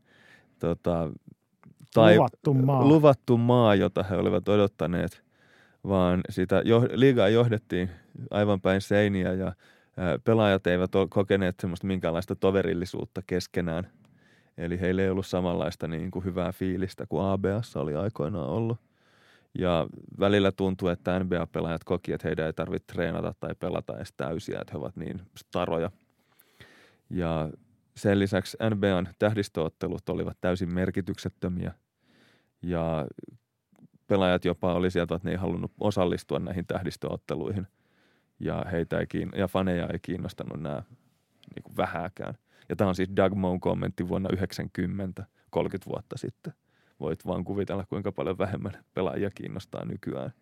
luvattu maa, jota he olivat odottaneet, vaan sitä liigaa johdettiin aivan päin seiniä ja pelaajat eivät ole kokeneet semmoista minkäänlaista toverillisuutta keskenään. Eli heillä ei ollut samanlaista niin kuin hyvää fiilistä kuin ABA:ssa oli aikoinaan ollut. Ja välillä tuntuu, että NBA-pelaajat koki, että heidän ei tarvitse treenata tai pelata edes täysiä, että he ovat niin staroja. Ja sen lisäksi NBAn tähdistöottelut olivat täysin merkityksettömiä ja pelaajat jopa oli sieltä, että ne ei halunnut osallistua näihin tähdistöotteluihin ja ja faneja ei kiinnostanut nämä niin kuin vähääkään. Ja tämä on siis Doug Moen kommentti vuonna 1990, 30 vuotta sitten. Voit vaan kuvitella, kuinka paljon vähemmän pelaajia kiinnostaa nykyään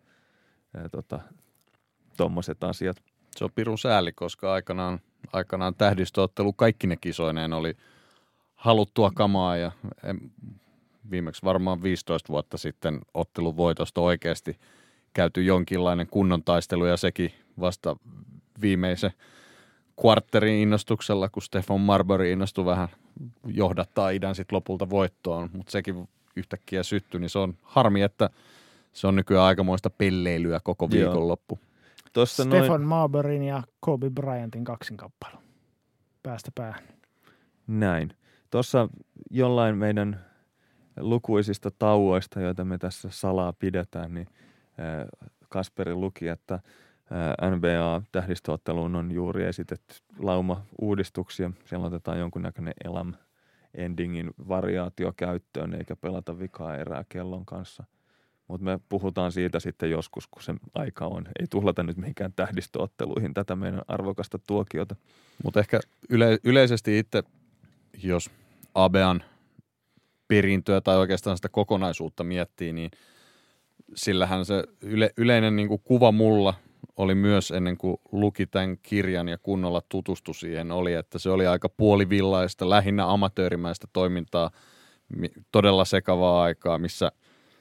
tommoset asiat. Se on pirun sääli, koska aikanaan tähdistöottelu kaikki ne kisoineen oli haluttua kamaa ja viimeksi varmaan 15 vuotta sitten ottelun voitosta oikeasti käyty jonkinlainen kunnon taistelu ja sekin vasta viimeisen kvartterin innostuksella, kun Stephen Marbury innostui vähän johdattaa idän sitten lopulta voittoon, mutta sekin yhtäkkiä syttyi, niin se on harmi, että se on nykyään aikamoista pelleilyä koko viikonloppu. Stephen Marburyn ja Kobe Bryantin kaksinkamppailu päästä päähän. Näin. Tuossa jollain meidän lukuisista tauoista, joita me tässä salaa pidetään, niin Kasperi luki, että NBA-tähdistöotteluun on juuri esitetty lauma-uudistuksia. Siellä otetaan jonkunnäköinen elam-endingin variaatio käyttöön, eikä pelata vikaa erää kellon kanssa. Mutta me puhutaan siitä sitten joskus, kun se aika on. Ei tuhlata nyt mihinkään tähdistöotteluihin tätä meidän arvokasta tuokiota. Mutta ehkä yleisesti itse, jos ABAn perintöä tai oikeastaan sitä kokonaisuutta miettii, niin sillähän se yleinen niin kuin kuva mulla oli myös ennen kuin luki tämän kirjan ja kunnolla tutustui siihen, oli, että se oli aika puolivillaista, lähinnä amatöörimäistä toimintaa, todella sekavaa aikaa, missä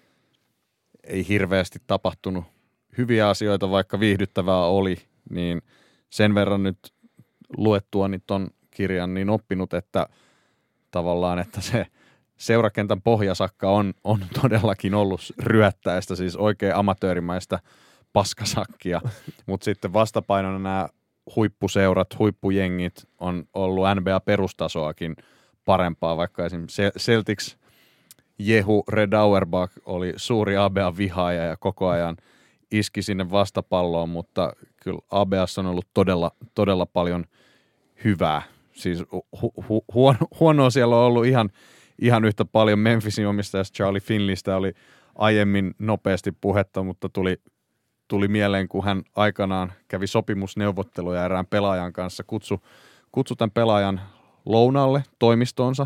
ei hirveästi tapahtunut hyviä asioita, vaikka viihdyttävää oli, niin sen verran nyt luettuani ton kirjan niin oppinut, että tavallaan, että se seurakentän pohjasakka on todellakin ollut ryöttäistä, siis oikein amatöörimäistä paskasakkia, mutta sitten vastapainona nämä huippuseurat, huippujengit on ollut NBA-perustasoakin parempaa, vaikka esimerkiksi Celtics Jehu Red Auerbach oli suuri ABA-vihaaja ja koko ajan iski sinne vastapalloon, mutta kyllä ABAssa on ollut todella paljon hyvää. Siis huonoa siellä on ollut ihan yhtä paljon. Memphisin omistajasta Charlie Finleystä oli aiemmin nopeasti puhetta, mutta tuli mieleen, kun hän aikanaan kävi sopimusneuvotteluja erään pelaajan kanssa, kutsui tämän pelaajan lounaalle toimistonsa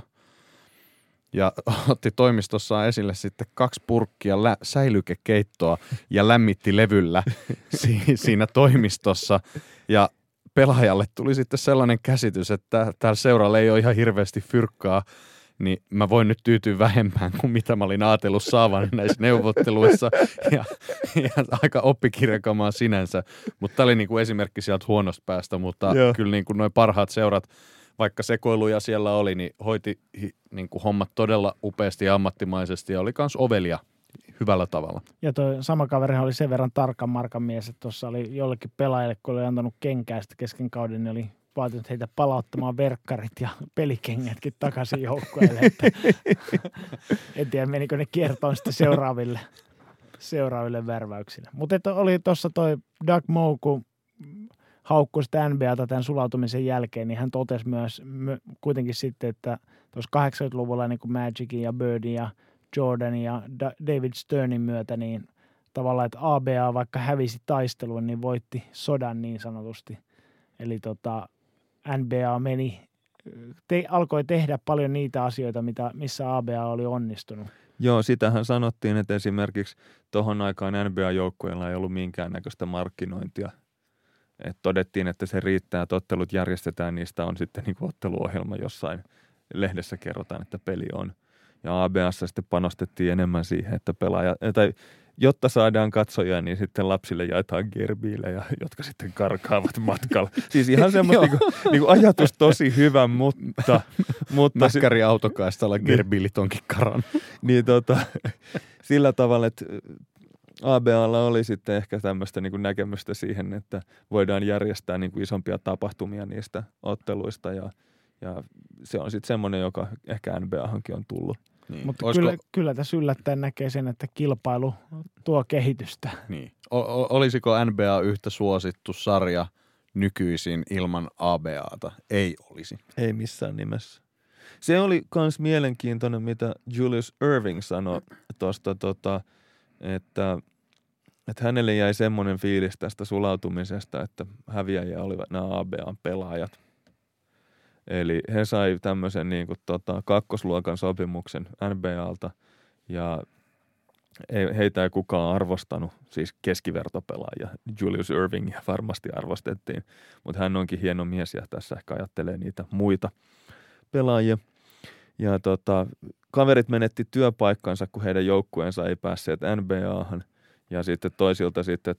ja otti toimistossaan esille sitten 2 purkkia säilykekeittoa ja lämmitti levyllä siinä toimistossa. Ja pelaajalle tuli sitten sellainen käsitys, että täällä seuralla ei ole ihan hirveästi fyrkkaa, niin mä voin nyt tyytyä vähemmän kuin mitä mä olin ajatellut saavan näissä neuvotteluissa. Ja aika oppikirjakamaa sinänsä. Mutta tämä oli niinku esimerkki sieltä huonosta päästä, mutta kyllä niinku noin parhaat seurat, vaikka sekoiluja siellä oli, niin hoiti niinku hommat todella upeasti ja ammattimaisesti ja oli kans ovelia hyvällä tavalla. Ja toi sama kaveri oli sen verran tarkan markan mies, että tuossa oli jollekin pelaajalle, kun oli antanut kenkää sitten kesken kauden, niin oli vaatinut heitä palauttamaan verkkarit ja pelikengätkin takaisin joukkueelle. En tiedä, menikö ne kiertoon sitten seuraaville värväyksille. Mutta oli tuossa toi Doug Moe, kun haukkui sitä NBAta tämän sulautumisen jälkeen, niin hän totesi myös kuitenkin sitten, että tuossa 80-luvulla niin kuin Magicin ja Birdin ja Jordanin ja David Sternin myötä, niin tavallaan, että ABA vaikka hävisi taistelun, niin voitti sodan niin sanotusti. Eli NBA alkoi tehdä paljon niitä asioita, missä ABA oli onnistunut. Joo, sitähän sanottiin, että esimerkiksi tohon aikaan NBA-joukkueilla ei ollut minkäännäköistä markkinointia. Et todettiin, että se riittää, että ottelut järjestetään, niistä on sitten niin kuin otteluohjelma jossain lehdessä kerrotaan, että peli on. Ja ABAssa sitten panostettiin enemmän siihen, että jotta saadaan katsojia, niin sitten lapsille jaetaan gerbiilejä, jotka sitten karkaavat matkalla. Siis ihan semmoista niinku ajatus tosi hyvä, mutta Mäkkäri autokaistalla gerbiilit onkin karannut. Niin sillä tavalla, että ABAlla oli sitten ehkä tämmöistä niin kuin näkemystä siihen, että voidaan järjestää niin kuin isompia tapahtumia niistä otteluista ja se on sitten semmoinen, joka ehkä NBAhankin on tullut. Niin. Mutta kyllä tässä yllättäen näkee sen, että kilpailu tuo kehitystä. Niin. Olisiko NBA yhtä suosittu sarja nykyisin ilman ABAta? Ei olisi. Ei missään nimessä. Se oli kans mielenkiintoinen, mitä Julius Erving sanoi tuosta, että hänelle jäi semmoinen fiilis tästä sulautumisesta, että häviäjiä olivat nämä ABAn pelaajat. Eli he sai tämmöisen niin kuin, kakkosluokan sopimuksen NBAlta ja heitä ei kukaan arvostanut, siis keskivertopelaajia. Julius Ervingia varmasti arvostettiin, mutta hän onkin hieno mies ja tässä ehkä ajattelee niitä muita pelaajia. Ja kaverit menetti työpaikkansa, kun heidän joukkueensa ei päässeet NBAhan ja sitten toisilta sitten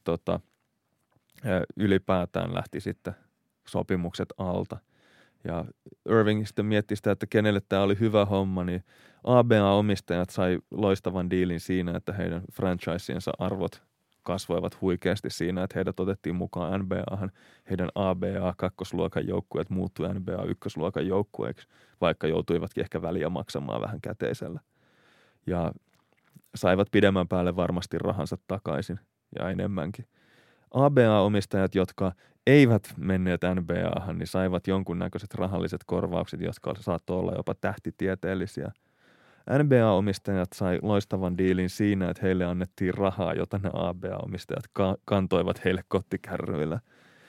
ylipäätään lähti sitten sopimukset alta. Ja Irving sitten mietti sitä, että kenelle tämä oli hyvä homma, niin ABA-omistajat sai loistavan diilin siinä, että heidän franchiseensa arvot kasvoivat huikeasti siinä, että heidät otettiin mukaan NBAhan. Heidän ABA-kakkosluokan joukkueet muuttui NBA-ykkösluokan joukkueeksi, vaikka joutuivatkin ehkä väliä maksamaan vähän käteisellä. Ja saivat pidemmän päälle varmasti rahansa takaisin ja enemmänkin. ABA-omistajat, jotka eivät menneet NBAhan, niin saivat jonkunnäköiset rahalliset korvaukset, jotka saattoi olla jopa tähtitieteellisiä. NBA-omistajat sai loistavan diilin siinä, että heille annettiin rahaa, jota ne ABA-omistajat kantoivat heille kottikärryillä.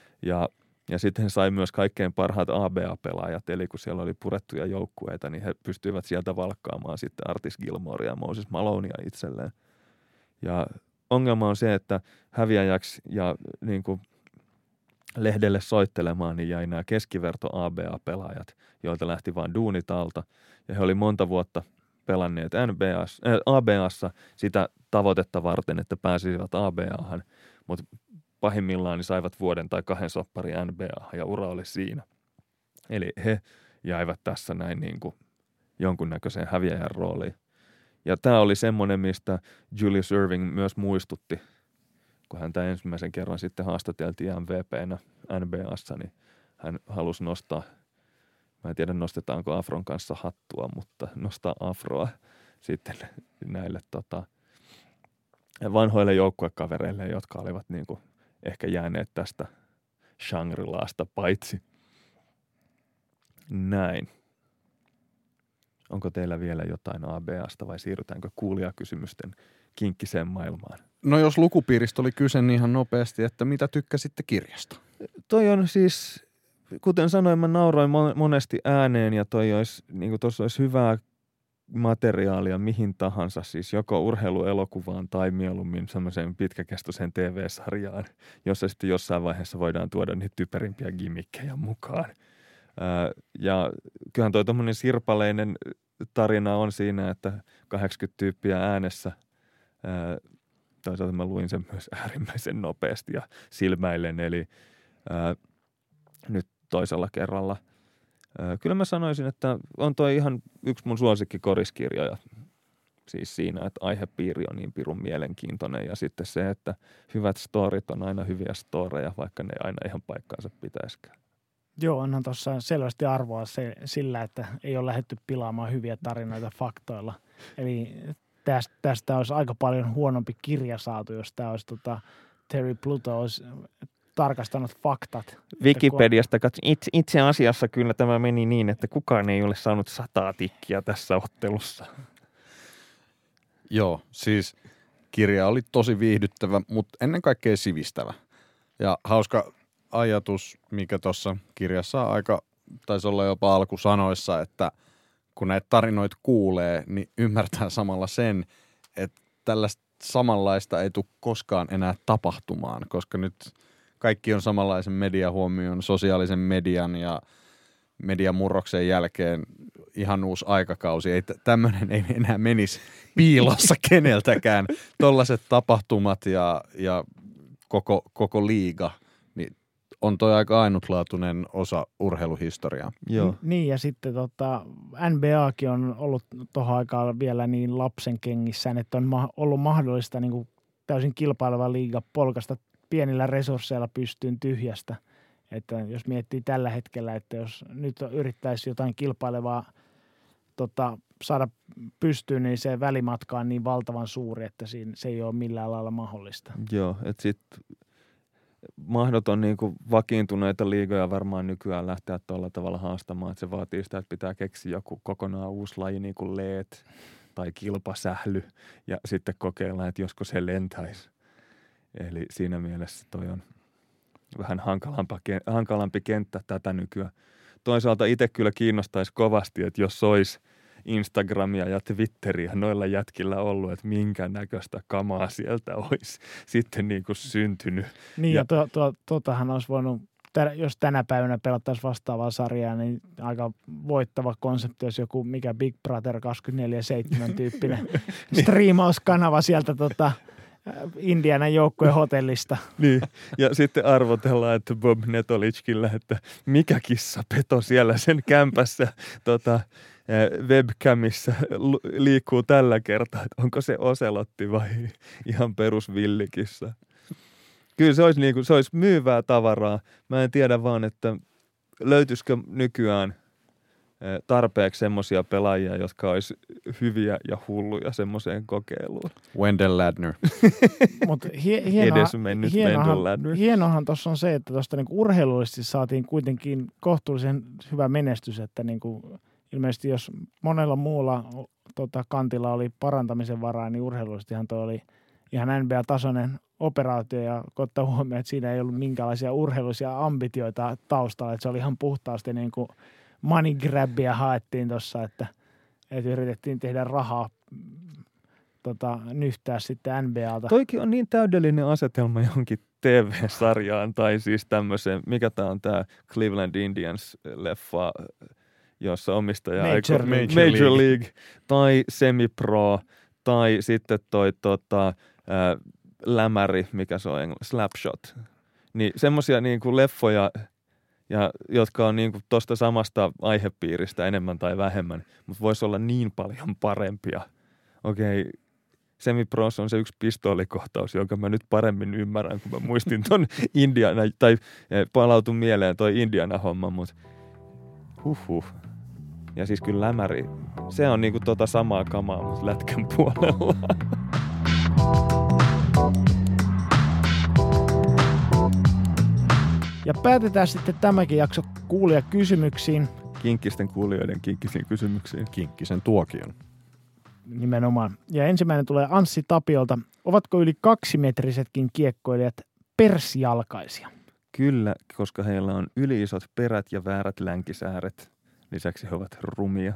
Ja sitten he sai myös kaikkein parhaat ABA-pelaajat, eli kun siellä oli purettuja joukkueita, niin he pystyivät sieltä valkkaamaan sitten Artis Gilmorea ja Moses Malonea itselleen. Ja ongelma on se, että häviäjäksi ja niin kuin lehdelle soittelemaan, niin jäi nämä keskiverto ABA-pelaajat, joilta lähti vain duunit alta. Ja he oli monta vuotta pelanneet ABAssa sitä tavoitetta varten, että pääsisivät ABAhan, mutta pahimmillaan niin saivat vuoden tai 2 soppari NBAhan ja ura oli siinä. Eli he jäivät tässä näin niin kuin jonkunnäköiseen häviäjän rooliin. Ja tämä oli semmoinen, mistä Julius Erving myös muistutti, kun häntä ensimmäisen kerran sitten haastateltiin MVP:nä NBAssa, niin hän halusi nostaa, mä en tiedä nostetaanko afron kanssa hattua, mutta nostaa afroa sitten näille vanhoille joukkuekavereille, jotka olivat niin kuin ehkä jääneet tästä Shangri-Laasta paitsi. Näin. Onko teillä vielä jotain ABAsta vai siirrytäänkö kuulijakysymysten kinkkiseen maailmaan? No jos lukupiiristä oli kyse, niin ihan nopeasti, että mitä tykkäsitte kirjasta? Toi on siis, kuten sanoin, mä nauroin monesti ääneen ja toi olisi, niin kuin tuossa olisi hyvää materiaalia mihin tahansa, siis joko urheiluelokuvaan tai mieluummin semmoiseen pitkäkestoiseen TV-sarjaan, jossa sitten jossain vaiheessa voidaan tuoda niitä typerimpiä gimmikkejä mukaan. Ja kyllähän toi tommoinen sirpaleinen tarina on siinä, että 80 tyyppiä äänessä, toisaalta mä luin sen myös äärimmäisen nopeasti ja silmäillen, eli nyt toisella kerralla. Kyllä mä sanoisin, että on toi ihan yksi mun suosikkikoriskirjoja. Siis siinä, että aihepiiri on niin pirun mielenkiintoinen ja sitten se, että hyvät storit on aina hyviä storeja, vaikka ne ei aina ihan paikkaansa pitäisikään. Joo, onhan tuossa selvästi arvoa sillä, että ei ole lähdetty pilaamaan hyviä tarinoita faktoilla. Eli tästä olisi aika paljon huonompi kirja saatu, jos tämä olisi Terry Pluto olisi tarkastanut faktat. Wikipediasta itse asiassa kyllä tämä meni niin, että kukaan ei ole saanut 100 tikkiä tässä ottelussa. Joo, siis kirja oli tosi viihdyttävä, mutta ennen kaikkea sivistävä. Ja hauska ajatus, mikä tuossa kirjassa aika taisi olla jopa alkusanoissa, että kun näitä tarinoita kuulee, niin ymmärtää samalla sen, että tällaista samanlaista ei tule koskaan enää tapahtumaan, koska nyt kaikki on samanlaisen mediahuomioon, sosiaalisen median ja mediamurroksen jälkeen ihan uusi aikakausi. Ei tämmöinen ei enää menisi piilossa keneltäkään. Tollaiset tapahtumat ja koko liiga, niin on toi aika ainutlaatuinen osa urheiluhistoriaa. Joo. Niin ja sitten NBAkin on ollut tuohon aikaan vielä niin lapsen kengissään, että on ollut mahdollista niin kuin täysin kilpaileva liiga polkasta pienillä resursseilla pystyyn tyhjästä. Että jos miettii tällä hetkellä, että jos nyt yrittäisi jotain kilpailevaa saada pystyyn, niin se välimatka on niin valtavan suuri, että se ei ole millään lailla mahdollista. Joo, että sitten mahdoton niin kuin vakiintuneita liigoja varmaan nykyään lähteä tuolla tavalla haastamaan, että se vaatii sitä, että pitää keksiä joku kokonaan uusi laji niin kuin leet tai kilpasähly ja sitten kokeilla, että josko se lentäisi. Eli siinä mielessä toi on vähän hankalampi kenttä tätä nykyään. Toisaalta itse kyllä kiinnostaisi kovasti, että jos olisi Instagramia ja Twitteriä noilla jätkillä ollut, että minkä näköistä kamaa sieltä olisi sitten niin kuin syntynyt. Niin ja totahan olisi voinut, jos tänä päivänä pelattaisiin vastaavaa sarjaa, niin aika voittava konsepti olisi joku mikä Big Brother 24/7 tyyppinen striimauskanava sieltä Indianan joukkueen hotellista. Niin, ja sitten arvotellaan, että Bob Netolichkillä, että mikä kissa peto siellä sen kämpässä webcamissa liikkuu tällä kertaa, että onko se oselotti vai ihan perus villikissa. Kyllä se olisi myyvää tavaraa. Mä en tiedä vaan, että löytyisikö nykyään tarpeeksi semmoisia pelaajia, jotka olisi hyviä ja hulluja semmoiseen kokeiluun. Wendell Ladner. Mutta hienohan tuossa on se, että tuosta niinku urheilullisesti saatiin kuitenkin kohtuullisen hyvä menestys, että niinku, ilmeisesti jos monella muulla kantilla oli parantamisen varaa, niin urheilullisestihan tuo oli ihan NBA-tasoinen operaatio ja ottaa huomioon, että siinä ei ollut minkäänlaisia urheilullisia ambitioita taustalla, että se oli ihan puhtaasti niin kuin money grabbia haettiin tuossa, että yritettiin tehdä rahaa nyhtää sitten NBAlta. Toikin on niin täydellinen asetelma johonkin TV-sarjaan tai siis tämmöiseen, mikä tämä on tämä Cleveland Indians-leffa, jossa omistaja Major League tai Semi-Pro tai sitten toi lämäri, mikä se on Slapshot. Niin semmoisia niinku leffoja, jotka on niinku tosta samasta aihepiiristä enemmän tai vähemmän, mutta voisi olla niin paljon parempia. Okei, Semi-Pros on se yksi pistoolikohtaus, jonka mä nyt paremmin ymmärrän, kun mä muistin ton Indiana, tai palautun mieleen toi Indiana-homma, mutta Ja siis kyllä lämäri, se on niinku samaa kamaa, mutta lätkän puolella. Ja päätetään sitten tämäkin jakso kuulijakysymyksiin. Kinkkisten kuulijoiden kinkkisiin kysymyksiin. Kinkkisen tuokion. Nimenomaan. Ja ensimmäinen tulee Anssi Tapiolta. Ovatko yli 2-metrisetkin kiekkoilijat persjalkaisia? Kyllä, koska heillä on yliisot perät ja väärät länkisääret. Lisäksi he ovat rumia.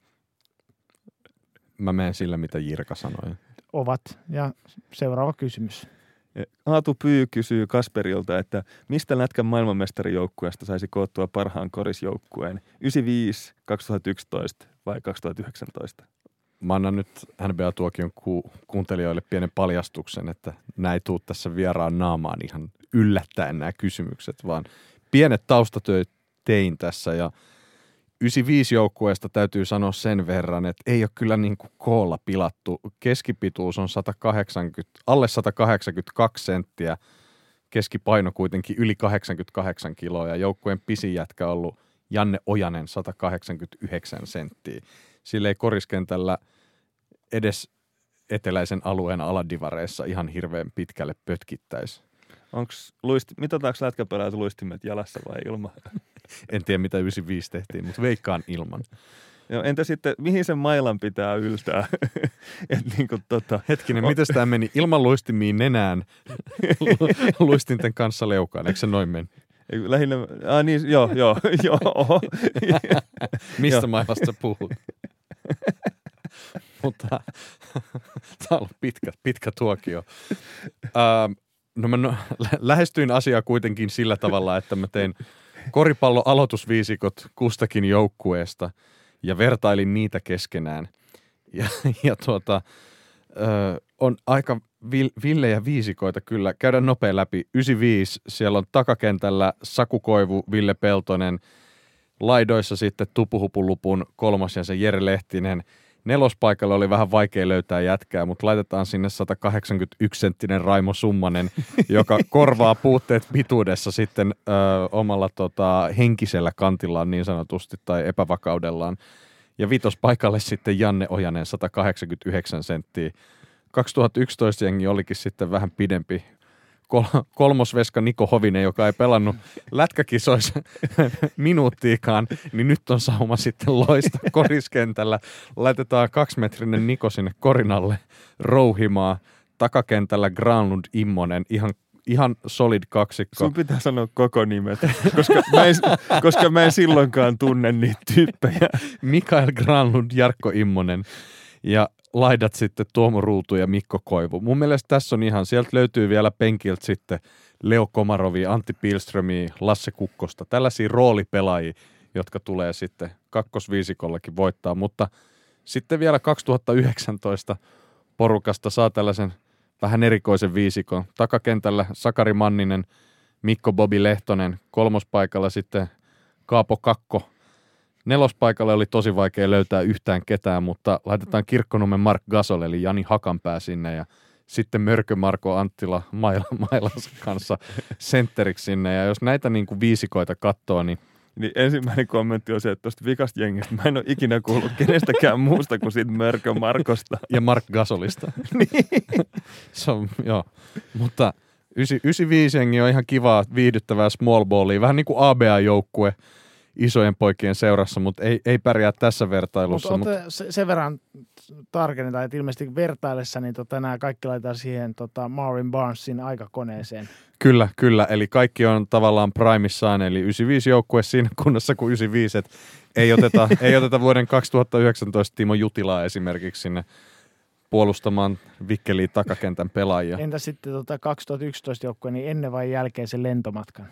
Mä menen sillä, mitä Jirka sanoi. Ovat. Ja seuraava kysymys. Aatu Pyy kysyy Kasperilta, että mistä lätkän maailmanmestarijoukkueesta saisi koottua parhaan korisjoukkueen? 95, 2011 vai 2019? Mä annan nyt NBA-tuokion kuuntelijoille pienen paljastuksen, että nämä ei tule tässä vieraan naamaan ihan yllättäen nämä kysymykset, vaan pienet taustatyöt tein tässä ja 95 joukkueesta täytyy sanoa sen verran, että ei ole kyllä niin kuin koolla pilattu. Keskipituus on alle 182 senttiä, keskipaino kuitenkin yli 88 kiloa ja joukkueen pisin jätkä on ollut Janne Ojanen 189 senttiä. Sillä ei koriskentällä edes eteläisen alueen aladivareissa ihan hirveän pitkälle pötkittäisi. Mitataanko lätkäpelaajat luistimet jalassa vai ilman? En tiedä, mitä 95 tehtiin, mutta veikkaan ilman. Joo, entä sitten, mihin sen mailan pitää yltää? Hetkinen, miten tämä meni? Ilman luistimiin nenään, luistinten kanssa leukaan. Eikö se noin meni? Lähinnä, niin, joo. Mistä mailasta sä puhut? Mutta tämä on ollut pitkä tuokio. No mä lähestyin asiaa kuitenkin sillä tavalla, että mä tein koripallo-aloitusviisikot kustakin joukkueesta ja vertailin niitä keskenään. On aika villejä viisikoita kyllä. Käydään nopea läpi. 95, siellä on takakentällä Saku Koivu, Ville Peltonen. Laidoissa sitten Tupuhupulupun kolmas ja se Jere Lehtinen. Nelospaikalla oli vähän vaikea löytää jätkää, mutta laitetaan sinne 181-senttinen Raimo Summanen, joka korvaa puutteet pituudessa sitten omalla henkisellä kantillaan niin sanotusti tai epävakaudellaan. Ja vitospaikalle sitten Janne Ojanen 189 senttiä. 2011 jengi olikin sitten vähän pidempi. Kolmosveska Niko Hovinen, joka ei pelannut lätkäkisoissa minuuttiikaan, niin nyt on sauma sitten loista koriskentällä. Laitetaan 2-metrinen Niko sinne korinalle rouhimaa. Takakentällä Granlund Immonen, ihan solid kaksikko. Sun pitää sanoa koko nimet, koska mä en silloinkaan tunne niitä tyyppejä. Mikael Granlund, Jarkko Immonen ja laidat sitten Tuomo Ruutu ja Mikko Koivu. Mun mielestä tässä on ihan, sieltä löytyy vielä penkiltä sitten Leo Komarovi, Antti Pilströmi, Lasse Kukkosta. Tällaisia roolipelaajia, jotka tulee sitten kakkosviisikollakin voittaa, mutta sitten vielä 2019 porukasta saa tällaisen vähän erikoisen viisikon. Takakentällä Sakari Manninen, Mikko Bobi Lehtonen, kolmospaikalla sitten Kaapo Kakko. Nelospaikalle oli tosi vaikea löytää yhtään ketään, mutta laitetaan Kirkkonummen Mark Gasol eli Jani Hakanpää sinne ja sitten Mörkö Marko Anttila Mailansa kanssa sentteriksi sinne. Ja jos näitä niin kuin viisikoita katsoo, niin ensimmäinen kommentti on se, että tuosta vikasta jengistä mä en ole ikinä kuullut kenestäkään muusta kuin siitä Mörkö Markosta. Ja Mark Gasolista. Niin. Se on, joo. Mutta 95 jengi on ihan kivaa, viihdyttävää small ballia. Vähän niin kuin ABA-joukkue isojen poikien seurassa, mutta ei pärjää tässä vertailussa. Mutta sen verran tarkennetaan, että ilmeisesti vertailessa niin nämä kaikki laitetaan siihen Marvin Barnesin aikakoneeseen. Kyllä. Eli kaikki on tavallaan primissaan, eli 95 joukkue siinä kunnossa kuin 95, että ei oteta vuoden 2019 Timo Jutilaa esimerkiksi sinne puolustamaan vikkeliä takakentän pelaajia. Entä sitten 2011 joukkue, niin ennen vai jälkeen sen lentomatkan?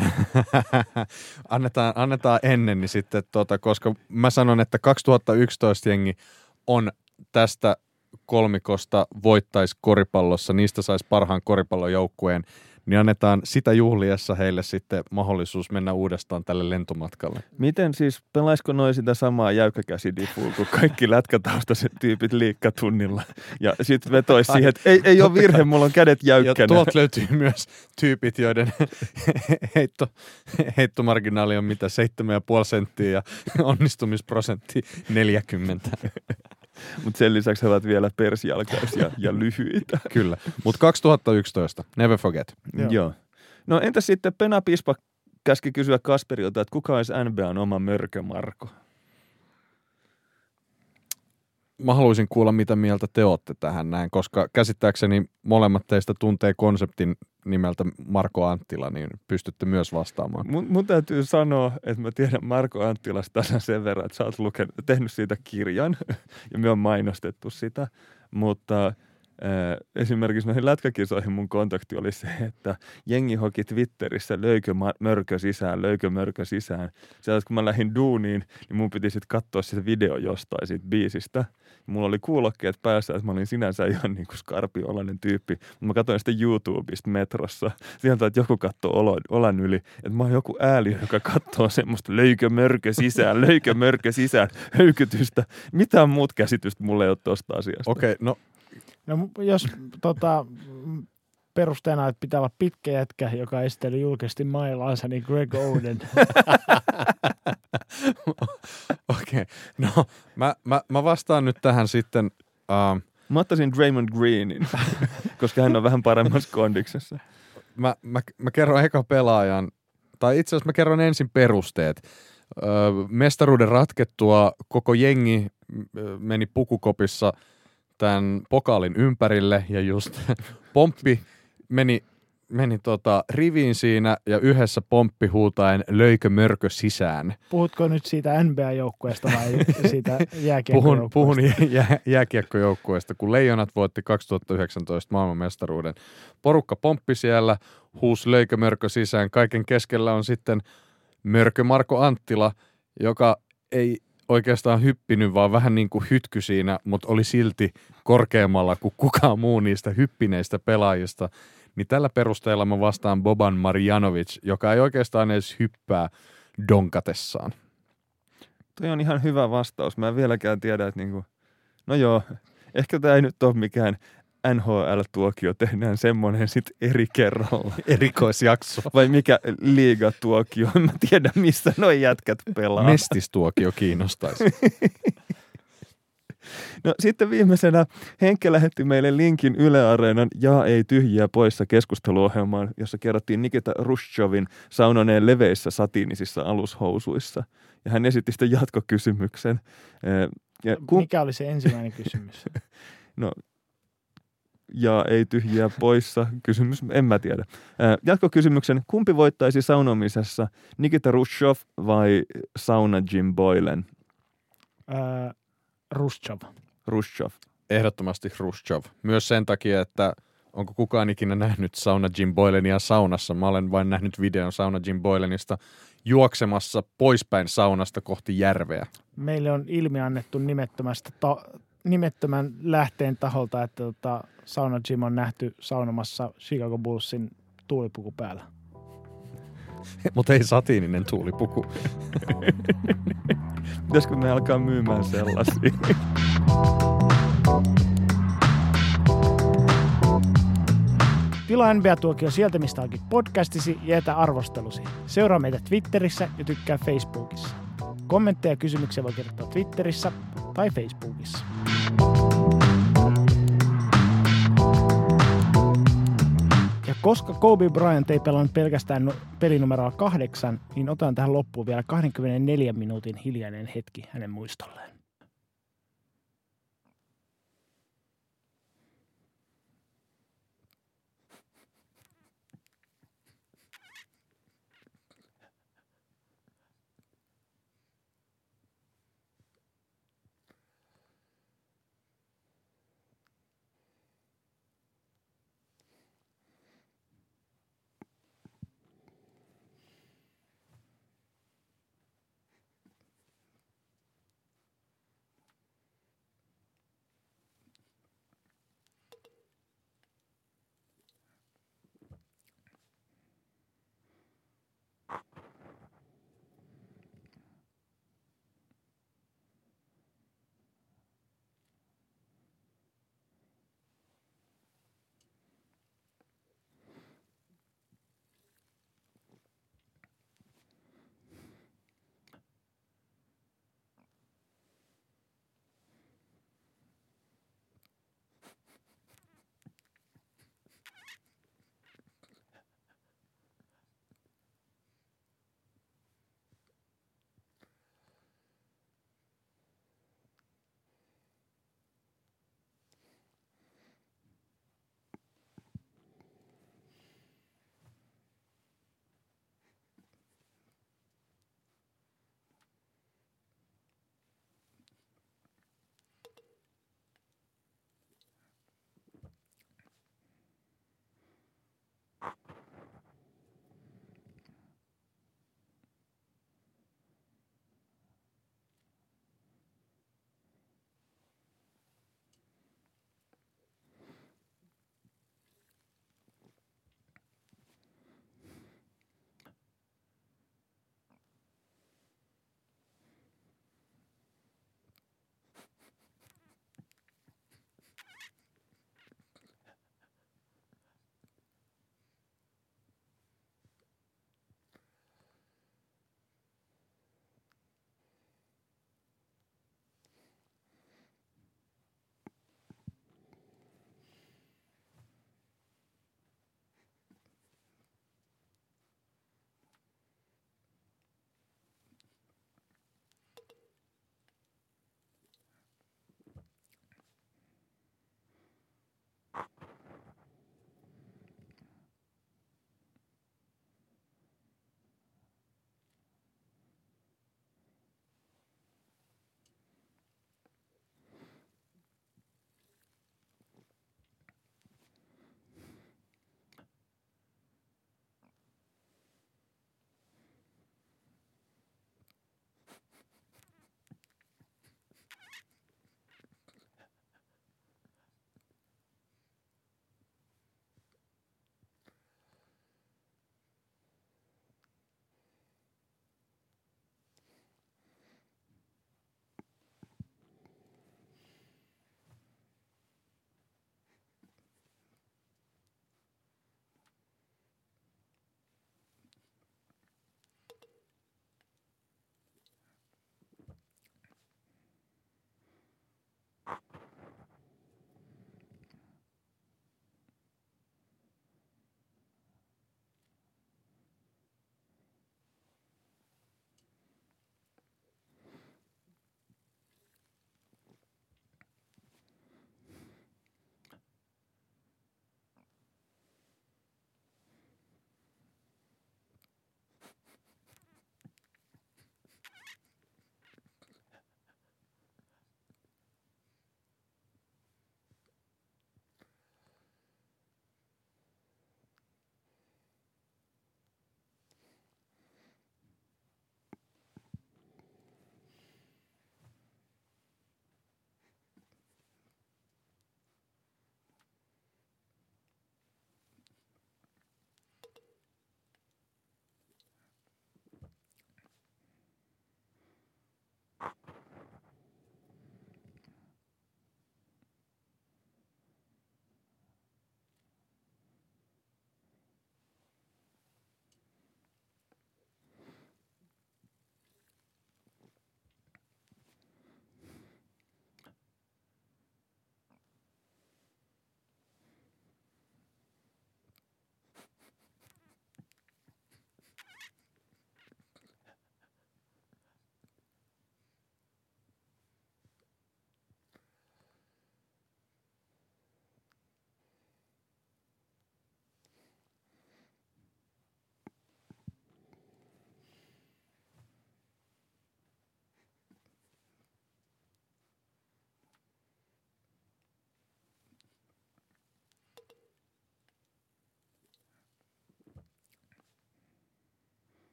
annetaan ennen, niin sitten, koska mä sanon, että 2011 jengi on tästä kolmikosta voittaisi koripallossa, niistä saisi parhaan koripallojoukkueen, niin annetaan sitä juhliessa heille sitten mahdollisuus mennä uudestaan tälle lentomatkalle. Miten siis, pelaisiko noi sitä samaa jäykkäkäsidifua kuin kaikki lätkätaustaiset tyypit liikkatunnilla? Ja sitten vetoisi siihen, että ei ole virhe, mulla on kädet jäykkänä. Ja tuolta löytyy myös tyypit, joiden heittomarginaali on mitä 7,5 senttiä ja onnistumisprosentti 40. Mutta sen lisäksi he ovat vielä persjalkaisia ja lyhyitä. Kyllä, mutta 2011, never forget. Joo. No entäs sitten Pena Pispa käski kysyä Kasperilta, että kuka olisi NBAn oma Mörkö Marko? Mä haluaisin kuulla, mitä mieltä te olette tähän näin, koska käsittääkseni molemmat teistä tuntee konseptin nimeltä Marko Anttila, niin pystytte myös vastaamaan. Mun täytyy sanoa, että mä tiedän Marko Anttilasta sen verran, että sä oot tehnyt siitä kirjan ja me on mainostettu sitä, mutta esimerkiksi noihin lätkäkisoihin mun kontakti oli se, että jengi hoki Twitterissä löykö mörkö sisään. Sieltä kun mä lähdin duuniin, niin mun piti sitten katsoa sitä video jostain siitä biisistä. Mulla oli kuulokkeet päässä, että mä olin sinänsä ihan niin kuin skarpiolainen tyyppi. Mutta mä katsoin sitä YouTubesta metrossa. Sieltä, että joku katsoo olan yli. Että mä oon joku ääliö, joka katsoo semmoista löykö mörkö sisään, höykytystä. Mitään muut käsitystä mulla ei ole tosta asiasta. Okei, no jos perusteena, että pitää olla pitkä jätkä, joka esitteli julkisesti mailaansa, niin Greg Oden. Okei, no mä vastaan nyt tähän sitten. Mä ottaisin Draymond Greenin, koska hän on vähän paremmassa kondiksessa. Mä kerron eka pelaajan, tai itse asiassa mä kerron ensin perusteet. Mestaruuden ratkettua koko jengi meni pukukopissa tämän pokaalin ympärille ja just pomppi meni riviin siinä ja yhdessä pomppi huutaen löikö mörkö sisään. Puhutko nyt siitä NBA-joukkueesta vai siitä jääkiekkojoukkueesta? Puhun jääkiekkojoukkueesta, kun Leijonat voitti 2019 maailmanmestaruuden. Porukka pomppi siellä, huusi löikö mörkö sisään. Kaiken keskellä on sitten Mörkö Marko Anttila, joka ei oikeastaan hyppinyt, vaan vähän niin kuin hytky siinä, mutta oli silti korkeammalla kuin kukaan muu niistä hyppineistä pelaajista. Niin tällä perusteella mä vastaan Boban Marjanovic, joka ei oikeastaan edes hyppää donkatessaan. Toi on ihan hyvä vastaus. Mä en vieläkään tiedä, että no joo, ehkä tää ei nyt ole mikään NHL-tuokio tehdään semmoinen sitten eri kerralla. Erikoisjakso. Vai mikä liigatuokio? En mä tiedä, missä noi jätkät pelaa. Mestistuokio kiinnostaisi. No sitten viimeisenä Henkke lähetti meille linkin Yle Areenan Ja ei tyhjiä poissa keskusteluohjelmaan, jossa kerrottiin Nikita Rushchovin saunoneen leveissä satiinisissa alushousuissa. Ja hän esitti sitten jatkokysymyksen. Mikä oli se ensimmäinen kysymys? No, ja ei tyhjiä poissa. Kysymys, en mä tiedä. Jatkokysymyksen, kumpi voittaisi saunomisessa, Nikita Rushchov vai sauna Jim Boylan? Rushchov. Ehdottomasti Rushchov. Myös sen takia, että onko kukaan ikinä nähnyt sauna Jim Boylania saunassa. Mä olen vain nähnyt videon sauna Jim Boylanista juoksemassa poispäin saunasta kohti järveä. Meille on ilmiannettu nimettömän lähteen taholta, että sauna Jim on nähty saunomassa Chicago Bullsin tuulipuku päällä. Mutta ei satiininen tuulipuku. Pitäisikö me alkaa myymään sellaisia? Tilaa NBA-tuokio sieltä, mistä onkin podcastisi ja jätä arvostelusi. Seuraa meitä Twitterissä ja tykkää Facebookissa. Kommentteja ja kysymyksiä voi kirjoittaa Twitterissä tai Facebookissa. Ja koska Kobe Bryant ei pelannut pelkästään pelinumeroa 8, niin otan tähän loppuun vielä 24 minuutin hiljainen hetki hänen muistolleen.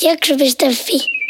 Jakso.fi